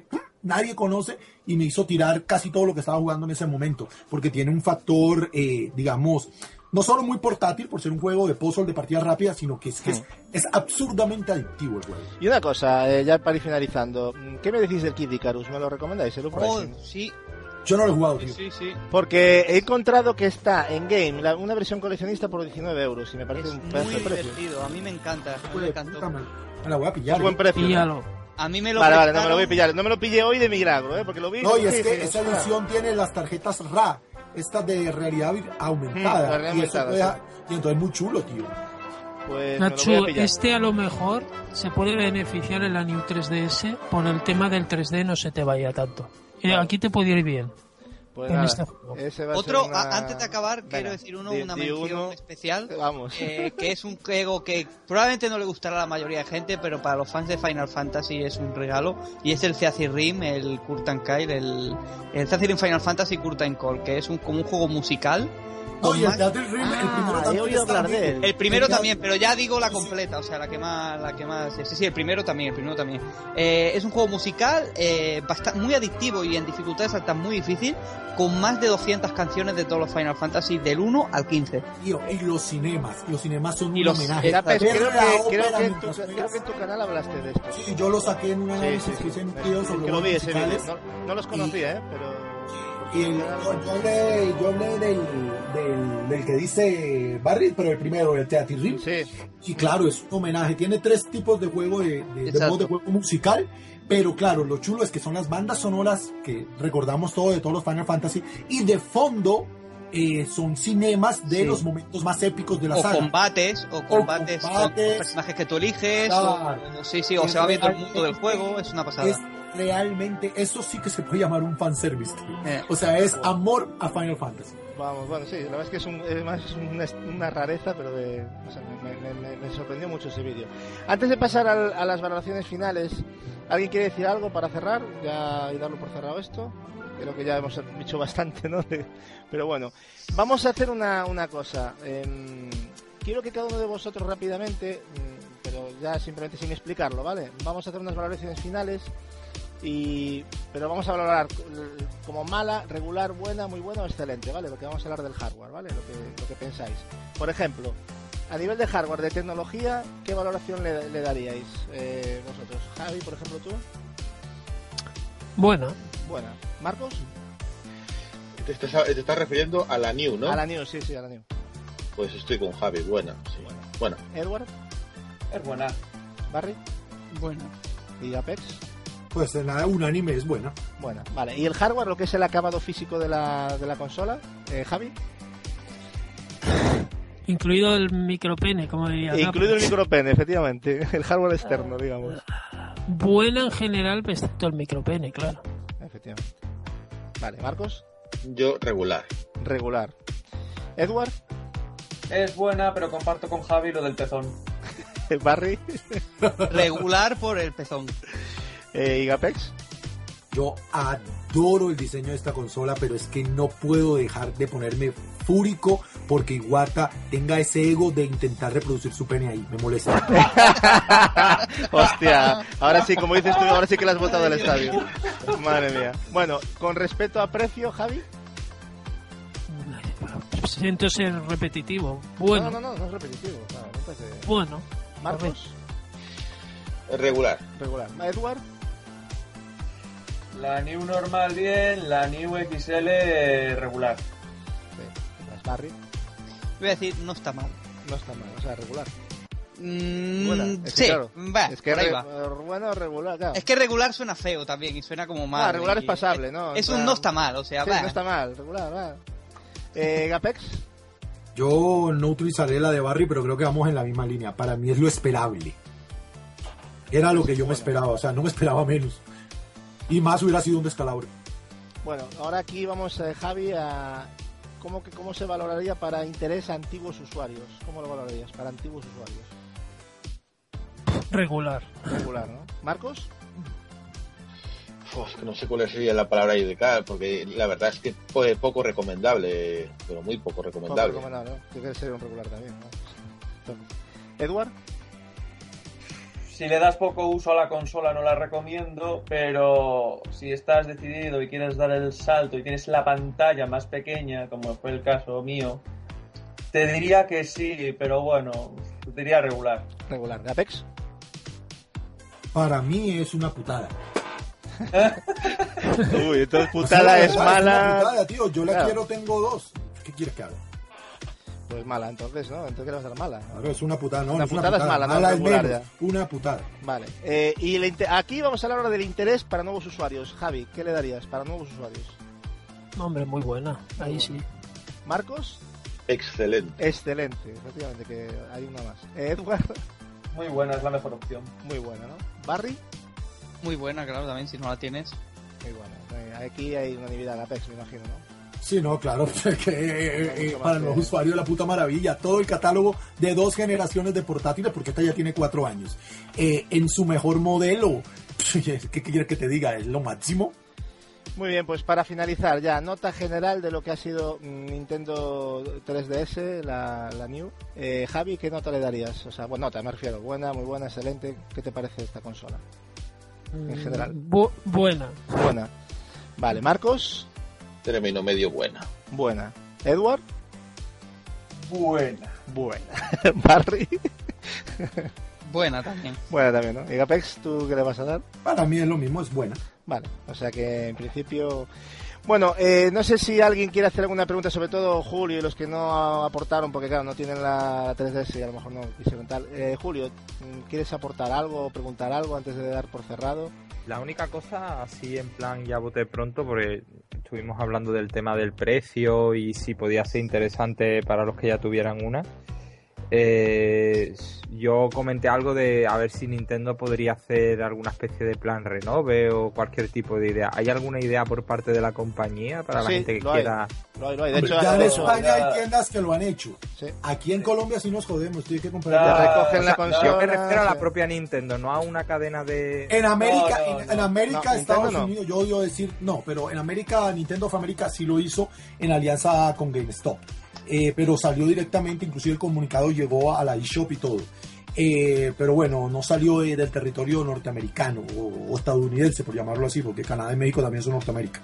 nadie conoce y me hizo tirar casi todo lo que estaba jugando en ese momento, porque tiene un factor, eh, digamos, no solo muy portátil por ser un juego de puzzle de partida rápida, sino que es, que es, es absurdamente adictivo el juego. Y una cosa, eh, ya para ir finalizando, ¿qué me decís del Kid Icarus? ¿Me lo recomendáis? ¿El oh, sí. Yo no lo he jugado, tío. Sí, sí. Porque he encontrado que está en game, la, una versión coleccionista por diecinueve euros y me parece es un pedazo muy de precio. divertido, a mí me encanta, a mí me encantó. Me la voy a pillar. Es buen precio. Píllalo. A mí me lo Vale, prestaron... vale, no me lo voy a pillar. No me lo pillé hoy de milagro, ¿eh? Porque lo vi... No, y es sí, que sí, esa sí, edición tiene las tarjetas R A, estas de realidad aumentada. Mm, la realidad y, eso aumentada, deja- sí. y entonces es muy chulo, tío. Pues me lo Nacho, voy a pillar. este a lo mejor se puede beneficiar en la New tres D S por el tema del tres D, no se te vaya tanto. Eh, Vale. Aquí te puede ir bien. Pues en nada, este juego. ese va a Otro, ser una- a- antes de acabar, Venga, quiero decir uno, di- una di mención uno. especial, Vamos. eh, que es un juego que probablemente no le gustará a la mayoría de gente, pero para los fans de Final Fantasy es un regalo, y es el Theater Rim, el Curtain Call, el, el Theater Rim Final Fantasy Curtain Call, que es un, como un juego musical. No, con y el más- Theater Rim, el primero Ah, he también oído está hablar de bien. él. El primero El también, Theater- pero ya digo la Sí, sí. completa, o sea, la que más, la que más, sí, sí, el primero también, el primero también. Eh, es un juego musical, eh, bastante, muy adictivo y en dificultades altas muy difícil, con más de doscientas canciones de todos los Final Fantasy del uno al quince. Tío, y los cinemas, los cinemas son Y un los- homenaje. Era, pues, Ver creo, la que, ópera creo, que en tu, mientras creo juegas. que en tu canal hablaste de esto. Sí, yo lo saqué en un Sí, análisis sí, que sí. hice en un Es- video es sobre que lo vi juegos ese vídeo. musicales. No, no los conocía, ¿eh? Pero... Y el- yo, yo hablé, yo hablé del, del, del que dice Barry, pero el primero, el Theater Rim. Sí. Y claro, es un homenaje. Tiene tres tipos de juego de, de, de Exacto. modo de juego musical. Pero claro, lo chulo es que son las bandas sonoras que recordamos todo de todos los Final Fantasy. Y de fondo eh, son cinemas de Sí. los momentos más épicos de la O saga. combates, o combates, combates. con personajes que tú eliges, Claro. o, sí, sí, o Es se va viendo el realmente- mundo del juego, es una pasada. Es realmente, eso sí que se puede llamar un fanservice. tío. Eh. O sea, es amor a Final Fantasy. Vamos, bueno, sí, la verdad es que es, un, es, más, es una, una rareza, pero de, o sea, me, me- me- me sorprendió mucho ese vídeo. Antes de pasar al- a las valoraciones finales, ¿alguien quiere decir algo para cerrar? Ya y darlo por cerrado esto. Creo que ya hemos dicho bastante, ¿no? De- pero bueno, vamos a hacer una, una cosa. Em, quiero que cada uno de vosotros rápidamente, mm, pero ya simplemente sin explicarlo, ¿vale? Vamos a hacer unas valoraciones finales. Y, pero vamos a valorar como mala, regular, buena, muy buena o excelente, ¿vale? Porque vamos a hablar del hardware, ¿vale? Lo que, lo que pensáis. Por ejemplo, a nivel de hardware, de tecnología, ¿qué valoración le, le daríais eh, vosotros? Javi, por ejemplo, tú. Buena. Buena. ¿Marcos? Te estás, te estás refiriendo a la New, ¿no? A la New, sí, sí, a la New. Pues estoy con Javi, buena. Sí. Buena. ¿Edward? Es buena. ¿Barry? Bueno. ¿Y Apex? Pues nada, un anime es buena. Buena. Vale. ¿Y el hardware, lo que es el acabado físico de la, de la consola? Eh, ¿Javi? Incluido el micropene, como diría. Incluido el micropene, efectivamente. El hardware externo, digamos. Buena en general, excepto el micropene, claro. Efectivamente. Vale, ¿Marcos? Yo regular. Regular. ¿Edward? Es buena, pero comparto con Javi lo del pezón. ¿Barry? Regular por el pezón. Eh, ¿Y Apex? Yo adoro el diseño de esta consola, pero es que no puedo dejar de ponerme fúrico porque Iwata tenga ese ego de intentar reproducir su pene ahí. Me molesta. Hostia, ahora sí, como dices tú, ahora sí que la has botado del estadio. Madre mía. Bueno, con respecto a precio, Javi. Siento ser repetitivo. Bueno. No, no, no, no es repetitivo. Claro, no parece... Bueno. ¿Marcos? Regular. Regular. ¿Edward? La New normal bien, la New X L regular. Sí. ¿Barry? Voy a decir, no está mal. No está mal, o sea, regular. Mm, Buena. Es que, sí, claro, va, es que por ahí re- va. bueno, regular, claro. Es que regular suena feo también y suena como mal. Ah, regular y- es pasable, ¿no? Es O sea, un no está mal, o sea, sí, va. no está mal, regular, va. Eh, ¿Apex? Yo no utilizaré la de Barry, pero creo que vamos en la misma línea. Para mí es lo esperable. Era lo que yo me esperaba, o sea, no me esperaba menos. Y más hubiera sido un descalabro. Bueno, ahora aquí vamos, eh, Javi, a cómo, que, cómo se valoraría para interés a antiguos usuarios. ¿Cómo lo valorarías para antiguos usuarios? Regular. Regular, ¿no? ¿Marcos? Uf, que no sé cuál sería la palabra indicar, porque la verdad es que fue poco recomendable, pero muy poco recomendable. Poco recomendable, ¿no? Tiene que ser un regular también, ¿no? Entonces, ¿Edward? si le das poco uso a la consola no la recomiendo, pero si estás decidido y quieres dar el salto y tienes la pantalla más pequeña, como fue el caso mío, te diría que sí, pero bueno, te diría regular. Regular. ¿De Apex? Para mí es una putada. Uy, entonces putada es mala. Es una putada, tío. Yo la Claro. quiero, tengo dos. ¿Qué quieres que haga? Pues mala, entonces, ¿no? Entonces, ¿qué le va a ser mala? Claro, es una putada, no, Una es una putada es putada. mala, no Mala es regular menos, una putada. Vale. Eh, y el inte- aquí vamos a hablar ahora del interés para nuevos usuarios. Javi, ¿qué le darías para nuevos usuarios? Hombre, muy buena. Ahí sí. ¿Marcos? Excelente. Excelente, efectivamente, que hay una más. Eh, Edward, Muy buena, es la mejor opción. muy buena, ¿no? Barry, Muy buena, claro, también, si no la tienes. muy buena. Eh, Aquí hay unanimidad de Apex, me imagino, ¿no? Sí, no, claro, que eh, eh, para que- los usuarios la puta maravilla. Todo el catálogo de dos generaciones de portátiles, porque esta ya tiene cuatro años. Eh, en su mejor modelo, ¿qué, qué quieres que te diga? Es lo máximo. Muy bien, pues para finalizar ya, nota general de lo que ha sido mm, Nintendo tres D S, la, la New. Eh, Javi, ¿qué nota le darías? O sea, bueno, nota, me refiero, buena, muy buena, excelente. ¿Qué te parece esta consola? En general. Bu- buena. Buena. Vale, Marcos, Término medio buena. buena. Edward, Buena. buena. Barry, Buena también. buena también, ¿no? Y Apex, ¿tú qué le vas a dar? Para mí es lo mismo, es buena. Vale, o sea que en principio... Bueno, eh, no sé si alguien quiere hacer alguna pregunta, sobre todo Julio y los que no aportaron, porque claro, no tienen la tres D S y a lo mejor no quisieron tal. Eh, Julio, ¿quieres aportar algo o preguntar algo antes de dar por cerrado? La única cosa, así en plan, ya boté pronto, porque estuvimos hablando del tema del precio y si podía ser interesante para los que ya tuvieran una. Eh, yo comenté algo de a ver si Nintendo podría hacer alguna especie de plan renove o cualquier tipo de idea. ¿Hay alguna idea por parte de la compañía para la Sí, gente que lo hay. quiera? Lo hay, lo hay. De Hombre, hecho, ya en de hecho, España ya- hay tiendas que lo han hecho. sí. Aquí en Colombia sí nos jodemos, tienes que Te comprar. Ya, recogen la O sea, consola. yo me refiero a la sí. propia Nintendo, no a una cadena de... En América, No, no, en, no. en América, No, Estados Nintendo no. Unidos, yo odio decir no, pero en América, Nintendo of America sí lo hizo en alianza con GameStop. Eh, pero salió directamente, inclusive el comunicado llegó a la eShop y todo. Eh, pero bueno, no salió eh, del territorio norteamericano o, o estadounidense, por llamarlo así, porque Canadá y México también son Norteamérica.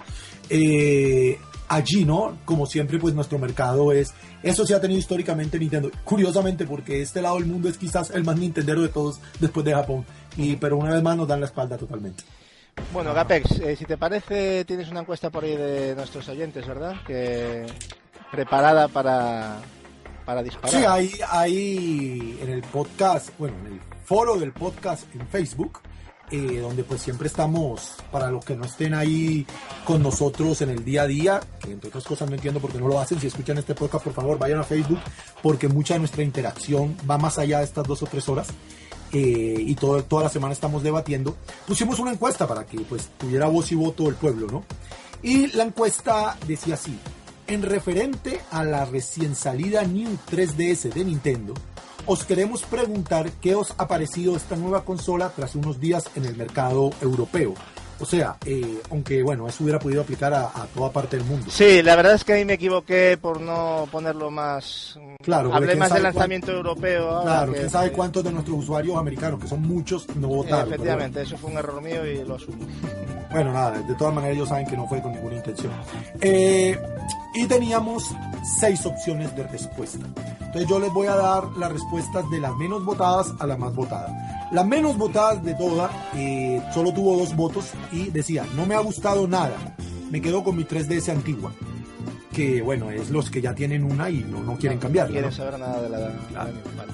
Eh, allí, ¿no? Como siempre, pues nuestro mercado es... Eso sí ha tenido históricamente Nintendo. Curiosamente, porque este lado del mundo es quizás el más nintendero de todos después de Japón. Y, pero una vez más nos dan la espalda totalmente. Bueno, Gapex, eh, si te parece, tienes una encuesta por ahí de nuestros oyentes, ¿verdad? Que preparada para, para disparar. Sí, hay, hay en el podcast, bueno, en el foro del podcast en Facebook, eh, donde pues siempre estamos, para los que no estén ahí con nosotros en el día a día, que entre otras cosas no entiendo por qué no lo hacen, si escuchan este podcast, por favor, vayan a Facebook, porque mucha de nuestra interacción va más allá de estas dos o tres horas. Eh, y todo, toda la semana estamos debatiendo. Pusimos una encuesta para que pues tuviera voz y voto el pueblo, ¿no? Y la encuesta decía así: en referente a la recién salida New tres D S de Nintendo, os queremos preguntar qué os ha parecido esta nueva consola tras unos días en el mercado europeo. O sea, eh, aunque bueno, eso hubiera podido aplicar a, a toda parte del mundo. Sí, la verdad es que ahí me equivoqué por no ponerlo más... Claro, porque Hablé quién más del sabe lanzamiento europeo. ahora Claro, que- quién sabe cuántos de nuestros usuarios americanos, que son muchos, no votaron. pero Efectivamente, eso fue un error mío y lo asumo. Bueno, nada, de todas maneras ellos saben que no fue con ninguna intención. Eh, y teníamos seis opciones de respuesta. Entonces yo les voy a dar las respuestas de las menos votadas a la más votada. La menos votada de todas eh, solo tuvo dos votos y decía: no me ha gustado nada, me quedo con mi tres D S antigua. Que bueno, es los que ya tienen una y no, no quieren cambiarla. quieren ¿no? saber nada de la... Claro. Vale.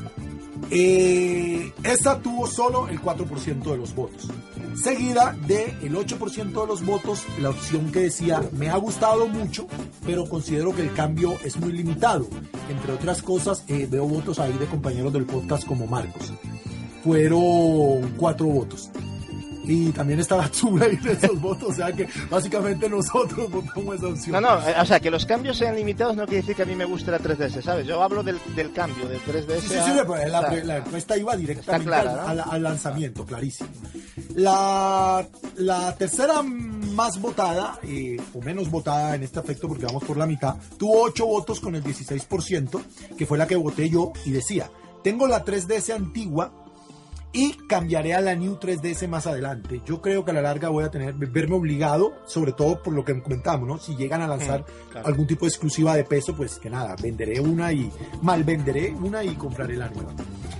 Eh, esta tuvo solo el cuatro por ciento de los votos. Seguida del ocho por ciento de los votos, la opción que decía: me ha gustado mucho, pero considero que el cambio es muy limitado. Entre otras cosas, eh, veo votos ahí de compañeros del podcast como Marcos. Fueron cuatro votos. Y también estaba Chula ahí de esos votos, o sea que básicamente nosotros votamos esa opción. No, no, eh, o sea, que los cambios sean limitados no quiere decir que a mí me guste la tres D S, ¿sabes? Yo hablo del, del cambio de tres D S Sí, sí, a- sí, pues la, o sea, la encuesta iba directamente está clara, al, ¿no? al- al lanzamiento, clarísimo. La, la tercera más votada, eh, o menos votada en este aspecto, porque vamos por la mitad, tuvo ocho votos con el dieciséis por ciento, que fue la que voté yo, y decía: tengo la tres D S antigua y cambiaré a la New tres D S más adelante. Yo creo que a la larga voy a tener verme obligado, sobre todo por lo que comentamos, ¿no? Si llegan a lanzar mm, claro. algún tipo de exclusiva de peso, pues que nada, venderé una y mal venderé una y compraré la nueva.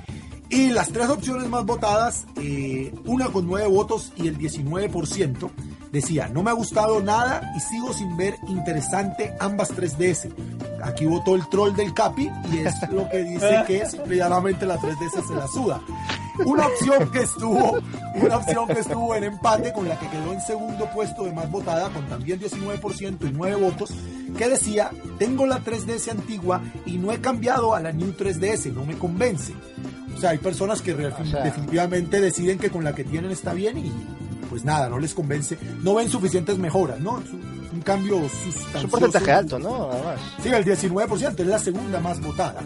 Y las tres opciones más votadas, eh, una con nueve votos y el diecinueve por ciento decía, no me ha gustado nada y sigo sin ver interesante ambas tres D S. Aquí votó el troll del Capi y es lo que dice que simplemente la tres D S se la suda. Una opción que estuvo, una opción que estuvo en empate con la que quedó en segundo puesto de más votada con también diecinueve por ciento y nueve votos, que decía, tengo la tres D S antigua y no he cambiado a la New tres D S, no me convence. O sea, hay personas que o sea, definitivamente deciden que con la que tienen está bien y pues nada, no les convence, no ven suficientes mejoras, ¿no? Es un, un cambio sustancioso. Es un porcentaje alto, ¿no? Además. Sí, el diecinueve por ciento es la segunda más votada.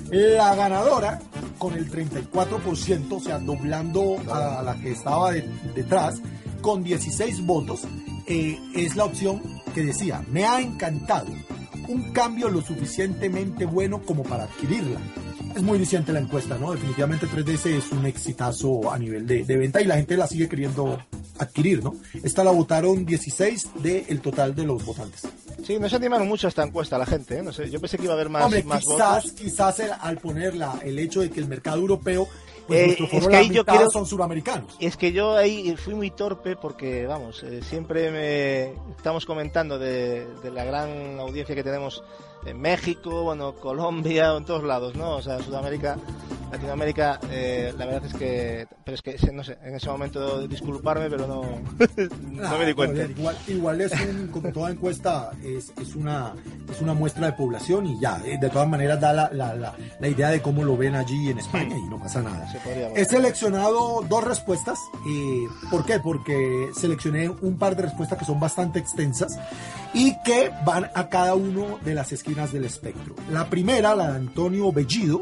La ganadora, con el treinta y cuatro por ciento, o sea, doblando a la que estaba de, detrás, con dieciséis votos, eh, es la opción que decía, me ha encantado, un cambio lo suficientemente bueno como para adquirirla. Es muy diciente la encuesta, ¿no? Definitivamente tres D S es un exitazo a nivel de, de venta y la gente la sigue queriendo adquirir, ¿no? Esta la votaron dieciséis del total de los votantes. Sí, no se animaron mucho a esta encuesta la gente, ¿eh? No sé, yo pensé que iba a haber más, Hombre, más quizás, votos. Quizás el, al ponerla, el hecho de que el mercado europeo, pues eh, nuestro foro es que ahí yo quiero, son suramericanos. Es que yo ahí fui muy torpe porque, vamos, eh, siempre me estamos comentando de, de la gran audiencia que tenemos en México, bueno, Colombia, en todos lados, ¿no? O sea, Sudamérica, Latinoamérica, eh, la verdad es que, pero es que, no sé, en ese momento disculparme, pero no, no ah, me di cuenta. No, igual, igual es un, como toda encuesta, es, es una es una muestra de población y ya, de todas maneras da la, la, la, la idea de cómo lo ven allí en España y no pasa nada. He seleccionado dos respuestas, eh, ¿por qué? Porque seleccioné un par de respuestas que son bastante extensas y que van a cada uno de las esquinas del espectro. La primera, la de Antonio Bellido,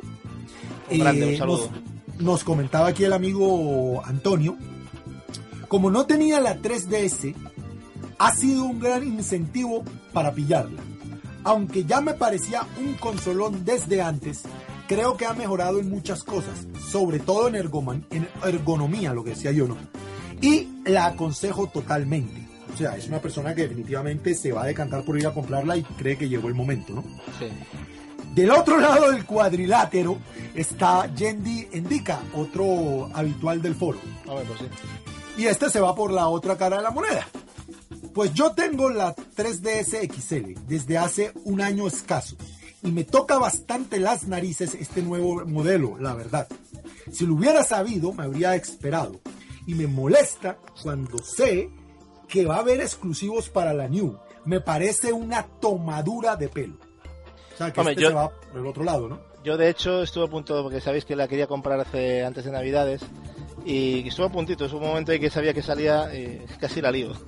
un grande, un eh, saludo. Nos, nos comentaba aquí el amigo Antonio, como no tenía la tres D S, ha sido un gran incentivo para pillarla. Aunque ya me parecía un consolón desde antes, creo que ha mejorado en muchas cosas, sobre todo en, ergoman, en ergonomía, lo que decía yo, ¿no? Y la aconsejo totalmente. O sea, es una persona que definitivamente se va a decantar por ir a comprarla y cree que llegó el momento, ¿no? Sí. Del otro lado del cuadrilátero está Yendi Endika, otro habitual del foro. A ver, pues sí. Y este se va por la otra cara de la moneda. Pues yo tengo la tres D S X L desde hace un año escaso y me toca bastante las narices este nuevo modelo, la verdad. Si lo hubiera sabido, me habría esperado. Y me molesta cuando sé que va a haber exclusivos para la New. Me parece una tomadura de pelo. O sea, que Hombre, este yo, se va por el otro lado, ¿no? Yo, de hecho, estuve a punto, porque sabéis que la quería comprar hace antes de Navidades, y estuve a puntito. Es un momento en que sabía que salía y casi la lío.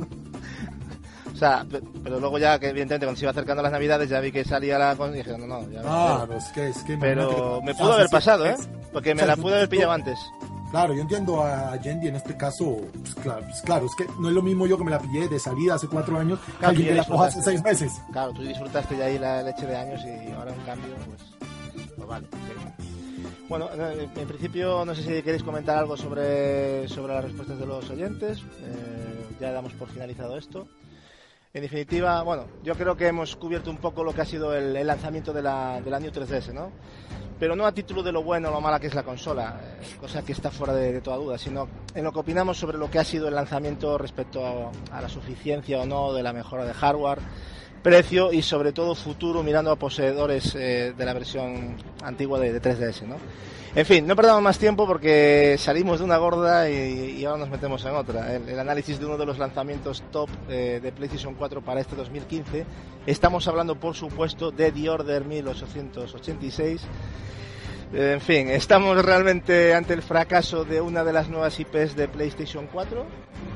O sea, pero luego ya, que evidentemente, cuando se iba acercando a las Navidades, ya vi que salía la cosa y dije, no, no, ya Ah, no, no, es que, es que... Pero me pudo haber pasado, ¿eh? Porque me la pude haber pillado antes. Claro, yo entiendo a Yendi en este caso, pues claro, pues claro, es que no es lo mismo yo que me la pillé de salida hace cuatro años que Claro, alguien que la coja hace seis meses. Claro, tú disfrutaste ya ahí la leche de años y ahora un cambio, pues, pues vale. Sí. Bueno, en principio no sé si queréis comentar algo sobre, sobre las respuestas de los oyentes. Eh, ya damos por finalizado esto. En definitiva, bueno, yo creo que hemos cubierto un poco lo que ha sido el, el lanzamiento de la, de la New tres D S, ¿no? Pero no a título de lo bueno o lo mala que es la consola, eh, cosa que está fuera de, de toda duda, sino en lo que opinamos sobre lo que ha sido el lanzamiento respecto a, a la suficiencia o no de la mejora de hardware, precio y sobre todo futuro, mirando a poseedores eh, de la versión antigua de, de tres D S, ¿no? En fin, no perdamos más tiempo porque salimos de una gorda y, y ahora nos metemos en otra. El, el análisis de uno de los lanzamientos top eh, de PlayStation cuatro para este dos mil quince. Estamos hablando, por supuesto, de The Order mil ochocientos ochenta y seis. Eh, en fin, ¿estamos realmente ante el fracaso de una de las nuevas I Pes de PlayStation cuatro?